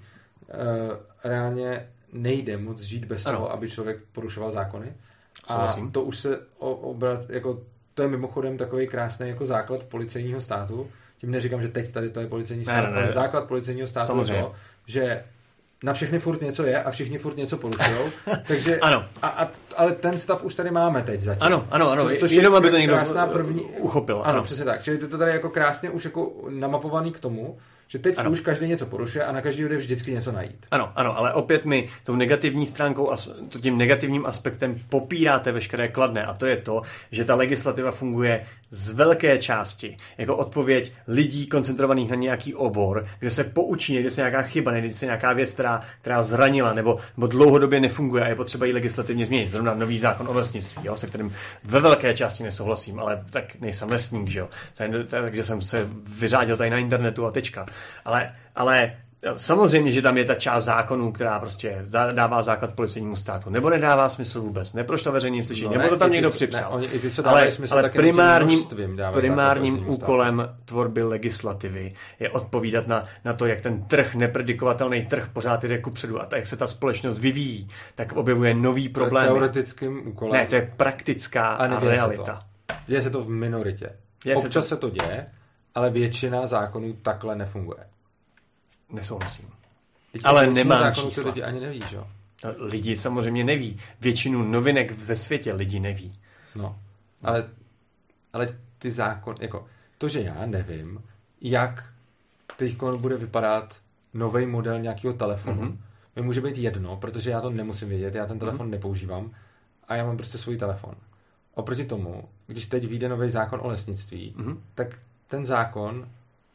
Reálně nejde moc žít bez ano. toho, aby člověk porušoval zákony. A to už se obrat, jako to je mimochodem takový krásný jako základ policejního státu. Tím neříkám, že teď tady to je policejní stát, ne, ne, ne. ale základ policejního státu Samozřejmě. je to, že na všechny furt něco je a všichni furt něco porušujou. Takže ano. A, a, ale ten stav už tady máme teď zatím. Ano, ano, ano. Co, což jenom je aby to někdo první... uchopil. Ano, ano, přesně tak. Čili to tady jako krásně už jako namapovaný k tomu, že teď ano. už každý něco porušuje a na každý jde vždycky něco najít. Ano, ano, ale opět mi tou negativní stránkou a tím negativním aspektem popíráte veškeré kladné a to je to, že ta legislativa funguje z velké části jako odpověď lidí koncentrovaných na nějaký obor, kde se poučí, někde se nějaká chyba, někde se nějaká věc, která, která zranila nebo, nebo dlouhodobě nefunguje a je potřeba ji legislativně změnit. Zrovna nový zákon o lesnictví, jo, se kterým ve velké části nesouhlasím, ale tak nejsem lesník, že jo. Takže jsem se vyřádil tady na internetu a tečka. Ale, ale samozřejmě, že tam je ta část zákonů, která prostě dává základ policejnímu státu. Nebo nedává smysl vůbec. Neprošlo veřejné slyšení. No nebo to tam někdo ty, připsal. Ne, oni, i ty, co ale smysl, ale primárním, primárním úkolem státu. Tvorby legislativy je odpovídat na, na to, jak ten trh, nepredikovatelný trh pořád jde kupředu a jak se ta společnost vyvíjí, tak objevuje nový problémy. Teoretickým úkolem. Ne, to je praktická a, a realita. Se děje se to v minoritě. Děje Občas se to... se to děje, ale většina zákonů takhle nefunguje. Nesouhlasím. Ale nemám čísla. Lidi ani neví, že jo? Lidi samozřejmě neví. Většinu novinek ve světě lidi neví. No, ale, ale ty zákon, jako to, že já nevím, jak teď bude vypadat nový model nějakého telefonu, mm-hmm. mi může být jedno, protože já to nemusím vědět, já ten telefon mm-hmm. nepoužívám a já mám prostě svůj telefon. Oproti tomu, když teď vyjde nový zákon o lesnictví, mm-hmm. tak ten zákon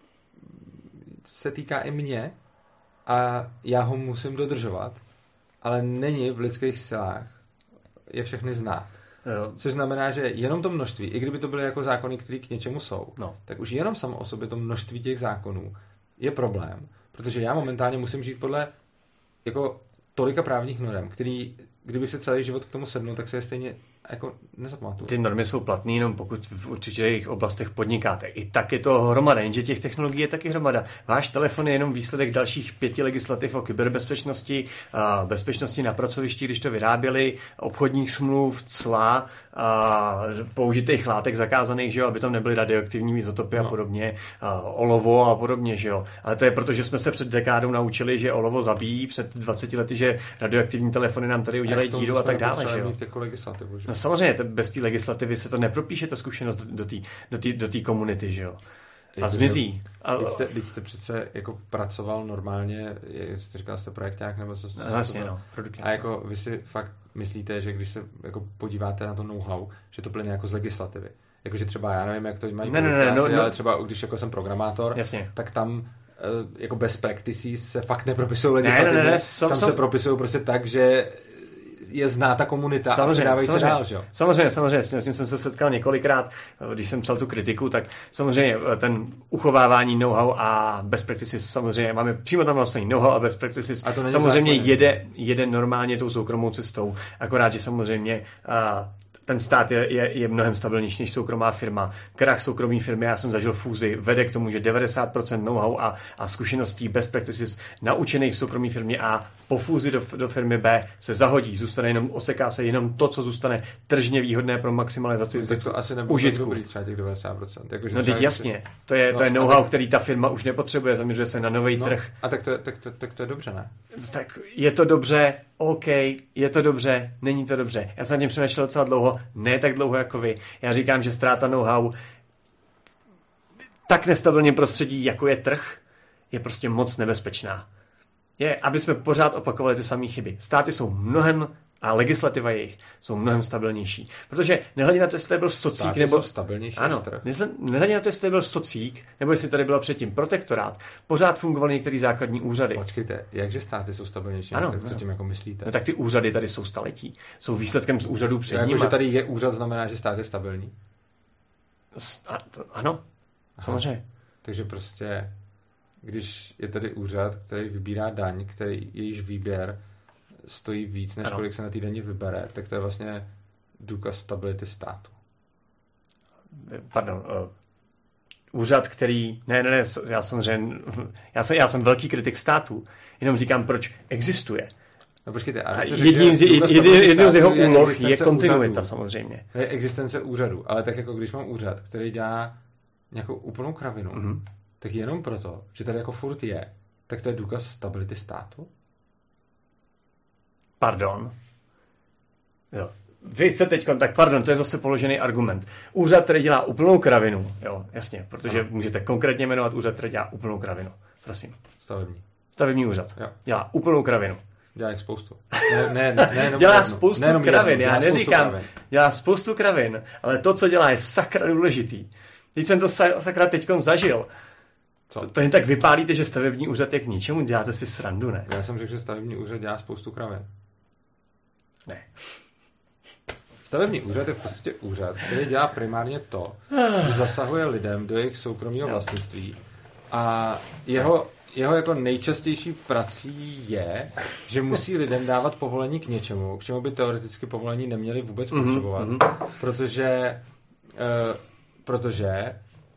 se týká i mě a já ho musím dodržovat, ale není v lidských silách je všechny znát. Jo. Což znamená, že jenom to množství, i kdyby to byly jako zákony, které k něčemu jsou, no. tak už jenom samo o sobě to množství těch zákonů je problém, protože já momentálně musím žít podle jako tolika právních norem, který, kdybych se celý život k tomu sednul, tak se je stejně jako nezapamatuju. Ty normy jsou platné jenom pokud v určitých oblastech podnikáte. I tak je to hromada, jenže těch technologií je taky hromada. Váš telefon je jenom výsledek dalších pěti legislativ o kyberbezpečnosti, bezpečnosti na pracovišti, když to vyráběli, obchodních smluv, cla, použitých látek zakázaných, že jo, aby tam nebyly radioaktivní izotopy no. a podobně, olovo a podobně, že jo. Ale to je proto, že jsme se před dekádou naučili, že olovo zabíjí, před dvaceti lety, že radioaktivní telefony nám tady udělají díru a tak dále, že jo. Jako legislativu, že? No samozřejmě, bez té legislativy se to nepropíše, ta zkušenost do té do té, do té komunity, že jo. A zmizí. A... Teď jste, teď jste přece jako pracoval normálně, jste říkal, jste projekták nebo co? No, vlastně, no. A jako vy si fakt myslíte, že když se jako podíváte na to know-how, že to plyne jako z legislativy. Jakože třeba, já nevím, jak to mají ne, ne, ne, no, no. ale třeba když jako jsem programátor, Jasně. tak tam jako best practices se fakt nepropisují legislativně. Ne, ne, ne, ne, tam sam, se sam... propisují prostě tak, že je zná ta komunita samozřejmě, a předávají samozřejmě, se dál, že jo? Samozřejmě, samozřejmě, s tím jsem se setkal několikrát, když jsem psal tu kritiku, tak samozřejmě ten uchovávání know-how a best practices, samozřejmě máme přímo tam napsaný know-how a best practices, a samozřejmě jede, jede normálně tou soukromou cestou, akorát, že samozřejmě a, ten stát je, je, je mnohem stabilnější než soukromá firma. Krach soukromé firmy, já jsem zažil fúzi, vede k tomu, že devadesát procent know-how a, a zkušeností best practices naučených v soukromé firmě A po fúzi do, do firmy B se zahodí. Zůstane jenom, oseká se jenom to, co zůstane tržně výhodné pro maximalizaci tak to asi nebylo užitku. Dobrý, třeba těch devadesát procent. Jako, no teď jasně, to je, no, to je know-how, tak... který ta firma už nepotřebuje, zaměřuje se na nový no, trh. A tak to, tak, to, tak to je dobře, ne? Tak je to dobře, OK, je to dobře, není to dobře. Já jsem nad tím přemýšlel docela dlouho, ne tak dlouho jako vy. Já říkám, že ztráta know-how tak nestabilním prostředí, jako je trh, je prostě moc nebezpečná. Je, aby jsme pořád opakovali ty samé chyby. Státy jsou mnohem, a legislativa jejich, jsou mnohem stabilnější. Protože nehledě na to, jestli byl socík, státy nebo... jsou stabilnější. Ano, nehledě na to, jestli byl socík, nebo jestli tady bylo předtím protektorát, pořád fungovaly některé základní úřady. Počkejte, jakže státy jsou stabilnější? Ano, co tím jako myslíte? No tak ty úřady tady jsou staletí. Jsou výsledkem z úřadů před jako, nimi. Že tady je úřad, znamená, že stát je stabilní? A, ano, Aha. samozřejmě. Takže prostě, když je tady úřad, který vybírá daň, který jejíž výběr stojí víc, než ano. kolik se na té daně vybere, tak to je vlastně důkaz stability státu. Pardon, uh, úřad, který... Ne, ne, ne, já samozřejmě... Já jsem, já jsem velký kritik státu, jenom říkám, proč existuje. No počkejte, a jedním z, jedním z jeho úloh je kontinuita, samozřejmě. Je existence úřadu, ale tak jako když mám úřad, který dělá nějakou úplnou kravinu, mm-hmm. tak jenom proto, že tady jako furt je, tak to je důkaz stability státu? Pardon. Jo. Vy se teď, tak pardon, to je zase položený argument. Úřad, který dělá úplnou kravinu, jo, jasně, protože ano. můžete konkrétně jmenovat úřad, který dělá úplnou kravinu. Prosím. Stavební. Stavební úřad. Jo. Dělá úplnou kravinu. Dělá jich spoustu. Ne, ne, ne, ne dělá jednu. spoustu ne kravin, jednu. já neříkám, kravin. dělá spoustu kravin, ale to, co dělá, je sakra důležitý. Teď jsem to sakra teďkon zažil. Co? To, to jen tak vypálíte, že stavební úřad je k ničemu, děláte si srandu, ne? Já jsem řekl, že stavební úřad dělá spoustu kravin. Ne. Stavební úřad je v podstatě úřad, který dělá primárně to, že zasahuje lidem do jejich soukromého vlastnictví a jeho, jeho jako nejčastější prací je, že musí lidem dávat povolení k něčemu, k čemu by teoreticky povolení neměli vůbec potřebovat, mm-hmm. protože, uh, protože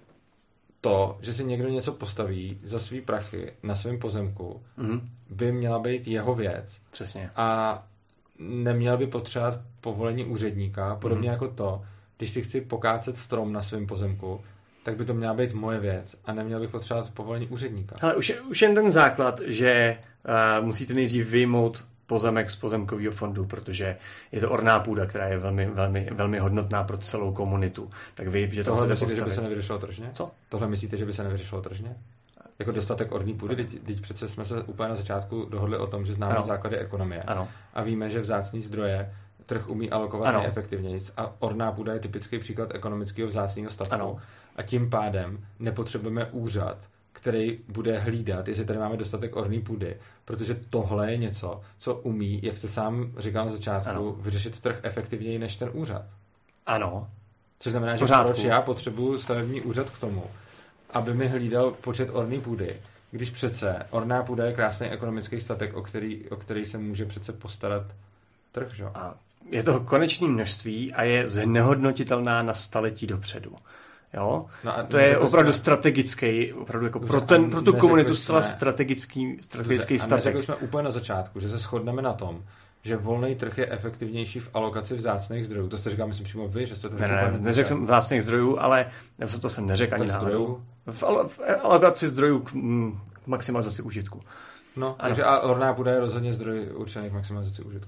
to, že si někdo něco postaví za svý prachy na svém pozemku, mm-hmm. by měla být jeho věc. Přesně. A neměl by potřebovat povolení úředníka, podobně mm. jako to, když si chci pokácet strom na svém pozemku, tak by to měla být moje věc a neměl bych potřebovat povolení úředníka. Ale už, je, už jen ten základ, že uh, musíte nejdřív vyjmout pozemek z pozemkového fondu, protože je to orná půda, která je velmi, velmi, velmi hodnotná pro celou komunitu. Tak vy, že Tohle myslíte, postavit. Že by se nevyřešilo tržně? Co? Tohle myslíte, že by se nevyřešilo tržně? Jako dostatek orní půdy, teď, teď přece jsme se úplně na začátku dohodli o tom, že známe ano. základy ekonomie ano. a víme, že vzácný zdroje trh umí alokovat nejefektivněji a orná půda je typický příklad ekonomického vzácného statku. Ano. A tím pádem nepotřebujeme úřad, který bude hlídat, jestli tady máme dostatek orní půdy, protože tohle je něco, co umí, jak jste sám říkal na začátku, ano. vyřešit trh efektivněji než ten úřad. Ano. Což znamená, že proč já potřebuji stavební úřad k tomu, aby mi hlídal počet orné půdy, když přece orná půda je krásný ekonomický statek, o který, o který se může přece postarat trh, že? A je to konečné množství a je znehodnotitelná na staletí dopředu. Jo? No a to je opravdu jsme... strategický, opravdu jako pro, ten, pro tu komunitu zcela strategický, strategický a statek. A jsme úplně na začátku, že se shodneme na tom, že volný trh je efektivnější v alokaci vzácných zdrojů. To jste říkal, myslím přímo vy, že jste to ne, ne, ne, neřekl jsem vzácných zdrojů, ale to jsem neřekl ani náhodou. V, al- v alokaci zdrojů k, m, k maximalizaci užitku. No, ano. Takže a orná půda je rozhodně zdroj určený k maximalizaci užitku.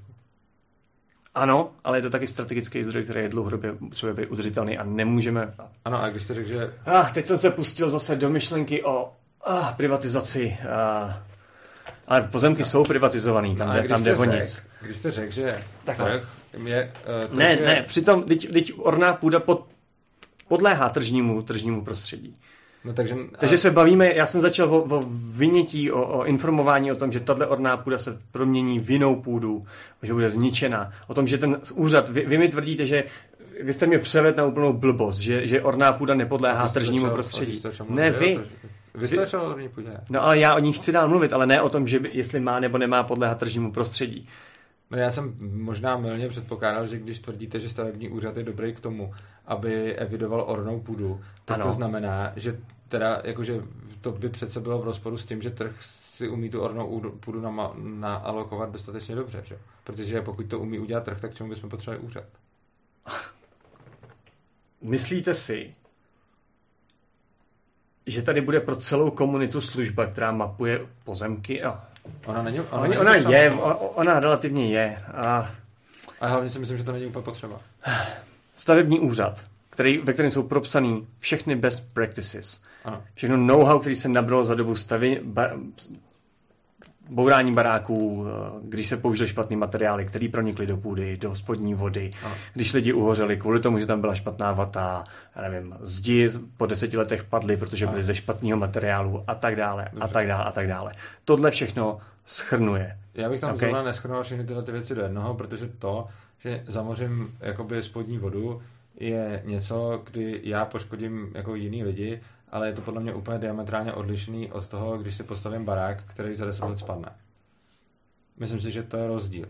Ano, ale je to taky strategický zdroj, který je dlouhodobě třeba být udržitelný a nemůžeme... Ano, a když jste řekl, že... Ah, teď jsem se pustil zase do myšlenky o ah, privatizaci. Ah, ale pozemky no. jsou privatizovaný, tam, no, jde, tam jde o nic. Když jste řekl, že tak trh je... Uh, trh ne, je... ne, přitom teď, teď orná půda pod, podléhá tržnímu, tržnímu prostředí. No, takže, takže se bavíme, já jsem začal o, o vynětí, o, o informování o tom, že tahle orná půda se promění v jinou půdu, že bude zničena. O tom, že ten úřad, vy, vy mi tvrdíte, že vy jste mě převedl na úplnou blbost, že, že orná půda nepodléhá tržnímu prostředí. Ne, vy. Vy jste začal o orní půdě. No ale já o ní chci dál mluvit, ale ne o tom, že jestli má nebo nemá podléhat tržnímu prostředí. No já jsem možná mylně předpokládal, že když tvrdíte, že stavební úřad je dobrý k tomu, aby evidoval ornou půdu, tak ano. To znamená, že teda jakože to by přece bylo v rozporu s tím, že trh si umí tu ornou půdu naalokovat dostatečně dobře, že? Protože pokud to umí udělat trh, tak čemu bychom potřebovali úřad? Myslíte si, že tady bude pro celou komunitu služba, která mapuje pozemky? A ona není, ona, ona, není ona je, ona, ona relativně je. A... a hlavně si myslím, že to není úplně potřeba. Stavební úřad, který, ve kterém jsou propsaný všechny best practices. Ano. Všechno know-how, který se nabralo za dobu stavi, ba, bourání baráků, když se použili špatný materiály, které pronikly do půdy, do spodní vody, ano. Když lidi uhořeli kvůli tomu, že tam byla špatná vata, já nevím, zdi po deseti letech padly, protože byly ze špatného materiálu a tak dále, Dobře. a tak dále, a tak dále. Tohle všechno schrnuje. Já bych tam okay. zrovna neschrnoval všechny tyhle ty věci do jednoho, protože to, že zamořím jakoby spodní vodu, je něco, kdy já poškodím jako jiný lidi, ale je to podle mě úplně diametrálně odlišný od toho, když si postavím barák, který za deset let spadne. Myslím si, že to je rozdíl.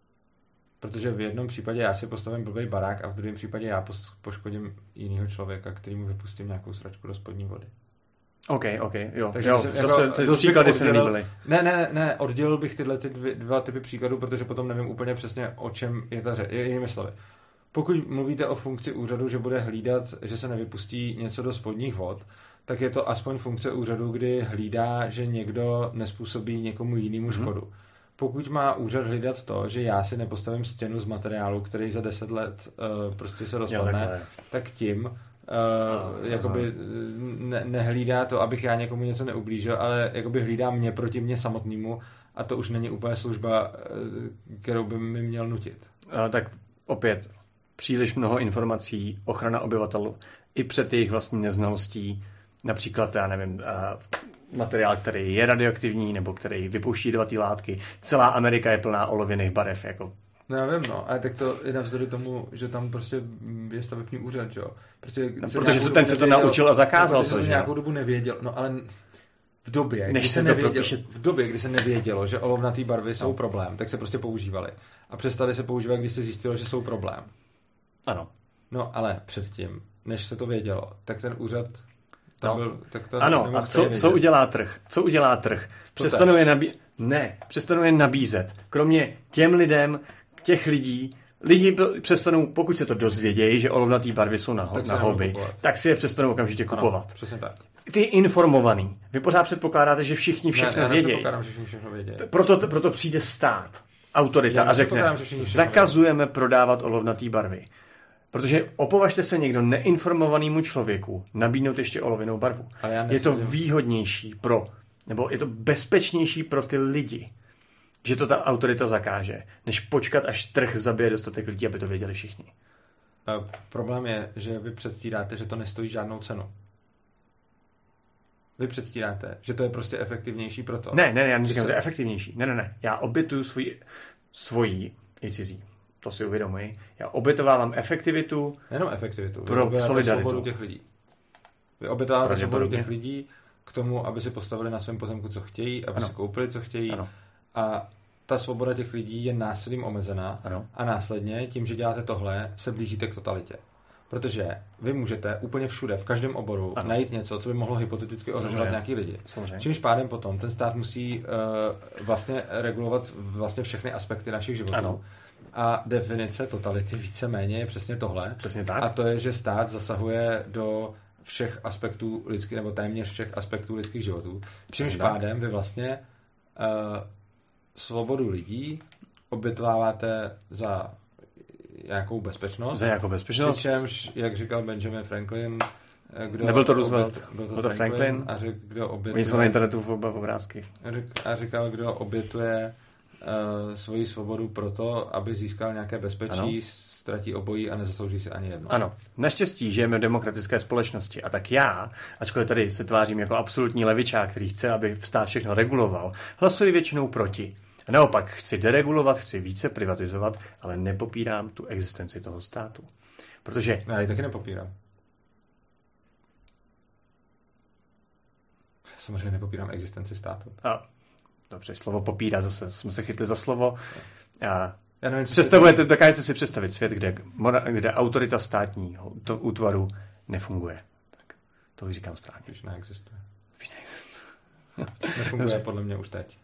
Protože v jednom případě já si postavím blbý barák a v druhém případě já poškodím jinýho člověka, kterýmu vypustím nějakou sračku do spodní vody. OK, OK, jo. Takže jo, myslím, zase jako, ty příklady se nelíbily. Ne, ne, ne, oddělil bych tyhle ty dvě, dva typy příkladů, protože potom nevím úplně přesně, o čem je ta řeč. Jinými slovy. Pokud mluvíte o funkci úřadu, že bude hlídat, že se nevypustí něco do spodních vod, tak je to aspoň funkce úřadu, kdy hlídá, že někdo nespůsobí někomu jinému mm-hmm. škodu. Pokud má úřad hlídat to, že já si nepostavím stěnu z materiálu, který za deset let uh, prostě se rozpadne, tak tím uh, no, jakoby ne, nehlídá to, abych já někomu něco neublížil, ale jakoby hlídá mě proti mě samotnému a to už není úplně služba, kterou by mi měl nutit. A, tak opět příliš mnoho informací, ochrana obyvatel i před jejich vlastní neznalostí, například, já nevím, uh, materiál, který je radioaktivní nebo který vypouští jedovaté látky. Celá Amerika je plná olověných barev. Jako. No já vím, no, ale tak to je navzdory tomu, že tam prostě je stavební úřad, jo. Prostě no, protože se ten se to naučil a zakázal no, to, že? že? Nějakou dobu nevěděl, no ale v době, Než kdy se, se nevědělo, propíše... v době, kdy se nevědělo, že olovnaté barvy jsou no. problém, tak se prostě používaly. A přestali se používat, když se zjistilo, že jsou problém. Ano. No ale předtím, než se to vědělo, tak ten úřad tam no. byl... Tak to ano, a co, co udělá trh? Co udělá trh? Přestanou je, nabí... ne, přestanou je nabízet. Kromě těm lidem, těch lidí, lidi přestanou, pokud se to dozvědějí, že olovnatý barvy jsou na, na hobby, tak si je přestanou okamžitě kupovat. Ano, přesně tak. Ty informovaný. Vy pořád předpokládáte, že všichni všechno ne, vědějí. Že všichni všechno vědějí. Proto, proto přijde stát, autorita a řekne, zakazujeme prodávat olovnatý barvy. Protože opovažte se někdo neinformovanému člověku nabídnout ještě olověnou barvu. Je to výhodnější pro, nebo je to bezpečnější pro ty lidi, že to ta autorita zakáže, než počkat, až trh zabije dostatek lidí, aby to věděli všichni. A problém je, že vy předstíráte, že to nestojí žádnou cenu. Vy předstíráte, že to je prostě efektivnější pro to. Ne, ne, ne, já neříkám, že to je efektivnější. Ne, ne, ne. Já obětuju svoji, svoji i cizí. To si uvědomuji. Já obětovávám efektivitu. Nejenom efektivitu. Pro solidaritu. Svobodu těch lidí. Vy obětováváte svobodu těch lidí k tomu, aby si postavili na svém pozemku, co chtějí, aby ano. si koupili, co chtějí. Ano. A ta svoboda těch lidí je násilím omezená. Ano. A následně, tím, že děláte tohle, se blížíte k totalitě. Protože vy můžete úplně všude, v každém oboru, ano. najít něco, co by mohlo hypoteticky ohrožovat nějaký lidi. Samozřejmě. Čímž pádem potom ten stát musí uh, vlastně regulovat vlastně všechny aspekty našich životů. Ano. A definice totality víceméně je přesně tohle. Přesně tak. A to je, že stát zasahuje do všech aspektů lidských, nebo téměř všech aspektů lidských životů. Čímž pádem vy vlastně uh, svobodu lidí obětováváte za nějakou bezpečnost. Za nějakou bezpečnost. Přičemž, jak říkal Benjamin Franklin, kdo nebyl to Roosevelt, obět, byl to, byl to Franklin, Franklin. A řek, kdo obětuje... Oni jsou na internetu v oba obrázky. A řekl, kdo obětuje uh, svoji svobodu proto, aby získal nějaké bezpečí, ano. ztratí obojí a nezaslouží si ani jedno. Ano. Naštěstí žijeme v demokratické společnosti a tak já, ačkoliv tady se tvářím jako absolutní levičák, který chce, aby stát všechno reguloval, hlasuji většinou proti. A naopak chci deregulovat, chci více privatizovat, ale nepopírám tu existenci toho státu. Protože... Já ji taky nepopírám. Samozřejmě nepopírám existenci státu. A, dobře, slovo popírá, zase jsme se chytli za slovo. A Já nevím, představujete, dokážete si představit svět, kde, kde autorita státního to útvaru nefunguje. Tak to už říkám správně. Už neexistuje. Už neexistuje. Nefunguje podle mě už teď.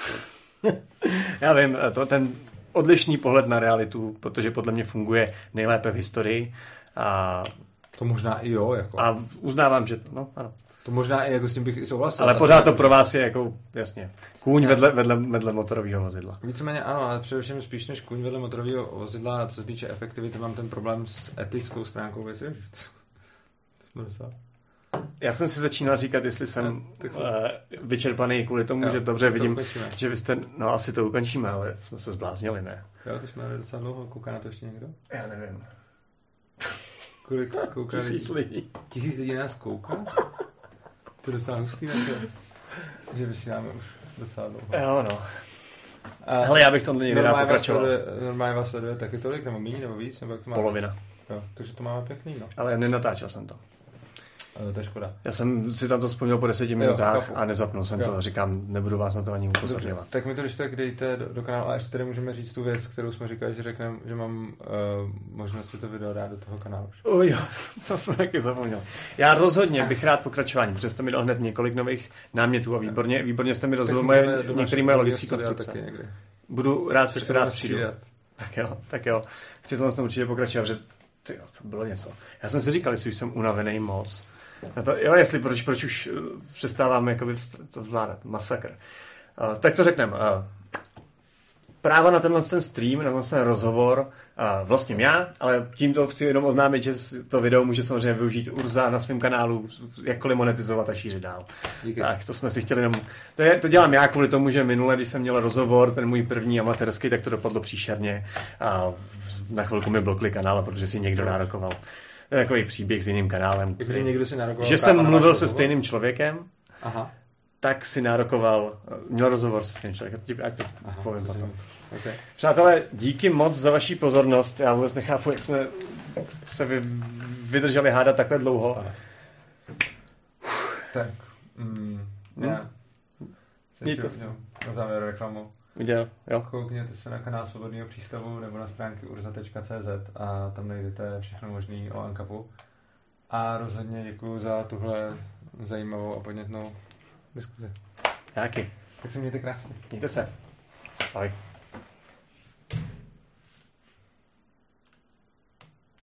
Já vím, to ten odlišný pohled na realitu, protože podle mě funguje nejlépe v historii. A to možná i jo. Jako. A uznávám, že to, no ano. To možná i jako s tím bych i souhlasil. Ale pořád to pro vás je jako, jasně, kůň vedle, vedle, vedle motorového vozidla. Víceméně ano, ale především spíš než kůň vedle motorového vozidla, co se týče efektivity, mám ten problém s etickou stránkou věci. Já jsem si začínal říkat, jestli jsem uh, vyčerpaný kvůli tomu, jo, že dobře vidím, že vy jste, no asi to ukončíme, ale jsme se zbláznili, ne? Jo, to jsme docela dlouho, kouká na to ještě někdo? Já nevím. Kolik kouká Tisíc lidí. lidí. Tisíc lidí nás kouká? To je docela hustý, ne? Že vysíláme už docela dlouho. Jo, no. A hele, já bych tomhle někdy rád pokračoval. Normálně vás sleduje taky tolik, nebo méně, nebo víc? Nebo jak to máme? Polovina. Jo, takže to máme pěkný, no. Ale nenatáčel jsem to. To je škoda. Já jsem si tam to vzpomněl po deseti minutách jo, a nezapnul jsem jo. to. Říkám, nebudu vás na to ani upozorňovat. Tak mi to když tak dejte do, do kanálu a ještě tady můžeme říct tu věc, kterou jsme říkali, že řekneme, že mám uh, možnost si to video dát do toho kanálu. Oh, jo, to jsem taky zapomněl. Já rozhodně bych rád pokračování, protože jste mi dal hned několik nových námětů a výborně, výborně jste mi rozhodl moje, některé moje logické konstrukce. Budu rád, že se rád přijdu. Tak jo, tak jo. Chci to určitě pokračovat, že tyjo, to bylo něco. Já jsem si říkal, jestli už jsem unavený moc. No to, jo, jestli proč, proč už přestáváme jakoby to zvládat. Masakr. Uh, tak to řekneme. Uh, práva na tenhle ten stream, na tenhle ten rozhovor uh, vlastně já, ale tímto chci jenom oznámit, že to video může samozřejmě využít Urza na svém kanálu, jakkoliv monetizovat a šířit dál. Díky. Tak to jsme si chtěli jenom... To, je, to dělám já kvůli tomu, že minule, když jsem měl rozhovor, ten můj první amatérský, tak to dopadlo příšerně. A na chvilku mi blokli kanál, protože si někdo nárokoval. To je takový příběh s jiným kanálem. Který, někdo si nárokoval že jsem mluvil se stejným člověkem, aha. tak si nárokoval, měl rozhovor se stejným člověkem. Ať to aha, povím to potom. Okay. Přátelé, díky moc za vaši pozornost. Já vůbec nechápu, jak jsme se vy, vydrželi hádat takhle dlouho. Tak. Mm, já. Mějte se. Na závěr reklamu. Udělal, jo. Koukněte se na kanál Svobodného přístavu nebo na stránky urza tečka cé zet a tam najdete všechno možné o ANCAPu. A rozhodně děkuju za tuhle zajímavou a podnětnou diskuzi. Taky. Tak se mějte krásně. Mějte se. Ahoj.